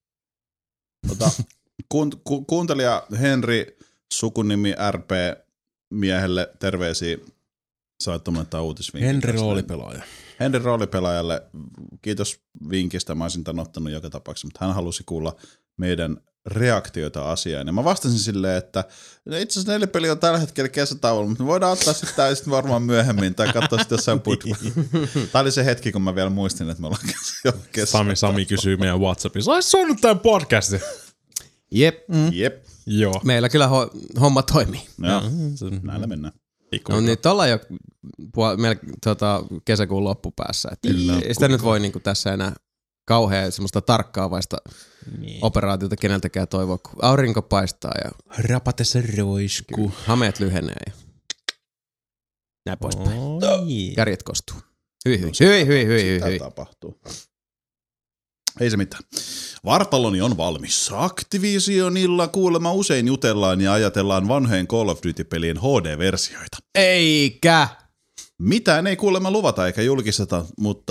[SPEAKER 3] Kuuntelija Henri, sukunimi RP miehelle terveisiä. Saat tuommoinen uutisvinkin. Henri roolipelaajalle. Kiitos vinkistä. Mä olisin tämän ottanut joka tapauksessa, mutta hän halusi kuulla meidän reaktioita asiaan. Ja mä vastasin silleen, että itse asiassa 4 peliä on tällä hetkellä kesätauolla, mutta me voidaan ottaa sitten täysin varmaan myöhemmin tai katsoa sitten jossain Tämä oli se hetki, kun mä vielä muistin, että me ollaan kesätauolla.
[SPEAKER 4] Sami kysyy meidän WhatsAppissa, olis se on nyt tämän podcastin?
[SPEAKER 1] Jep.
[SPEAKER 4] Joo.
[SPEAKER 1] Meillä kyllä homma toimii.
[SPEAKER 3] Joo, näillä mennään.
[SPEAKER 1] No nyt ollaan jo kesäkuun loppupäässä. Ei sitä nyt voi niinku tässä enää kauhean semmoista tarkkaavaista operaatiota keneltäkään toivoa, kun aurinko paistaa ja
[SPEAKER 4] rapate se roiskuu.
[SPEAKER 1] Hameet lyhenee ja näin poispäin. Kärjet kostuu. Hyi.
[SPEAKER 3] Sitä tapahtuu. Ei se mitään. Vartaloni on valmis. Activisionilla kuulemma usein jutellaan ja ajatellaan vanhojen Call of Duty-pelien HD-versioita.
[SPEAKER 1] Eikä!
[SPEAKER 3] Mitään ei kuulemma luvata eikä julkisteta,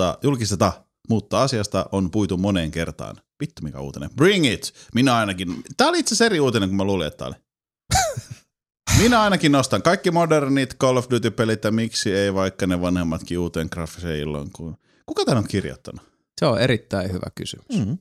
[SPEAKER 3] mutta asiasta on puitu moneen kertaan. Vittu mikä uutinen. Bring it! Minä ainakin. Tää oli itse asiassa eri uutinen kuin mä luulin, että tää oli. Minä ainakin nostan kaikki modernit Call of Duty-pelit ja miksi ei vaikka ne vanhemmatkin uuteen graafiseen illan. Kuka tän on kirjoittanut?
[SPEAKER 1] Se on erittäin hyvä kysymys.
[SPEAKER 2] Mm.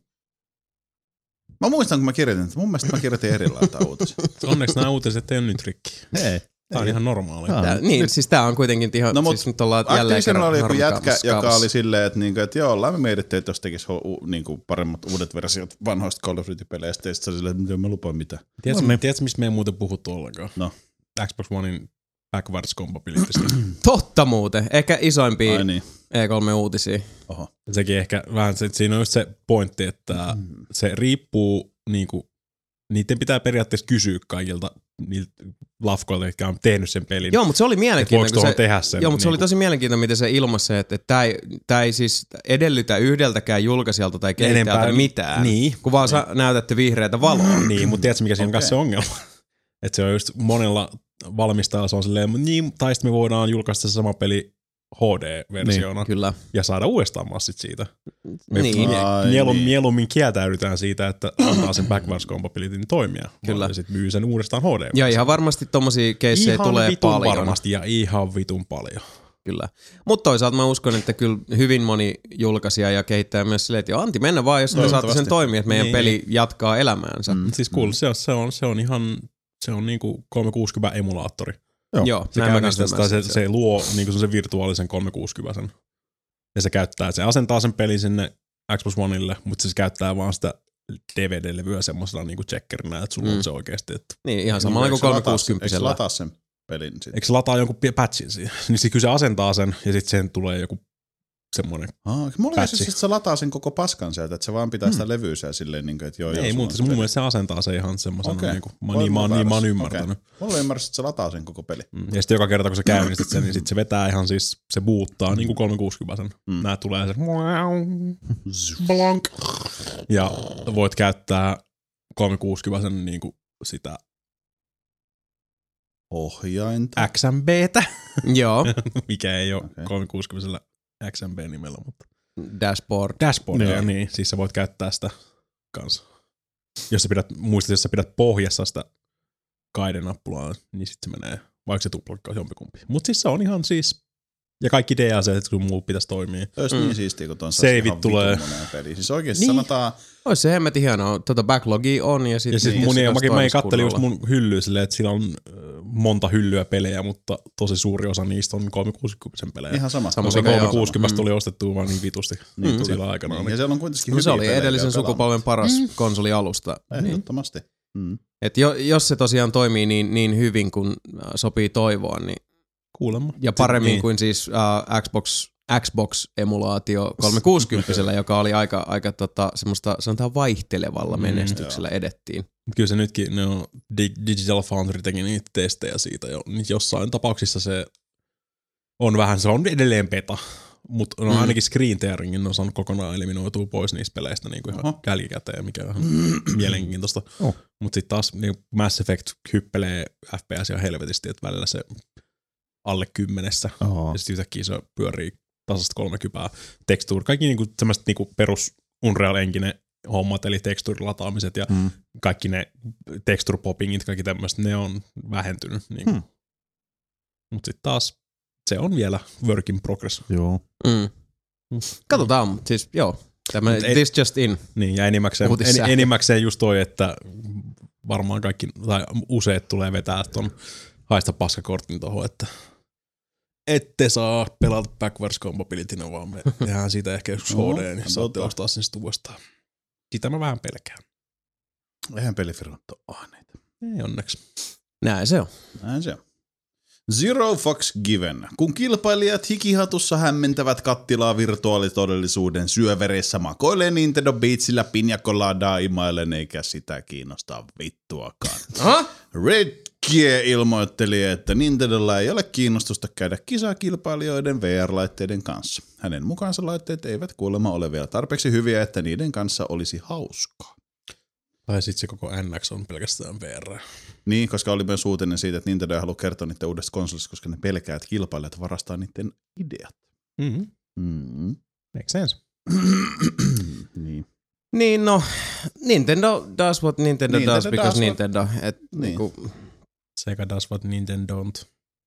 [SPEAKER 3] Mä muistan, kun mä kirjoitin, että mun mielestä mä kirjoitin erilaista uutisia.
[SPEAKER 4] Onneksi nämä uutiset ei ole nyt rikki.
[SPEAKER 2] Ei.
[SPEAKER 4] Tämä on ihan normaali.
[SPEAKER 1] Niin, siis tää on kuitenkin ihan,
[SPEAKER 3] No,
[SPEAKER 1] siis nyt ollaan jälleen kerran
[SPEAKER 3] oli joku jätkä,
[SPEAKER 1] harmikaavassa.
[SPEAKER 3] joka oli silleen, että joo, ollaan me mietittiin, että jos tekisi paremmat uudet versiot vanhoista Call of Duty-peleistä, ja sitten se oli silleen, että mä lupaan mitään.
[SPEAKER 4] Tiedätkö, mistä me ei muuten puhuttu ollenkaan?
[SPEAKER 3] No.
[SPEAKER 4] Xbox Onein backwards compatibilitystä.
[SPEAKER 1] Totta muuten. Ehkä isoimpia
[SPEAKER 3] Ai niin.
[SPEAKER 1] E3-uutisia.
[SPEAKER 3] Oho.
[SPEAKER 4] Sekin ehkä vähän, siinä on just se pointti, että se riippuu, niinku, niiden pitää periaatteessa kysyä kaikilta niiltä lafkoilta, jotka on tehnyt sen pelin.
[SPEAKER 1] Joo, mutta se oli mielenkiintoinen.
[SPEAKER 4] Voiko tehdä sen?
[SPEAKER 1] Joo, mutta se oli tosi mielenkiintoinen, miten se ilmaisi, että tämä ei siis edellytä yhdeltäkään julkaisijalta tai kehittäjältä mitään,
[SPEAKER 4] niin,
[SPEAKER 1] kun vaan näytätte vihreätä valoa.
[SPEAKER 4] Niin, mutta tiedätkö mikä siinä on kanssa se ongelma? Että se on just monella valmistajalla se on silleen, niin, tai sitten me voidaan julkaista se sama peli HD-versiona
[SPEAKER 1] Niin, kyllä.
[SPEAKER 4] ja saada uudestaan massit siitä.
[SPEAKER 1] Niin.
[SPEAKER 4] Mieluummin kieltäydytään siitä, että antaa sen backwards compatibilityn toimia.
[SPEAKER 1] Kyllä.
[SPEAKER 4] Ja sitten myy sen uudestaan HD-versiona.
[SPEAKER 1] Ja ihan varmasti tommosia keissejä tulee paljon.
[SPEAKER 4] Varmasti ja ihan vitun paljon.
[SPEAKER 1] Kyllä. Mutta toisaalta mä uskon, että kyllä hyvin moni julkaisija ja kehittäjä myös silleen, että joo, Antti, mennä vaan, jos te saatte sen toimia, että meidän peli jatkaa elämäänsä.
[SPEAKER 4] Siis se on ihan, se on niinku 360 emulaattori.
[SPEAKER 1] Joo,
[SPEAKER 4] se luo niinku sen virtuaalisen 360. Ja se asentaa sen pelin sinne Xbox Oneille, mutta se käyttää vaan sitä DVD-levyä semmoisella niinku checkerinä, että sulla on se oikeasti. Että
[SPEAKER 1] niin, ihan samalla kuin 360.
[SPEAKER 3] Eikö se lataa sen pelin sitten?
[SPEAKER 4] Eikö se lataa jonkun patchin siihen? Niin sitten kyllä se asentaa sen ja sitten sen tulee joku semmoinen
[SPEAKER 3] mulla ei siis, että se lataa sen koko paskan sieltä, että se vaan pitää sitä levyä siellä silleen, niin kuin, että joo.
[SPEAKER 4] Ei, mutta se mun mielestä se asentaa se ihan semmoisena,
[SPEAKER 3] okay.
[SPEAKER 4] niin kuin, mä oon ymmärtänyt.
[SPEAKER 3] Okay. Mulla ymmärrys, että se lataa sen koko peli.
[SPEAKER 4] Ja sitten joka kerta, kun sä käynnistät sen, niin sit se vetää ihan siis, se boottaa niin kuin 360. Nää tulee se blank. Ja voit käyttää 360 niin kuin sitä
[SPEAKER 3] ohjainta.
[SPEAKER 4] XMBtä.
[SPEAKER 1] Joo.
[SPEAKER 4] Mikä ei ole 360 XMB-nimellä, mutta
[SPEAKER 1] Dashboard.
[SPEAKER 4] niin. Siis sä voit käyttää sitä kanssa. Jos sä pidät pohjassa sitä Guide-nappulaa, niin sitten se menee, vaikka se tuplakkaa jompikumpi. Mutta siis se on ihan siis, ja kaikki DLC, kun muu pitäisi toimia.
[SPEAKER 3] Olisi niin siistiä, kun tuon
[SPEAKER 4] saveit ihan tulee.
[SPEAKER 3] Peliä. Siis oikeesti sanotaan.
[SPEAKER 1] Olisi se hemmetin hienoa. Backlogia on ja sitten.
[SPEAKER 4] Ja siis mä kattelin just mun hyllyä silleen, että sillä on monta hyllyä pelejä, mutta tosi suuri osa niistä on 360 pelejä.
[SPEAKER 3] Ihan sama.
[SPEAKER 4] Se 360 tuli ostettua vaan niin vitusti sillä aikanaan.
[SPEAKER 3] Ja siellä on kuitenkin
[SPEAKER 1] se oli edellisen sukupolven paras konsolialusta.
[SPEAKER 3] Ehdottomasti.
[SPEAKER 1] Et jos se tosiaan toimii niin hyvin kuin sopii toivoa, niin
[SPEAKER 4] kuulemma.
[SPEAKER 1] Ja paremmin kuin siis Xbox-emulaatio 360, joka oli aika semmoista sanotaan vaihtelevalla menestyksellä edettiin.
[SPEAKER 4] Kyllä se nytkin, Digital Foundry teki niitä testejä siitä jo. Jossain tapauksissa se on edelleen beta, mutta ainakin screen tearingin on saanut kokonaan eliminoitua pois niistä peleistä niin kuin ihan jälkikäteen, mikä on mielenkiintoista. Mutta sitten taas niin Mass Effect hyppelee FPS ja helvetisti, että välillä se alle 10. Ja sitten yhtäkkiä se pyörii tasasta 30. Tekstuuri, kaikki niinku semmoiset niinku perus Unreal Engine hommat, eli tekstuurilataamiset ja kaikki ne texture poppingit, kaikki tämmöiset, ne on vähentynyt. Niinku. Mutta sitten taas se on vielä work in progress.
[SPEAKER 2] Joo.
[SPEAKER 1] Katsotaan, mutta siis joo. This just in.
[SPEAKER 4] Niin, ja enimmäkseen just toi, että varmaan kaikki, tai useat tulee vetää ton haista paskakortin tohon, että ette saa pelata backwards compatibilityna, vaan me tehdään siitä ehkä joskus HD, niin saatte ostaa sen sitten uudestaan. Sitä mä vähän pelkään.
[SPEAKER 3] Eihän pelifirmat ole ahneita.
[SPEAKER 4] Ei onneksi.
[SPEAKER 1] Näin se on.
[SPEAKER 3] Zero fucks given. Kun kilpailijat hikihatussa hämmentävät kattilaa virtuaalitodellisuuden syövereissä, makoilee Nintendo Beatsillä piña coladaa imailen eikä sitä kiinnostaa vittuakaan. Kie ilmoitteli, että Nintendolla ei ole kiinnostusta käydä kisakilpailijoiden VR-laitteiden kanssa. Hänen mukaansa laitteet eivät kuulemma ole vielä tarpeeksi hyviä, että niiden kanssa olisi hauskaa.
[SPEAKER 4] Tai sitten se koko NX on pelkästään VR.
[SPEAKER 3] Niin, koska oli myös uutinen siitä, että Nintendo ei halua kertoa niiden uudesta konsolista, koska ne pelkää, että kilpailijat varastaa niiden ideat.
[SPEAKER 4] Make sense.
[SPEAKER 3] Niin.
[SPEAKER 1] Niin no, Nintendo does what Nintendo does because
[SPEAKER 3] does
[SPEAKER 1] Nintendo. Et,
[SPEAKER 3] Niin.
[SPEAKER 1] niinku,
[SPEAKER 4] Sega does what Nintendo don't.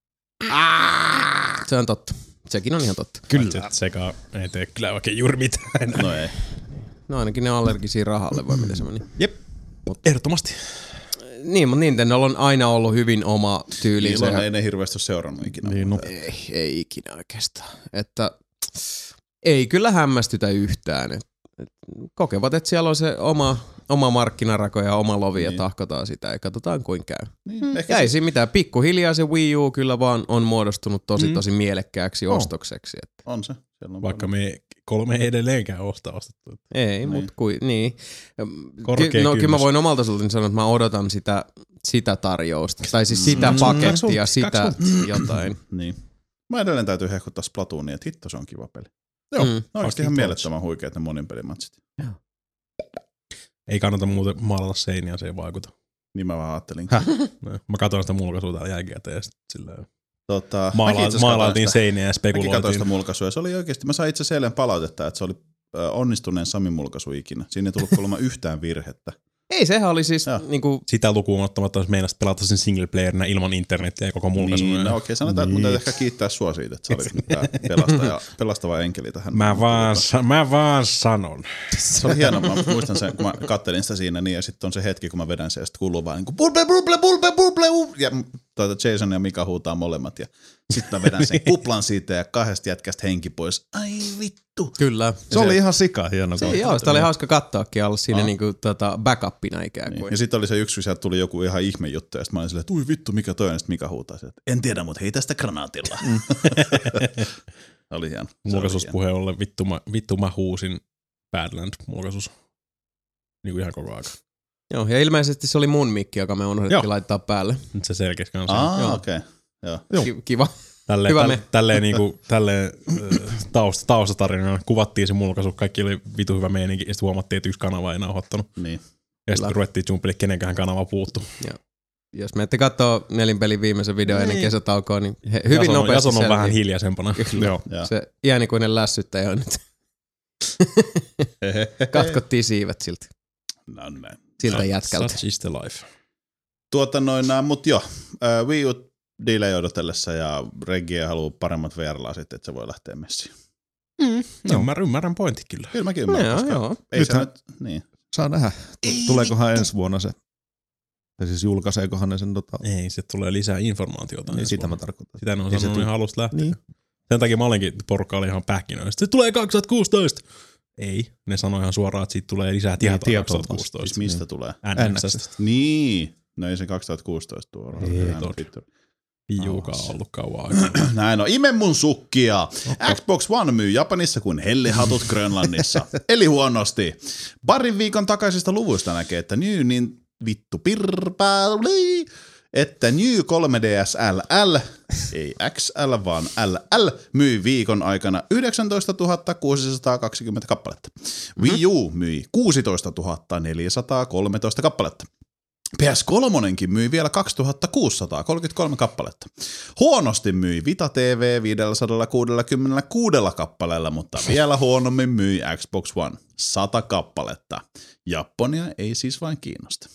[SPEAKER 1] se on totta. Sekin on ihan totta.
[SPEAKER 4] Kyllä. Sega ei tee kyllä oikein juuri mitään.
[SPEAKER 3] No ei.
[SPEAKER 1] No ainakin ne on allergisia rahalle, vai miten se meni?
[SPEAKER 4] Jep. Ehdottomasti.
[SPEAKER 1] Niin, mutta Nintendolla on aina ollut hyvin oma tyylinsä.
[SPEAKER 3] Niillä ei ne hirveästi ole seurannut ikinä.
[SPEAKER 2] Niin, no.
[SPEAKER 1] Ei ikinä oikeastaan. Että ei kyllä hämmästytä yhtään. Et kokevat, että siellä on se oma markkinarako ja oma lovi ja tahkotaan sitä ja katsotaan kuinka käy.
[SPEAKER 3] Niin,
[SPEAKER 1] Ja ei siinä mitään. Pikkuhiljaa se Wii U kyllä vaan on muodostunut tosi mielekkääksi ostokseksi. Että.
[SPEAKER 3] On se. Siellä on
[SPEAKER 4] Vaikka me 3 ei edelleenkään ostettu.
[SPEAKER 1] Ei, mutta niin.
[SPEAKER 4] Korkea
[SPEAKER 1] No kyllä mä
[SPEAKER 4] kynnys.
[SPEAKER 1] voin omalta sultani sanoa, että mä odotan sitä tarjousta. Tai siis sitä pakettia, sitä jotain.
[SPEAKER 3] Niin. Mä edelleen täytyy hehkuttaa Splatoonia, että hitto se on kiva peli.
[SPEAKER 1] Joo.
[SPEAKER 3] No oikeasti ihan mielettömän huikeat ne monin pelimatsit.
[SPEAKER 4] Ei kannata muuten maalata seiniä, se ei vaikuta.
[SPEAKER 3] Niin mä vaan ajattelin.
[SPEAKER 4] Mä katsoin sitä mulkaisua täällä jälkikäteen ja sitten silleen
[SPEAKER 3] Mäkin itse asiassa
[SPEAKER 4] maalailtiin
[SPEAKER 3] katoin
[SPEAKER 4] seiniä ja
[SPEAKER 3] Mäkin katsoin sitä
[SPEAKER 4] spekuloitiin.
[SPEAKER 3] mulkaisua ja se oli oikeasti, mä sain itse asiassa eilen palautetta, että se oli onnistuneen Samin mulkaisu ikinä. Siinä ei tullut kuulemma yhtään virhettä.
[SPEAKER 1] Ei, sehän oli siis
[SPEAKER 3] Joo.
[SPEAKER 1] niinku.
[SPEAKER 4] Sitä lukuun ottamatta, jos meinasit pelata sen singleplayerina ilman internetiä ja koko mulkaisun.
[SPEAKER 3] Niin, no okei, sanotaan, että mun täytyy ehkä kiittää sua siitä, että sä olit nyt tää pelastava enkeli tähän.
[SPEAKER 4] Mä vaan sanon.
[SPEAKER 3] Se oli hienoa, mä muistan sen, kun mä kattelin sitä siinä niin, ja sitten on se hetki, kun mä vedän sen, ja sitten kuuluu vaan niin kuin bulble, ja Jason ja Mika huutaa molemmat, ja sitten mä vedän sen kuplan siitä, ja 2 jätkästä henki pois. Ai vittu.
[SPEAKER 1] Kyllä.
[SPEAKER 2] Se oli ihan sika hieno.
[SPEAKER 1] Joo, sitä oli hauska katsoakin olla siinä niinku backupina ikään kuin.
[SPEAKER 3] Niin. Ja sitten oli se yksi, kun sieltä tuli joku ihan ihme juttu, ja sitten mä olin silleen, että ui vittu, mikä toi on, ja sitten Mika huutaa sieltä, en tiedä, mutta hei tästä granaatilla. Oli hieno.
[SPEAKER 4] Mulkaisuspuhe olle vittu mä huusin Badland-mulkaisus. Niin kuin ihan koko ajan.
[SPEAKER 1] Joo, ja ilmeisesti se oli mun mikki, joka me unohdettiin laittaa päälle.
[SPEAKER 4] Nyt se selkeästi kanssa.
[SPEAKER 3] Okei. Joo.
[SPEAKER 1] Kiva.
[SPEAKER 4] Tälleen taustatarinana kuvattiin se mulkaisu, kaikki oli vitu hyvä meininki, ja sitten huomattiin, että yksi kanava ei nauhoittanut.
[SPEAKER 3] Niin.
[SPEAKER 4] Ja sitten ruvettiin jumpille, kenenkään kanava puuttu.
[SPEAKER 1] Jos me ette katsoo Nelinpelin viimeisen videon ennen kesätaukoa, niin hyvin nopeasti
[SPEAKER 4] Jason on vähän hiljaisempana.
[SPEAKER 1] Joo. Se iänikuinen lässyttäjä on nyt. Katkottiin siivet siltä.
[SPEAKER 3] No näin.
[SPEAKER 1] Siltä jätkältä.
[SPEAKER 4] Such is the life.
[SPEAKER 3] Mut joo, Wii U diilei odotellessa ja Reggie haluaa paremmat VR-lasit, että se voi lähteä messiin.
[SPEAKER 4] Ymmärrän pointti kyllä.
[SPEAKER 3] Kyllä mäkin ymmärrän, koska
[SPEAKER 1] joo.
[SPEAKER 3] ei se
[SPEAKER 2] Nythän-
[SPEAKER 3] nyt, niin.
[SPEAKER 2] Saa nähdä. Tuleekohan ensi vuonna se? Tai siis julkaiseekohan ne sen
[SPEAKER 4] Ei, se tulee lisää informaatiota.
[SPEAKER 2] Niin sitä mä tarkoitan.
[SPEAKER 4] Sitä ne on
[SPEAKER 2] Ei se
[SPEAKER 4] sanonut
[SPEAKER 2] tule.
[SPEAKER 4] ihan alusta lähtien.
[SPEAKER 2] Niin.
[SPEAKER 4] Sen takia mä olinkin, porukka oli ihan pähkinöistä. Se tulee 2016. Ei, ne sanoi ihan suoraan, että siitä tulee lisää tietoa
[SPEAKER 2] tietoa
[SPEAKER 4] 2016.
[SPEAKER 3] Siis mistä tulee?
[SPEAKER 4] NX:stä.
[SPEAKER 3] Niin. No ei se 2016 tuo.
[SPEAKER 4] Wii Ukaan on ollut kauan aikaa.
[SPEAKER 3] Näin on. Ime mun sukkia. Xbox One myy Japanissa kuin hellehatut Grönlannissa. Eli huonosti. Parin viikon takaisista luvuista näkee, että niin vittu pirpääli, että New 3DS LL, ei XL vaan LL, myi viikon aikana 19 620 kappaletta. Wii U myi 16 413 kappaletta. PS3 myi vielä 2633 kappaletta. Huonosti myi Vita TV 566 kappaleella, mutta vielä huonommin myi Xbox One 100 kappaletta. Japonia ei siis vain kiinnosta.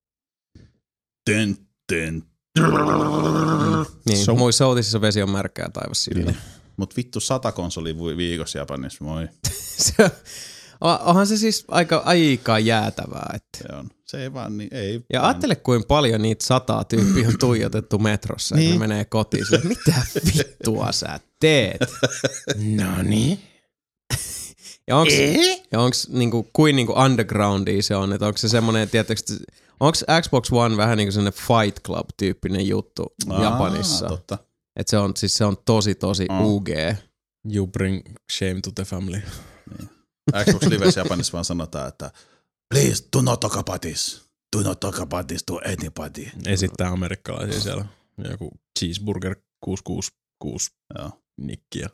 [SPEAKER 1] Niin, muissa uutisissa vesi on märkää taivas silleen.
[SPEAKER 3] Mut vittu 100 konsoli viikossa Japanissa, moi.
[SPEAKER 1] Onhan se siis aika jäätävää. Että.
[SPEAKER 3] Se ei vaan niin, ei.
[SPEAKER 1] Ja ajattele, kuinka paljon niitä 100 tyyppiä on tuijotettu metrossa, niin. Ja ne menee kotiin sille, mitä vittua sä teet?
[SPEAKER 4] No niin.
[SPEAKER 1] Ja onks niinku, kuin niinku undergroundia se on, että onko se semmoinen, tietysti, onko Xbox One vähän niinku semmoinen Fight Club-tyyppinen juttu Japanissa?
[SPEAKER 3] Totta.
[SPEAKER 1] Että se on tosi UG.
[SPEAKER 4] You bring shame to the family.
[SPEAKER 3] Niin. Xbox Livessä Japanissa vaan sanotaan, että please do not talk about this. Do not talk about this to anybody.
[SPEAKER 4] Esittää amerikkalaisia siellä. Joku cheeseburger 666 nikkiä.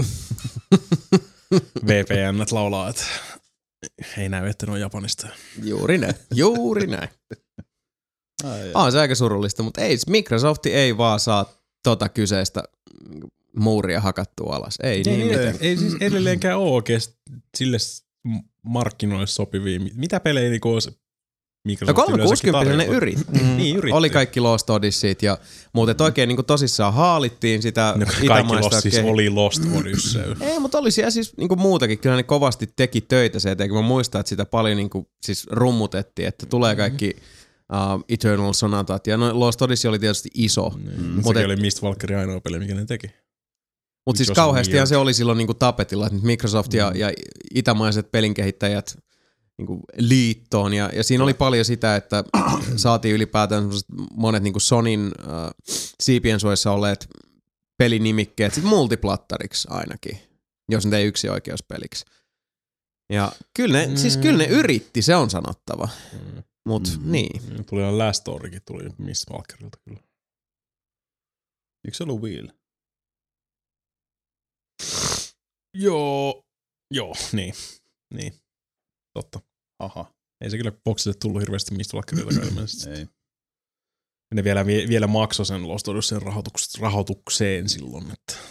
[SPEAKER 4] VPN:t laulaa, että ei näy, että ne on Japanista.
[SPEAKER 1] Juuri näin. On se aika surullista, mutta ei, Microsoft ei vaan saa kyseistä muuria hakattua alas. Ei
[SPEAKER 4] siis edelleenkään ole oikeasti sille markkinoille sopivia. Mitä pelejä niin olisi Microsoft
[SPEAKER 1] no 360 ne yritti.
[SPEAKER 4] Niin, yritti.
[SPEAKER 1] Oli kaikki Lost Odysseyt ja muuten oikein niin tosissaan haalittiin sitä itämaista.
[SPEAKER 4] Kaikki siis oli Lost Odyssey.
[SPEAKER 1] Ei, mutta oli siellä siis niin muutakin. Kyllä ne kovasti teki töitä se eteen. Mä muistan, että sitä paljon niin siis rummutettiin, että tulee kaikki Eternal Sonatat. Ja Lost Odyssey oli tietysti iso.
[SPEAKER 4] Sekin oli Mistwalkerin ainoa peli, mikä ne teki.
[SPEAKER 1] Mutta siis kauheastihan se oli silloin niinku tapetilla, että Microsoft ja itämaiset pelinkehittäjät niinku liittoon. Ja siinä oli paljon sitä, että saatiin ylipäätään monet niinku Sonyn siipien suojassa olleet pelinimikkeet sit multiplattariksi ainakin, jos nyt ei yksi oikeuspeliksi. Ja kyllä ne yritti, se on sanottava. Mut niin.
[SPEAKER 4] Tuli ihan Last Storykin, tuli Mistwalkerilta kyllä.
[SPEAKER 3] Eikö se ollut Wheel?
[SPEAKER 4] Joo, niin. Totta.
[SPEAKER 3] Aha.
[SPEAKER 4] Ei se kyllä boksille tullut hirveästi Mistwalkerilta ilmeisesti.
[SPEAKER 3] Ei.
[SPEAKER 4] Ne vielä maksoi sen Lost Odysseyn rahoitukseen silloin. Että.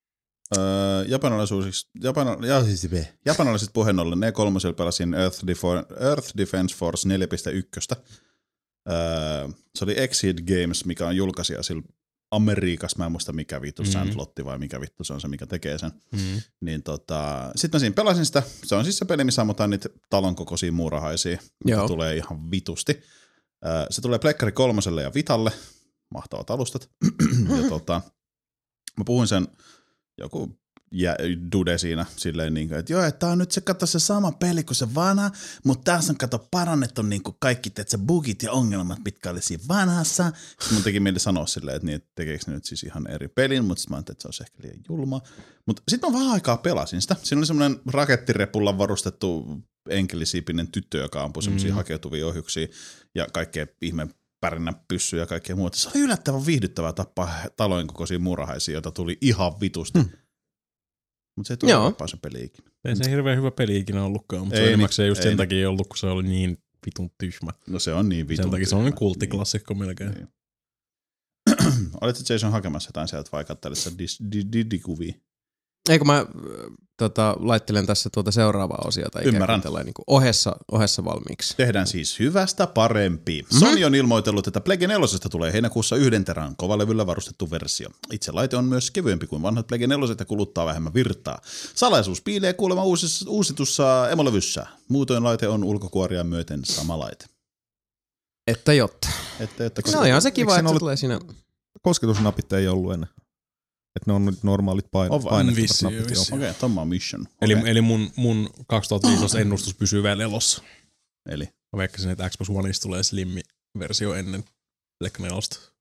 [SPEAKER 3] Japanilaiset puheen ollen E3 pelasin Earth Defense Force 4.1. Se oli Exceed Games, mikä on julkaisija sillä Amerikassa, mä en muista mikä vittu, Sandlotti vai mikä vittu se on se, mikä tekee sen. Niin sit mä siinä pelasin sitä. Se on siis se peli, missä ammutaan niitä talon kokoisia muurahaisia, mitä tulee ihan vitusti. Se tulee Pleikkari 3 ja Vitalle. Mahtavat alustat. Ja mä puhuin sen joku dude siinä silleen niin kuin, että joo, että tää on nyt se kato se sama peli kuin se vanha, mutta tässä on kato parannettu niin kuin kaikki se bugit ja ongelmat, mitkä oli siinä vanhassa. Sitten mun teki mieli sanoa silleen, että, niin, että tekeekö ne nyt siis ihan eri pelin, mutta sitten mä ajattelin, että se olisi ehkä liian julma. Mutta sitten mä vähän aikaa pelasin sitä. Siinä oli semmoinen rakettirepulla varustettu enkelisiipinen tyttö, joka ampui semmoisia hakeutuvia ohjuksia ja kaikkea ihmeen pärinä pyssyjä ja kaikkea muuta. Se oli yllättävän viihdyttävää tappaa talojen kokoisia murhaisia, joita tuli ihan vitusti. Mutta se ei tule vappaa se peli ikinä.
[SPEAKER 4] Ei se hirveän hyvä peli ikinä ollutkaan, mutta se enimmäkseen just sen takia ollut, kun se oli niin vitun tyhmä.
[SPEAKER 3] No se on niin vitun
[SPEAKER 4] sen takia tyhmä. Se on kulttiklassikko melkein.
[SPEAKER 3] Niin. Olitko Jason hakemassa jotain sieltä vai katselissa Diddy-kuvia?
[SPEAKER 1] Eikö mä laittelen tässä seuraavaa osiota ikään kuin niin kuin ohessa valmiiksi.
[SPEAKER 3] Tehdään siis hyvästä parempi. Sony on ilmoitellut, että Plege 4 tulee heinäkuussa 1 terän kovalevyllä varustettu versio. Itse laite on myös kevyempi kuin vanhat Plege 4 ja kuluttaa vähemmän virtaa. Salaisuus piilee kuulemma uusitussa emolevyssä. Muutoin laite on ulkokuoria myöten sama laite.
[SPEAKER 1] Että jotta. No ihan se kiva, että se tulee siinä.
[SPEAKER 2] Kosketusnapit ei ollut ennen. Että ne on nyt normaalit painettavat napit.
[SPEAKER 3] Okei, tämä on mission.
[SPEAKER 4] Eli mun 2015 ennustus pysyy vielä elossa.
[SPEAKER 3] Eli?
[SPEAKER 4] Mä veikkasin, että Xbox Oneista tulee slimmi-versio ennen Black 4.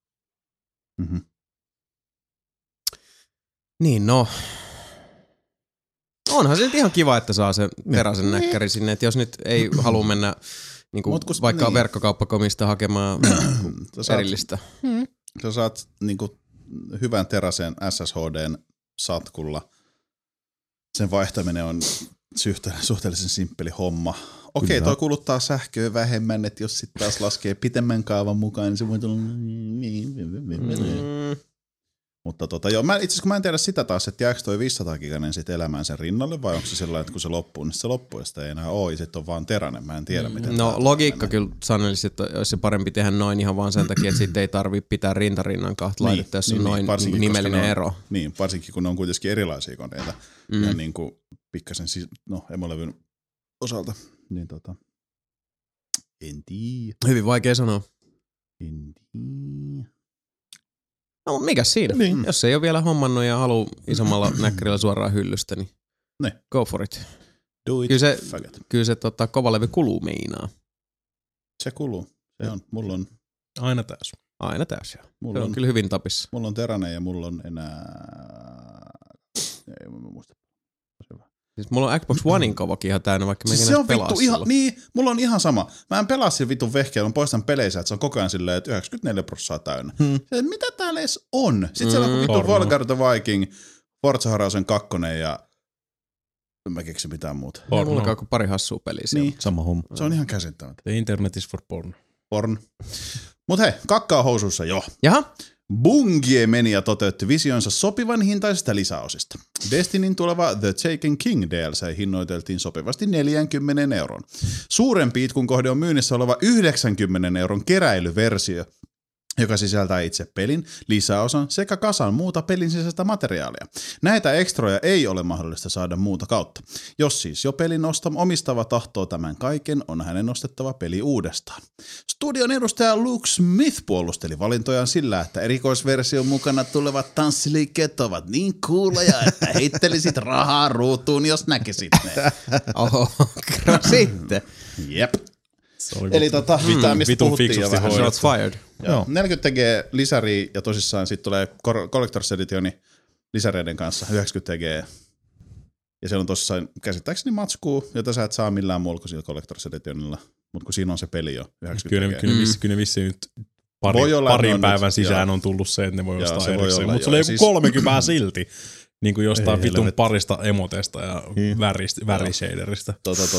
[SPEAKER 1] Niin no. Onhan se nyt ihan kiva, että saa sen teräsen näkkäri sinne. Että jos nyt ei halua mennä niinku, vaikka verkkokauppakomista hakemaan erillistä.
[SPEAKER 3] Sä saat niinku hyvän teräsen SSHDn satkulla. Sen vaihtaminen on suhteellisen simppeli homma. Okei, toi kuluttaa sähköä vähemmän, että jos sitten taas laskee pitemmän kaavan mukaan, niin se voi tulla. Mutta mä itse asiassa kun mä en tiedä sitä taas, että jääkö toi 500-gigainen sitten elämään sen rinnalle, vai onko se sellainen, että kun se loppuu, niin se loppuu ja sitä ei enää ole, ja sitten on vaan teräinen, mä en tiedä miten.
[SPEAKER 1] No logiikka kyllä sanelisi, että olisi se parempi tehdä noin ihan vaan sen takia, että sitten ei tarvitse pitää rintarinnan kahta laitetta, jos on noin nimellinen ero.
[SPEAKER 3] Niin, varsinkin kun ne on kuitenkin erilaisia koneita, ja niin kuin pikkasen emolevyn osalta, niin en tiedä.
[SPEAKER 1] Hyvin vaikea sanoa.
[SPEAKER 3] En tiedä.
[SPEAKER 1] No mikäs siinä? Niin. Jos ei ole vielä hommannut ja haluu isommalla näkkärillä suoraan hyllystä, niin go for it.
[SPEAKER 3] Do it.
[SPEAKER 1] Kyllä se kovalevy kuluu meinaa.
[SPEAKER 3] Se kuluu. Se on. Mulla on
[SPEAKER 4] aina täys.
[SPEAKER 1] Aina täys, joo. Se on kyllä hyvin tapissa.
[SPEAKER 3] Mulla on teränen ja mulla on enää. Ei mä muista.
[SPEAKER 1] Siis mulla on Xbox Onein kovakin ihan täynnä, vaikka mä
[SPEAKER 3] siis se on vittu ihan, niin, mulla on ihan sama. Mä en pelaa sillä vitun vehkeellä, mä poistan peleissä, että se on koko ajan silleen, että 94% täynnä. Se, mitä täällä edes on? Sitten siellä on vittu Volgar the Viking, Forza Horizon 2 ja en mä keksi mitään muuta.
[SPEAKER 1] Ei mullakaan kuin pari hassua peliä siellä.
[SPEAKER 2] Niin. Sama homma.
[SPEAKER 3] Se on ihan käsittämättä.
[SPEAKER 4] The internet is for porn.
[SPEAKER 3] Porn. Mut hei, kakkaa housuissa jo.
[SPEAKER 1] Jaha.
[SPEAKER 3] Bungie meni ja toteutti visionsa sopivan hintaisista lisäosista. Destinyn tuleva The Taken King DLC hinnoiteltiin sopivasti 40 €. Suurempi itkun kohde on myynnissä oleva 90 € keräilyversio, joka sisältää itse pelin, lisäosan sekä kasan muuta pelin sisäistä materiaalia. Näitä ekstroja ei ole mahdollista saada muuta kautta. Jos siis jo pelin omistava tahtoo tämän kaiken, on hänen ostettava peli uudestaan. Studion edustaja Luke Smith puolusteli valintojaan sillä, että erikoisversion mukana tulevat tanssiliikkeet ovat niin cooleja, että heittelisit rahaa ruutuun, jos näkisit ne.
[SPEAKER 1] Oho, sitten.
[SPEAKER 3] Jep. Eli tämä mistä puhuttiin jo vähän.
[SPEAKER 1] Shots fired.
[SPEAKER 3] Joo. 40G lisäri ja tosissaan sitten tulee Collector's Editioni lisäreiden kanssa 90G. Ja siellä on tosissaan käsittääkseni matskuu, jota sä et saa millään muulla kuin sillä Collector's Editionilla. Mutta kun siinä on se peli jo 90G.
[SPEAKER 4] Kyllä vissiin nyt parin päivän sisään on tullut se, että ne voi ostaa erikseen. Mutta se oli joku 30 silti. Niin kuin jostain vitun parista emotesta ja värishaderista.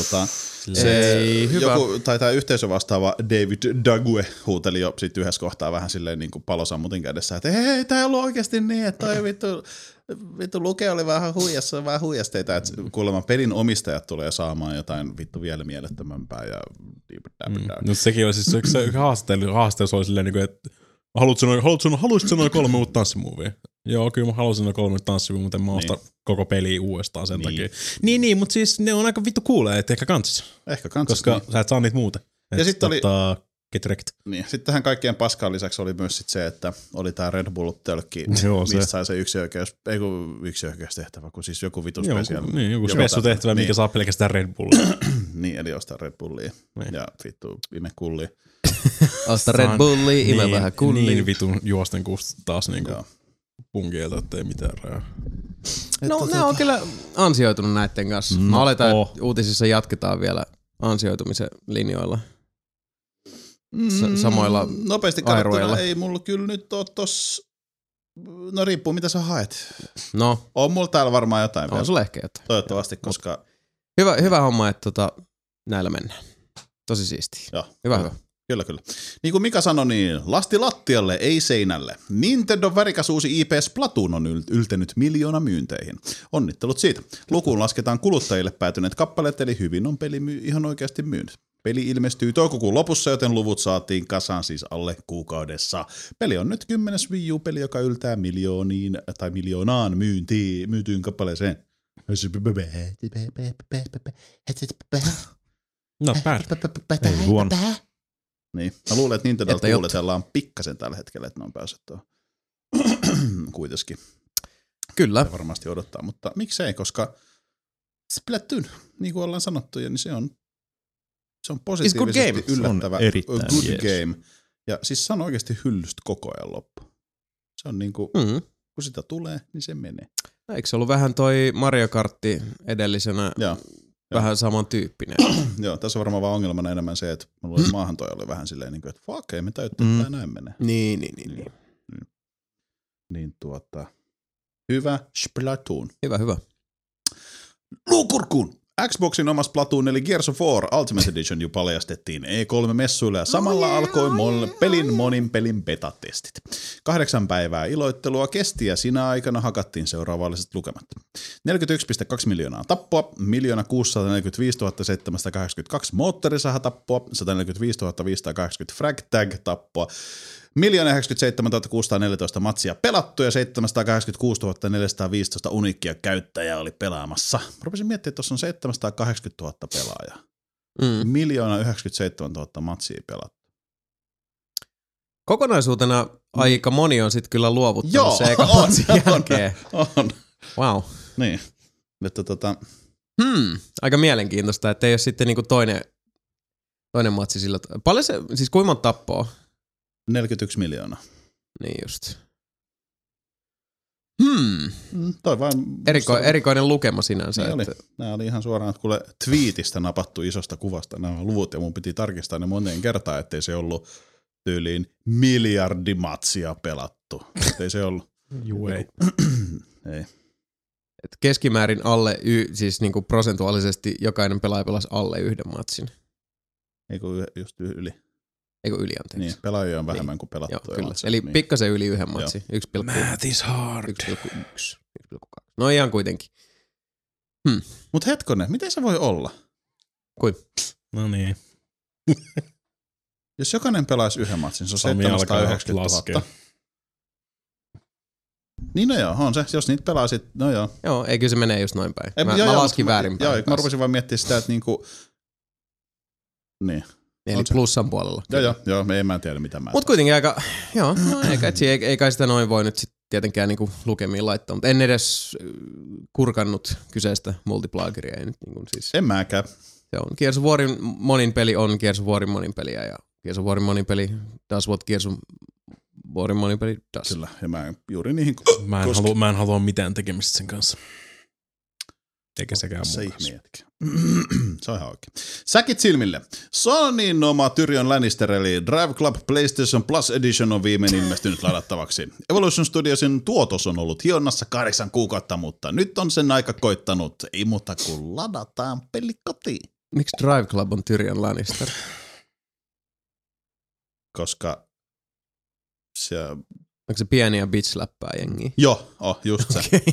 [SPEAKER 3] Se joku, tai tämä yhteisö vastaava David Dague huuteli jo sit yhdessä kohtaa vähän silleen niin kuin palosammutin kädessä, että hei, tää ei ollut oikeasti niin, että toi vittu Luke oli vähän huijasteita, että kuulemma pelin omistajat tulee saamaan jotain vittu vielä mielettömämpää ja
[SPEAKER 4] No sekin oli siis se haasteessa oli silleen, että haluaisitko noin 3 uutta tanssimovia? Joo, kyllä mä haluaisin noin 3 tanssimovia, mutta en mä osta koko peliä uudestaan sen takia. Niin, mutta siis ne on aika vittu cooleja, että ehkä kantsis. Koska sä et saa niitä muuten.
[SPEAKER 3] Ja sitten oli
[SPEAKER 4] Get wrecked.
[SPEAKER 3] Niin, sitten tähän kaikkien paskaan lisäksi oli myös sit se, että oli tää Red Bull-tölkki, mistä sai se yksi oikeustehtävä, kun siis joku vitu special.
[SPEAKER 4] Niin, joku spessutehtävä, mikä saa pelkästään Red Bullia.
[SPEAKER 3] Niin, eli ostaa Red Bullia ja vittu ime kullia.
[SPEAKER 1] Osta Red Bullia, ime vähän kullia. Niin
[SPEAKER 4] vitun juosten kusta taas niinku punkielta, ettei mitään rajaa.
[SPEAKER 1] No, ne on kyllä ansioitunut näitten kanssa. Mä oletan, että uutisissa jatketaan vielä ansioitumisen linjoilla. Samoilla
[SPEAKER 3] nopeasti katsottuna ei mulla kyllä nyt ole tossa, no riippuu mitä sä haet.
[SPEAKER 1] No.
[SPEAKER 3] On mulla täällä varmaan jotain vielä.
[SPEAKER 1] On sulla ehkä jotain.
[SPEAKER 3] Toivottavasti, koska...
[SPEAKER 1] Hyvä homma, että näillä mennään. Tosi siistiä.
[SPEAKER 3] Joo.
[SPEAKER 1] Hyvä.
[SPEAKER 3] Kyllä. Niin kuin Mika sanoi, niin lasti lattialle, ei seinälle. Nintendo värikäs uusi IP Splatoon on yltänyt 1 miljoona myynteihin. Onnittelut siitä. Lukuun lasketaan kuluttajille päätyneet kappaleet, eli hyvin on peli ihan oikeasti myynyt. Peli ilmestyy toukokuun lopussa, joten luvut saatiin kasaan siis alle kuukaudessa. Peli on nyt 10. Wii U-peli, joka yltää miljoonaan myytyyn kappaleeseen.
[SPEAKER 4] Not bad.
[SPEAKER 2] Ei huono.
[SPEAKER 3] Niin. Mä luulen, että Nintendolta kuuletellaan pikkasen tällä hetkellä, että ne on päässyt kuitenkin.
[SPEAKER 1] Kyllä.
[SPEAKER 3] Se varmasti odottaa, mutta miksei, koska Splatoon, niin kuin ollaan sanottu, niin se on positiivisesti yllättävä good game. Ja siis se on oikeasti hyllystä koko ajan loppu. Se on niinku, kun sitä tulee, niin se menee.
[SPEAKER 1] Eikö se ollut vähän toi Mario Kartti edellisenä vähän samantyyppinen?
[SPEAKER 3] Joo, tässä on varmaan vaan ongelmana enemmän se, että mä luulen, että maahan toi oli vähän silleen, että fuck, ei me täyttää, että näin menee.
[SPEAKER 1] Niin.
[SPEAKER 3] Hyvä Splatoon.
[SPEAKER 1] Hyvä.
[SPEAKER 3] Luukurkuun! Xboxin oma Splatoon eli Gears of War Ultimate Edition jo paljastettiin E3-messuilla ja samalla alkoi monin pelin betatestit. 8 päivää iloittelua kesti ja siinä aikana hakattiin seuraavalliset lukemat. 41,2 miljoonaa tappoa, 1,645 782 moottorisahatappoa, 145 580 frag tag tappoa, 1,97 614 matsia pelattu ja 786 415 uniikkia käyttäjää oli pelaamassa. Mä rupesin miettimään, että tuossa on 780 000 pelaajaa. 1,097 000 matsia pelattu.
[SPEAKER 1] Kokonaisuutena aika moni on sitten kyllä luovuttanut se eka matsin jälkeen.
[SPEAKER 3] On.
[SPEAKER 1] Wow.
[SPEAKER 3] Niin. Että
[SPEAKER 1] aika mielenkiintoista, että ei ole sitten niinku toinen matsi sillä. Paljon se, siis kuinka monta tappoa?
[SPEAKER 3] 41 miljoonaa.
[SPEAKER 1] Niin just.
[SPEAKER 3] Toi vaan...
[SPEAKER 1] Erikoinen lukema sinänsä.
[SPEAKER 3] Niin
[SPEAKER 1] että...
[SPEAKER 3] oli. Nämä oli ihan suoraan, että kuule twiitistä napattu isosta kuvasta nämä luvut, ja mun piti tarkistaa ne moneen kertaan, ettei se ollut tyyliin miljardimatsia pelattu. Ettei se ollut.
[SPEAKER 4] Juu ei.
[SPEAKER 3] Ei.
[SPEAKER 1] Et keskimäärin alle, siis niinku prosentuaalisesti jokainen pelaaja pelasi alle yhden matsin.
[SPEAKER 3] Eikö just yli?
[SPEAKER 1] Eikö yli, anteeksi.
[SPEAKER 3] Niin, pelaajia on vähemmän kuin pelattuja.
[SPEAKER 1] Joo, kyllä.
[SPEAKER 3] matseja.
[SPEAKER 1] Eli
[SPEAKER 3] niin.
[SPEAKER 1] pikkasen yli yhden matsin. 1,2.
[SPEAKER 4] Math is hard.
[SPEAKER 1] 1,1. No ihan kuitenkin.
[SPEAKER 3] Mut hetkonen, miten se voi olla?
[SPEAKER 1] Kui?
[SPEAKER 4] No niin.
[SPEAKER 3] Jos jokainen pelaisi yhden matsin, se on
[SPEAKER 4] Sami
[SPEAKER 3] 790 000. Niin no joo, on se. Jos niitä pelasit, no joo.
[SPEAKER 1] Joo, ei kyllä se menee just noin päin. Mä
[SPEAKER 3] joo,
[SPEAKER 1] laskin väärinpäin.
[SPEAKER 3] Joo, mä rupesin vaan miettimään sitä, että niinku... Niin.
[SPEAKER 1] Eli plussan puolella.
[SPEAKER 3] Joo, mä en tiedä mitä mä...
[SPEAKER 1] Mut kuitenkin aika, joo, no ei kai sitä noin voi nyt sit tietenkään niinku lukemiin laittaa, mutta en edes kurkannut kyseistä multiplageria. Ei nyt niinku siis.
[SPEAKER 3] En mäkään.
[SPEAKER 1] Se on Gears of Warin monin peli on Gears of Warin monin peliä ja Gears of Warin monin peli does what Gears of Warin monin peli does.
[SPEAKER 3] Kyllä, ja mä juuri niihin
[SPEAKER 4] Mä en halua mitään tekemistä sen kanssa. Eikä sekään mun kanssa.
[SPEAKER 3] Se on ihan oikein. Säkit silmille. Sonyn oma Tyrion Lannister eli Drive Club PlayStation Plus Edition on viimein ilmestynyt ladattavaksi. Evolution Studiosin tuotos on ollut hionnassa 8 kuukautta, mutta nyt on sen aika koittanut. Ei muuta kuin ladataan peli kotiin.
[SPEAKER 1] Miksi Drive Club on Tyrion Lannister?
[SPEAKER 3] Koska se...
[SPEAKER 1] Onko se pieniä bitch-läppää jengiä?
[SPEAKER 3] Joo, just se.
[SPEAKER 1] Okay.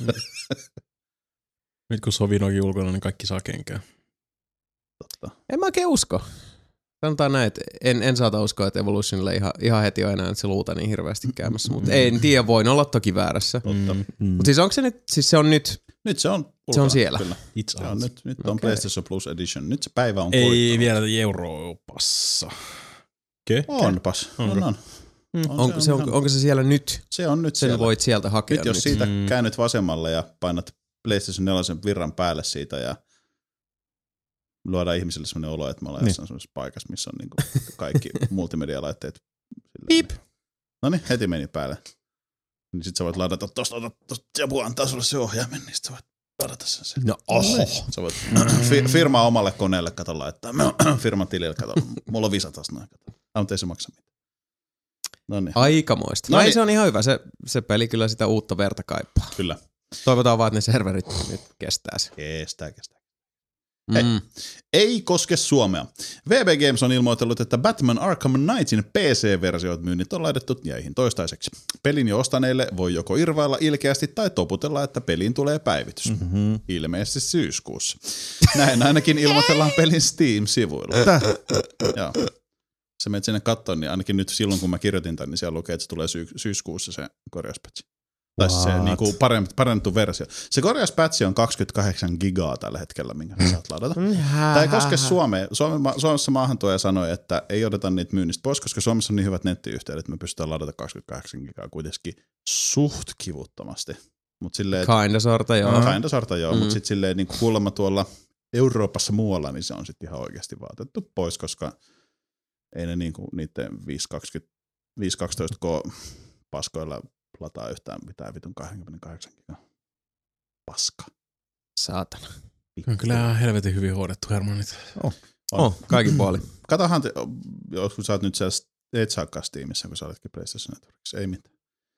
[SPEAKER 4] Nyt kun Sovinokin ulkona, niin kaikki saa kenkään.
[SPEAKER 3] Totta.
[SPEAKER 1] En mä oikein usko. Sanotaan näin, että en saata uskoa, että Evolutionille ihan heti on enää se luuta niin hirveästi käymässä, mutta en tiedä, voin olla toki väärässä. Mutta siis onko se nyt, siis se on nyt?
[SPEAKER 3] Nyt se on ulkona.
[SPEAKER 1] Se on siellä.
[SPEAKER 3] Kyllä. Se on nyt on PlayStation Plus Edition. Nyt se päivä on koittanut.
[SPEAKER 4] Ei vielä Euroopassa.
[SPEAKER 3] Onpas. On.
[SPEAKER 1] Onko se siellä nyt?
[SPEAKER 3] Se on nyt
[SPEAKER 1] Sen
[SPEAKER 3] siellä.
[SPEAKER 1] voit sieltä hakea
[SPEAKER 3] nyt. Jos siitä käännyt vasemmalle ja painat PlayStation 4 virran päälle siitä ja luodaan ihmisille sellainen olo, että me ollaan jossain sellaisessa paikassa, missä on niinku kaikki multimedialaitteet.
[SPEAKER 1] Piip.
[SPEAKER 3] Noniin, heti meni päälle. Niin sit sä voit ladata tosta joku antaa sulle se ohjaimen, niin sit sä voit ladata sen.
[SPEAKER 1] No oho.
[SPEAKER 3] Sä voit firmaa omalle koneelle kato laittaa. Firman tilille kato. Mulla on Visa taas näin. Mutta ei se maksa mitään. Noniin.
[SPEAKER 1] Aikamoista. No ei, se on ihan hyvä. Se peli kyllä sitä uutta verta kaipaa.
[SPEAKER 3] Kyllä.
[SPEAKER 1] Toivotaan vaan, että ne serverit nyt kestää se.
[SPEAKER 3] Kestää. Hei, ei koske Suomea. VB Games on ilmoitellut, että Batman Arkham Knightin PC-versiot myynnit on laitettu jäihin toistaiseksi. Pelin jo ostaneille voi joko irvailla ilkeästi tai toputella, että peliin tulee päivitys. Ilmeisesti syyskuussa. Näin ainakin ilmoitellaan pelin Steam-sivuilla. Joo. Sä menet sinne katsomaan, niin ainakin nyt silloin, kun mä kirjoitin tämän, niin siellä lukee, että se tulee syyskuussa se korjauspatchi. Tai se niinku parannettu versio. Se korjauspatchi on 28 gigaa tällä hetkellä, minkä sä saat ladata. Tämä ei koske Suomea. Suomessa maahantuoja sanoi, että ei odota niitä myynnistä pois, koska Suomessa on niin hyvät nettiyhteydet, että me pystytään ladata 28 gigaa kuitenkin suht kivuttomasti.
[SPEAKER 1] Kinda sorta joo.
[SPEAKER 3] Mutta sitten silleen niin kuulemma tuolla Euroopassa muualla, niin se on sitten ihan oikeasti vaatettu pois, koska ei ne niinku niiden 512K paskoilla lataa yhtään mitään vitun 28 gigaa. Paska.
[SPEAKER 1] Saatana.
[SPEAKER 4] On kyllä ihan helvetin hyvin hoidettu Hermanit.
[SPEAKER 1] Kaikin puoli.
[SPEAKER 3] Katohan, jos sä oot nyt siellä, et saakaan Steamissa, kun sä oletkin PlayStation Networkissa. Ei mitään.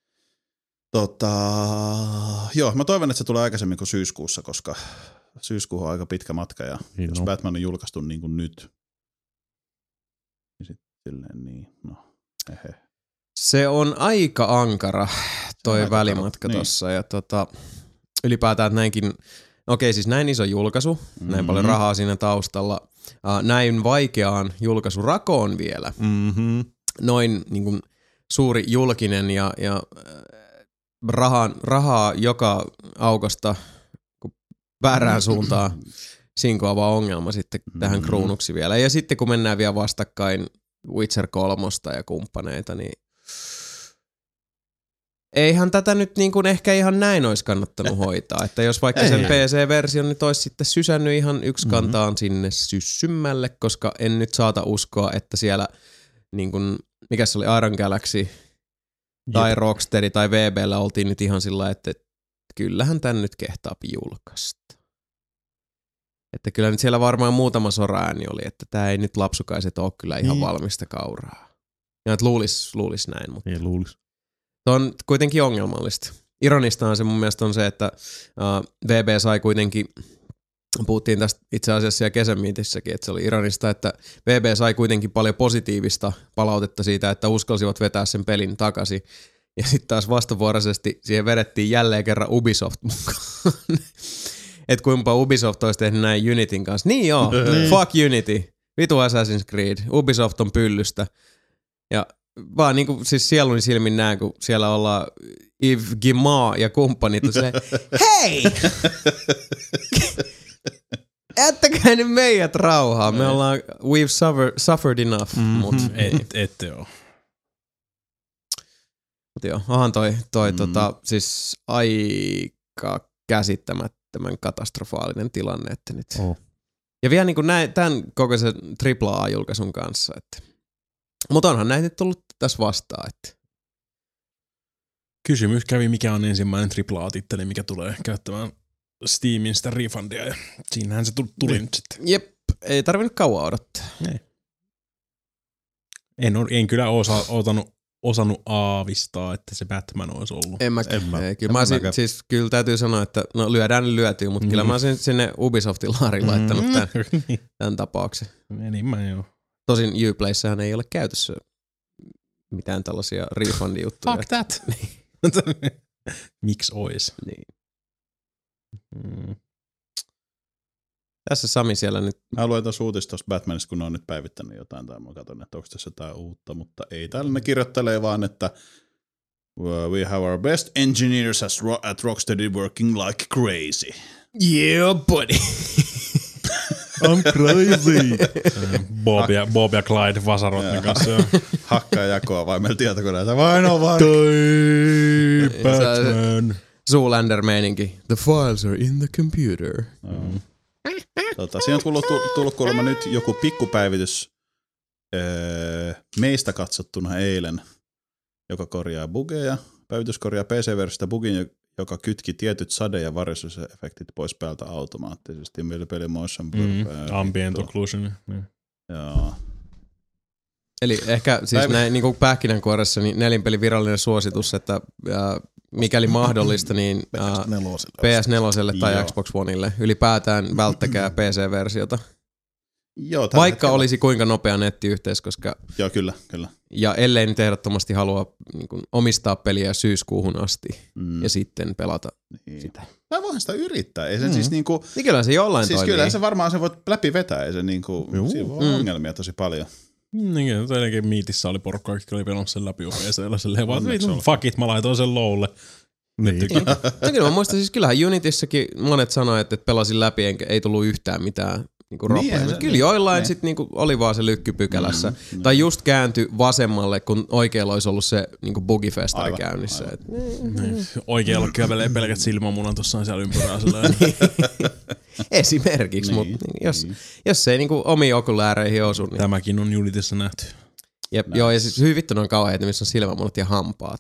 [SPEAKER 3] Joo, mä toivon, että se tulee aikaisemmin kuin syyskuussa, koska syyskuu on aika pitkä matka ja niin jos Batman on julkaistu niin kuin nyt, niin sitten silleen niin, hehe.
[SPEAKER 1] Se on aika ankara toi välimatka tossa ja ylipäätään että näinkin, siis näin iso julkaisu, näin paljon rahaa siinä taustalla, näin vaikeaan julkaisurakoon vielä, noin niin kuin suuri julkinen ja rahaa joka aukosta väärään suuntaan sinkoava ongelma sitten tähän kruunuksi vielä. Ja sitten kun mennään vielä vastakkain Witcher 3 ja kumppaneita, niin eihän tätä nyt niin kuin ehkä ihan näin olisi kannattanut hoitaa. Että jos vaikka sen PC-version nyt olisi sitten sysännyt ihan yksikantaan sinne syssymmälle, koska en nyt saata uskoa, että siellä niin kuin, mikä se oli, Iron Galaxy tai Rocksteady tai VB:llä oltiin nyt ihan sillä, että kyllähän tän nyt kehtaa julkaista. Että kyllä nyt siellä varmaan muutama soraääni oli, että tää ei nyt lapsukaiset ole kyllä ihan valmista kauraa. Ja että luulis näin, mutta
[SPEAKER 2] ei luulis.
[SPEAKER 1] se on kuitenkin ongelmallista. Ironistahan se mun mielestä on se, että VB sai kuitenkin, puhuttiin tästä itse asiassa siellä kesämiitissäkin, että se oli ironista, että VB sai kuitenkin paljon positiivista palautetta siitä, että uskalsivat vetää sen pelin takaisin. Ja sitten taas vastavuoroisesti siihen vedettiin jälleen kerran Ubisoft mukaan. Että kuinka Ubisoft olisi tehnyt näin Unityn kanssa. Niin joo, fuck Unity, vitu Assassin's Creed, Ubisoft on pyllystä. Ja vaan niinku siis sieluni silmin näen, kun siellä ollaan Yves Guillemot ja kumppanit. Hei! Jättäkää nyt meidät rauhaa. Me ollaan, we've suffered enough. Mut
[SPEAKER 4] Ette oo.
[SPEAKER 1] Mut joo, onhan toi siis aika käsittämättömän katastrofaalinen tilanne, että nyt. Ja vielä niinku tämän kokoisen AAA-julkaisun kanssa, että. Mutta onhan näitä nyt tullut tässä vastaan, että.
[SPEAKER 4] Kysymys kävi, mikä on ensimmäinen AAA-titteli, mikä tulee käyttämään Steamin sitä refundia, ja siinähän se tuli nyt sitten.
[SPEAKER 1] Jep, ei tarvinnut kauan odottaa.
[SPEAKER 4] Ei. En kyllä osannut aavistaa, että se Batman olisi ollut. Kyllä täytyy sanoa, että no lyödään niin lyötyy, mutta kyllä mä olisin sinne Ubisoftin laariin laittanut tämän tapauksen. Enemmän joo.
[SPEAKER 1] Tosin Uplaysähän ei ole käytössä mitään tällaisia refund-juttuja.
[SPEAKER 4] Fuck that! Miksi ois?
[SPEAKER 1] Niin. Tässä Sami siellä nyt.
[SPEAKER 3] Mä luen tuossa uutista tuossa Batmanista, kun ne on nyt päivittänyt jotain, tai mä katson, että onko tässä jotain uutta, mutta ei täällä ne kirjoittelee vaan, että we have our best engineers at Rocksteady working like crazy.
[SPEAKER 1] Yeah, buddy.
[SPEAKER 2] I'm crazy.
[SPEAKER 4] Bob ja Clyde Vasarotten kanssa.
[SPEAKER 3] Hakkaa jakoa vai meillä tietokoneita. Vain on vaan.
[SPEAKER 1] Batman. Zoolander-meininki. The files are in the computer.
[SPEAKER 3] Siinä on tullut kuulemma nyt joku pikkupäivitys meistä katsottuna eilen, joka korjaa bugeja. Päivitys korjaa PC-versiosta bugin, joka kytki tietyt sade- ja varjoisuusefektit pois päältä automaattisesti. Meillä peli motion
[SPEAKER 4] ambient occlusion.
[SPEAKER 3] Joo.
[SPEAKER 1] Eli ehkä siis näin niin kuin pähkinänkuoressa niin nelinpeli virallinen suositus, että mikäli mahdollista, niin PS4 tai Xbox Oneille ylipäätään välttäkää PC-versiota.
[SPEAKER 3] Joo,
[SPEAKER 1] vaikka olisi kuinka nopea nettiyhteys, koska.
[SPEAKER 3] Joo, kyllä.
[SPEAKER 1] Ja ellei nyt ehdottomasti halua niin kuin, omistaa peliä syyskuuhun asti ja sitten pelata sitä.
[SPEAKER 3] Mä voin sitä yrittää. Ei se siis niinku.
[SPEAKER 1] Niin kyllä se jollain
[SPEAKER 3] siis
[SPEAKER 1] toimii.
[SPEAKER 3] Kyllä se varmaan se voit läpi vetää. Ei se niinku. Siinä voi olla ongelmia tosi paljon.
[SPEAKER 4] Niin, tietenkin Miitissä oli porukka, jotka oli pelannut sen läpi UPC:llä silleen vaan, fuck it, mä laitoin sen lowlle.
[SPEAKER 1] Niin. Kyllä mä muistan, siis kyllähän Unitissakin monet sanoivat, että pelasin läpi enkä ei tullut yhtään mitään niinku roppeja. Niin, kyllä joillain sitten niinku oli vaan se lykkypykälässä. Tai just kääntyi vasemmalle, kun oikealla olisi ollut se niinku bugifestari käynnissä.
[SPEAKER 4] Oikealla kävelee pelkät silmämunan tuossa siellä ympyrää.
[SPEAKER 1] Esimerkiksi, mutta jos se ei niinku omiin okulääreihin osu. Niin.
[SPEAKER 4] Tämäkin on Unitissa nähty.
[SPEAKER 1] Jep, joo, ja siis hyvin vittu on kauheita, missä on silmämunat ja hampaat.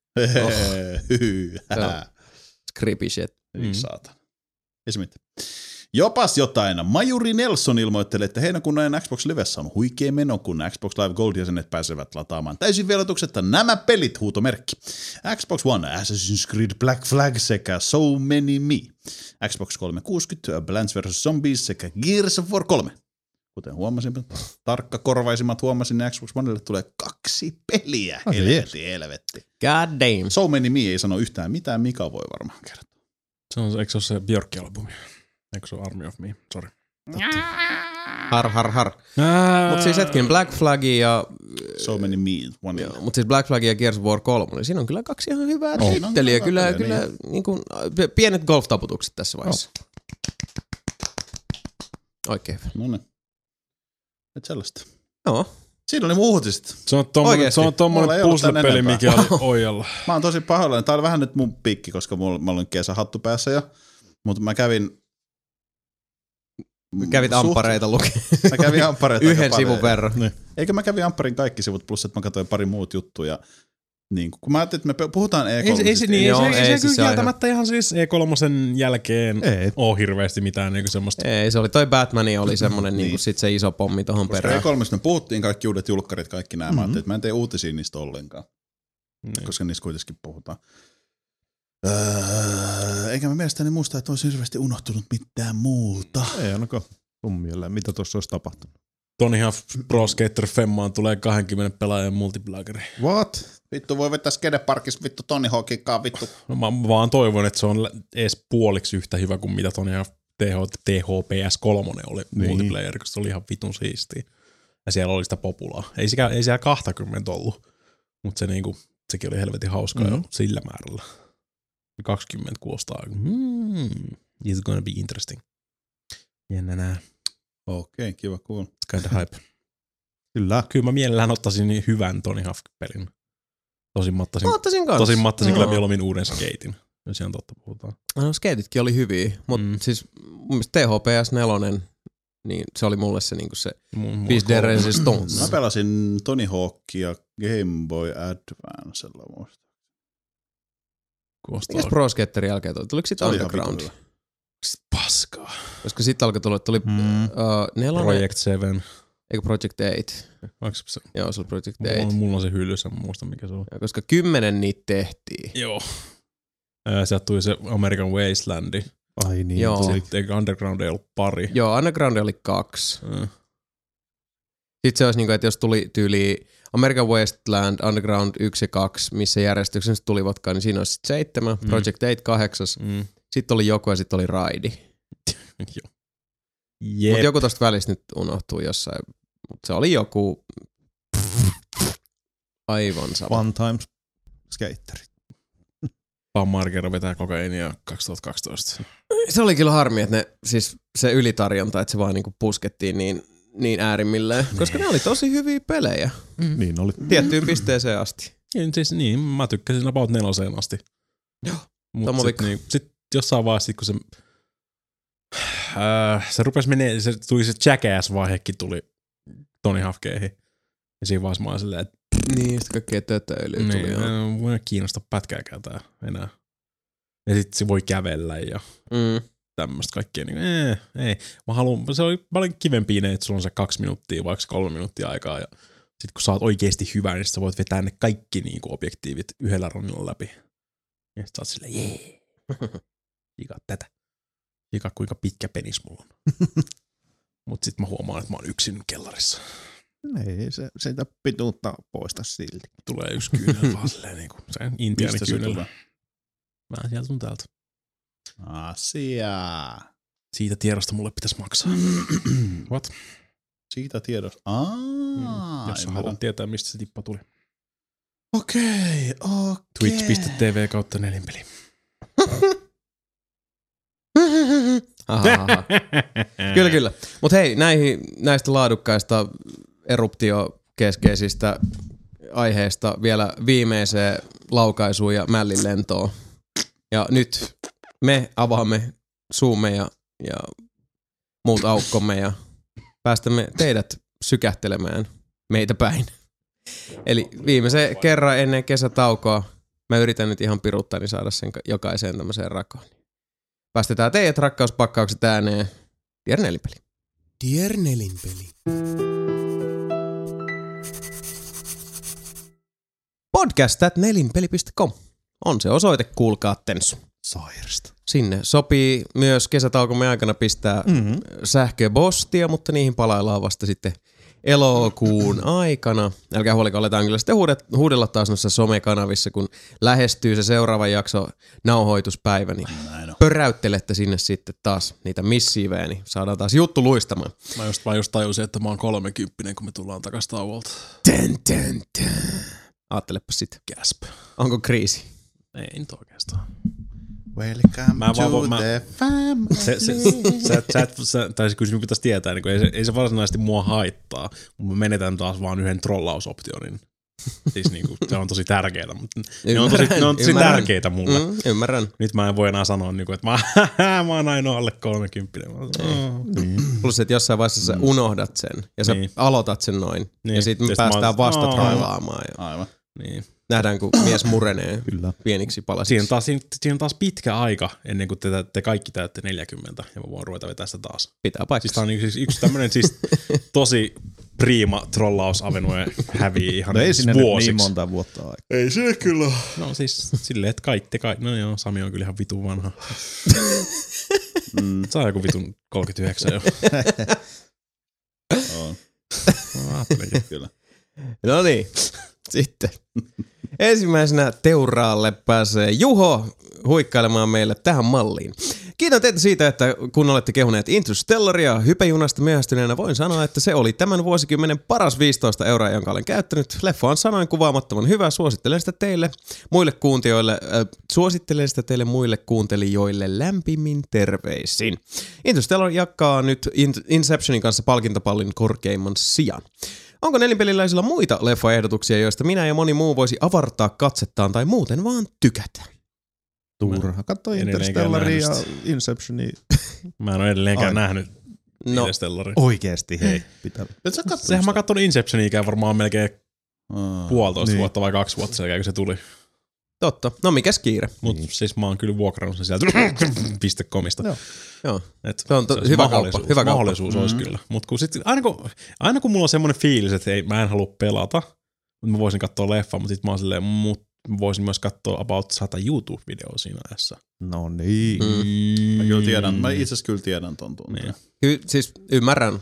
[SPEAKER 1] Creepy shit.
[SPEAKER 3] Saatan. Esimerkiksi. Jopas jotain. Majuri Nelson ilmoittelee, että heinäkuun ajan Xbox Livessä on huikea meno, kun Xbox Live Gold-jäsenet pääsevät lataamaan täysin velotuksetta nämä pelit, huutomerkki. Xbox One, Assassin's Creed Black Flag sekä So Many Me. Xbox 360, Plants vs. Zombies sekä Gears of War 3. Kuten huomasin, tarkkakorvaisimmat huomasin, niin Xbox Onelle tulee 2 peliä. Helvetti.
[SPEAKER 1] God damn.
[SPEAKER 3] So Many Me ei sano yhtään mitään, Mika voi varmaan kertoa.
[SPEAKER 4] Eikö se ole se Björk-albumi? Eikö se ole Army of Me? Sorry.
[SPEAKER 1] Har. Mutta siis hetken Black Flag ja.
[SPEAKER 3] So Many Me.
[SPEAKER 1] Mutta siis Black Flag ja Gears of War 3, niin siinä on kyllä 2 ihan hyvää titteliä. Kyllä niin kuin, pienet golf-taputukset tässä vaiheessa. Oikein hyvä.
[SPEAKER 3] No niin. Et sellaista.
[SPEAKER 1] Joo.
[SPEAKER 3] Siinä oli mun uutiset.
[SPEAKER 4] Se on tommonen puzzle-peli, mikä oli ojalla.
[SPEAKER 3] Mä oon tosi pahoillani. Tää oli vähän nyt mun pikki, koska mä olin kesähattu päässä jo. Mutta mä kävin.
[SPEAKER 1] Kävit amppareita lukemaan.
[SPEAKER 3] Mä kävin amppareita.
[SPEAKER 1] Yhden sivun verran.
[SPEAKER 3] Niin. Eikö mä kävin ampparin kaikki sivut, plus että mä katsoin pari muut juttuja. Niin, kun mä ajattelin, että me puhutaan E3.
[SPEAKER 4] Ei se
[SPEAKER 1] siis
[SPEAKER 4] kyllä kieltämättä ihan siis E3 jälkeen ole hirveästi mitään niinku semmoista.
[SPEAKER 1] Ei, se oli toi Batmani oli semmonen niinku sit se iso pommi tohon perään.
[SPEAKER 3] E3 me puhuttiin kaikki uudet julkkarit, kaikki nämä. Mä ajattelin, että mä en tee uutisia niistä ollenkaan. Koska niistä kuitenkin puhutaan. Eikä mä mielestäni muista, että olisi hirveästi unohtunut mitään muuta.
[SPEAKER 2] Ei ainakaan sun mieleen. Mitä tuossa olisi tapahtunut?
[SPEAKER 4] Tony Hawk Pro Skater Femmaan tulee 20 pelaajan multiplayeri.
[SPEAKER 2] What?
[SPEAKER 3] Vittu voi vetää Skedeparkissa vittu Tony Hawkikaan vittu.
[SPEAKER 4] No mä vaan toivon, että se on edes puoliksi yhtä hyvä kuin mitä Tony Hawk THPS3 oli multiplayeri, koska se oli ihan vitun siistiä. Ja siellä oli sitä populaa. Ei siellä 20 ollut, mutta se niinku, sekin oli helvetin hauskaa jo sillä määrällä. 20 kuulostaa. It's gonna be interesting. Jännä nää.
[SPEAKER 3] Okei, kiva cool.
[SPEAKER 4] Kinda hype.
[SPEAKER 2] Kyllä.
[SPEAKER 4] Kyllä mä mielellään ottaisin niin hyvän Tony Hawk-pelin. Tosin mä ottaisin kyllä mieluummin uuden Skatein, jos ihan totta puhutaan.
[SPEAKER 1] No Skateitkin oli hyviä, mutta siis mun mielestä THPS 4, niin se oli mulle se niinku se piece de resistance.
[SPEAKER 3] Mä pelasin Tony Hawkia Game Boy Advancella muista.
[SPEAKER 1] Mikäs Pro Skaterin jälkeen tuli? Tuliko sit Underground?
[SPEAKER 4] Paskaa.
[SPEAKER 1] Koska sit alkoi tulla, tuli 4.
[SPEAKER 4] Project 7.
[SPEAKER 1] Eikö Project 8?
[SPEAKER 4] Se?
[SPEAKER 1] Joo, se oli Project 8.
[SPEAKER 4] Mulla on se hyllyssä, mä muistan mikä se on.
[SPEAKER 1] Ja koska 10 niitä tehtiin.
[SPEAKER 4] Joo. Sieltä tuli se American Wastelandi.
[SPEAKER 2] Ai niin.
[SPEAKER 1] Joo.
[SPEAKER 4] Sitten Underground ei ollut pari.
[SPEAKER 1] Joo, Underground oli 2. Sitten se olisi niinku, että jos tuli tyyli American Wasteland, Underground 1 ja 2, missä järjestyksessä tulivatkaan, niin siinä olisi 7, Project 8 8. Sitten oli joku ja sitten oli Raidi.
[SPEAKER 4] Joo.
[SPEAKER 1] Mutta joku tosta välistä nyt unohtuu jossain. Mutta se oli joku aivan sama.
[SPEAKER 2] One Time Skater.
[SPEAKER 4] Pammarker vetää kokainia 2012.
[SPEAKER 1] Se oli kyllä harmi, että siis se ylitarjonta, että se vaan niinku puskettiin niin äärimmilleen, koska ne oli tosi hyviä pelejä.
[SPEAKER 2] Niin oli.
[SPEAKER 1] Tiettyyn pisteeseen asti.
[SPEAKER 4] Siis niin, mä tykkäsin about 4 asti.
[SPEAKER 1] Joo.
[SPEAKER 4] Mutta sit jossain vaiheessa, kun se rupesi menee, se tuli se Jackass-vaihekin tuli Tony Hawkeihin. Ja siinä vaiheessa mä olin silleen, että
[SPEAKER 1] niin, sitten kaikkea tötöilyä tuli.
[SPEAKER 4] Ei voi kiinnostaa pätkääkään tää enää. Ja sit se voi kävellä ja tämmöstä kaikkea. Niin, ei. Se oli paljon kivempiä ne, että sulla on se 2 minuuttia, vaikka 3 minuuttia aikaa. Ja sit kun sä oot oikeesti hyvä, niin sä voit vetää ne kaikki niinku objektiivit yhdellä ronnilla läpi. Ja sit sä oot silleen, jee. Jika tätä. Jika kuinka pitkä penis mulla on. Mut sit mä huomaan, että mä oon yksin kellarissa.
[SPEAKER 2] Ei, se sitä pituutta poista silti.
[SPEAKER 4] Tulee yksi kyynel vaan silleen niinku se intiaanikyynel. Mä sieltä sun täältä.
[SPEAKER 3] Asiaa.
[SPEAKER 4] Siitä tiedosta mulle pitäisi maksaa. What?
[SPEAKER 3] Siitä tiedosta.
[SPEAKER 4] Jos sä haluat tietää, mistä se tippa tuli.
[SPEAKER 3] Okei.
[SPEAKER 4] Twitch.tv/nelinpeli.
[SPEAKER 1] Aha. Kyllä. Mut hei, näistä laadukkaista eruptiokeskeisistä aiheista vielä viimeiseen laukaisuun ja mällin lentoon. Ja nyt me avaamme suumme ja muut aukkomme ja päästämme teidät sykähtelemään meitä päin. Eli viimeisen kerran ennen kesätaukoa mä yritän nyt ihan piruttani saada sen jokaiseen tämmöiseen rakoon. Päästetään teidät rakkauspakkaukset ääneen. Tier Nelinpeli.
[SPEAKER 5] Tier Nelinpeli.
[SPEAKER 1] Podcast@nelinpeli.com on se osoite, kuulkaattens.
[SPEAKER 2] Sairasta.
[SPEAKER 1] Sinne sopii myös kesätaukomme aikana pistää sähköpostia, mutta niihin palaillaan vasta sitten elokuun aikana. Älkää huoliko, aletaan kyllä sitten huudella taas noissa somekanavissa, kun lähestyy se seuraava jakso nauhoituspäivä, niin pöräyttelette sinne sitten taas niitä missiivejä, niin saadaan taas juttu luistamaan.
[SPEAKER 4] Mä just tajusin, että mä oon 30, kun me tullaan takas tauolta.
[SPEAKER 1] Aattelepa sit.
[SPEAKER 4] Gasp.
[SPEAKER 1] Onko kriisi?
[SPEAKER 4] Ei nyt oikeastaan.
[SPEAKER 3] Welcome to the family.
[SPEAKER 4] Tai kyllä sinun pitäisi tietää, niin ei se varsinaisesti mua haittaa, mutta mä menetän taas vaan yhden trollausoptionin. Siis niinku, se on tosi tärkeetä, mutta ne on tosi tärkeitä mulle.
[SPEAKER 1] Ymmärrän.
[SPEAKER 4] Nyt mä en voi enää sanoa, niinku, että mä oon ainoa alle 30.
[SPEAKER 1] Plus, että jossain vaiheessa sä unohdat sen ja sä aloitat sen noin. Ja sitten me päästään vasta trailaamaan.
[SPEAKER 3] Aivan.
[SPEAKER 4] Niin.
[SPEAKER 1] Nähdään, kun mies murenee
[SPEAKER 2] Kyllä.
[SPEAKER 1] pieniksi palasiksi.
[SPEAKER 4] Siinä on taas pitkä aika ennen kuin te kaikki täytte 40 ja mä voin ruveta vetää sitä taas.
[SPEAKER 1] Pitää paikkaa.
[SPEAKER 4] Siis tää on yksi tämmönen siis tosi prima trollausavenue hävii ihan
[SPEAKER 2] No ei sinne
[SPEAKER 4] vuosiksi.
[SPEAKER 2] niin monta vuotta aikaa.
[SPEAKER 3] Ei se kyllä.
[SPEAKER 4] No siis silleen, että kaikki, no joo, Sami on kyllä ihan vitun vanha. Saa joku vitun 39 jo.
[SPEAKER 3] On.
[SPEAKER 4] Mä ajattelinkin.
[SPEAKER 3] Kyllä.
[SPEAKER 1] No niin, sitten. Ensimmäisenä teuraalle pääsee Juho huikkailemaan meille tähän malliin. Kiitän teitä siitä, että kun olette kehuneet Interstellaria hypejunasta myöhästyneenä, voin sanoa, että se oli tämän vuosikymmenen paras 15 €, jonka olen käyttänyt. Leffa on sanoin kuvaamattoman hyvä. Suosittelen sitä teille muille kuuntelijoille lämpimin terveisin. Interstellar jakaa nyt Inceptionin kanssa palkintopallin korkeimman sijan. Onko nelinpeliläisillä muita leffaehdotuksia, joista minä ja moni muu voisi avartaa katsettaan tai muuten vaan tykätä?
[SPEAKER 2] Turha. Katso
[SPEAKER 4] edelleenkään
[SPEAKER 2] Interstellaria ja
[SPEAKER 4] nähnyt
[SPEAKER 2] Inceptionia.
[SPEAKER 4] Mä en ole edelleenkään nähnyt Interstellaria.
[SPEAKER 2] Oikeesti, hei. Pitää.
[SPEAKER 3] Et sä kattonut
[SPEAKER 4] Sehän mä
[SPEAKER 3] sitä?
[SPEAKER 4] katson Inceptionia melkein puolitoista
[SPEAKER 2] niin.
[SPEAKER 4] vuotta vai 2 vuotta sen jälkeen, kun se tuli.
[SPEAKER 1] Totta. No mikäs kiire?
[SPEAKER 4] Mut siis mä oon kyllä vuokrannut sen sieltä .comista.
[SPEAKER 1] Joo.
[SPEAKER 4] Et
[SPEAKER 1] Se on
[SPEAKER 4] se
[SPEAKER 1] hyvä
[SPEAKER 4] mahdollisuus,
[SPEAKER 1] kauppa. Hyvä kauppa.
[SPEAKER 4] mahdollisuus olisi kyllä. Mut kun aina kun mulla on semmonen fiilis, että mä en halua pelata, mutta mä voisin katsoa leffaa, mutta sit mä oon silleen, mä voisin myös katsoa about 100 YouTube-videoa siinä ajassa.
[SPEAKER 2] No niin.
[SPEAKER 3] Mä kyllä tiedän. Mä itse asiassa kyllä tiedän ton tunteen.
[SPEAKER 4] Niin.
[SPEAKER 1] Siis ymmärrän.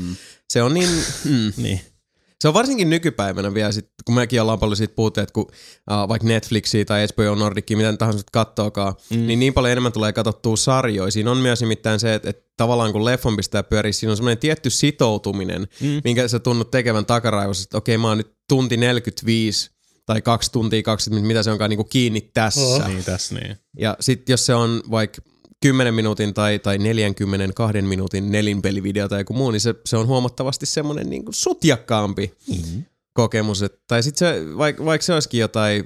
[SPEAKER 1] Se on niin...
[SPEAKER 4] Niin.
[SPEAKER 1] Se on varsinkin nykypäivänä vielä, kun mekin ollaan paljon siitä puhuttu, että kun vaikka Netflixia tai HBO Nordicia, mitä tahansa kattookaan, niin paljon enemmän tulee katsottua sarjoja. Siinä on myös nimittäin se, että tavallaan kun leffon pistää pyöriä, siinä on semmoinen tietty sitoutuminen, minkä sä tunnut tekevän takaraivossa, että okei, mä oon nyt tunti 45 tai 2 tuntia 20, mitä se onkaan niin kuin kiinni tässä.
[SPEAKER 4] Niin tässä niin.
[SPEAKER 1] Ja sit jos se on vaikka 10 minuutin tai 42 minuutin nelinpelivideo tai joku muu, niin se on huomattavasti semmoinen niin kuin sutjakkaampi kokemus. Tai sitten se, vaikka se olisikin jotain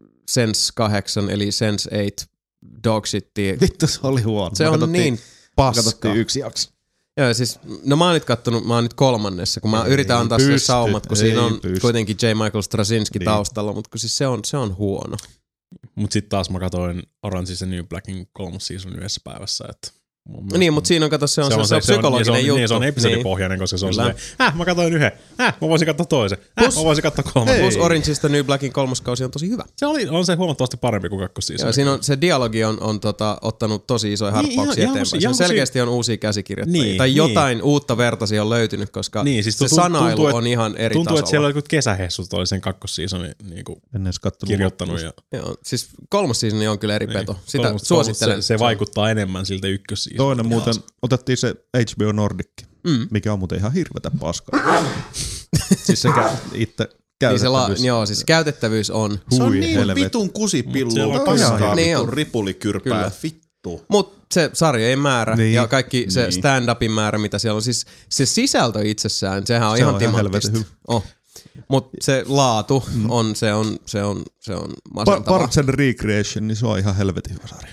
[SPEAKER 1] Sense 8 eli Sense 8 Dog Shittia.
[SPEAKER 2] Vittu, se oli huono.
[SPEAKER 1] Se on niin paska.
[SPEAKER 2] Katsottiin 1 jakso.
[SPEAKER 1] Joo, siis, no mä oon nyt 3, kun mä yritän antaa sille saumat, kun siinä on kuitenkin J. Michael Straczynski taustalla, mutta kun siis se on huono.
[SPEAKER 4] Mut sit taas mä katoin Orange is the New Blackin 3. season yhdessä päivässä, että
[SPEAKER 1] niin, mutta siinä on, se on psykologinen juttu.
[SPEAKER 4] Niin, se on episodipohjainen, koska se on silleen, mä katoin yhden, mä voisin katsoa toisen, mä voisin katsoa 3.
[SPEAKER 1] Plus Orange is the New Blackin 3. kausi on tosi hyvä.
[SPEAKER 4] On se huomattavasti parempi kuin 2. season.
[SPEAKER 1] Joo, siinä on, se dialogi on ottanut tosi isoja harppauksia eteenpäin. Se selkeästi on uusia käsikirjoittajia.
[SPEAKER 4] Niin,
[SPEAKER 1] tai jotain uutta verta siihen on löytynyt, koska
[SPEAKER 4] siis
[SPEAKER 1] se sanailu on ihan eri tasolla.
[SPEAKER 4] Tuntuu, että siellä on joku kesähessut oli sen 2. seasonin niinku kirjoittanut.
[SPEAKER 1] Joo, siis 3. seasoni on kyllä eri peto. Sitä suosittelen.
[SPEAKER 4] Se vaikuttaa enemmän siltä 1.
[SPEAKER 2] Toinen muuten, otettiin se HBO Nordic, mikä on muuten ihan hirvetä paskaa. Siis se itse käytettävyys.
[SPEAKER 1] Joo, siis käytettävyys on.
[SPEAKER 3] Se on niin
[SPEAKER 2] helvet.
[SPEAKER 3] vitun kusipillu.
[SPEAKER 4] Se on
[SPEAKER 3] Paskaa
[SPEAKER 1] niin
[SPEAKER 3] vitun
[SPEAKER 1] on.
[SPEAKER 3] ripulikyrpää. Vittu.
[SPEAKER 1] Mutta se sarjojen määrä
[SPEAKER 2] Niin.
[SPEAKER 1] ja kaikki se stand-upin määrä, mitä siellä on. Siis se sisältö itsessään, sehän on ihan timanttista. Mutta se laatu on masentava.
[SPEAKER 2] Parks and Recreation, niin se on ihan helvetin hyvä sarja.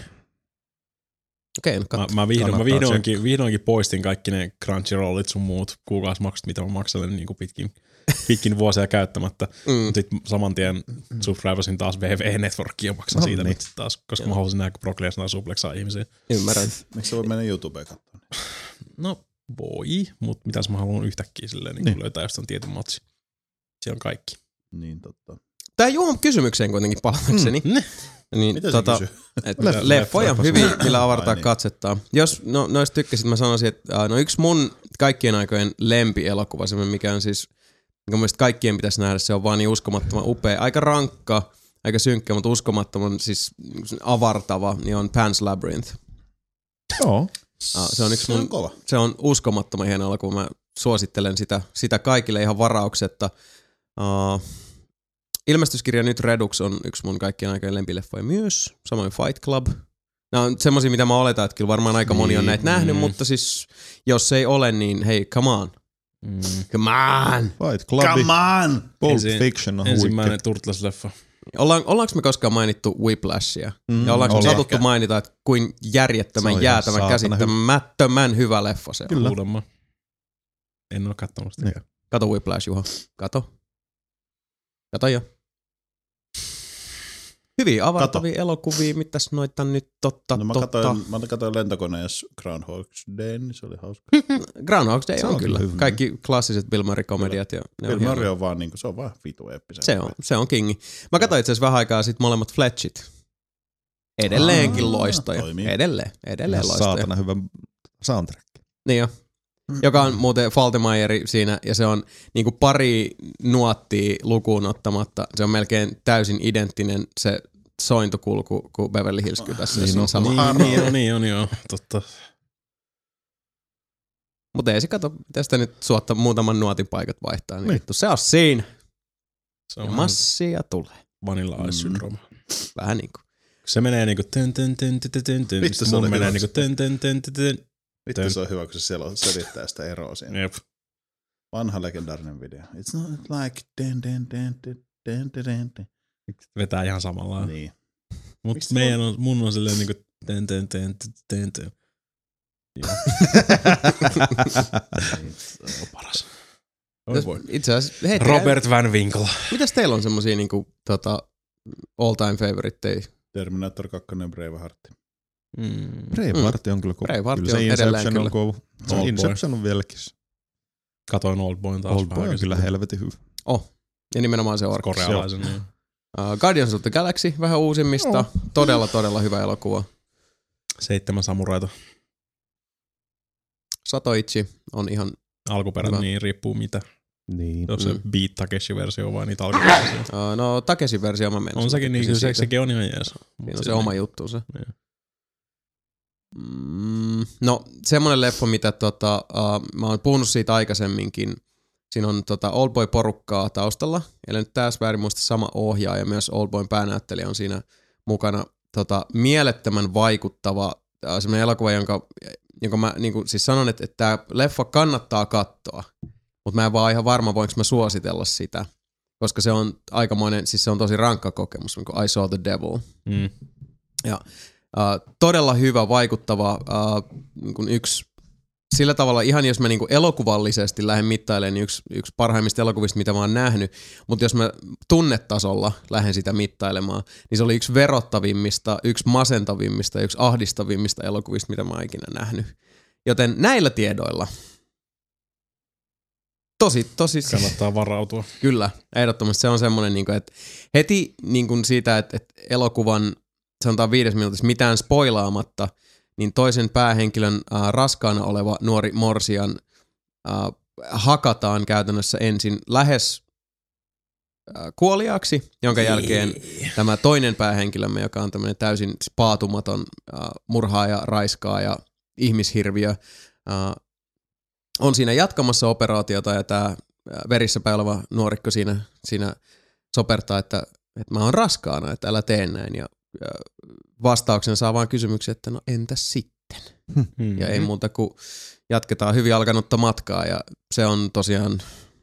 [SPEAKER 1] Okei, no katso.
[SPEAKER 4] Mä vihdoinkin poistin kaikki ne Crunchyrollit sun muut kuukausimaksut, mitä mä makselen niin pitkin vuosia käyttämättä. Mutta sitten saman tien subscribasin taas VV-networkia ja maksan siitä nyt sit taas, koska mä haluaisin nähdä, kun Brock Lesnar supleksaa ihmisiä.
[SPEAKER 1] Ymmärrän.
[SPEAKER 3] Miksi se voi mennä YouTubeen katsomaan?
[SPEAKER 4] No voi, mutta mitäs mä haluan yhtäkkiä silleen, niin löytää jostain tietyn matsi. Siellä on kaikki.
[SPEAKER 3] Niin totta.
[SPEAKER 1] Tää Juhon kysymykseen kuitenkin palatakseni. Niin,
[SPEAKER 3] Mitä se kysyy?
[SPEAKER 1] leffoja hyviä, millä avartaa katsettaa. Jos noista tykkäsit, mä sanoisin, että yksi mun kaikkien aikojen lempielokuva, semmoinen mikä on siis, mikä mielestäni kaikkien pitäisi nähdä, se on vaan niin uskomattoman upea. Aika rankka, aika synkkä, mutta uskomattoman siis avartava, niin on Pan's Labyrinth.
[SPEAKER 2] Joo.
[SPEAKER 1] Se on yksi mun,
[SPEAKER 3] kova.
[SPEAKER 1] se on uskomattoman hieno elokuva. Mä suosittelen sitä kaikille ihan varauksetta. Ilmestyskirja Nyt Redux on yksi mun kaikkien aikojen lempileffoja myös. Samoin Fight Club. Nämä on semmosia, mitä mä oletan, että kyllä varmaan aika moni on näitä nähnyt, mutta siis jos ei ole, niin hei, come on. Come on!
[SPEAKER 2] Fight Club.
[SPEAKER 3] Come on!
[SPEAKER 2] Pulp Fiction on
[SPEAKER 4] Ensimmäinen Turtles-leffa.
[SPEAKER 1] Ollaanko me koskaan mainittu Whiplashia? Ja ollaanko me satuttu mainita, että kuin järjettömän, jäätävän, käsittämättömän hyvä leffa se on?
[SPEAKER 2] Kyllä.
[SPEAKER 4] Kuulemma. En ole kattonut sitä.
[SPEAKER 1] Kato Whiplash, Juha. Kato jo. Hyviä avartavia elokuvia, mitäs noita nyt totta.
[SPEAKER 3] No mä katsoin Lentokoneessa Groundhog's Day, niin se oli hauska.
[SPEAKER 1] Groundhog's Day
[SPEAKER 2] Se
[SPEAKER 1] on
[SPEAKER 2] on
[SPEAKER 1] kyllä.
[SPEAKER 2] kyllä hyvä.
[SPEAKER 1] Kaikki klassiset Bill Murray-komediat. Ja
[SPEAKER 3] Bill Murray on vaan niinku, se on vaan vitu eeppisen.
[SPEAKER 1] Se on kingi. Mä katsoin itse asiassa vähän aikaa sit molemmat Fletchit. Edelleenkin loistoja.
[SPEAKER 3] Toimii.
[SPEAKER 1] Edelleen loistoja.
[SPEAKER 2] Saatana hyvä soundtrack.
[SPEAKER 1] Niin jo. Joka on muuten Faltemeyeri siinä, ja se on niinku pari nuottia lukuun ottamatta. Se on melkein täysin identtinen se sointukulku kuin Beverly Hills Kypässä.
[SPEAKER 4] Niin on joo, totta.
[SPEAKER 1] Mutta ei se kato, tästä nyt suotta muutaman nuotin paikat vaihtaa, niin vittu se on siinä.
[SPEAKER 4] Se on
[SPEAKER 1] ja massia tulee.
[SPEAKER 4] Vanilla Ice Syndrome.
[SPEAKER 1] Vähän niinku.
[SPEAKER 4] Se menee niinku
[SPEAKER 3] Vittu, se
[SPEAKER 4] mun
[SPEAKER 3] oli
[SPEAKER 4] menee
[SPEAKER 3] hyvä.
[SPEAKER 4] niinku
[SPEAKER 3] Vittu se on hyvä, kun se selittää sitä eroa siinä.
[SPEAKER 4] Jep.
[SPEAKER 3] Vanha legendaarinen video. It's not like
[SPEAKER 4] Vetää ihan samalla.
[SPEAKER 3] Niin.
[SPEAKER 4] Mut
[SPEAKER 3] Miksi
[SPEAKER 4] mun on silleen niinku Se on paras. Voi.
[SPEAKER 1] Itse asiassa, hei,
[SPEAKER 4] Robert Van Winkle.
[SPEAKER 1] mitäs teillä on semmosia niinku all time favoriteja?
[SPEAKER 3] Terminator 2 ja Braveheart.
[SPEAKER 2] Braveheart on kyllä kova.
[SPEAKER 1] Braveheart
[SPEAKER 2] Kyllä se
[SPEAKER 1] on edelleen
[SPEAKER 2] Inception
[SPEAKER 1] kyllä.
[SPEAKER 2] on kova. Se
[SPEAKER 4] Oldboy.
[SPEAKER 2] Inception on vieläkin.
[SPEAKER 4] Katoin Oldboyn taas.
[SPEAKER 2] Oldboy on kyllä helvetin hyvä.
[SPEAKER 1] Ja nimenomaan se orkki.
[SPEAKER 4] korealaisen. Niin.
[SPEAKER 1] Guardians of the Galaxy, vähän uusimmista. Todella hyvä elokuva.
[SPEAKER 4] 7 samuraita.
[SPEAKER 1] Satoichi on ihan
[SPEAKER 4] Alkuperät
[SPEAKER 1] hyvä.
[SPEAKER 4] niin riippuu mitä.
[SPEAKER 2] Niin.
[SPEAKER 4] Onko se Beat Takeshi-versio vai niitä alkuperäisiä?
[SPEAKER 1] no Takesin versio mä menen.
[SPEAKER 4] On sekin niin, kyllä sekin on ihan jees.
[SPEAKER 1] Siinä on se oma juttu se.
[SPEAKER 4] Niin.
[SPEAKER 1] No semmonen leffa, mitä mä oon puhunut siitä aikaisemminkin. Siinä on Oldboy-porukkaa taustalla. Eli nyt tässä väärin muista sama ohjaaja ja myös Oldboyn päänäyttelijä on siinä mukana. Mielettömän vaikuttava semmoinen elokuva, jonka mä niin kuin, siis sanon, että tämä leffa kannattaa katsoa. Mutta mä en vaan ihan varma, voinko mä suositella sitä. Koska se on aikamoinen, siis se on tosi rankka kokemus, niin kuin I Saw the Devil. Ja todella hyvä, vaikuttava, niin kuin yksi, sillä tavalla ihan jos mä niin kuin elokuvallisesti lähden mittailemaan, niin yksi parhaimmista elokuvista, mitä mä oon nähnyt. Mutta jos mä tunnetasolla lähden sitä mittailemaan, niin se oli yksi verottavimmista, yksi masentavimmista, yksi ahdistavimmista elokuvista, mitä mä oon ikinä nähnyt. Joten näillä tiedoilla tosi
[SPEAKER 4] Kannattaa varautua.
[SPEAKER 1] Kyllä, ehdottomasti se on semmoinen, että heti siitä, että elokuvan sanotaan 5 minuutissa mitään spoilaamatta, niin toisen päähenkilön raskaana oleva nuori morsian hakataan käytännössä ensin lähes kuoliaaksi, jonka jälkeen tämä toinen päähenkilömme, joka on tämmöinen täysin paatumaton murhaaja, raiskaaja, ihmishirviö, on siinä jatkamassa operaatiota ja tämä verissä päin oleva nuorikko siinä sopertaa, että mä oon raskaana, että älä tee näin. Ja vastauksen saa vaan kysymyksen, että no entäs sitten? Ja ei muuta kuin jatketaan hyvin alkanutta matkaa ja se on tosiaan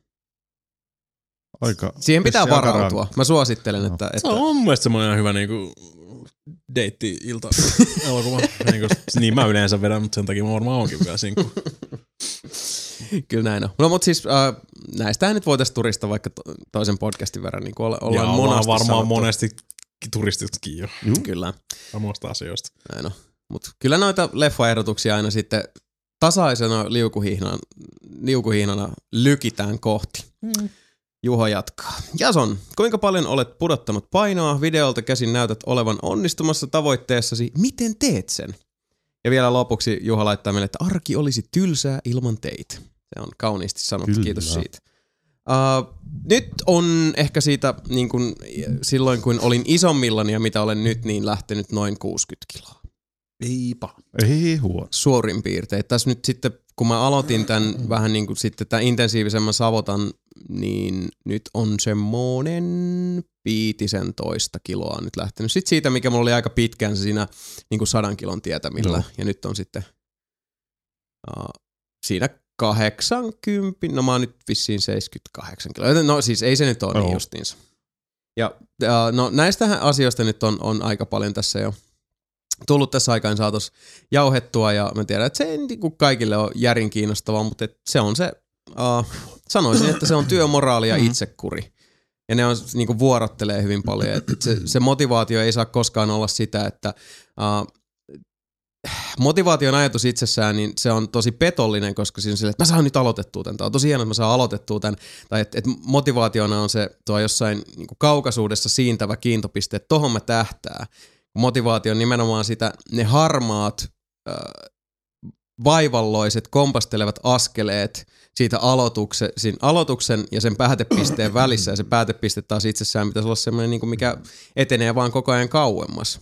[SPEAKER 1] siihen pitää varautua. Mä suosittelen, että
[SPEAKER 4] Se on mun mielestä semmoinen hyvä niinku deitti-ilta elokuva. Niin mä yleensä vedän, mutta sen takia mä varmaan onkin vielä sinkku.
[SPEAKER 1] Kyllä näin on. No mutta siis näistähän nyt voitaisiin turista vaikka toisen podcastin verran, niin kuin ollaan monasti
[SPEAKER 4] varmaan
[SPEAKER 1] sanottu.
[SPEAKER 4] monesti turistitkin jo.
[SPEAKER 1] Kyllä.
[SPEAKER 4] Samoista asioista.
[SPEAKER 1] Näin on. Mutta kyllä noita leffaehdotuksia aina sitten tasaisena liukuhihnana lykitään kohti. Juho jatkaa. Jason, kuinka paljon olet pudottanut painoa? Videolta käsin näytät olevan onnistumassa tavoitteessasi. Miten teet sen? Ja vielä lopuksi Juha laittaa meille, että arki olisi tylsää ilman teitä. Se on kauniisti sanottu,
[SPEAKER 2] Kyllä.
[SPEAKER 1] Kiitos siitä. Nyt on ehkä siitä, niin kun, silloin kun olin isommillani ja mitä olen nyt, niin lähtenyt noin 60 kiloa.
[SPEAKER 3] Eipä.
[SPEAKER 2] Ei huono.
[SPEAKER 1] Suurin piirtein. Tässä nyt sitten, kun mä aloitin tämän vähän niin kuin sitten tämän intensiivisemmän savotan, niin nyt on semmoinen 15 kiloa nyt lähtenyt. Sitten siitä, mikä mulla oli aika pitkään se siinä niin kuin 100 kilon tietämillä. No. Ja nyt on sitten siinä 80, no mä oon nyt vissiin 78 kiloa. No siis ei se nyt ole niin justiinsa. Ja no näistä asioista nyt on aika paljon tässä jo tullut tässä aikaan saatossa jauhettua ja mä tiedän, että se ei niin kaikille ole järin kiinnostavaa, mutta se on se, sanoisin, että se on työmoraali ja itsekuri. ja ne on niinku vuorottelee hyvin paljon. Et se motivaatio ei saa koskaan olla sitä, että motivaation ajatus itsessään, niin se on tosi petollinen, koska siinä on silleen, että mä saan nyt aloitettua tämän. Tämä on tosi hienoa, että mä saan aloitettua tämän. Tai että motivaationa on se tuo jossain niinku kaukaisuudessa siintävä kiintopiste, että tohon mä tähtää. Motivaatio on nimenomaan sitä, ne harmaat, vaivalloiset, kompastelevat askeleet siitä aloituksen ja sen päätepisteen välissä. Ja se päätepiste taas itsessään pitäisi olla semmoinen, niin kuin mikä etenee vaan koko ajan kauemmas.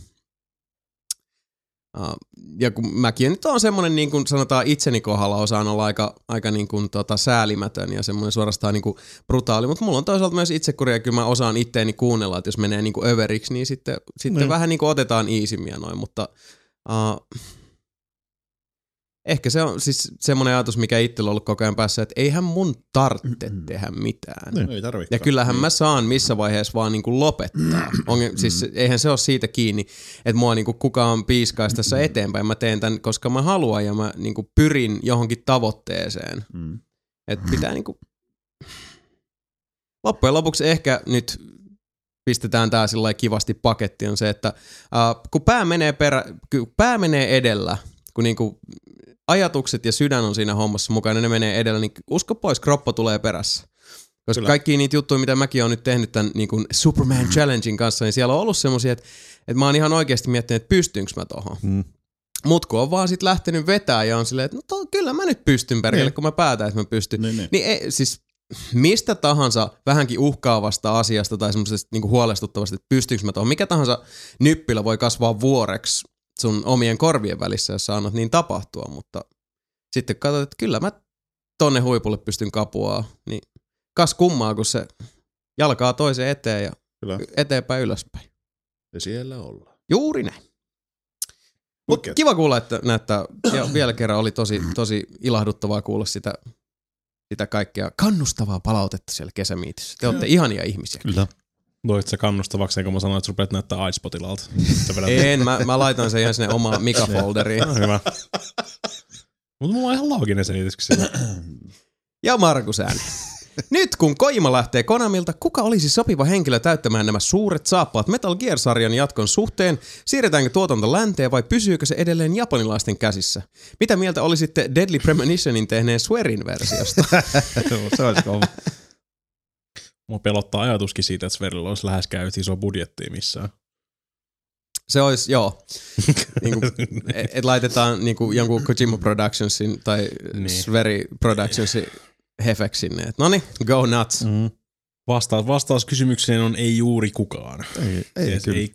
[SPEAKER 1] Ja kun mäkin nyt on semmoinen, niin kuin sanotaan itseni kohdalla, osaan olla aika niin kuin säälimätön ja semmoinen suorastaan niin kuin brutaali, mutta mulla on toisaalta myös itsekuria, ja kyllä mä osaan itteeni kuunnella, että jos menee niin kuin överiksi, niin sitten vähän niin kuin otetaan iisimmin ja noin, mutta ehkä se on siis semmoinen ajatus, mikä itsellä on ollut koko ajan päässä, että eihän mun tarvitse tehdä mitään.
[SPEAKER 3] Ei tarvikaan.
[SPEAKER 1] Ja kyllähän mä saan missä vaiheessa vaan niin kuin lopettaa. Siis eihän se ole siitä kiinni, että mua niin kuin kukaan piiskaisi tässä eteenpäin. Mä teen tämän, koska mä haluan ja mä niin kuin pyrin johonkin tavoitteeseen. Että pitää niin kuin loppujen lopuksi ehkä nyt pistetään tää sillä kivasti paketti on se, että kun pää menee edellä, kun niinku ajatukset ja sydän on siinä hommassa mukana, ne menee edellä, niin usko pois, kroppa tulee perässä. Koska kaikki niitä juttuja, mitä mäkin oon nyt tehnyt tämän niin kuin Superman Challengein kanssa, niin siellä on ollut semmosia, että mä oon ihan oikeasti miettinyt, että pystynkö mä tohon. Mut kun on vaan sit lähtenyt vetää ja on silleen, että no kyllä mä nyt pystyn perkele, kun mä päätän, että mä pystyn. Niin siis mistä tahansa vähänkin uhkaavasta asiasta tai semmoisesta niin kuin huolestuttavasta, että pystynkö mä tohon. Mikä tahansa nyppilä voi kasvaa vuoreksi sun omien korvien välissä, jos sä annat niin tapahtua, mutta sitten katsot, että kyllä mä tonne huipulle pystyn kapuaa, niin kas kummaa, kun se jalkaa toiseen eteen ja eteenpäin ylöspäin.
[SPEAKER 3] Ja siellä ollaan.
[SPEAKER 1] Juuri näin. Mutta kiva kuulla, että näyttää, ja vielä kerran oli tosi ilahduttavaa kuulla sitä kaikkea kannustavaa palautetta siellä kesämiitissä. Te olette ihania ihmisiä.
[SPEAKER 2] Kyllä.
[SPEAKER 4] Loit sä kannustavaksi, kun mä sanoin, että sä rupeat näyttää iSpotilalta.
[SPEAKER 1] En, mä laitan sen ihan sinne omaan Mika-folderiin.
[SPEAKER 4] No, hyvä. Mutta mulla on ihan looginen selitys sillä.
[SPEAKER 1] Ja Markus ääni. Nyt kun Kojima lähtee Konamilta, kuka olisi sopiva henkilö täyttämään nämä suuret saappaat Metal Gear-sarjan jatkon suhteen? Siirretäänkö tuotanto länteen vai pysyykö se edelleen japanilaisten käsissä? Mitä mieltä olisitte Deadly Premonitionin tehneen Swerin versiosta?
[SPEAKER 2] Se olisi kova.
[SPEAKER 4] Mua pelottaa ajatuskin siitä, että Sverillä olisi läheskään yhtä isoa budjettia missään.
[SPEAKER 1] Se olisi, joo. Niinku, et laitetaan niinku jonkun Kojima Productionsin tai Sveri Productionsin hefeksi sinne. Noniin, go nuts.
[SPEAKER 4] Vastaus kysymykseen on ei juuri kukaan. Ei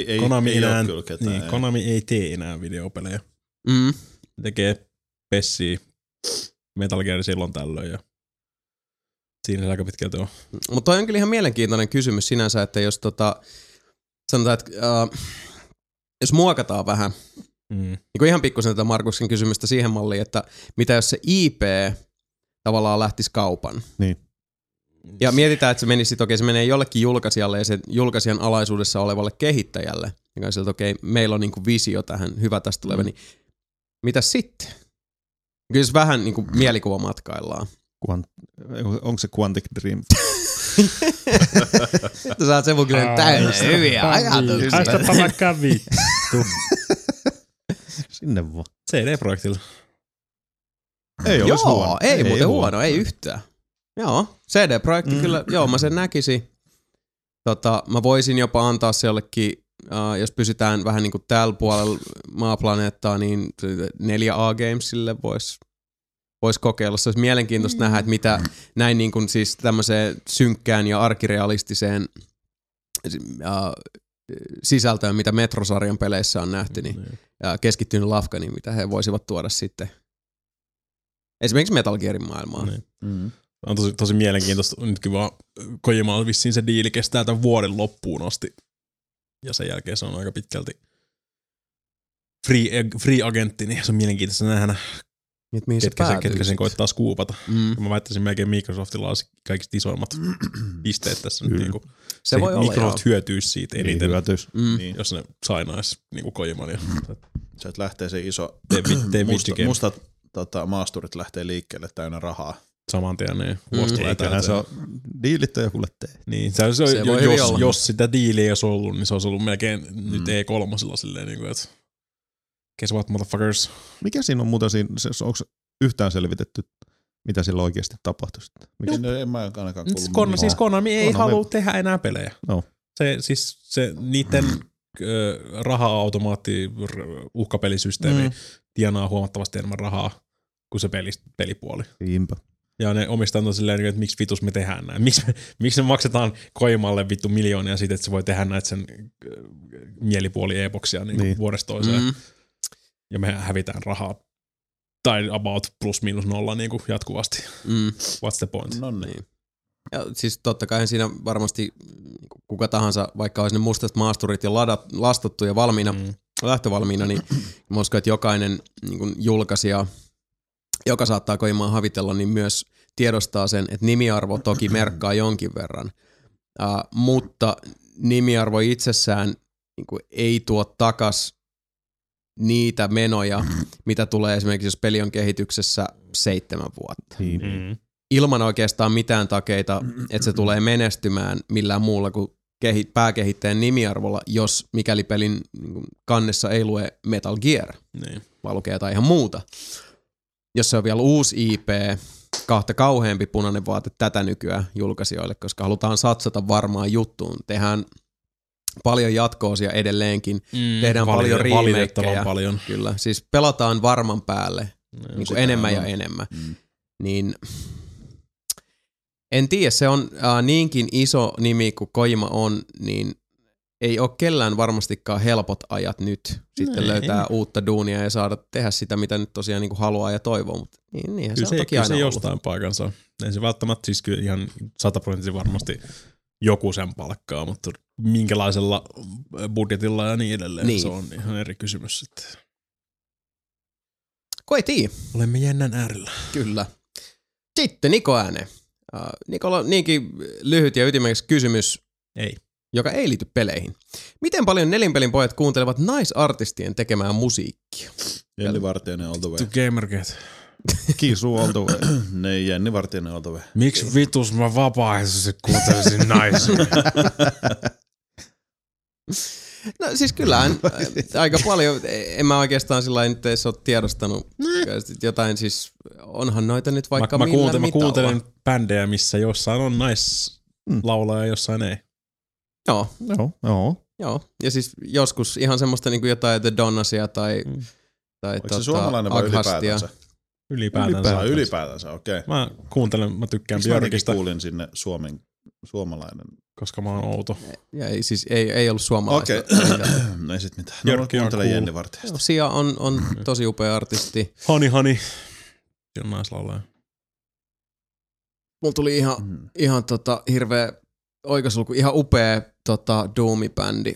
[SPEAKER 4] Konami ei tee enää videopelejä. Tekee pessiä Metal Gear silloin tällöin ja siinä se aika pitkälti on.
[SPEAKER 1] Mutta toi on kyllä ihan mielenkiintoinen kysymys sinänsä, että jos sanotaan, että jos muokataan vähän, niin kuin ihan pikkusen tätä Markuksen kysymystä siihen malliin, että mitä jos se IP tavallaan lähtisi kaupan.
[SPEAKER 2] Niin.
[SPEAKER 1] Ja mietitään, että se menisi, että okei, se menee jollekin julkaisijalle ja sen julkaisijan alaisuudessa olevalle kehittäjälle. Ja siltä, okei, meillä on niinku visio tähän, hyvä tästä tuleva, niin mitäs sitten? Kyllä se vähän niinku mielikuva matkaillaan.
[SPEAKER 2] Onko se Quantic Dream?
[SPEAKER 1] Sä saat sen kyllä täysin hyviä ajatuksia.
[SPEAKER 4] Haistapa vaikka vittu.
[SPEAKER 2] Sinne vaan.
[SPEAKER 4] CD-projektilla.
[SPEAKER 2] Ei olisi huono.
[SPEAKER 1] Joo, ei muuten huono, ei yhtään. Joo, CD-projekti kyllä, joo mä sen näkisin. Mä voisin jopa antaa se jollekin, jos pysytään vähän niin kuin täällä puolella maaplaneettaa, niin 4A Gamesille vois kokeilla. Se olisi mielenkiintoista nähdä, että mitä näin niin kuin siis tämmöiseen synkkään ja arkirealistiseen sisältöön, mitä Metro-sarjan peleissä on nähty, niin keskittynyt lafka, niin mitä he voisivat tuoda sitten esimerkiksi Metal Gearin maailmaan.
[SPEAKER 4] On tosi mielenkiintoista. Nytkin vaan Kojimalla vissiin se diili kestää tämän vuoden loppuun asti. Ja sen jälkeen se on aika pitkälti free-agentti, niin se on mielenkiintoista nähdä, ketkä sen koittaa skuupata. Mä väittäisin melkein Microsoftilla olisi kaikista isoimmat pisteet tässä. Nyt, niinku,
[SPEAKER 1] se voi
[SPEAKER 4] Microsoft hyötyisi siitä eniten,
[SPEAKER 1] niin
[SPEAKER 4] jos ne sainaisi niinku Kojiman.
[SPEAKER 3] Sieltä lähtee se iso
[SPEAKER 4] mustat
[SPEAKER 3] maasturit lähtee liikkeelle täynnä rahaa.
[SPEAKER 4] saman tien, niin vuosi tulee täyteen.
[SPEAKER 2] Se on diilit on jokulle tee.
[SPEAKER 4] Niin, se jos sitä diiliä ei olisi ollut, niin se olisi ollut melkein nyt E3 silleen, niin kuin, että guess what, motherfuckers.
[SPEAKER 2] Mikä siinä on muuten siinä, onko yhtään selvitetty, mitä sillä oikeasti tapahtui?
[SPEAKER 3] En mä ainakaan kuullut.
[SPEAKER 4] Siis Konami ei halua tehdä enää pelejä.
[SPEAKER 2] No.
[SPEAKER 4] Se niiden raha-automaatti uhkapelisysteemi tienaa huomattavasti enemmän rahaa kuin se pelipuoli.
[SPEAKER 2] Niinpä.
[SPEAKER 4] Ja ne omistajat on silleen, että miksi vitus me tehdään näin. Miksi me maksetaan Koimalle vittu miljoonia siitä, että se voi tehdä näitä sen mielipuoli-epoksia niin vuodesta toiseen. Ja me hävitään rahaa. Tai about plus minus nolla niin kuin jatkuvasti. What's the point?
[SPEAKER 1] No niin. Ja siis totta kai siinä varmasti kuka tahansa, vaikka olisi ne mustat maasturit jo lastattu ja valmiina, lähtövalmiina, niin mä uskon, että jokainen niin kuin julkaisija, joka saattaa Koimaa havitella, niin myös tiedostaa sen, että nimiarvo toki merkkaa jonkin verran. Mutta nimiarvo itsessään niin kuin ei tuo takas niitä menoja, mitä tulee esimerkiksi, jos peli on kehityksessä 7 vuotta. Ilman oikeastaan mitään takeita, että se tulee menestymään millään muulla kuin pääkehittäjän nimiarvolla, jos mikäli pelin kannessa ei lue Metal Gear, vaan lukee jotain ihan muuta. Jos se on vielä uusi IP, kahta kauheampi punainen vaate tätä nykyään julkaisijoille, koska halutaan satsata varmaan juttuun. Tehdään paljon jatko-osia edelleenkin, tehdään paljon remakeja.
[SPEAKER 4] Paljon.
[SPEAKER 1] Kyllä, siis pelataan varman päälle niin kuin enemmän ja enemmän. Niin en tiedä, se on niinkin iso nimi kuin Kojima on, niin ei ole kellään varmastikaan helpot ajat nyt sitten löytää uutta duunia ja saada tehdä sitä, mitä nyt tosiaan niin kuin haluaa ja toivoo, mutta niinhän se on toki aina
[SPEAKER 4] se jostain paikansa. Ei se välttämättä siis kyllä ihan 100% varmasti joku sen palkkaa, mutta minkälaisella budjetilla ja niin edelleen, se on ihan eri kysymys sitten.
[SPEAKER 1] Ko ei tiedä.
[SPEAKER 4] Olemme jännän äärellä.
[SPEAKER 1] Kyllä. Sitten Niko ääne. Nikola, niinkin lyhyt ja ytimekäs kysymys, joka ei liity peleihin. Miten paljon Nelinpelin pojat kuuntelevat naisartistien tekemää musiikkia?
[SPEAKER 3] Jenni Vartijainen all the way.
[SPEAKER 4] To Gamergate.
[SPEAKER 2] Kiisu all the way.
[SPEAKER 3] Ne Jenni Vartijainen all the way.
[SPEAKER 4] Miksi vitus mä vapaaehtoisesti kuuntelisin naisia?
[SPEAKER 1] No siis kyllähän aika paljon, en mä oikeastaan sillä nyt edes ole tiedostanut jotain, siis onhan noita nyt vaikka millä mitalla.
[SPEAKER 4] Mä kuuntelen bändejä, missä jossain on naislaulaja ja jossain ei.
[SPEAKER 1] Joo. Ja siis joskus ihan semmoista niin kuin jotain The Donnasia tai
[SPEAKER 3] onko se suomalainen vai ylipäätänsä?
[SPEAKER 4] Ylipäätänsä,
[SPEAKER 3] okei.
[SPEAKER 4] Mä tykkään Björkistä.
[SPEAKER 3] Mä kuulin sinne suomalainen.
[SPEAKER 4] Koska mä oon outo.
[SPEAKER 1] Ja ei ollut suomalaista.
[SPEAKER 3] Okei. Ei sit mitään. No kuuntele Jenni Vartijasta.
[SPEAKER 1] Sia on tosi upea artisti.
[SPEAKER 4] Hani. Se on naislaulaja.
[SPEAKER 1] Mulla tuli ihan hirveä oikasulku, ihan upea Doomi-bändi.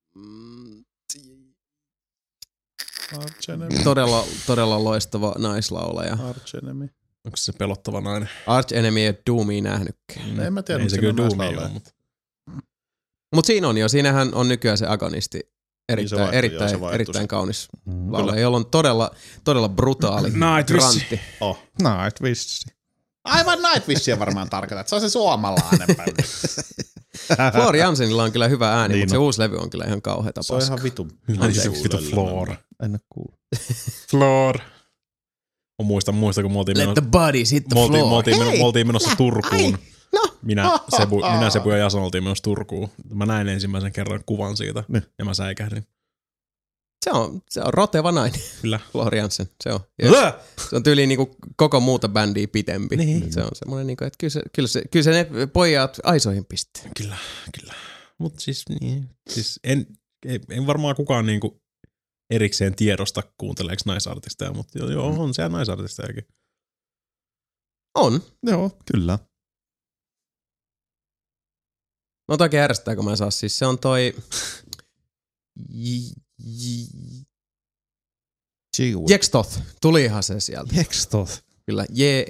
[SPEAKER 1] Todella loistava naislaulaja.
[SPEAKER 3] Arch Enemy.
[SPEAKER 4] Onko se pelottava nainen?
[SPEAKER 1] Arch Enemy ei Doomia nähnytkään.
[SPEAKER 3] En mä tiedä,
[SPEAKER 4] ei se kyllä Doomia ole,
[SPEAKER 1] mutta siinä on jo. Siinähän on nykyään se agonisti. Erittäin kaunis laulaja, jolla on todella brutaali grantti.
[SPEAKER 2] Nightwish.
[SPEAKER 3] Aivan Nightwishia varmaan tarkoitat. Se on se suomalainen bändi.
[SPEAKER 1] Floor Jansenilla on kyllä hyvä ääni, mutta se uusi levy on kyllä ihan kauheeta paskaa.
[SPEAKER 3] Se on ihan
[SPEAKER 4] vitu Floor.
[SPEAKER 2] En ole kuullut.
[SPEAKER 4] Floor. Muista, kun me oltiin
[SPEAKER 1] Let the bodies hit the floor.
[SPEAKER 4] Me oltiin menossa Turkuun. Minä, Sebu ja Jason oltiin menossa Turkuun. Mä näin ensimmäisen kerran kuvan siitä ja mä säikähdin.
[SPEAKER 1] Se on roteva nainen.
[SPEAKER 4] Kyllä.
[SPEAKER 1] Floor Jansen, se on. Se on tyyliin niinku koko muuta bändiä pitempi. Niin. Se on semmoinen, niinku, että kyllä se ne pojat aisoihin pistää.
[SPEAKER 4] Kyllä. Mutta siis en varmaan kukaan niinku erikseen tiedosta kuunteleeko naisartisteja, mutta joo, on siellä naisartistejakin.
[SPEAKER 1] On.
[SPEAKER 2] Joo, kyllä.
[SPEAKER 1] No toki järjestää, kun mä saa. Siis se on toi Jextoth. Tulihan se sieltä.
[SPEAKER 2] Jextoth.
[SPEAKER 1] Kyllä.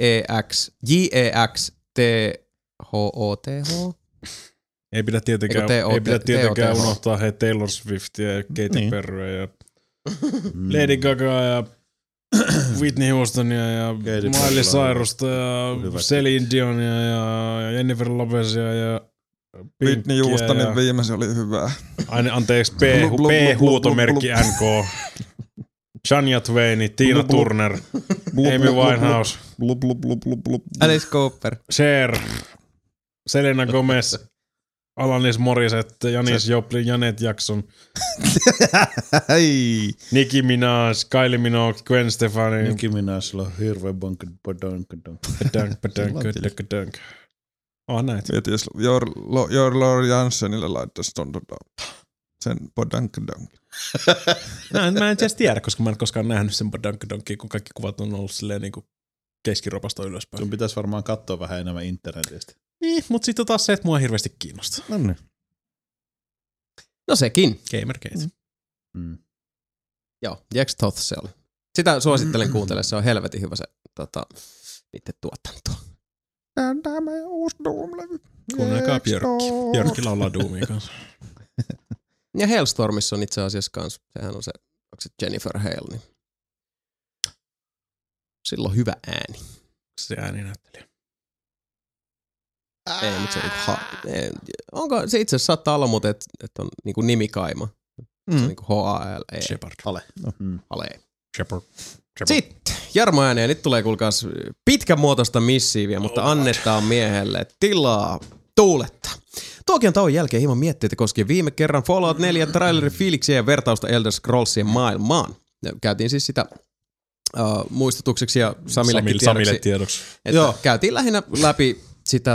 [SPEAKER 1] Jextoth.
[SPEAKER 4] Ei pidä tietenkään unohtaa Taylor Swiftia ja Katy Perryä ja Lady Gagaa ja Whitney Houstonia ja Miley Cyrusta ja Celine Dionia ja Jennifer Lopezia ja
[SPEAKER 2] Whitney Houstonin viimeisen oli hyvää.
[SPEAKER 4] Anteeksi, P-huutomerkki NK. Shania Twain, Tina Turner, Amy Winehouse,
[SPEAKER 1] Alice Cooper,
[SPEAKER 4] Cher, Selena Gomez, Alanis Morissette, Janis Joplin, Janet Jackson, Nicki Minaj, Kylie Minogue, Gwen Stefani.
[SPEAKER 3] Nicki Minajilla on hirveän badank.
[SPEAKER 4] Näitä.
[SPEAKER 2] Mieti, jos Jorlor Janssenille laittaisi sen badank.
[SPEAKER 4] Mä en edes tiedä, koska mä en koskaan nähnyt sen badank-donkia, kun kaikki kuvat on ollut silleen niinku keskiropasta ylöspäin.
[SPEAKER 3] Sun pitäisi varmaan katsoa vähän enemmän internetistä.
[SPEAKER 4] Niin, mutta sitten taas se, että mua hirveästi kiinnostaa.
[SPEAKER 1] No sekin.
[SPEAKER 4] Gamergate.
[SPEAKER 1] Joo, Jax Toth se oli. Sitä suosittelen kuuntele, se on helvetin hyvä se niiden tuotanto.
[SPEAKER 2] Tämä uusi Doom-levy.
[SPEAKER 4] Kuunnelkaa Björkki laulaa Doomia kanssa.
[SPEAKER 1] Ja Hellstormissa on itse asiassa kans, sehän on se, onko se Jennifer Hale, niin sillä on hyvä ääni.
[SPEAKER 4] Se ääninäyttelijä.
[SPEAKER 1] Ei, mutta se on onko se itse asiassa saattaa olla, mutta että on niinku nimikaima. Se on niinku H-A-L-E.
[SPEAKER 4] Shepard.
[SPEAKER 1] Ale.
[SPEAKER 4] Shepard.
[SPEAKER 1] Sitten Jarmo ääneen, nyt tulee kuulkaas pitkämuotoista missiiviä, mutta annetaan miehelle tilaa tuuletta. Tuokion tauon jälkeen hieman mietteitä koskien viime kerran Fallout 4 trailerin fiiliksiä ja vertausta Elder Scrollsien maailmaan. Käytiin siis sitä muistutukseksi ja Samille
[SPEAKER 4] tiedoksi.
[SPEAKER 1] Joo, käytiin lähinnä läpi sitä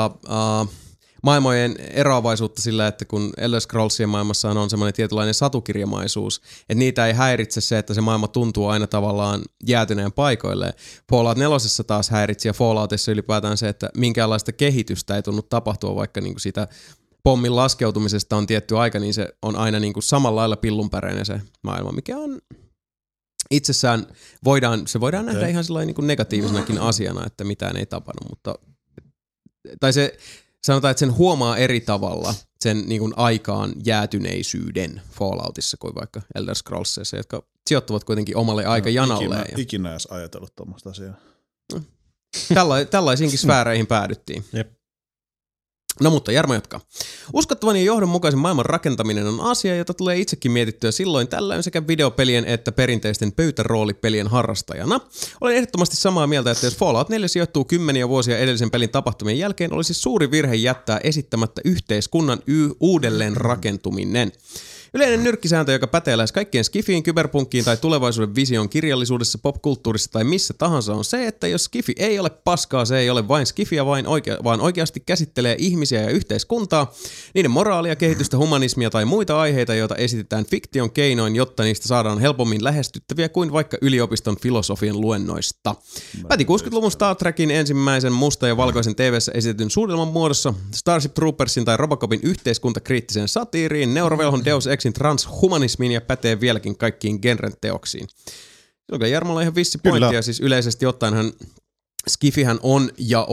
[SPEAKER 1] maailmojen eroavaisuutta sillä, että kun Elder Scrollsien maailmassa on semmoinen tietynlainen satukirjamaisuus, että niitä ei häiritse se, että se maailma tuntuu aina tavallaan jäätyneen paikoilleen. Fallout 4 taas häiritsi ja Falloutissa ylipäätään se, että minkäänlaista kehitystä ei tunnu tapahtua, vaikka niinku sitä pommin laskeutumisesta on tietty aika, niin se on aina niinku samalla lailla pillunpäräinen se maailma, mikä on itsessään se voidaan nähdä ihan sellainen niinku negatiivisenakin asiana, että mitään ei tapahdu, mutta tai se sanotaan, että sen huomaa eri tavalla sen niin kuin aikaan jäätyneisyyden Falloutissa kuin vaikka Elder Scrollsissa, jotka sijoittuvat kuitenkin omalle aikajanalleen.
[SPEAKER 3] Ikinä edes ajatellut tuommoista asiaa.
[SPEAKER 1] Tällaisiinkin sfääreihin päädyttiin.
[SPEAKER 4] Jep.
[SPEAKER 1] No mutta Jarmo jatkaa. Uskottavan ja johdonmukaisen maailman rakentaminen on asia, jota tulee itsekin mietittyä silloin tällöin sekä videopelien että perinteisten pöytäroolipelien harrastajana. Olen ehdottomasti samaa mieltä, että jos Fallout 4 sijoittuu kymmeniä vuosia edellisen pelin tapahtumien jälkeen, olisi suuri virhe jättää esittämättä yhteiskunnan uudelleen rakentuminen. Yleinen nyrkkisääntö, joka pätee lähes kaikkien skifiin, kyberpunkkiin tai tulevaisuuden vision kirjallisuudessa, popkulttuurissa tai missä tahansa on se, että jos skifi ei ole paskaa, se ei ole vain skifiä, vaan oikeasti käsittelee ihmisiä ja yhteiskuntaa, niiden moraalia, kehitystä, humanismia tai muita aiheita, joita esitetään fiktion keinoin, jotta niistä saadaan helpommin lähestyttäviä kuin vaikka yliopiston filosofian luennoista. Päätin 60-luvun Star Trekin ensimmäisen musta ja valkoisen TV:ssä esitetyn suunnitelman muodossa, Starship Troopersin tai Robocopin yhteiskuntakriittiseen satiiriin, Neurovelhon Deus Exin transhumanismiin ja pätee vieläkin kaikkiin genren teoksiin. Silloin Jarmolla ihan vissi pointti, ja siis yleisesti ottaenhan skifihän on ja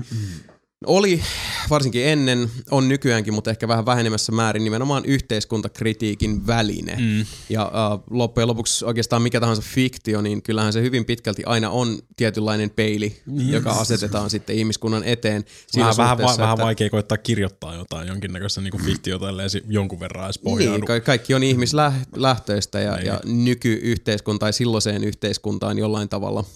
[SPEAKER 1] oli varsinkin ennen, on nykyäänkin, mutta ehkä vähän vähenemässä määrin nimenomaan yhteiskuntakritiikin väline. Ja loppujen lopuksi oikeastaan mikä tahansa fiktio, niin kyllähän se hyvin pitkälti aina on tietynlainen peili, joka asetetaan sitten ihmiskunnan eteen.
[SPEAKER 4] Vähän vaikea koittaa kirjoittaa jotain jonkinnäköistä niin fiktiota, ellei jonkun verran edes pohjaudu.
[SPEAKER 1] Niin, kaikki on ihmislähtöistä ja nykyyhteiskunta tai silloiseen yhteiskuntaan jollain tavalla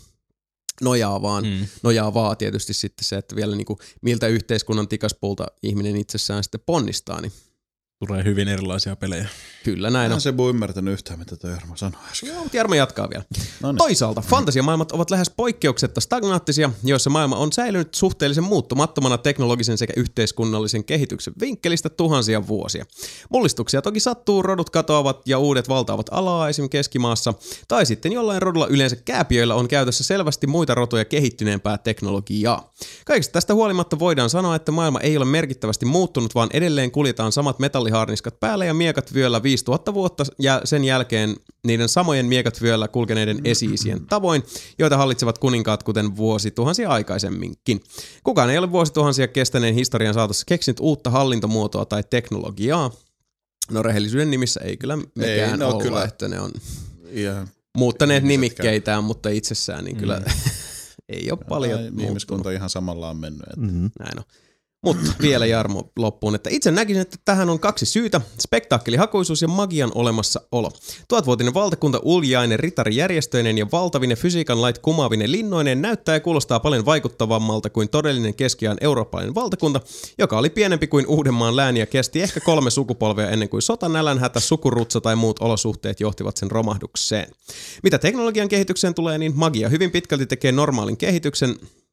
[SPEAKER 1] nojaavaa tietysti sitten se, että vielä niinku miltä yhteiskunnan tikaspulta ihminen itsessään sitten ponnistaa, niin
[SPEAKER 4] tulee hyvin erilaisia pelejä.
[SPEAKER 1] Kyllä näin on.
[SPEAKER 3] Se ei ymmärtänyt yhtään, mitä toi Jarmo sanoi äsken.
[SPEAKER 1] Joo, mutta Jarmo jatkaa vielä. Toisaalta fantasiamaailmat ovat lähes poikkeuksetta stagnaattisia, joissa maailma on säilynyt suhteellisen muuttumattomana teknologisen sekä yhteiskunnallisen kehityksen vinkkelistä tuhansia vuosia. Mullistuksia toki sattuu, rodut katoavat ja uudet valtaavat alaa esim. Keskimaassa, tai sitten jollain rodulla yleensä kääpiöillä on käytössä selvästi muita rotuja kehittyneempää teknologiaa. Kaikesta tästä huolimatta voidaan sanoa, että maailma ei ole merkittävästi muuttunut, vaan edelleen kuljetaan samat metalliharniskat päällä ja miekat vyöllä 5000 vuotta ja sen jälkeen niiden samojen miekat vyöllä kulkeneiden esi-isien tavoin, joita hallitsevat kuninkaat kuten vuosituhansia aikaisemminkin. Kukaan ei ole vuosituhansia kestäneen historian saatossa keksinyt uutta hallintomuotoa tai teknologiaa. No rehellisyyden nimissä ei kyllä mekään olla, kyllä. Että ne on muuttaneet nimikkeitään, mutta itsessään niin kyllä ei ole paljon muuttunut.
[SPEAKER 3] Ihmiskunta ihan samalla on mennyt.
[SPEAKER 1] Näin on. Mutta vielä Jarmo loppuun, että itse näkisin, että tähän on 2 syytä, spektaakkelihakuisuus ja magian olemassaolo. 1000-vuotinen valtakunta uljainen ritarijärjestöinen ja valtavine fysiikan lait kumaavine linnoineen näyttää ja kuulostaa paljon vaikuttavammalta kuin todellinen keskiajan eurooppalainen valtakunta, joka oli pienempi kuin Uudenmaan lääni ja kesti ehkä 3 sukupolvea ennen kuin sota, nälänhätä, sukurutsa tai muut olosuhteet johtivat sen romahdukseen. Mitä teknologian kehitykseen tulee, niin magia hyvin pitkälti tekee normaalin kehityksen,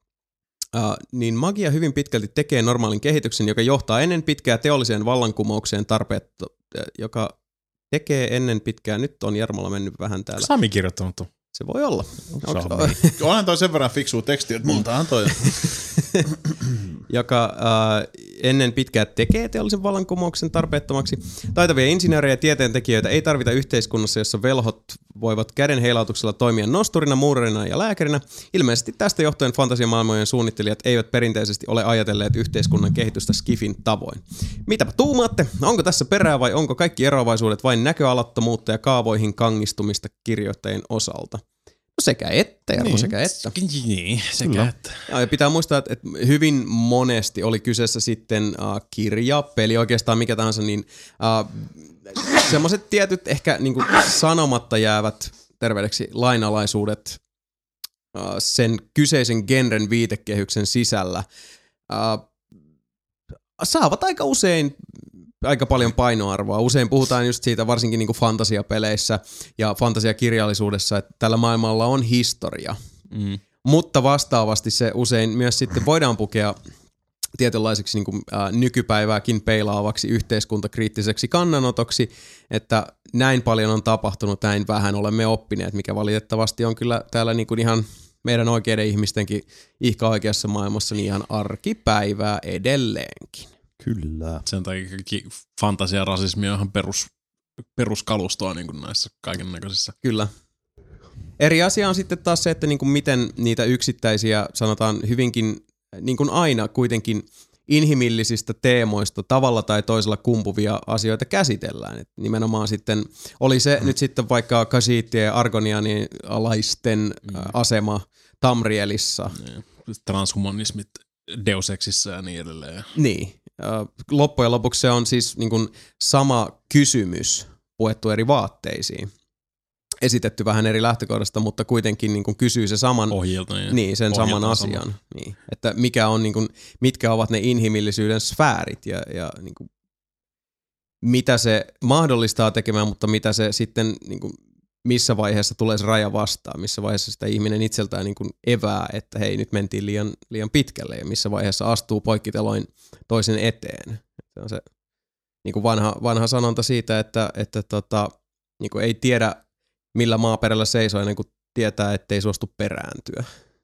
[SPEAKER 1] joka johtaa ennen pitkää teolliseen vallankumoukseen joka tekee ennen pitkää, nyt on Jarmolla mennyt vähän täällä.
[SPEAKER 4] Sami kirjoittanut on.
[SPEAKER 1] Se voi olla.
[SPEAKER 3] Onhan toi sen verran fiksua tekstiä, että multahan toi.
[SPEAKER 1] Joka ennen pitkää tekee teollisen vallankumouksen tarpeettomaksi. Taitavia insinöörejä ja tieteentekijöitä ei tarvita yhteiskunnassa, jossa velhot voivat käden heilautuksella toimia nosturina, muurarina ja lääkärinä. Ilmeisesti tästä johtuen fantasiamaailmojen suunnittelijat eivät perinteisesti ole ajatelleet yhteiskunnan kehitystä skifin tavoin. Mitäpä tuumaatte? Onko tässä perää vai onko kaikki eroavaisuudet vain näköalattomuutta ja kaavoihin kangistumista kirjoittajien osalta? No sekä että, Jarmo, sekä että.
[SPEAKER 4] Niin, sekä että.
[SPEAKER 1] Ja pitää muistaa, että hyvin monesti oli kyseessä sitten kirja, peli, oikeastaan mikä tahansa, niin semmoiset tietyt ehkä niinku sanomatta jäävät terveydeksi lainalaisuudet sen kyseisen genren viitekehyksen sisällä saavat aika usein aika paljon painoarvoa. Usein puhutaan just siitä varsinkin niin kuin fantasiapeleissä ja fantasiakirjallisuudessa, että tällä maailmalla on historia. Mutta vastaavasti se usein myös sitten voidaan pukea tietynlaiseksi niin kuin, nykypäivääkin peilaavaksi yhteiskuntakriittiseksi kannanotoksi, että näin paljon on tapahtunut, näin vähän olemme oppineet, mikä valitettavasti on kyllä täällä niin kuin ihan meidän oikeiden ihmistenkin ihka oikeassa maailmassa niin ihan arkipäivää edelleenkin.
[SPEAKER 2] Kyllä.
[SPEAKER 4] Sen takia fantasia ja rasismi on ihan peruskalustoa niin kuin näissä kaiken näköisissä.
[SPEAKER 1] Kyllä. Eri asia on sitten taas se, että niin kuin miten niitä yksittäisiä, sanotaan hyvinkin niin kuin aina kuitenkin inhimillisistä teemoista tavalla tai toisella kumpuvia asioita käsitellään. Et nimenomaan sitten, oli se nyt sitten vaikka Khazitien ja Argonianilaisten asema Tamrielissa.
[SPEAKER 4] Transhumanismit Deus Exissä ja niin edelleen.
[SPEAKER 1] Niin. Loppujen lopuksi se on siis niin kuin sama kysymys puettu eri vaatteisiin. Esitetty vähän eri lähtökohdasta, mutta kuitenkin niin kuin kysyy se saman, niin, sen saman asian. Niin. Että mikä on, niin kuin, mitkä ovat ne inhimillisyyden sfäärit ja niin kuin, mitä se mahdollistaa tekemään, mutta mitä se sitten, niin kuin, missä vaiheessa tulee se raja vastaan, missä vaiheessa sitä ihminen itseltään niin kuin evää, että hei, nyt mentiin liian pitkälle ja missä vaiheessa astuu poikkiteloin toisen eteen. Se on se niin kuin vanha sanonta siitä, että niin kuin ei tiedä, millä maaperällä seisoo ennen kuin tietää, ettei suostu perääntyä.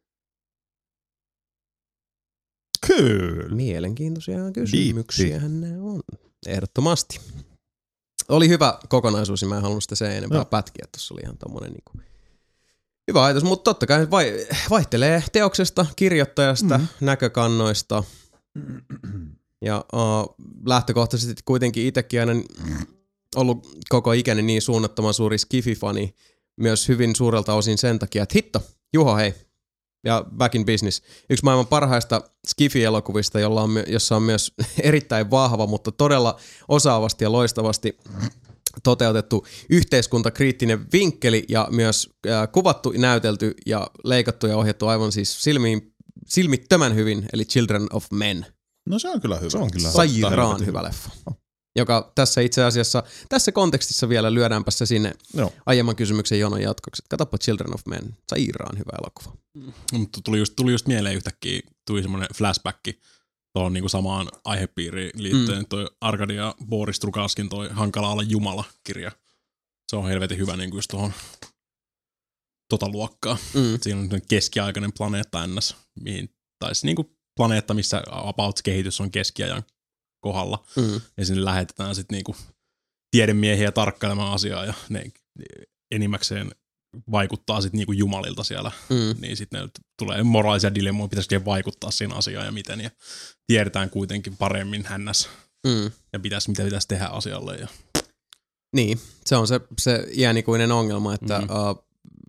[SPEAKER 2] Kyllä.
[SPEAKER 1] Mielenkiintoisia kysymyksiähän ne on. Ehdottomasti. Oli hyvä kokonaisuus ja mä en halunnut sitä sen enempää pätkiä. Tuossa oli ihan tommonen niinku hyvä ajatus, mutta totta kai vaihtelee teoksesta, kirjoittajasta, näkökannoista. Ja lähtökohtaisesti kuitenkin itsekin aina ollut koko ikäni niin suunnattoman suuri Skifi-fani myös hyvin suurelta osin sen takia, että hitto, Juho hei, ja Back in Business. Yksi maailman parhaista Skifi-elokuvista, jossa on myös erittäin vahva, mutta todella osaavasti ja loistavasti toteutettu yhteiskuntakriittinen vinkkeli ja myös kuvattu, näytelty ja leikattu ja ohjattu aivan siis silmittömän hyvin, eli Children of Men.
[SPEAKER 3] No se on kyllä hyvä.
[SPEAKER 2] Se on kyllä
[SPEAKER 1] sairaan hyvä leffa. Joka tässä itse asiassa, tässä kontekstissa vielä lyödäänpä se sinne aiemman kysymyksen jonon jatkoksi. Katsoppa Children of Men, sairaan hyvä elokuva.
[SPEAKER 4] Mutta tuli just mieleen yhtäkkiä, tuli semmoinen flashbacki tuohon niinku samaan aihepiiriin liittyen, toi Arkadi ja Boris Trukaskin toi Hankala olla Jumala-kirja. Se on helvetin hyvä niinku just tuohon luokkaa. Siinä on keskiaikainen planeetta NS, tai niinku planeetta, missä about-kehitys on keskiajan kohdalla. Ja sinne lähetetään sitten niinku tiedemiehiä tarkkailemaan asiaa ja ne enimmäkseen vaikuttaa sitten niinku jumalilta siellä. Niin sitten tulee moraalisia dilemmoja, pitäisikö vaikuttaa siihen asiaan ja miten. Ja tiedetään kuitenkin paremmin hännäs ja mitä pitäisi tehdä asialle. Ja.
[SPEAKER 1] Niin, se on se iänikuinen ongelma, että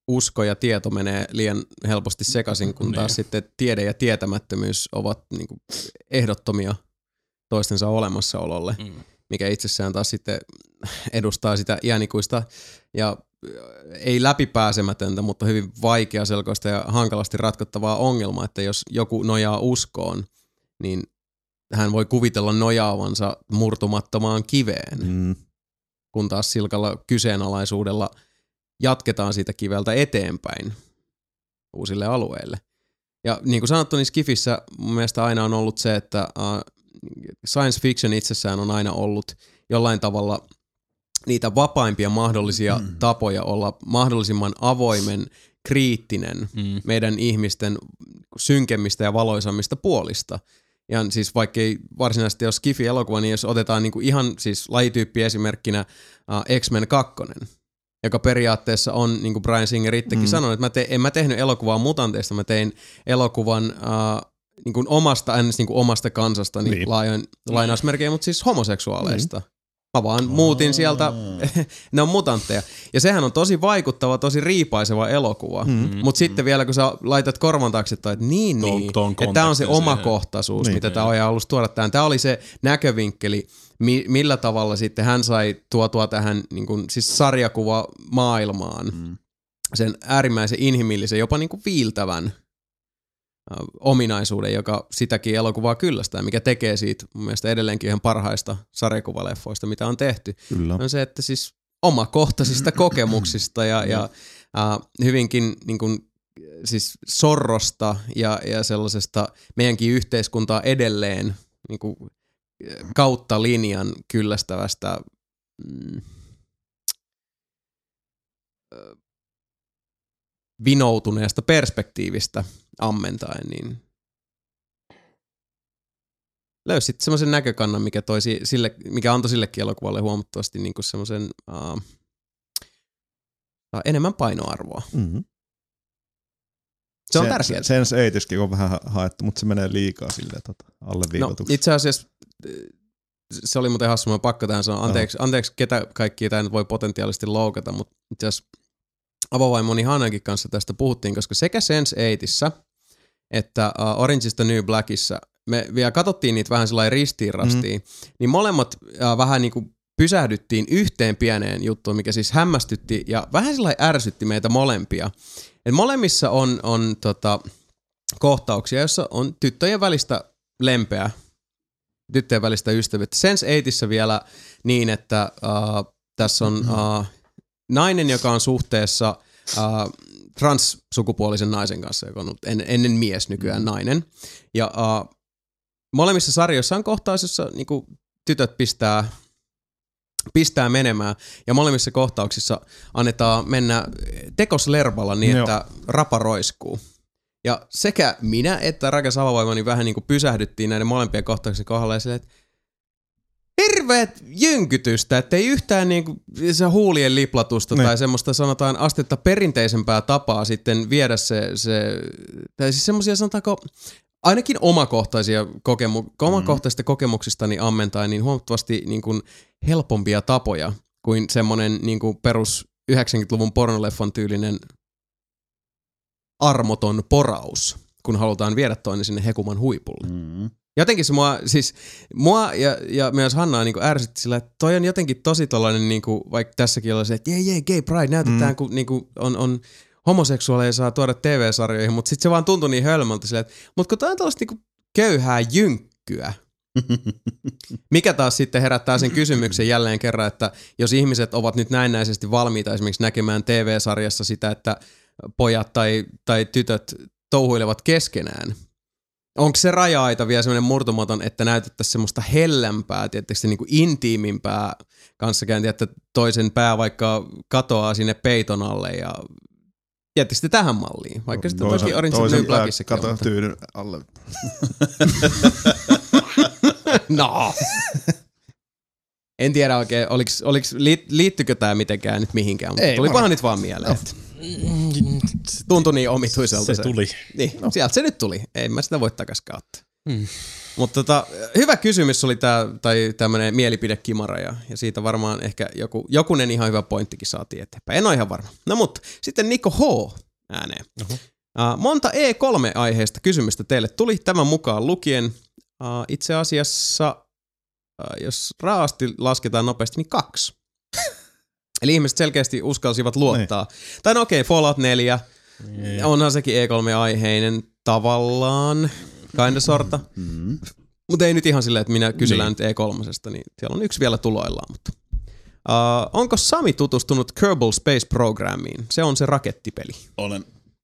[SPEAKER 1] usko ja tieto menee liian helposti sekaisin, kun taas sitten tiede ja tietämättömyys ovat niin kuin ehdottomia toistensa olemassaololle, mikä itsessään taas sitten edustaa sitä iänikuista ja ei läpipääsemätöntä, mutta hyvin vaikeaselkoista ja hankalasti ratkottavaa ongelmaa, että jos joku nojaa uskoon, niin hän voi kuvitella nojaavansa murtumattomaan kiveen, kun taas silkalla kyseenalaisuudella jatketaan siitä kiveltä eteenpäin uusille alueille. Ja niin kuin sanottu, niin Skifissä mun mielestä aina on ollut se, että science fiction itsessään on aina ollut jollain tavalla niitä vapaimpia mahdollisia tapoja olla mahdollisimman avoimen, kriittinen meidän ihmisten synkemmistä ja valoisammista puolista. Ja siis vaikkei varsinaisesti ole Skifi-elokuva, niin jos otetaan niinku ihan siis lajityyppi esimerkkinä X-Men 2, joka periaatteessa on, niin kuin Bryan Singer itsekin sanoi, että en mä tehnyt elokuvaa mutanteista, mä tein elokuvan niin kuin omasta kansasta, niin laajoin lainausmerkejä, mutta siis homoseksuaaleista. Mä vaan muutin sieltä, ne on mutantteja. Ja sehän on tosi vaikuttava, tosi riipaiseva elokuva. Mutta sitten vielä, kun sä laitat korvan taakse, että että tää on se omakohtaisuus, mitä tää ohjaaja halusi tuoda tähän. Tää oli se näkövinkkeli, millä tavalla sitten hän sai tuotua tähän niin kuin, siis sarjakuva maailmaan sen äärimmäisen inhimillisen, jopa niin kuin viiltävän ominaisuuden, joka sitäkin elokuvaa kyllästää, mikä tekee siitä mun mielestä edelleenkin ihan parhaista sarjakuvaleffoista, mitä on tehty. Kyllä. On se, että siis omakohtaisista kokemuksista ja hyvinkin niin kuin, siis sorrosta ja sellaisesta meidänkin yhteiskuntaa edelleen niin kuin, kautta linjan kyllästävästä vinoutuneesta perspektiivistä ammentaen, niin löysi sitten semmoisen näkökannan, mikä antoi sillekin elokuvalle huomattavasti niin kuin semmoisen enemmän painoarvoa. Se on tärkeää.
[SPEAKER 2] Sense8 on vähän haettu, mutta se menee liikaa silleen alleviivatuksi.
[SPEAKER 1] No, itse asiassa se oli muuten hassu, mä pakko tähän sanoa. Anteeksi ketä kaikkia tämä nyt voi potentiaalisesti loukata, mutta itse asiassa avovaimoni Hannankin kanssa tästä puhuttiin, koska sekä Sense8 että Orange is the New Blackissa me vielä katsottiin niitä vähän sellainen ristiin rastiin, niin molemmat vähän niin kuin pysähdyttiin yhteen pieneen juttuun, mikä siis hämmästytti ja vähän sellainen ärsytti meitä molempia. Et molemmissa on kohtauksia, joissa on tyttöjen välistä lempeä, tyttöjen välistä ystävyyttä. Sense8 vielä niin, että tässä on nainen, joka on suhteessa transsukupuolisen naisen kanssa, joka on ennen mies, nykyään nainen. Ja molemmissa sarjoissa on kohtaus, jossa niinku, tytöt pistää menemään, ja molemmissa kohtauksissa annetaan mennä tekoslervalla niin, että rapa roiskuu. Ja sekä minä että rakas avavaimoni vähän niin kuin pysähdyttiin näiden molempien kohtauksien kohdalla ja silleen, että hirveet jynkytystä, ettei yhtään niinku se huulien liplatusta tai semmoista sanotaan astetta perinteisempää tapaa sitten viedä se tai siis semmoisia sanotaanko ainakin omakohtaisista kokemuksistani ammentaen niin huomattavasti niin kuin helpompia tapoja kuin semmoinen niin kuin perus 90-luvun pornoleffan tyylinen armoton poraus, kun halutaan viedä toinen sinne hekuman huipulle. Jotenkin se mua ja myös Hannaa niin kuin ärsytti sillä, että toi on jotenkin tosi tollainen, niin kuin, vaikka tässäkin on se, että gay pride, näytetään, kun niin kuin on homoseksuaaleja saa tuoda TV-sarjoihin, mutta sitten se vaan tuntui niin hölmöltä silleen, että mutta kun toi on tällaista niin köyhää jynkkyä, mikä taas sitten herättää sen kysymyksen jälleen kerran, että jos ihmiset ovat nyt näennäisesti valmiita esimerkiksi näkemään TV-sarjassa sitä, että pojat tai tytöt touhuilevat keskenään, onko se raja-aita vielä semmoinen murtumaton, että näytettäisiin semmoista hellämpää, tietysti niin kuin intiimimpää kanssakäyntiä, että toisen pää vaikka katoaa sinne peiton alle ja tietysti tähän malliin, vaikka sitten toki Orange is the New Blackissakin on.
[SPEAKER 2] Toisen pää tyynyn alle.
[SPEAKER 1] No. En tiedä oikein, liittyykö tämä mitenkään nyt mihinkään, mutta tulipahan nyt vaan mieleen. Tuntui niin omituiselta.
[SPEAKER 4] Se tuli.
[SPEAKER 1] Niin, sieltä se nyt tuli. Ei mä sitä voi takas kautta. Mutta hyvä kysymys oli tai tämmönen mielipidekimara ja siitä varmaan ehkä jokunen ihan hyvä pointtikin saatiin eteenpäin. En ole ihan varma. No mutta sitten Niko H. ääneen. Monta E3-aiheesta kysymystä teille tuli tämän mukaan lukien. Itse asiassa, jos raasti lasketaan nopeasti, niin 2. Eli ihmiset selkeästi uskalsivat luottaa. Niin. Tai no okei, Fallout 4. Onhan sekin E3-aiheinen tavallaan. Kinda sorta. Mutta ei nyt ihan silleen, että minä kysellään nyt E3:sta, niin siellä on yksi vielä tuloillaan. Mutta. Onko Sami tutustunut Kerbal Space Programiin? Se on se rakettipeli.
[SPEAKER 3] Olen.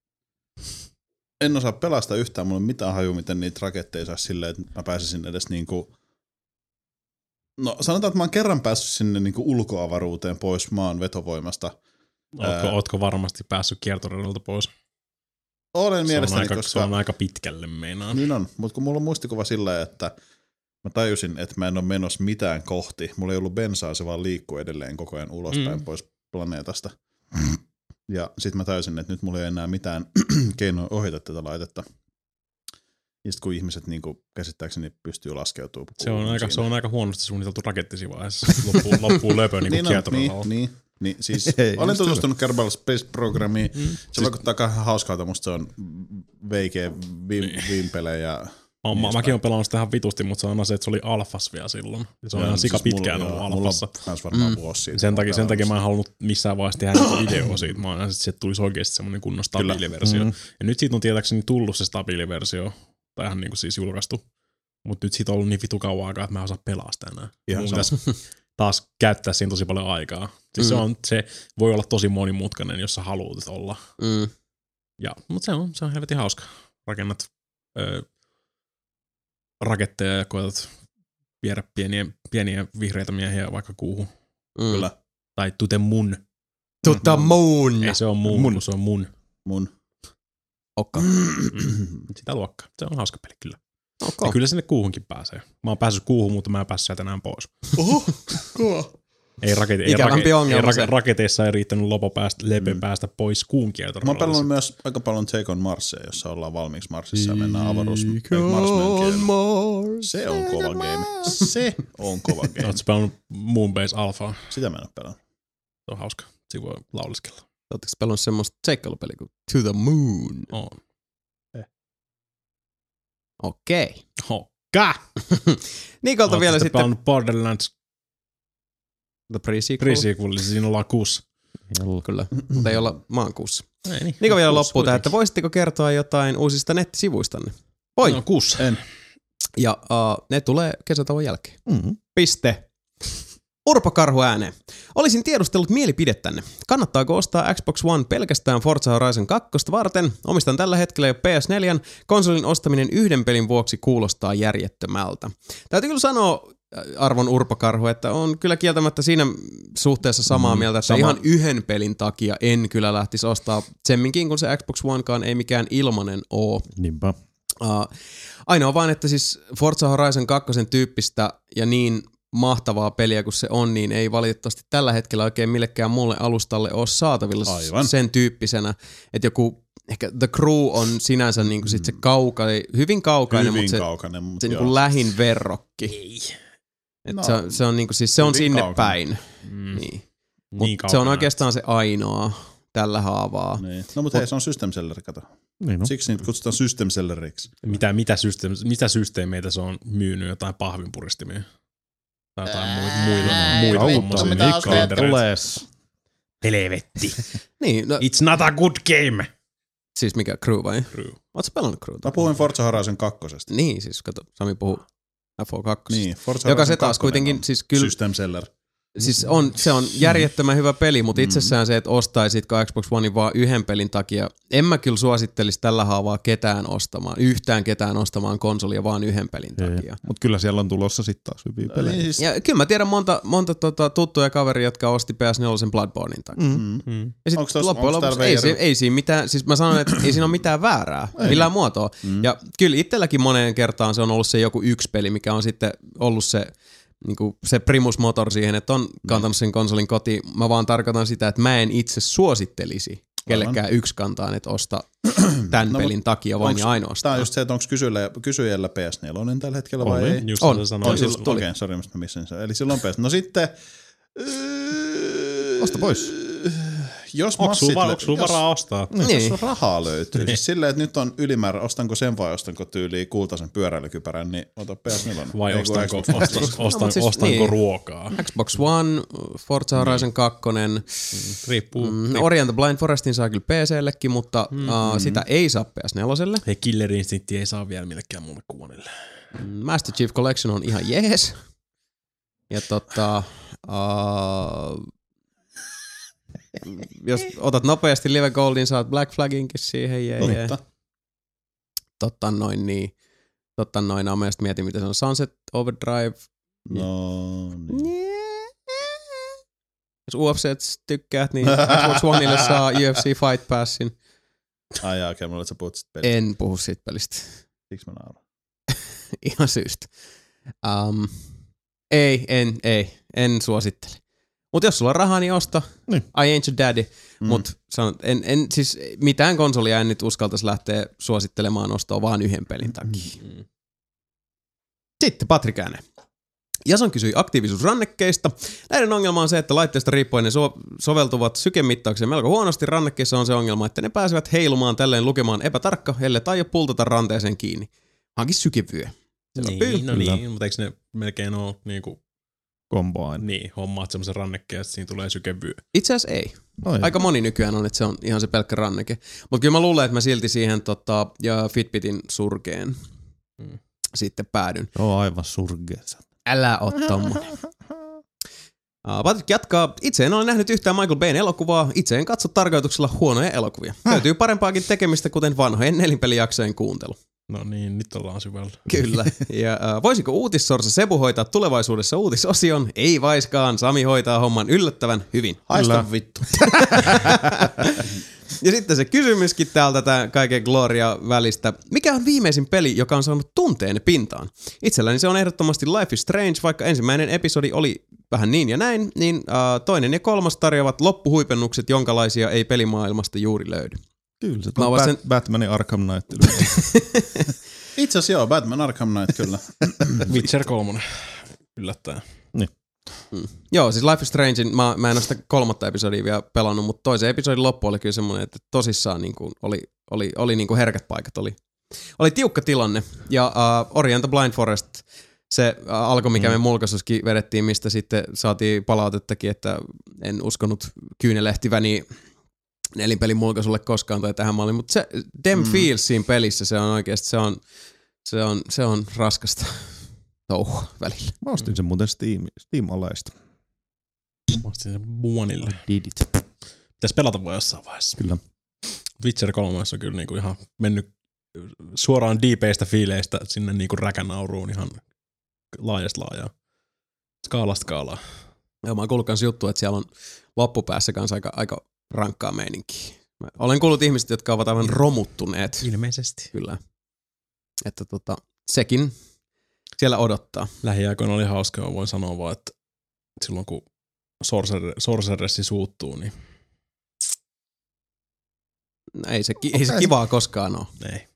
[SPEAKER 3] En osaa pelastaa yhtään, mulla ei mitään haju, miten niitä raketteja saa silleen, että mä pääsisin edes niinku. No sanotaan, että mä oon kerran päässyt sinne niinku ulkoavaruuteen pois maan vetovoimasta.
[SPEAKER 4] Ootko varmasti päässyt kiertoradalta pois?
[SPEAKER 3] Olen mielestäni, koska
[SPEAKER 4] se on aika pitkälle meinaan.
[SPEAKER 3] Niin on, mutta kun mulla on muistikuva sillä, että mä tajusin, että mä en ole menossa mitään kohti. Mulla ei ollut bensaa, se vaan liikkuu edelleen koko ajan ulospäin pois planeetasta. Ja sit mä tajusin, että nyt mulla ei ole enää mitään keinoa ohjata tätä laitetta. Ja sit kun ihmiset niinku käsittääkseni pystyy laskeutumaan.
[SPEAKER 4] Se on aika huonosti suunniteltu rakettisi vaiheessa. Loppuu löpö niinku kiertoradalla.
[SPEAKER 3] Niin, siis olen tutustunut Kerbal Space Programiin. Se vaikuttaa ihan hauskalta, musta se on veikeä vimpele ja...
[SPEAKER 4] Mäkin oon pelannut sitä ihan vitusti, mutta se on se, että se oli alfas vielä silloin. Ja se on ihan sika pitkään ollut alfassa.
[SPEAKER 3] Mulla on varmaan vuosi siitä.
[SPEAKER 4] Sen takia mä en halunnut missään vaiheessa tehdä videoa siitä. Mä oon että se tulisi oikeasti semmoinen kunnon stabiiliversio. Ja nyt siitä on tietääkseni tullut se stabiiliversio. Tai ihan niinku siis julkaistu. Mutta nyt siitä on ollut niin vitu kauan aikaa, että mä en osaa pelaa sitä enää. Mun pitäisi taas käyttää siinä tosi paljon aikaa. Siis se voi olla tosi monimutkainen, jos sä haluat olla. Mutta se on helvetin hauska. Rakennat raketteja ja koetat viedä pieniä vihreitä miehiä vaikka kuuhun.
[SPEAKER 3] Kyllä.
[SPEAKER 4] Tai to the moon.
[SPEAKER 1] To the moon.
[SPEAKER 4] Ei se on mun. Se on mun.
[SPEAKER 1] Okka.
[SPEAKER 4] Sitä luokkaa. Se on hauska peli kyllä. Okay. Ja kyllä sinne kuuhunkin pääsee. Mä oon päässyt kuuhun, mutta mä en päässyt sieltä enää pois.
[SPEAKER 3] Oho, kova.
[SPEAKER 4] Raketeissa ei riittänyt päästä pois kuun kiertoradalta.
[SPEAKER 3] Mä oon pelannut myös aika paljon Take on Marsia, jossa ollaan valmiiksi Marsissa ja mennään avaruusmönkeen. Se on kova game.
[SPEAKER 4] Ootko pelannut Moonbase Alphaa?
[SPEAKER 3] Sitä mä en oo pelannut.
[SPEAKER 4] Se on hauska. Siinä voi lauleskella.
[SPEAKER 1] Ootteko pelannut semmoista seikkailupeliä kuin To the Moon?
[SPEAKER 4] On.
[SPEAKER 1] Okei.
[SPEAKER 4] Nikolta
[SPEAKER 1] vielä sitten.
[SPEAKER 4] Pelannut Borderlands
[SPEAKER 1] The Pre-Sequel.
[SPEAKER 4] Siinä ollaan kuussa.
[SPEAKER 1] Kyllä, mutta ei olla maankuussa.
[SPEAKER 4] Niin.
[SPEAKER 1] Niko vielä loppuu tähän, että voisitteko kertoa jotain uusista nettisivuistanne? Voi.
[SPEAKER 4] No, kuussa.
[SPEAKER 3] En.
[SPEAKER 1] Ja ne tulee kesätauon jälkeen. Piste. Urpo Karhu ääneen. Olisin tiedustellut mielipidettänne. Kannattaako ostaa Xbox One pelkästään Forza Horizon 2 varten? Omistan tällä hetkellä jo PS4. Konsolin ostaminen yhden pelin vuoksi kuulostaa järjettömältä. Täytyy kyllä sanoa, arvon Urpo Karhu, että on kyllä kieltämättä siinä suhteessa samaa mieltä, että ihan yhden pelin takia en kyllä lähtisi ostaa semminkin, kun se Xbox Onekaan ei mikään ilmanen oo.
[SPEAKER 2] Niinpä.
[SPEAKER 1] Ainoa vaan, että siis Forza Horizon 2 tyyppistä ja niin mahtavaa peliä kuin se on, niin ei valitettavasti tällä hetkellä oikein millekään muulle alustalle ole saatavilla sen tyyppisenä, että joku ehkä The Crew on sinänsä niinku sit se hyvin kaukainen, mutta se niinku lähin verrokki. Ei. Se on niinku siis se on sinne päin. Niin. Se on oikeastaan se ainoa tällä haavaa.
[SPEAKER 3] Niin. No mutta hei, se on system selleri, kato.
[SPEAKER 2] Niin no.
[SPEAKER 3] Siksi niitä kutsutaan system selleriksi.
[SPEAKER 4] Mitä systeemeitä se on myynyt? Jotain pahvinpuristimia? Tai jotain muita
[SPEAKER 2] tommosia.
[SPEAKER 4] Helvetti.
[SPEAKER 1] Niin, no,
[SPEAKER 4] it's not a good game.
[SPEAKER 1] Siis mikä, Crew vai?
[SPEAKER 4] Crew.
[SPEAKER 1] Ootko pelannut Crewta?
[SPEAKER 3] Mä puhuin Forza Horizon 2.
[SPEAKER 1] Niin, siis kato, Sami puhuu FO2.
[SPEAKER 3] Niin, Forza
[SPEAKER 1] joka
[SPEAKER 3] Horizon
[SPEAKER 1] se taas kuitenkin siis kyllä
[SPEAKER 3] system seller.
[SPEAKER 1] Siis se on järjettömän hyvä peli, mutta itsessään se, että ostaisitko Xbox Onein vaan yhden pelin takia, en mä kyllä suosittelisi tällä haavaa yhtään ketään ostamaan konsolia vaan yhden pelin takia.
[SPEAKER 2] Mutta kyllä siellä on tulossa sitten taas hyviä pelejä.
[SPEAKER 3] Siis...
[SPEAKER 1] Ja kyllä mä tiedän monta tuttuja kaveria, jotka osti PS4 Bloodbornein takia. Ja sitten loppujen lopuksi ei siinä mitään, siis mä sanon, että ei siinä ole mitään väärää, millään muotoa. Ja kyllä itselläkin moneen kertaan se on ollut se joku yksi peli, mikä on sitten ollut niinku se primus motor siihen, että on kantanut sen konsolin kotiin. Mä vaan tarkoitan sitä, että mä en itse suosittelisi kellekään yksikantaan, että osta tämän pelin takia vain ja ainoastaan.
[SPEAKER 3] Tämä on just se, että onko kysyjällä PS4 tällä hetkellä vai ei?
[SPEAKER 4] Just
[SPEAKER 1] on.
[SPEAKER 3] Okei, sori, mä missin sen. Eli silloin PS. No sitten...
[SPEAKER 2] Osta pois.
[SPEAKER 3] Jos
[SPEAKER 4] onko sulla varaa ostaa?
[SPEAKER 3] Niin. Jos rahaa löytyy. Siis silleen, että nyt on ylimäärä, ostanko sen vai ostanko tyyliin kultaisen pyöräilykypärän, niin ota PS4.
[SPEAKER 4] Vai ostanko ruokaa?
[SPEAKER 1] Xbox One, Forza Horizon 2.
[SPEAKER 4] Riippuu.
[SPEAKER 1] Ori and the Blind Forestin saa kyllä PC:llekin, mutta sitä ei saa PS4:lle.
[SPEAKER 4] Hei, Killer Instinct ei saa vielä millekään muulle kuvanille.
[SPEAKER 1] Master Chief Collection on ihan jees. Ja jos otat nopeasti Live Goldin, saat Black Flaginkin siihen. Totta noin, mä just mietin, mitä se on. Sunset Overdrive.
[SPEAKER 3] No niin.
[SPEAKER 1] Jos UFC tykkäät, niin Xbox Oneille saa UFC Fight Passin.
[SPEAKER 3] Ai jaa, okei, mulla sä puhut sit pelistä.
[SPEAKER 1] En puhu siitä pelistä.
[SPEAKER 3] Siksi mä nauran.
[SPEAKER 1] Ihan syystä. En suosittele. Mutta jos sulla on rahaa, niin osta.
[SPEAKER 2] Niin.
[SPEAKER 1] I ain't your daddy. Mutta siis mitään konsolia en nyt uskaltaisi lähteä suosittelemaan ostoa vaan yhden pelin takia. Sitten Patrik Ääne. Jason kysyi aktiivisuusrannekkeista. Näiden ongelma on se, että laitteesta riippuen ne soveltuvat sykemittaukseen melko huonosti. Rannekkeissa on se ongelma, että ne pääsevät heilumaan tälleen lukemaan epätarkka, ellei tai jo pultata ranteeseen kiinni. Hankin sykevyö.
[SPEAKER 4] Niin, mutta eikö ne melkein ole niinku
[SPEAKER 2] Combine.
[SPEAKER 4] Niin, hommaat semmoisen rannekkeen, että siinä tulee sykevyö.
[SPEAKER 1] Itse asiassa ei. Aika moni nykyään on, että se on ihan se pelkkä ranneke. Mutta kyllä mä luulen, että mä silti siihen ja Fitbitin surkeen sitten päädyn.
[SPEAKER 2] Joo, aivan surkeessa.
[SPEAKER 1] Älä oo tommonen. Patrik jatkaa. Itse en ole nähnyt yhtään Michael Bayn elokuvaa. Itse en katso tarkoituksella huonoja elokuvia. Löytyy parempaakin tekemistä, kuten vanhojen nelinpelijaksojen kuuntelu.
[SPEAKER 4] No niin, nyt ollaan syvällä.
[SPEAKER 1] Kyllä. Ja voisiko uutissorsa Sebu hoitaa tulevaisuudessa uutisosion? Ei vaiskaan. Sami hoitaa homman yllättävän hyvin.
[SPEAKER 3] Haista vittu.
[SPEAKER 1] Ja sitten se kysymyskin täältä kaiken gloria välistä. Mikä on viimeisin peli, joka on saanut tunteen pintaan? Itselläni se on ehdottomasti Life is Strange, vaikka ensimmäinen episodi oli vähän niin ja näin, niin toinen ja kolmas tarjoavat loppuhuipennukset, jonkalaisia ei pelimaailmasta juuri löydy.
[SPEAKER 2] Kyllä, se on Batmanin Arkham Knight.
[SPEAKER 3] Itse asiassa joo, Batman Arkham Knight kyllä.
[SPEAKER 4] Witcher 3. Yllättäen.
[SPEAKER 2] Niin.
[SPEAKER 1] Joo, siis Life is Strangein, mä en ole sitä 3. episodia vielä pelannut, mutta toisen episodin loppu oli kyllä semmoinen, että tosissaan niin kuin oli niin kuin herkät paikat, oli tiukka tilanne. Ja Ori and the Blind Forest, se alkoi, mikä me mulkaisuskin vedettiin, mistä sitten saatiin palautettakin, että en uskonut kyynelehtiväni nelinpelin mulkaisulle koskaan tai tähän malliin, mutta se feels siinä pelissä, se on oikeasti, se on raskasta touhua välillä.
[SPEAKER 2] Mä ostin sen muuten Steam-alaista.
[SPEAKER 4] Mä ostin sen Buonille.
[SPEAKER 2] Did it.
[SPEAKER 4] Pitäis pelata voi jossain vaiheessa.
[SPEAKER 2] Kyllä.
[SPEAKER 4] Witcher 3 on kyllä niinku ihan mennyt suoraan diipeistä fiileistä sinne niinku räkänauruun ihan laajaa. Skaalaa.
[SPEAKER 1] Joo, mä oon kuullut kans juttua, että siellä on loppupäässä kanssa aika rankkaa meininkiä. Mä olen kuullut ihmiset, jotka ovat aivan romuttuneet.
[SPEAKER 4] Ilmeisesti.
[SPEAKER 1] Kyllä. Että sekin siellä odottaa.
[SPEAKER 4] Lähiaikoina oli hauskaa, voin sanoa vaan, että silloin kun Sorceressi suuttuu, niin
[SPEAKER 1] ei se kivaa koskaan ole.
[SPEAKER 4] Ei.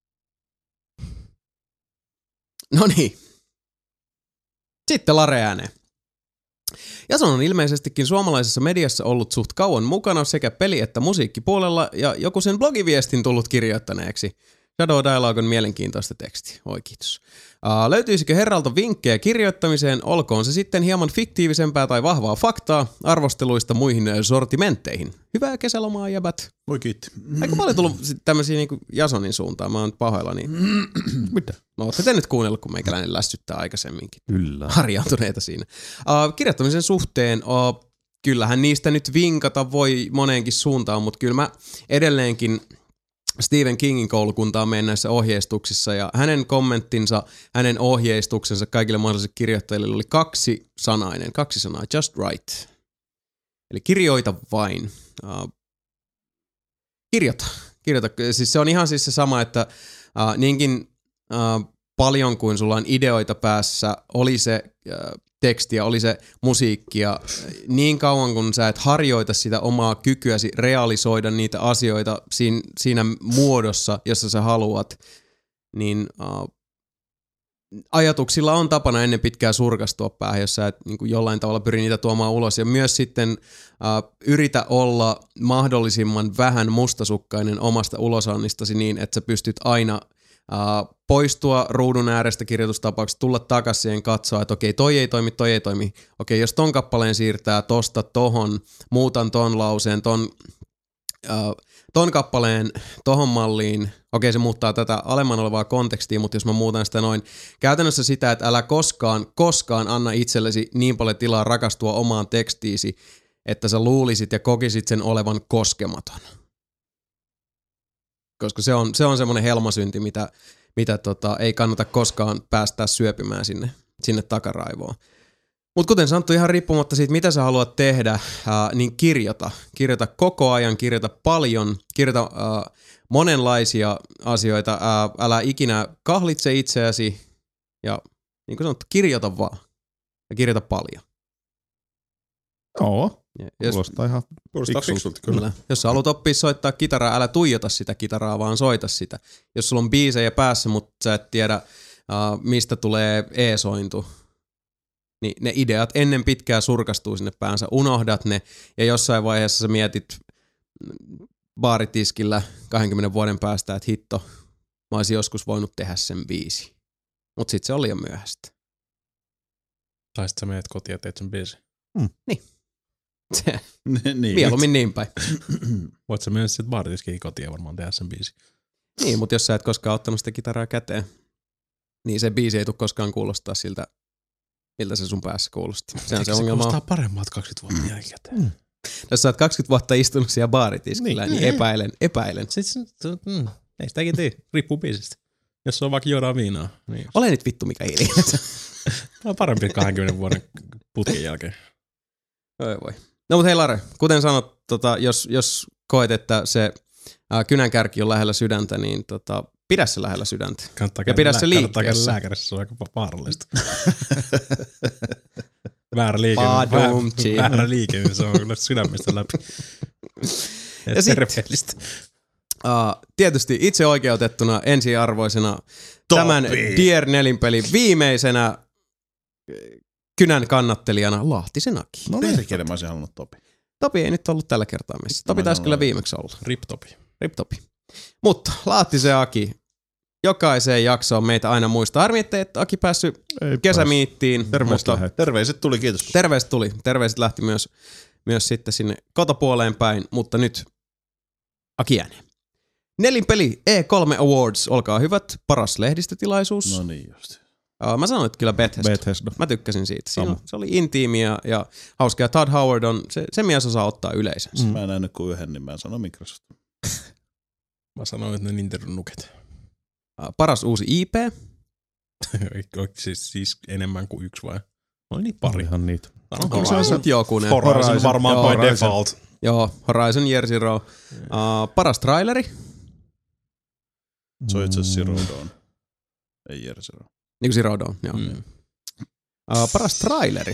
[SPEAKER 1] No niin. Sitten Lare ääneen. Jason on ilmeisestikin suomalaisessa mediassa ollut suht kauan mukana sekä peli- että musiikkipuolella ja joku sen blogiviestin tullut kirjoittaneeksi. Shadow Dialogue on mielenkiintoista tekstiä. Oi kiitos. Löytyisikö herralta vinkkejä kirjoittamiseen, olkoon se sitten hieman fiktiivisempää tai vahvaa faktaa, arvosteluista muihin sortimentteihin? Hyvää kesälomaa, jäbät.
[SPEAKER 3] Voi kiitti.
[SPEAKER 1] Aika paljon tullut tämmöisiä niinku Jasonin suuntaan, mä oon pahoillani.
[SPEAKER 2] Mitä?
[SPEAKER 1] No ootte te nyt kuunnellut, kun meikäläinen lässyttää aikaisemminkin.
[SPEAKER 2] Kyllä.
[SPEAKER 1] Harjaantuneita siinä. Kirjoittamisen suhteen, kyllähän niistä nyt vinkata voi moneenkin suuntaan, mutta kyllä mä edelleenkin Stephen Kingin koulukuntaan menen näissä ohjeistuksissa ja hänen kommenttinsa, hänen ohjeistuksensa kaikille mahdollisille kirjoittajille oli kaksi sanaa, just write. Eli kirjoita vain. Kirjoita. Siis se on ihan siis se sama, että niinkin paljon kuin sulla on ideoita päässä, oli se tekstiä, oli se musiikkia. Niin kauan kun sä et harjoita sitä omaa kykyäsi realisoida niitä asioita siinä muodossa, jossa sä haluat, niin ajatuksilla on tapana ennen pitkää surkastua päähän, jos sä et niin kuin jollain tavalla pyri niitä tuomaan ulos. Ja myös sitten yritä olla mahdollisimman vähän mustasukkainen omasta ulosannistasi niin, että sä pystyt aina poistua ruudun äärestä kirjoitustapauksesta, tulla takaisin siihen katsoa, että okei, toi ei toimi. Okei, jos ton kappaleen siirtää tosta tohon, muutan ton lauseen, ton kappaleen tohon malliin, okei se muuttaa tätä alemman olevaa kontekstia, mutta jos mä muutan sitä noin, käytännössä sitä, että älä koskaan anna itsellesi niin paljon tilaa rakastua omaan tekstiisi, että sä luulisit ja kokisit sen olevan koskematon. Koska se on semmoinen helmasynti, mitä ei kannata koskaan päästää syöpimään sinne takaraivoon. Mutta kuten sanottu, ihan riippumatta siitä, mitä sä haluat tehdä, niin kirjoita. Kirjoita koko ajan, kirjoita paljon, kirjoita monenlaisia asioita. Älä ikinä kahlitse itseäsi ja niin kuin sanottu, kirjoita vaan ja kirjoita paljon.
[SPEAKER 2] Joo, kuulostaa ihan
[SPEAKER 3] fiksulta kyllä.
[SPEAKER 1] Jos sä haluat oppia soittaa kitaraa, älä tuijota sitä kitaraa, vaan soita sitä. Jos sulla on biisejä päässä, mutta sä et tiedä, mistä tulee e-sointu, niin ne ideat ennen pitkää surkastuu sinne päänsä, unohdat ne, ja jossain vaiheessa sä mietit baaritiskillä 20 vuoden päästä, että hitto, mä olisin joskus voinut tehdä sen biisi. Mut sit se oli jo myöhäistä.
[SPEAKER 4] Tai sit sä menet kotiin ja teet sen biisi.
[SPEAKER 1] Niin.
[SPEAKER 3] niin.
[SPEAKER 1] Mieluummin niin päin.
[SPEAKER 4] Voit sä mennä sit baaritiskiin kotiin ja varmaan tehdä sen biisi.
[SPEAKER 1] Niin, mutta jos sä et koskaan ottanut sitä kitaraa käteen, niin se biisi ei tule koskaan kuulostaa siltä, miltä se sun päässä kuulosti. Se on se ongelma. Se
[SPEAKER 4] kuulostaa paremmat 20 vuotta jälkikäteen.
[SPEAKER 1] Jos sä oot 20 vuotta istunut siellä baaritiskillä, niin epäilen.
[SPEAKER 4] Ei sitäkin tee. Riippuu biisistä. Jos se on vaikka juodaan viinaa. Niin
[SPEAKER 1] ole nyt vittu mikä hiljaa.
[SPEAKER 4] on parempi 20 vuoden putken jälkeen.
[SPEAKER 1] Voi. No mut hei Lare, kuten sanot, jos koet, että se kynänkärki on lähellä sydäntä, niin pidä se lähellä sydäntä. Ja pidä se liikkeessä.
[SPEAKER 4] Kannattaa käydä lääkärissä, se on aika vaarallista. Väärä liike, niin se on kyllä sydämistä läpi. Ja terveellistä.
[SPEAKER 1] Tietysti itse oikeutettuna ensiarvoisena tämän Dear Nelinpelin viimeisenä kynän kannattelijana Lahtisen Aki.
[SPEAKER 3] No perkele, mä olisin halunnut Topi.
[SPEAKER 1] Topi ei nyt ollut tällä kertaa messissä. Topi taisi kyllä viimeksi olla.
[SPEAKER 4] Rip Topi.
[SPEAKER 1] Mutta Lahtisen Aki, jokaiseen jaksoon meitä aina muistaa. Harmi, ettei Aki päässyt kesämiittiin.
[SPEAKER 3] Terveiset tuli, kiitos.
[SPEAKER 1] Terveiset tuli. Terveiset lähti myös sitten sinne kotopuoleen päin, mutta nyt Aki ääneen. Nelinpeli E3 Awards, olkaa hyvät. Paras lehdistötilaisuus.
[SPEAKER 3] No niin just.
[SPEAKER 1] Mä sanoin, että kyllä Bethesda. Mä tykkäsin siitä. Se oli intiimiä ja hauskaa. Todd Howard on, se mies osaa ottaa yleisönsä.
[SPEAKER 3] Mä en nähnyt kuin yhden, niin mä sanoin Microsoft.
[SPEAKER 4] Mä sanoin, että ne Nintendo Nuket.
[SPEAKER 1] Paras uusi IP.
[SPEAKER 4] siis enemmän kuin yksi vai? Oli niitä pari.
[SPEAKER 2] Ihan niitä.
[SPEAKER 4] Horizon varmaan by default.
[SPEAKER 1] Joo, Horizon Year Zero. Paras traileri.
[SPEAKER 3] Se on itse asiassa Zero Dawn. Ei Year Zero.
[SPEAKER 1] Niin kuin Zero Dawn, joo. Paras traileri.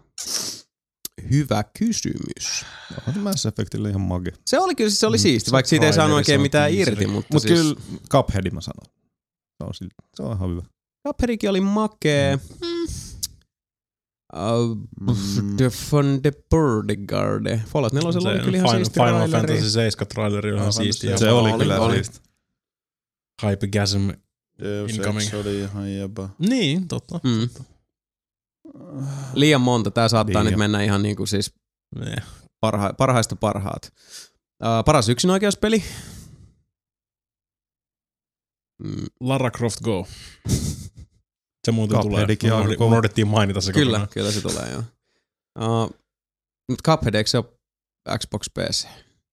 [SPEAKER 1] Hyvä kysymys.
[SPEAKER 2] Mass Effectille ihan mage.
[SPEAKER 1] Se oli kyllä, se oli siisti, vaikka siitä ei saanut oikein mitään irti. Mutta siis
[SPEAKER 2] kyllä Cuphead mä sanon. Se on ihan hyvä.
[SPEAKER 1] Cupheadikin oli makee. The Bodyguard. Fallout 4 oli kyllä ihan siisti
[SPEAKER 4] traileri. Final Fantasy 7 traileri oli ihan siisti.
[SPEAKER 2] Se oli kyllä siisti.
[SPEAKER 4] Hypergasm
[SPEAKER 3] incoming. Se oli ihan jäbä.
[SPEAKER 4] Niin, totta.
[SPEAKER 1] Liian monta. Tää saattaa nyt mennä ihan niinku siis parhaista parhaat. Paras yksinoikeuspeli.
[SPEAKER 4] Lara Croft Go. Se muuten tulee. Unohdettiin mainita se kokonaan.
[SPEAKER 1] Kyllä se tulee, joo. Nyt Cuphead, eikö se ole Xbox PC?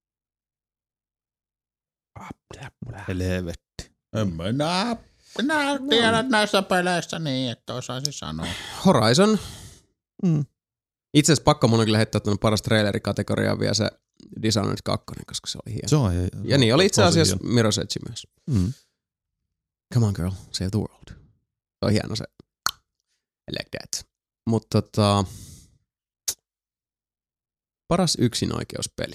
[SPEAKER 2] Helvetti.
[SPEAKER 3] En mä tiedä näissä peleissä niin, että osaisin sanoa.
[SPEAKER 1] Horizon. Itse asiassa pakko mun on kyllä heittää tuonne paras trailerikategoriaan vielä se Dishonored 2, koska se oli hieno.
[SPEAKER 2] Se on
[SPEAKER 1] ja niin oli itse asiassa Mirror's Edge myös. Come on girl, save the world. Se on hieno se. I like that. Mutta paras yksinoikeuspeli.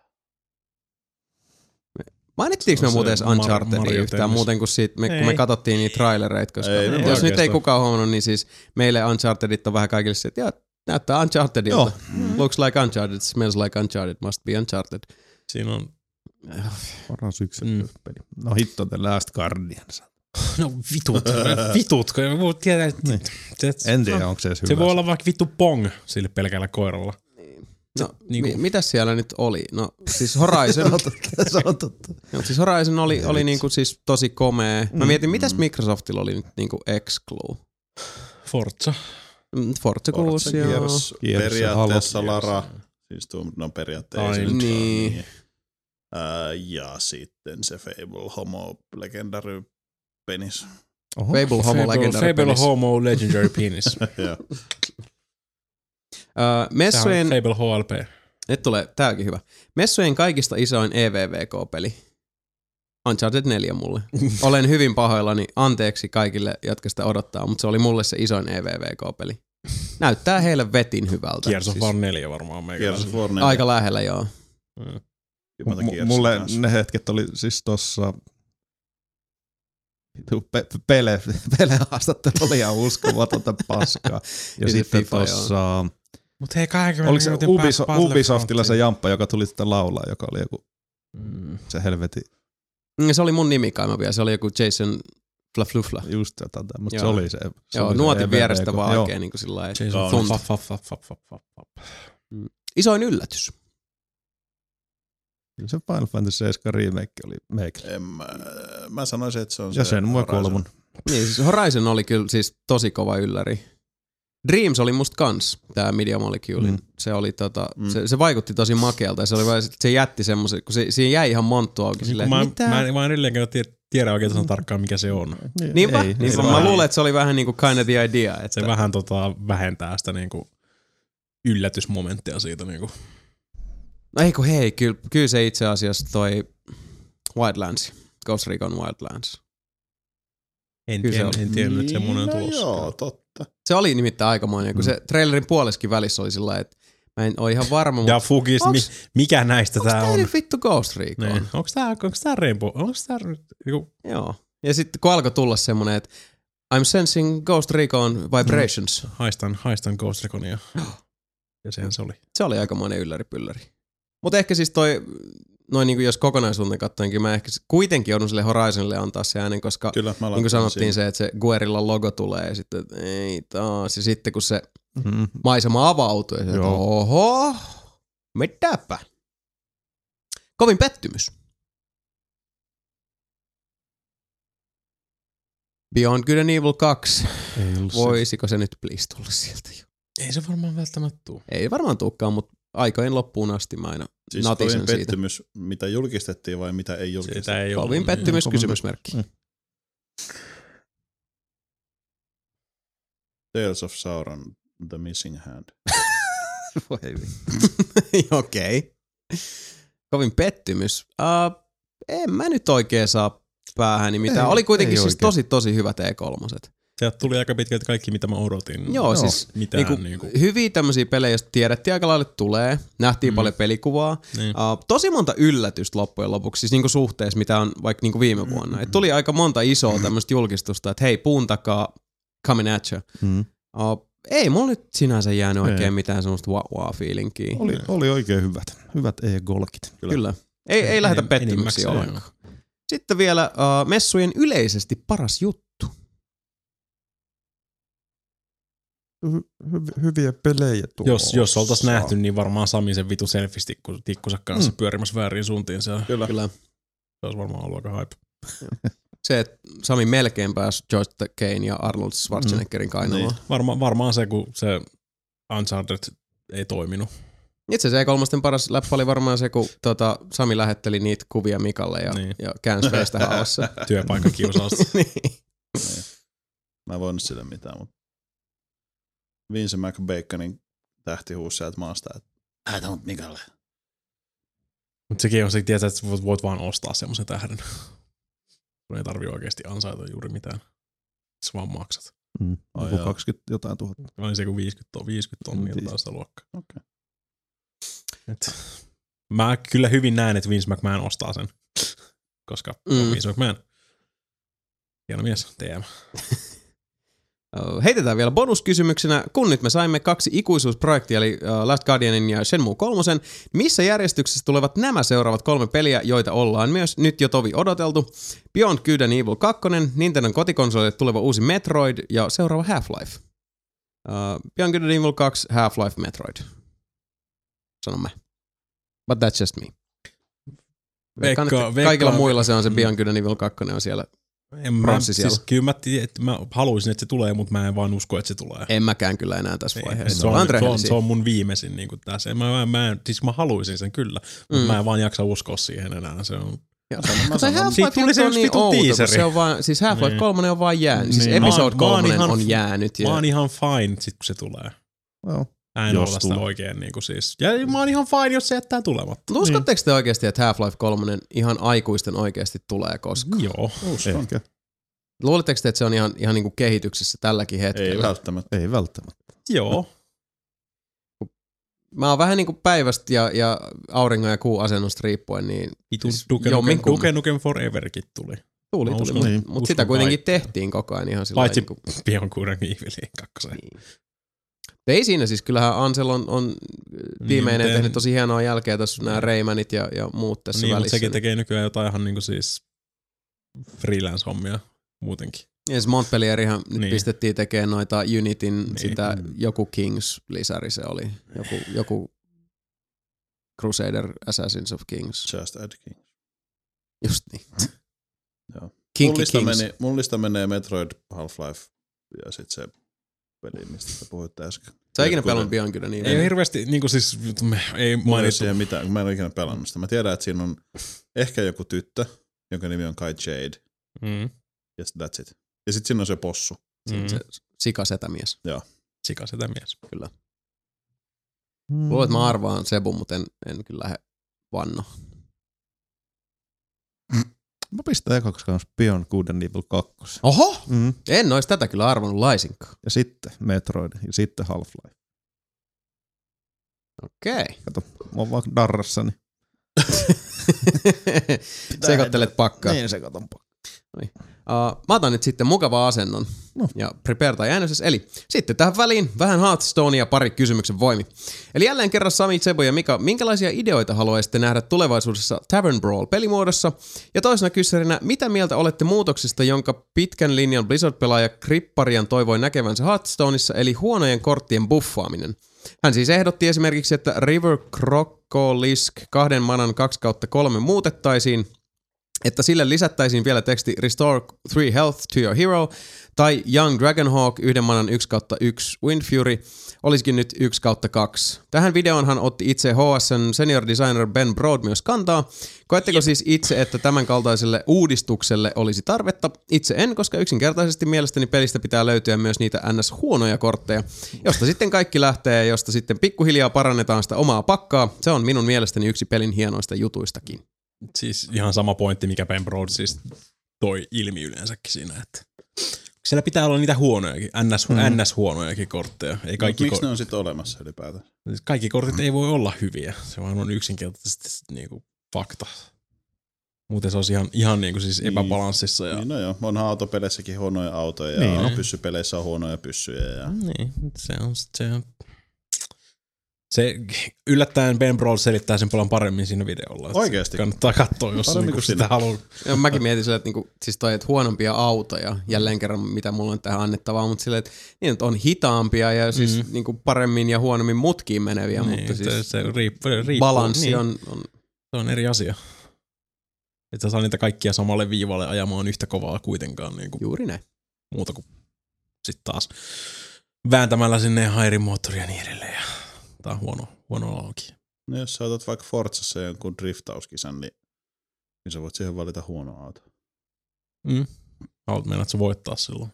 [SPEAKER 1] Mainittiinko me muuten edes Unchartedia yhtään muuten kuin siitä, kun me katsottiin niitä trailereita, koska jos nyt ei kukaan huomannut, niin siis meille Unchartedit on vähän kaikille se, että näyttää Unchartedilta. Looks like Uncharted, smells like Uncharted, must be Uncharted.
[SPEAKER 4] Siinä on
[SPEAKER 2] paras yksinoikeuspeli. No hitto The Last Guardian.
[SPEAKER 4] No vitut, kun joku tietää,
[SPEAKER 2] en tiedä, onko se edes hyvä.
[SPEAKER 4] Se voi olla vaikka vittu Pong sille pelkällä koiralla.
[SPEAKER 1] No, mitäs siellä nyt oli? No, siis Horizon.
[SPEAKER 2] Se on totta.
[SPEAKER 1] No, siis Horizon oli niinku siis tosi komea. Mä mietin, mitäs Microsoftilla oli nyt niinku exclu? Forza 6, joo.
[SPEAKER 3] Periaatteessa Lara. Siis periaatteessa.
[SPEAKER 1] Niin.
[SPEAKER 3] Ja sitten se Fable Homo Legendary Penis.
[SPEAKER 1] Fable Homo Legendary
[SPEAKER 4] Penis. Fable Homo Legendary Penis.
[SPEAKER 1] Messujen...
[SPEAKER 4] Fable HLP.
[SPEAKER 1] Nyt tulee, tääkin hyvä. Messujen kaikista isoin EVVK-peli. Uncharted 4 mulle. Olen hyvin pahoillani, anteeksi kaikille, jotka sitä odottaa, mutta se oli mulle se isoin EVVK-peli. Näyttää heille vetin hyvältä.
[SPEAKER 4] Gears of War 4 varmaan meikä.
[SPEAKER 1] Aika lähellä, joo.
[SPEAKER 2] Mulle ne hetket oli siis tossa Pele-haastattelu oli ihan uskomatonta paskaa. Ja sitten tossa...
[SPEAKER 4] Mut hei, 20
[SPEAKER 2] oliko se Ubisoftilla se jamppa, joka tuli sitten laulaa, joka oli joku se helvetin...
[SPEAKER 1] Se oli mun nimikaima vielä, se oli joku Jason Flaflufla.
[SPEAKER 2] Just tätä, mutta se oli se.
[SPEAKER 1] Joo, nuotin vierestä vaan oikein niin kuin sillä lailla. Isoin yllätys.
[SPEAKER 2] Se Final Fantasy 7 remake oli meikä.
[SPEAKER 3] Mä sanoisin, että se on
[SPEAKER 2] ja sen mua kolmun.
[SPEAKER 1] Niin, siis Horizon oli kyllä siis tosi kova ylläri. Dreams oli musta kans, tää Media Molecule. Se oli se vaikutti tosi makealta ja se oli vaan, se jätti semmoisen, kun siinä jäi ihan monttu auki silleen,
[SPEAKER 4] mä en edelleenkään tiedä oikein tarkkaan mikä se on.
[SPEAKER 1] Niinpä, mä luulen, että se oli vähän niinku kind of the idea. Että...
[SPEAKER 4] Se vähän vähentää sitä niinku yllätysmomenttia siitä niinku.
[SPEAKER 1] No ei kun hei, kyllä se itse asiassa toi Wildlands, Ghost Recon Wildlands.
[SPEAKER 4] En tiedä, että semmoinen on tulossa.
[SPEAKER 3] Joo, totta.
[SPEAKER 1] Se oli nimittäin aikamoinen, kun se trailerin puoleskin välissä oli sillä että mä en ole ihan varma.
[SPEAKER 4] Ja Fugis, mikä näistä tää on?
[SPEAKER 1] Onks tää nyt vittu Ghost Recon?
[SPEAKER 4] Niin. Onks tää Rainbow? Onks tää joku...
[SPEAKER 1] Joo. Ja sitten kun alkoi tulla semmonen, että I'm sensing Ghost Recon vibrations.
[SPEAKER 4] Haistan Ghost Reconia. Ja sehän se oli.
[SPEAKER 1] Se oli aikamoinen ylläripylläri. Mutta ehkä siis noin niin kuin jos kokonaisuuden katsoinkin, mä ehkä kuitenkin joudun sille Horizonille antaa se äänen, koska kyllä, niin kuin sanottiin se, että se Guerrillan logo tulee ja sitten ei taas. Ja sitten kun se maisema avautuu ja se, että oho, mitäpä. Kovin pettymys. Beyond Good and Evil 2. Voisiko se nyt please tulla sieltä jo?
[SPEAKER 4] Ei se varmaan välttämättä tule.
[SPEAKER 1] Ei varmaan tulekaan, mutta aikojen loppuun asti mä aina
[SPEAKER 3] siis
[SPEAKER 1] natisen siitä.
[SPEAKER 3] pettymys, mitä julkistettiin vai mitä ei julkistettu?
[SPEAKER 1] Kovin pettymys, kysymysmerkki.
[SPEAKER 3] Tales of Sauron, The Missing Hand.
[SPEAKER 1] Okei. Kovin pettymys. En mä nyt oikein saa päähäni mitään. Oli kuitenkin siis tosi hyvät E3.
[SPEAKER 4] Sieltä tuli aika pitkälti kaikki, mitä mä odotin.
[SPEAKER 1] Joo, siis niinku hyviä tämmöisiä pelejä, joista tiedettiin aika lailla tulee. Nähtiin paljon pelikuvaa. Niin. Tosi monta yllätystä loppujen lopuksi, siis niinku suhteessa, mitä on vaikka niinku viime vuonna. Et tuli aika monta isoa tämmöistä julkistusta, että hei, puun takaa, coming at you. Ei mulla nyt sinänsä jäänyt oikein mitään semmoista wow-fiilinkiä.
[SPEAKER 2] Oli oikein hyvät E-golkit.
[SPEAKER 1] Kyllä. Ei lähetä pettymyksiä ollenkaan. Sitten vielä messujen yleisesti paras juttu.
[SPEAKER 2] Hyviä pelejä tuossa.
[SPEAKER 4] Jos oltais nähty, niin varmaan Sami sen vitu selfie-tikkunsa kanssa pyörimässä väärin suuntiin.
[SPEAKER 1] Kyllä.
[SPEAKER 4] Se olisi varmaan ollut aika hype.
[SPEAKER 1] Se, että Sami melkein pääsi George Kane ja Arnold Schwarzeneggerin kainamaan.
[SPEAKER 4] Niin. Varmaan se, kun se Uncharted ei toiminut.
[SPEAKER 1] Itse asiassa E3 paras läppä oli varmaan se, kun Sami lähetteli niitä kuvia Mikalle ja käänsi veistä haavassa.
[SPEAKER 4] Työpaikkakiusausta.
[SPEAKER 1] Niin.
[SPEAKER 3] Mä en voinut sille mitään, mutta Vince McBaconin tähti huusi sieltä maasta, että lähetä mut Mikalle.
[SPEAKER 4] Mutta sekin on se, tietää, että voit vaan ostaa semmoisen tähden. Sun ei tarvii oikeasti ansaita juuri mitään. Sä vaan maksat.
[SPEAKER 2] Joku 20 jotain tuhatta.
[SPEAKER 4] Oli se kuin 50 tonnia tai sitä luokkaa.
[SPEAKER 3] Okay.
[SPEAKER 4] Mä kyllä hyvin näen, että Vince McMahon ostaa sen. Koska Vince McMahon. Hieno mies, TM.
[SPEAKER 1] Heitetään vielä bonuskysymyksenä, kun nyt me saimme 2 ikuisuusprojektia, eli Last Guardianin ja Shenmue 3, missä järjestyksessä tulevat nämä seuraavat 3 peliä, joita ollaan myös nyt jo tovi odoteltu? Beyond Good and Evil 2, Nintendon kotikonsolille tuleva uusi Metroid ja seuraava Half-Life. Beyond Good and Evil 2, Half-Life, Metroid. Sanon mä. But that's just me. Kaikilla muilla se on se Beyond Good and Evil 2 on siellä.
[SPEAKER 4] Siis kyllä mä haluaisin, että se tulee, mutta mä en vaan usko, että se tulee.
[SPEAKER 1] En mäkään kyllä enää tässä vaiheessa.
[SPEAKER 4] Se on mun viimeisin niin kuin tässä. Siis mä haluaisin sen kyllä, mutta mä en vaan jaksa uskoa siihen enää. Se on...
[SPEAKER 1] Siitä tuli se yksi vitun teaseri. Se on vaan, siis Half-Life 3 on vaan jäänyt. Siis Episode 3 on jäänyt.
[SPEAKER 4] Mä oon ihan fine sit kun se tulee. Mä en ole sitä oikein niinku siis. Ja mä oon ihan fine, jos se jättää tulematta.
[SPEAKER 1] Uskotteko te oikeasti, että Half-Life 3 ihan aikuisten oikeasti tulee koskaan?
[SPEAKER 4] Joo.
[SPEAKER 2] Ehkä.
[SPEAKER 1] Luuletteko te, että se on ihan niinku kehityksessä tälläkin hetkellä?
[SPEAKER 3] Ei välttämättä.
[SPEAKER 4] Joo.
[SPEAKER 1] Mä oon vähän niinku päivästä ja auringon ja kuun asennosta riippuen, niin
[SPEAKER 4] siis Duke Nukem Foreverkin tuli.
[SPEAKER 1] Tuli, mutta sitä kuitenkin tehtiin koko ajan ihan sillä
[SPEAKER 4] paitsi Beyond Good and Evil 2. Niin.
[SPEAKER 1] Ei siinä siis, kyllähän Ansel on viimeinen tehnyt tosi hienoa jälkeä tässä nämä Raymanit ja muut tässä välissä. Niin, mutta
[SPEAKER 4] sekin tekee nykyään jotain ihan niinku siis freelance-hommia muutenkin.
[SPEAKER 1] Ja Montpellierihan nyt pistettiin tekemään noita Unitin sitä joku Kings-lisäri se oli. Joku Crusader Assassins of Kings.
[SPEAKER 3] Just Add Kings.
[SPEAKER 1] Just niin.
[SPEAKER 3] Joo. Mun lista menee Metroid, Half-Life ja sit se peli, mistä sä puhuitte äsken.
[SPEAKER 1] Sä ikinä pelannut Beyond Good and Evil?
[SPEAKER 4] Ei hirveästi, niinku siis, ei mainittu.
[SPEAKER 3] Mitään, mä en ole ikinä pelannut sitä. Mä tiedän, että siinä on ehkä joku tyttö, jonka nimi on Kai Jade. Yes, that's it. Ja sit siinä on se possu.
[SPEAKER 1] Se sikasetämies.
[SPEAKER 3] Joo.
[SPEAKER 4] Sikasetämies.
[SPEAKER 1] Kyllä. Luulen, että mä arvaan Sebun, mutta en kyllä lähde vanno.
[SPEAKER 2] Mä pistän ekaksi kanssa Beyond Good and Evil 2.
[SPEAKER 1] Oho! En ois tätä kyllä arvannut laisinkaan.
[SPEAKER 2] Ja sitten Metroid ja sitten Half-Life.
[SPEAKER 1] Okei.
[SPEAKER 2] Kato, mä oon vaan darrassani.
[SPEAKER 1] Sekoittelet pakkaa.
[SPEAKER 2] Niin, sekoitan pakkaa.
[SPEAKER 1] Mä otan nyt sitten mukavan asennon ja prepare tai äänestys. Eli sitten tähän väliin vähän Hearthstonea ja pari kysymyksen voimi. Eli jälleen kerran Sami, Sebo ja Mika, minkälaisia ideoita haluaisitte nähdä tulevaisuudessa Tavern Brawl pelimuodossa? Ja toisena kyssärinä, mitä mieltä olette muutoksista, jonka pitkän linjan Blizzard-pelaaja Kripparian toivoi näkevänsä Hearthstoneissa, eli huonojen korttien buffaaminen? Hän siis ehdotti esimerkiksi, että River Crocolisk 2 manan 2/3 muutettaisiin, että sille lisättäisiin vielä teksti Restore 3 Health to your hero, tai Young Dragonhawk 1 manan 1/1 Windfury olisikin nyt 1/2. Tähän videoonhan otti itse HSN senior designer Ben Broad myös kantaa. Koetteko siis itse, että tämän kaltaiselle uudistukselle olisi tarvetta? Itse en, koska yksinkertaisesti mielestäni pelistä pitää löytyä myös niitä NS-huonoja kortteja, josta sitten kaikki lähtee ja josta sitten pikkuhiljaa parannetaan sitä omaa pakkaa. Se on minun mielestäni yksi pelin hienoista jutuistakin.
[SPEAKER 4] Siis ihan sama pointti, mikä Ben Broad siis toi ilmi yleensäkin siinä, että siellä pitää olla niitä huonojakin, NS-huonojakin kortteja. Ei kaikki
[SPEAKER 3] miksi ne on sitten olemassa ylipäätään?
[SPEAKER 4] Kaikki kortit ei voi olla hyviä, se vaan on yksinkertaisesti niinku fakta. Muuten se olisi ihan niinku siis epäbalanssissa. Ja...
[SPEAKER 3] Niin, no joo, onhan autopeleissäkin huonoja autoja ja pyssypeleissä on huonoja pyssyjä. Ja...
[SPEAKER 4] Niin, se yllättäen Ben Broad selittää sen paljon paremmin siinä videolla.
[SPEAKER 3] Oikeesti?
[SPEAKER 4] Kannattaa katsoa, jos niinku sitä haluaa.
[SPEAKER 1] Mäkin mietin sille, että niinku, siis toi, että huonompia autoja, jälleen kerran mitä mulla on tähän annettavaa, mutta silleen, että niin, on hitaampia ja siis niinku paremmin ja huonommin mutkiin meneviä,
[SPEAKER 4] niin,
[SPEAKER 1] mutta siis
[SPEAKER 4] se riippuu,
[SPEAKER 1] balanssi
[SPEAKER 4] niin.
[SPEAKER 1] on...
[SPEAKER 4] Se on eri asia. Että saa niitä kaikkia samalle viivalle ajamaan yhtä kovaa kuitenkaan. Niinku
[SPEAKER 1] juuri näin.
[SPEAKER 4] Muuta kuin sitten taas vääntämällä sinne hairimoottoria ja niin edelleen. Tää on huono auki.
[SPEAKER 3] No jos sä otat vaikka Forzassa jonkun driftauskisan, niin sä voit siihen valita huono auto.
[SPEAKER 4] Meinaat sä voittaa silloin?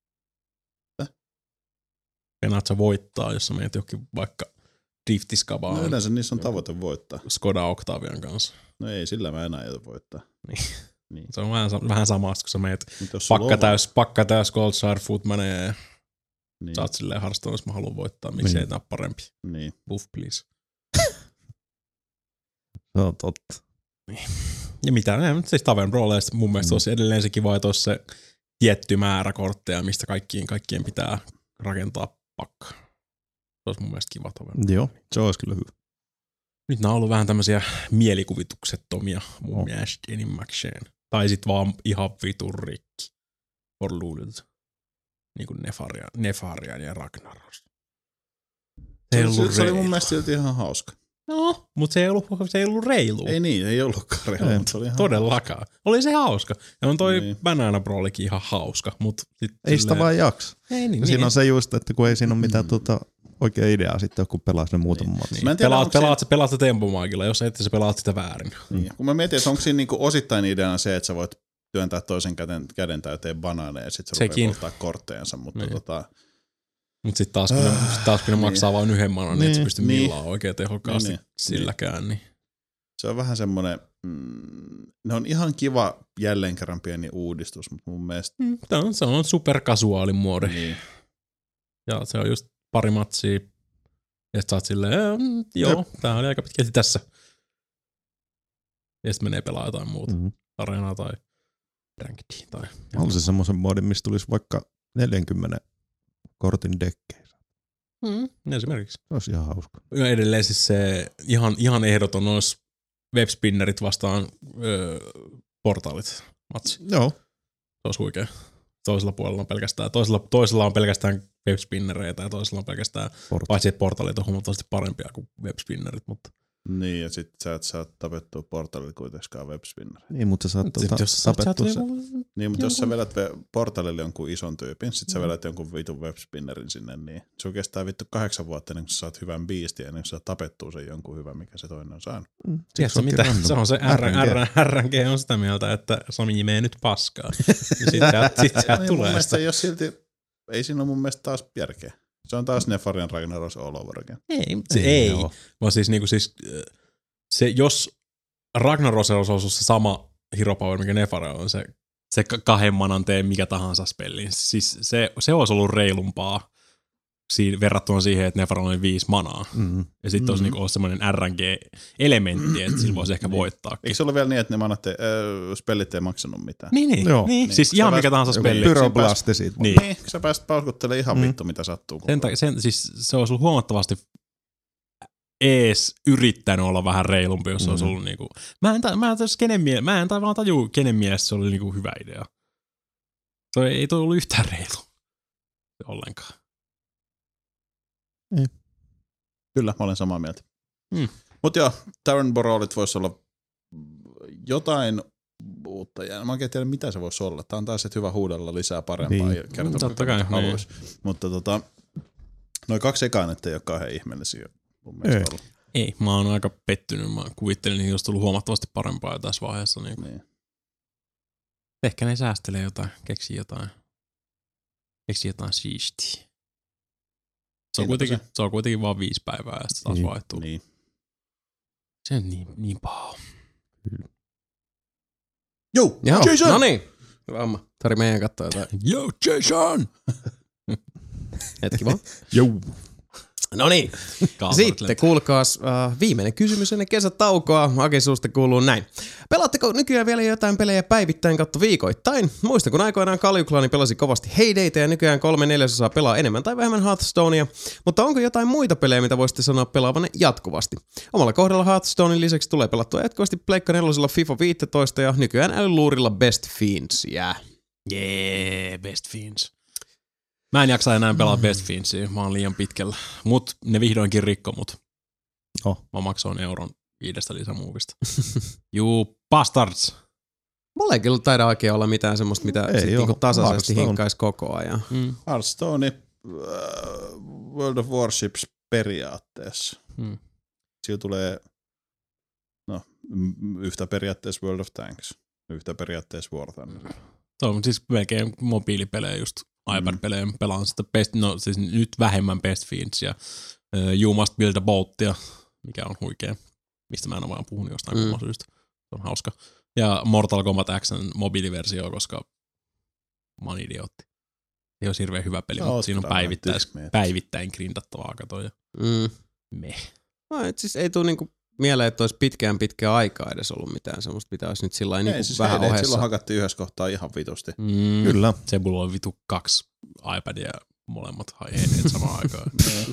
[SPEAKER 4] Meinaat sä voittaa, jos sä menet johonkin vaikka driftiskabaan?
[SPEAKER 3] No yleensä niissä on tavoite voittaa.
[SPEAKER 4] Skoda Octavian kanssa.
[SPEAKER 3] No ei, sillä mä enää aio voittaa.
[SPEAKER 4] Niin.
[SPEAKER 3] Niin.
[SPEAKER 4] Se on vähän samasta, kun sä meet
[SPEAKER 3] Jos
[SPEAKER 4] pakka täys Goldshire Footmaneen ja
[SPEAKER 3] niin.
[SPEAKER 4] sä oot silleen harrastanut, jos mä haluan voittaa. Miksi ei tää ole parempi?
[SPEAKER 3] Niin.
[SPEAKER 4] Buff, please.
[SPEAKER 2] Se on totta.
[SPEAKER 4] Ja mitä, siis Tavern Brawleista mun mielestä olisi edelleen se kiva, että olisi se tietty määrä kortteja, mistä kaikkien pitää rakentaa pakka. Se olisi mun mielestä kiva Tavern.
[SPEAKER 2] Joo, se olisi kyllä hyvä.
[SPEAKER 4] Nyt nämä on ollut vähän tämmöisiä mielikuvituksettomia mun mielestä enimmäkseen. Tai sit vaan ihan vitun rikki. Forlulilta. Niin kuin Nefarian ja Ragnaros.
[SPEAKER 3] Se oli mun mielestä silti ihan hauska.
[SPEAKER 4] No, mutta se ei ollut reilu.
[SPEAKER 3] Ei niin, ei ollutkaan reilu, mutta se oli ihan
[SPEAKER 4] todellakaan.
[SPEAKER 3] hauska.
[SPEAKER 4] Oli se hauska. Ja on toi
[SPEAKER 3] niin.
[SPEAKER 4] Banana Brawlikin ihan hauska. Mut
[SPEAKER 2] ei sitä vaan jaksa.
[SPEAKER 4] Ei niin.
[SPEAKER 2] Siinä on se just, että kun ei siinä ole mitään oikea ideaa sitten, kun pelaa sen muutaman matsin.
[SPEAKER 4] Niin. Pelaat se tempomaagilla, jos et sä pelaat sitä väärin.
[SPEAKER 3] Niin. Kun mä mietin, että onko siinä niinku osittain ideana se, että sä voit työntää toisen käden täyteen banaaneja ja sit se rupeaa polttaa kortteensa, mutta
[SPEAKER 4] niin. Mutta sitten taas kun ne maksaa vain yhden manan, niin et sä pysty millään oikein tehokkaasti silläkään. Niin.
[SPEAKER 3] Se on vähän semmoinen, ne on ihan kiva jälleen kerran pieni uudistus, mutta mun mielestä...
[SPEAKER 4] Se on superkasuaali muodi. Niin. Ja se on just pari matsia, ja sit sä oot silleen, joo, tää oli aika pitkälti tässä. Ja sit menee pelaa jotain muuta, arenaa tai rankedia tai...
[SPEAKER 2] Haluaisin semmoisen modin, missä tulisi vaikka 40 kortin dekkejä.
[SPEAKER 4] Esimerkiksi.
[SPEAKER 2] Se olisi ihan hauska.
[SPEAKER 4] Ja edelleen siis se ihan ehdoton olisi webspinnerit vastaan portaalit matsi.
[SPEAKER 2] Joo.
[SPEAKER 4] Se olisi huikea. Toisella puolella on pelkästään, toisella on pelkästään webspinnereitä ja toisella on pelkästään, paitsi että portaalit on huomattavasti parempia kuin webspinnerit, mutta... Niin,
[SPEAKER 3] ja sit sä et saa tapettua portaalilla kuitenkaan webspinnerit.
[SPEAKER 2] Niin, mutta sä saat tapettua se.
[SPEAKER 3] Niin, mutta jos sä vedät portaalille jonkun ison tyypin, sit sä vedät jonkun vitun webspinnerin sinne, niin se kestää vittu 8 vuotta ennen kuin sä saat hyvän biistin, ennen kuin sä tapettua sen jonkun hyvän, mikä se toinen on saanut.
[SPEAKER 4] Tiedätkö mitä? Se on se RNG on sitä mieltä, että Sami imee nyt paskaa. Ja sit sieltä tulee sitä.
[SPEAKER 3] Ei siinä ole mun mielestä taas järkeä. Se on taas Nefarian Ragnaros all over again.
[SPEAKER 4] Ei. Vaan siis, niinku, se, jos Ragnaros olisi ollut se sama hero power, mikä Nefaria on, se 2 manan tee mikä tahansa spelli. Siis se olisi ollut reilumpaa verrattuna siihen, että Nefaria oli 5 manaa. Ja sitten olisi niinku semmoinen RNG-elementti, että sillä voisi ehkä voittaa.
[SPEAKER 3] Eikö se ole vielä niin, että ne spellit ei maksanut mitään?
[SPEAKER 4] Niin. Siis ihan mikä tahansa spelli.
[SPEAKER 2] Pyroblasti siitä.
[SPEAKER 3] Niin, sä pääsit paukuttelemaan ihan vittu, mitä sattuu.
[SPEAKER 4] Siis se olisi ollut huomattavasti ees yrittänyt olla vähän reilumpi, jos se olisi ollut niinku... Mä en vaan tajua, kenen mielestä se oli niinku hyvä idea. Se ei toi ollut yhtään reilu. Ollenkaan.
[SPEAKER 3] Kyllä, mä olen samaa mieltä. Mutta joo, Tavern Brawlit voisi olla jotain uutta. Mä oikein tiedä, mitä se voisi olla. Tää on taas hyvä huudella lisää parempaa.
[SPEAKER 2] Niin.
[SPEAKER 3] Ja kertoa, mitä haluaisi. Mutta noin 2 ekaan, ettei ole kauhean ihmeellisiä mun mielestä ollut.
[SPEAKER 4] Ei, mä oon aika pettynyt. Mä kuvittelin, että olisi tullut huomattavasti parempaa tässä vaiheessa. Niin. Ehkä ne säästelee jotain, keksii jotain siistiä. Se on kuitenkin vaan 5 päivää ja sitten taas vaihtuu.
[SPEAKER 3] Niin.
[SPEAKER 4] Se on niin paha.
[SPEAKER 3] Joo, Jason!
[SPEAKER 1] No niin. Hyvä homma. Tari meidän katsoa jotain.
[SPEAKER 4] Yo, Jason!
[SPEAKER 1] Hetki vaan.
[SPEAKER 2] Joo.
[SPEAKER 1] No niin. Sitten kuulkaas viimeinen kysymys ennen kesätaukoa. Akin suusta kuuluu näin. Pelaatteko nykyään vielä jotain pelejä päivittäin kautta viikoittain? Muistan, kun aikoinaan Kaljuklaani pelasi kovasti Heydaytä ja nykyään 3/4 pelaa enemmän tai vähemmän Hearthstonea. Mutta onko jotain muita pelejä, mitä voisitte sanoa pelaavanne jatkuvasti? Omalla kohdalla Hearthstonein lisäksi tulee pelattua jatkuvasti Pleikka 4:lla FIFA 15 ja nykyään älyluurilla Best Fiends.
[SPEAKER 4] Best Fiends. Mä en jaksa enää pelaa Best Fiendsia, mä oon liian pitkällä. Mut ne vihdoinkin rikko mut. Mä maksoin euron 5 lisämuuvista. You bastards!
[SPEAKER 1] Mulla ei kyllä taida oikein olla mitään semmoista, mitä niinku tasaisesti hinkkaisi koko ajan.
[SPEAKER 3] Hearthstone World of Warships periaatteessa. Siellä tulee yhtä periaatteessa World of Tanks, yhtä periaatteessa War Thunder.
[SPEAKER 4] Se on siis melkein mobiilipelejä just. iPad-pelejä pelaan sitä siis nyt vähemmän Best Fiends ja You Must Build a Boatia, mikä on huikea, mistä mä en ole vaan puhunut jostain kumman syystä. Se on hauska. Ja Mortal Kombat Xn mobiiliversio, koska mä oon idiootti. Ei ole hirveän hyvä peli, mutta siinä on päivittäin grindattavaa katoja. Meh.
[SPEAKER 1] No, siis ei tule niinku mieleen, että olisi pitkään aikaa edes ollut mitään semmoista, mitä olisi nyt sillä niinku
[SPEAKER 3] siis
[SPEAKER 1] vähän ohessa.
[SPEAKER 3] Silloin hakattiin yhdessä kohtaa ihan vitusti.
[SPEAKER 2] Kyllä.
[SPEAKER 4] Se mulla on vitu 2 iPadia molemmat haiheet samaan aikaan.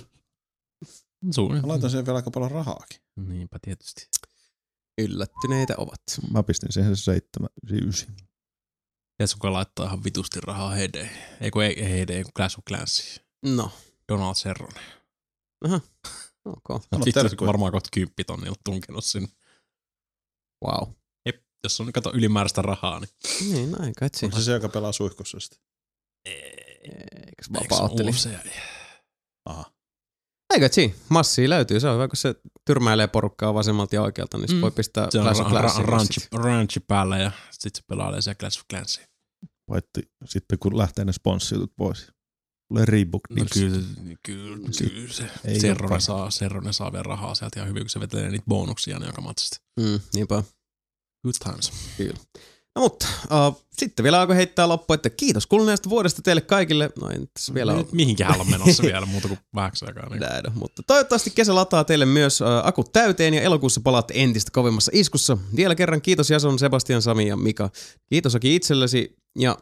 [SPEAKER 3] Mä laitan siihen vielä aika paljon rahaakin.
[SPEAKER 4] Niinpä tietysti.
[SPEAKER 1] Yllättyneitä ovat.
[SPEAKER 2] Mä pistin siihen 799.
[SPEAKER 4] Tiedätkö, kuka laittaa ihan vitusti rahaa Heideen? Ei Heideen, kun Clash of Clans.
[SPEAKER 1] No.
[SPEAKER 4] Donald Cerrone.
[SPEAKER 1] Aha. Ok.
[SPEAKER 4] Sitten varmaan kohta 10 000 tunkenut sinne.
[SPEAKER 1] Wow.
[SPEAKER 4] Jep, jos on kato ylimääräistä rahaa, niin...
[SPEAKER 1] Niin, näin katsi.
[SPEAKER 3] Onko se joka pelaa suihkussa sitten?
[SPEAKER 1] Eikös vapautteli?
[SPEAKER 3] Aha.
[SPEAKER 1] Eikö siinä? Massia löytyy. Se on hyvä, kun se tyrmäilee porukkaa vasemmalta ja oikealta, niin se voi pistää Clash of Clansia.
[SPEAKER 4] Ranchi päällä ja sit se pelailee siellä Clash of Clansia.
[SPEAKER 2] Paitsi sitten kun lähtee ne sponssiutut pois. Tulee Reebok
[SPEAKER 4] no kyllä se Serronen saa vielä rahaa sieltä ihan hyvin, kun se vetelee niitä bonuksia joka matsista.
[SPEAKER 1] Niinpä.
[SPEAKER 4] Good times.
[SPEAKER 1] Kyllä. No mutta, sitten vielä alkoi heittää loppu, että kiitos kuluneesta vuodesta teille kaikille. No en tässä vielä ole.
[SPEAKER 4] Mihinkähän on menossa vielä muuta kuin vähäksi aikaa. Niin.
[SPEAKER 1] Näin, mutta toivottavasti kesä lataa teille myös akut täyteen ja elokuussa palaatte entistä kovimmassa iskussa. Vielä kerran kiitos Jason, Sebastian, Sami ja Mika. Kiitos Aki itsellesi ja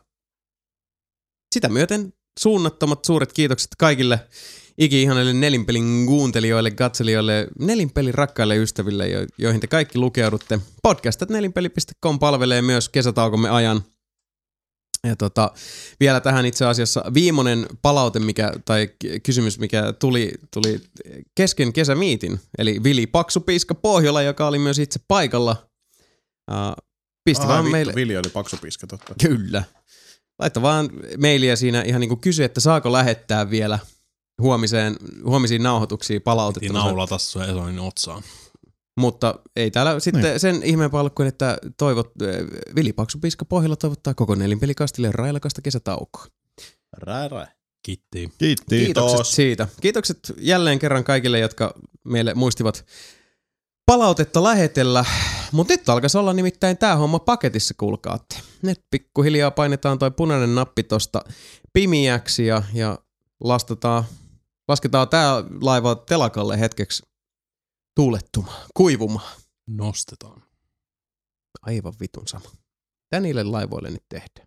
[SPEAKER 1] sitä myöten suunnattomat suuret kiitokset kaikille iki-ihanille Nelinpelin kuuntelijoille, katselijoille, Nelinpelin rakkaille ystäville, joihin te kaikki lukeudutte. Podcast.nelinpeli.com palvelee myös kesätaukomme ajan. Ja vielä tähän itse asiassa viimeinen palaute, tai kysymys, mikä tuli kesken kesämiitin, eli Vili Paksupiiska Pohjola, joka oli myös itse paikalla. Pisti vaan meille...
[SPEAKER 3] Vili oli Paksupiiska, totta.
[SPEAKER 1] Kyllä. Laita vaan mailia siinä ihan niin kuin kysy, että saako lähettää vielä huomisiin nauhoituksiin palautetta.
[SPEAKER 4] Naulata se Esonin otsaan.
[SPEAKER 1] Mutta ei täällä sitten sen ihmeempää ollut kuin, että Vili Paksupiiska Pohjalla toivottaa koko Nelinpelikastille railakasta kesätaukoa.
[SPEAKER 3] Rai.
[SPEAKER 4] Kiitti.
[SPEAKER 1] Kiitokset siitä. Kiitokset jälleen kerran kaikille, jotka meille muistivat palautetta lähetellä. Mutta nyt alkaisi olla nimittäin tää homma paketissa, kuulkaatte. Nyt pikkuhiljaa painetaan toi punainen nappi tosta pimiäksi ja lasketaan tää laiva telakalle hetkeksi tuulettumaan, kuivumaan.
[SPEAKER 4] Nostetaan.
[SPEAKER 1] Aivan vitun sama. Tää niille laivoille nyt tehdään.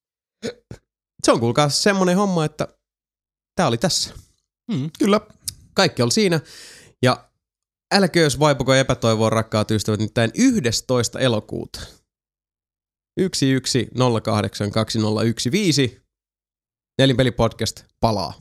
[SPEAKER 1] Se on kuulkaa semmonen homma, että tää oli tässä.
[SPEAKER 2] Kyllä.
[SPEAKER 1] Kaikki oli siinä. Ja älköös vaipuko epätoivoon, rakkaat ystävät, nimittäin 11. elokuuta 11.08.2015 Nelinpeli-podcast palaa.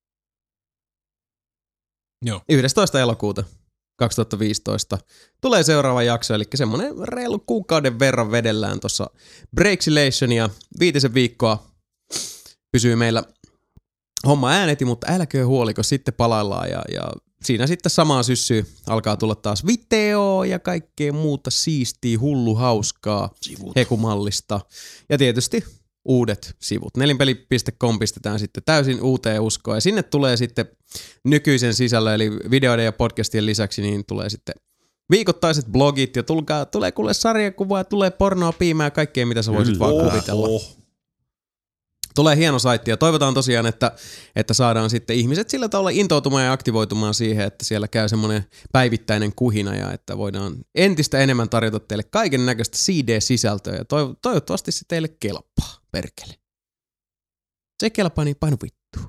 [SPEAKER 4] Joo.
[SPEAKER 1] 11. elokuuta 2015 tulee seuraava jakso, eli semmoinen reilu kuukauden verran vedellään tuossa Breaksilationia. 5 viikkoa pysyy meillä homma ääneti, mutta älköön huoliko, sitten palaillaan ja siinä sitten samaa syssyä alkaa tulla taas video ja kaikkea muuta siistiä, hullu, hauskaa, hekumallista ja tietysti uudet sivut. Nelinpeli.com pistetään sitten täysin uuteen uskoon ja sinne tulee sitten nykyisen sisällön eli videoiden ja podcastien lisäksi niin tulee sitten viikoittaiset blogit ja tulee kuule sarjakuvaa, tulee pornoa, piimää, kaikkea mitä sä voisit vaan kuvitella. Tulee hieno saitti ja toivotaan tosiaan, että saadaan sitten ihmiset sillä tavalla intoutumaan ja aktivoitumaan siihen, että siellä käy semmoinen päivittäinen kuhina ja että voidaan entistä enemmän tarjota teille kaiken näköistä CD-sisältöä ja toivottavasti se teille kelpaa, perkele. Se kelpaa, niin painu vittu.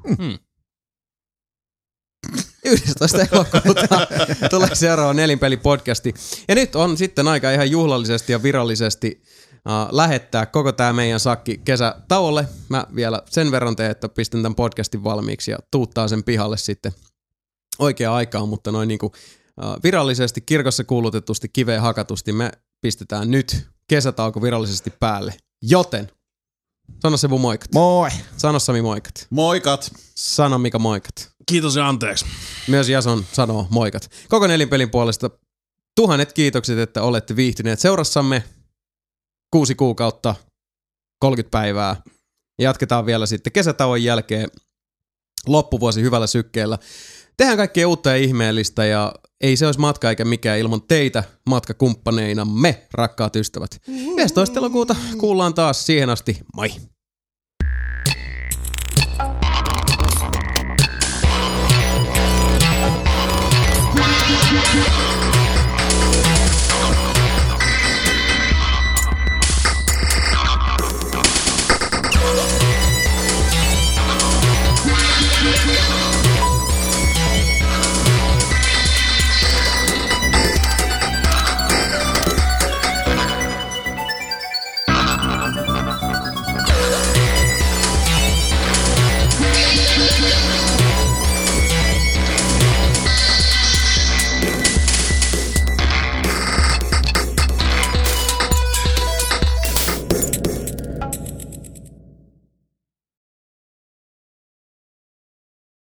[SPEAKER 1] 11. elokuuta tulee seuraava Nelinpeli-podcasti. Ja nyt on sitten aika ihan juhlallisesti ja virallisesti lähettää koko tää meidän sakki kesätauolle. Mä vielä sen verran teen, että pistän tämän podcastin valmiiksi ja tuuttaa sen pihalle sitten oikeaan aikaan, mutta noin niinku virallisesti kirkossa kuulutetusti kiveen hakatusti me pistetään nyt kesätauko virallisesti päälle. Joten sano Sebu moikat.
[SPEAKER 2] Moi!
[SPEAKER 1] Sano Sami moikat.
[SPEAKER 3] Moikat!
[SPEAKER 1] Sano Mika moikat.
[SPEAKER 4] Kiitos ja anteeksi.
[SPEAKER 1] Myös Jason sanoo moikat. Koko Nelinpelin puolesta 1000 kiitokset, että olette viihtyneet seurassamme 6 kuukautta, 30 päivää. Jatketaan vielä sitten kesätauon jälkeen loppuvuosi hyvällä sykkeellä. Tehdään kaikkea uutta ja ihmeellistä ja ei se olisi matka eikä mikään ilman teitä matkakumppaneinamme, rakkaat ystävät. 15. elokuuta kuullaan taas siihen asti. Moi!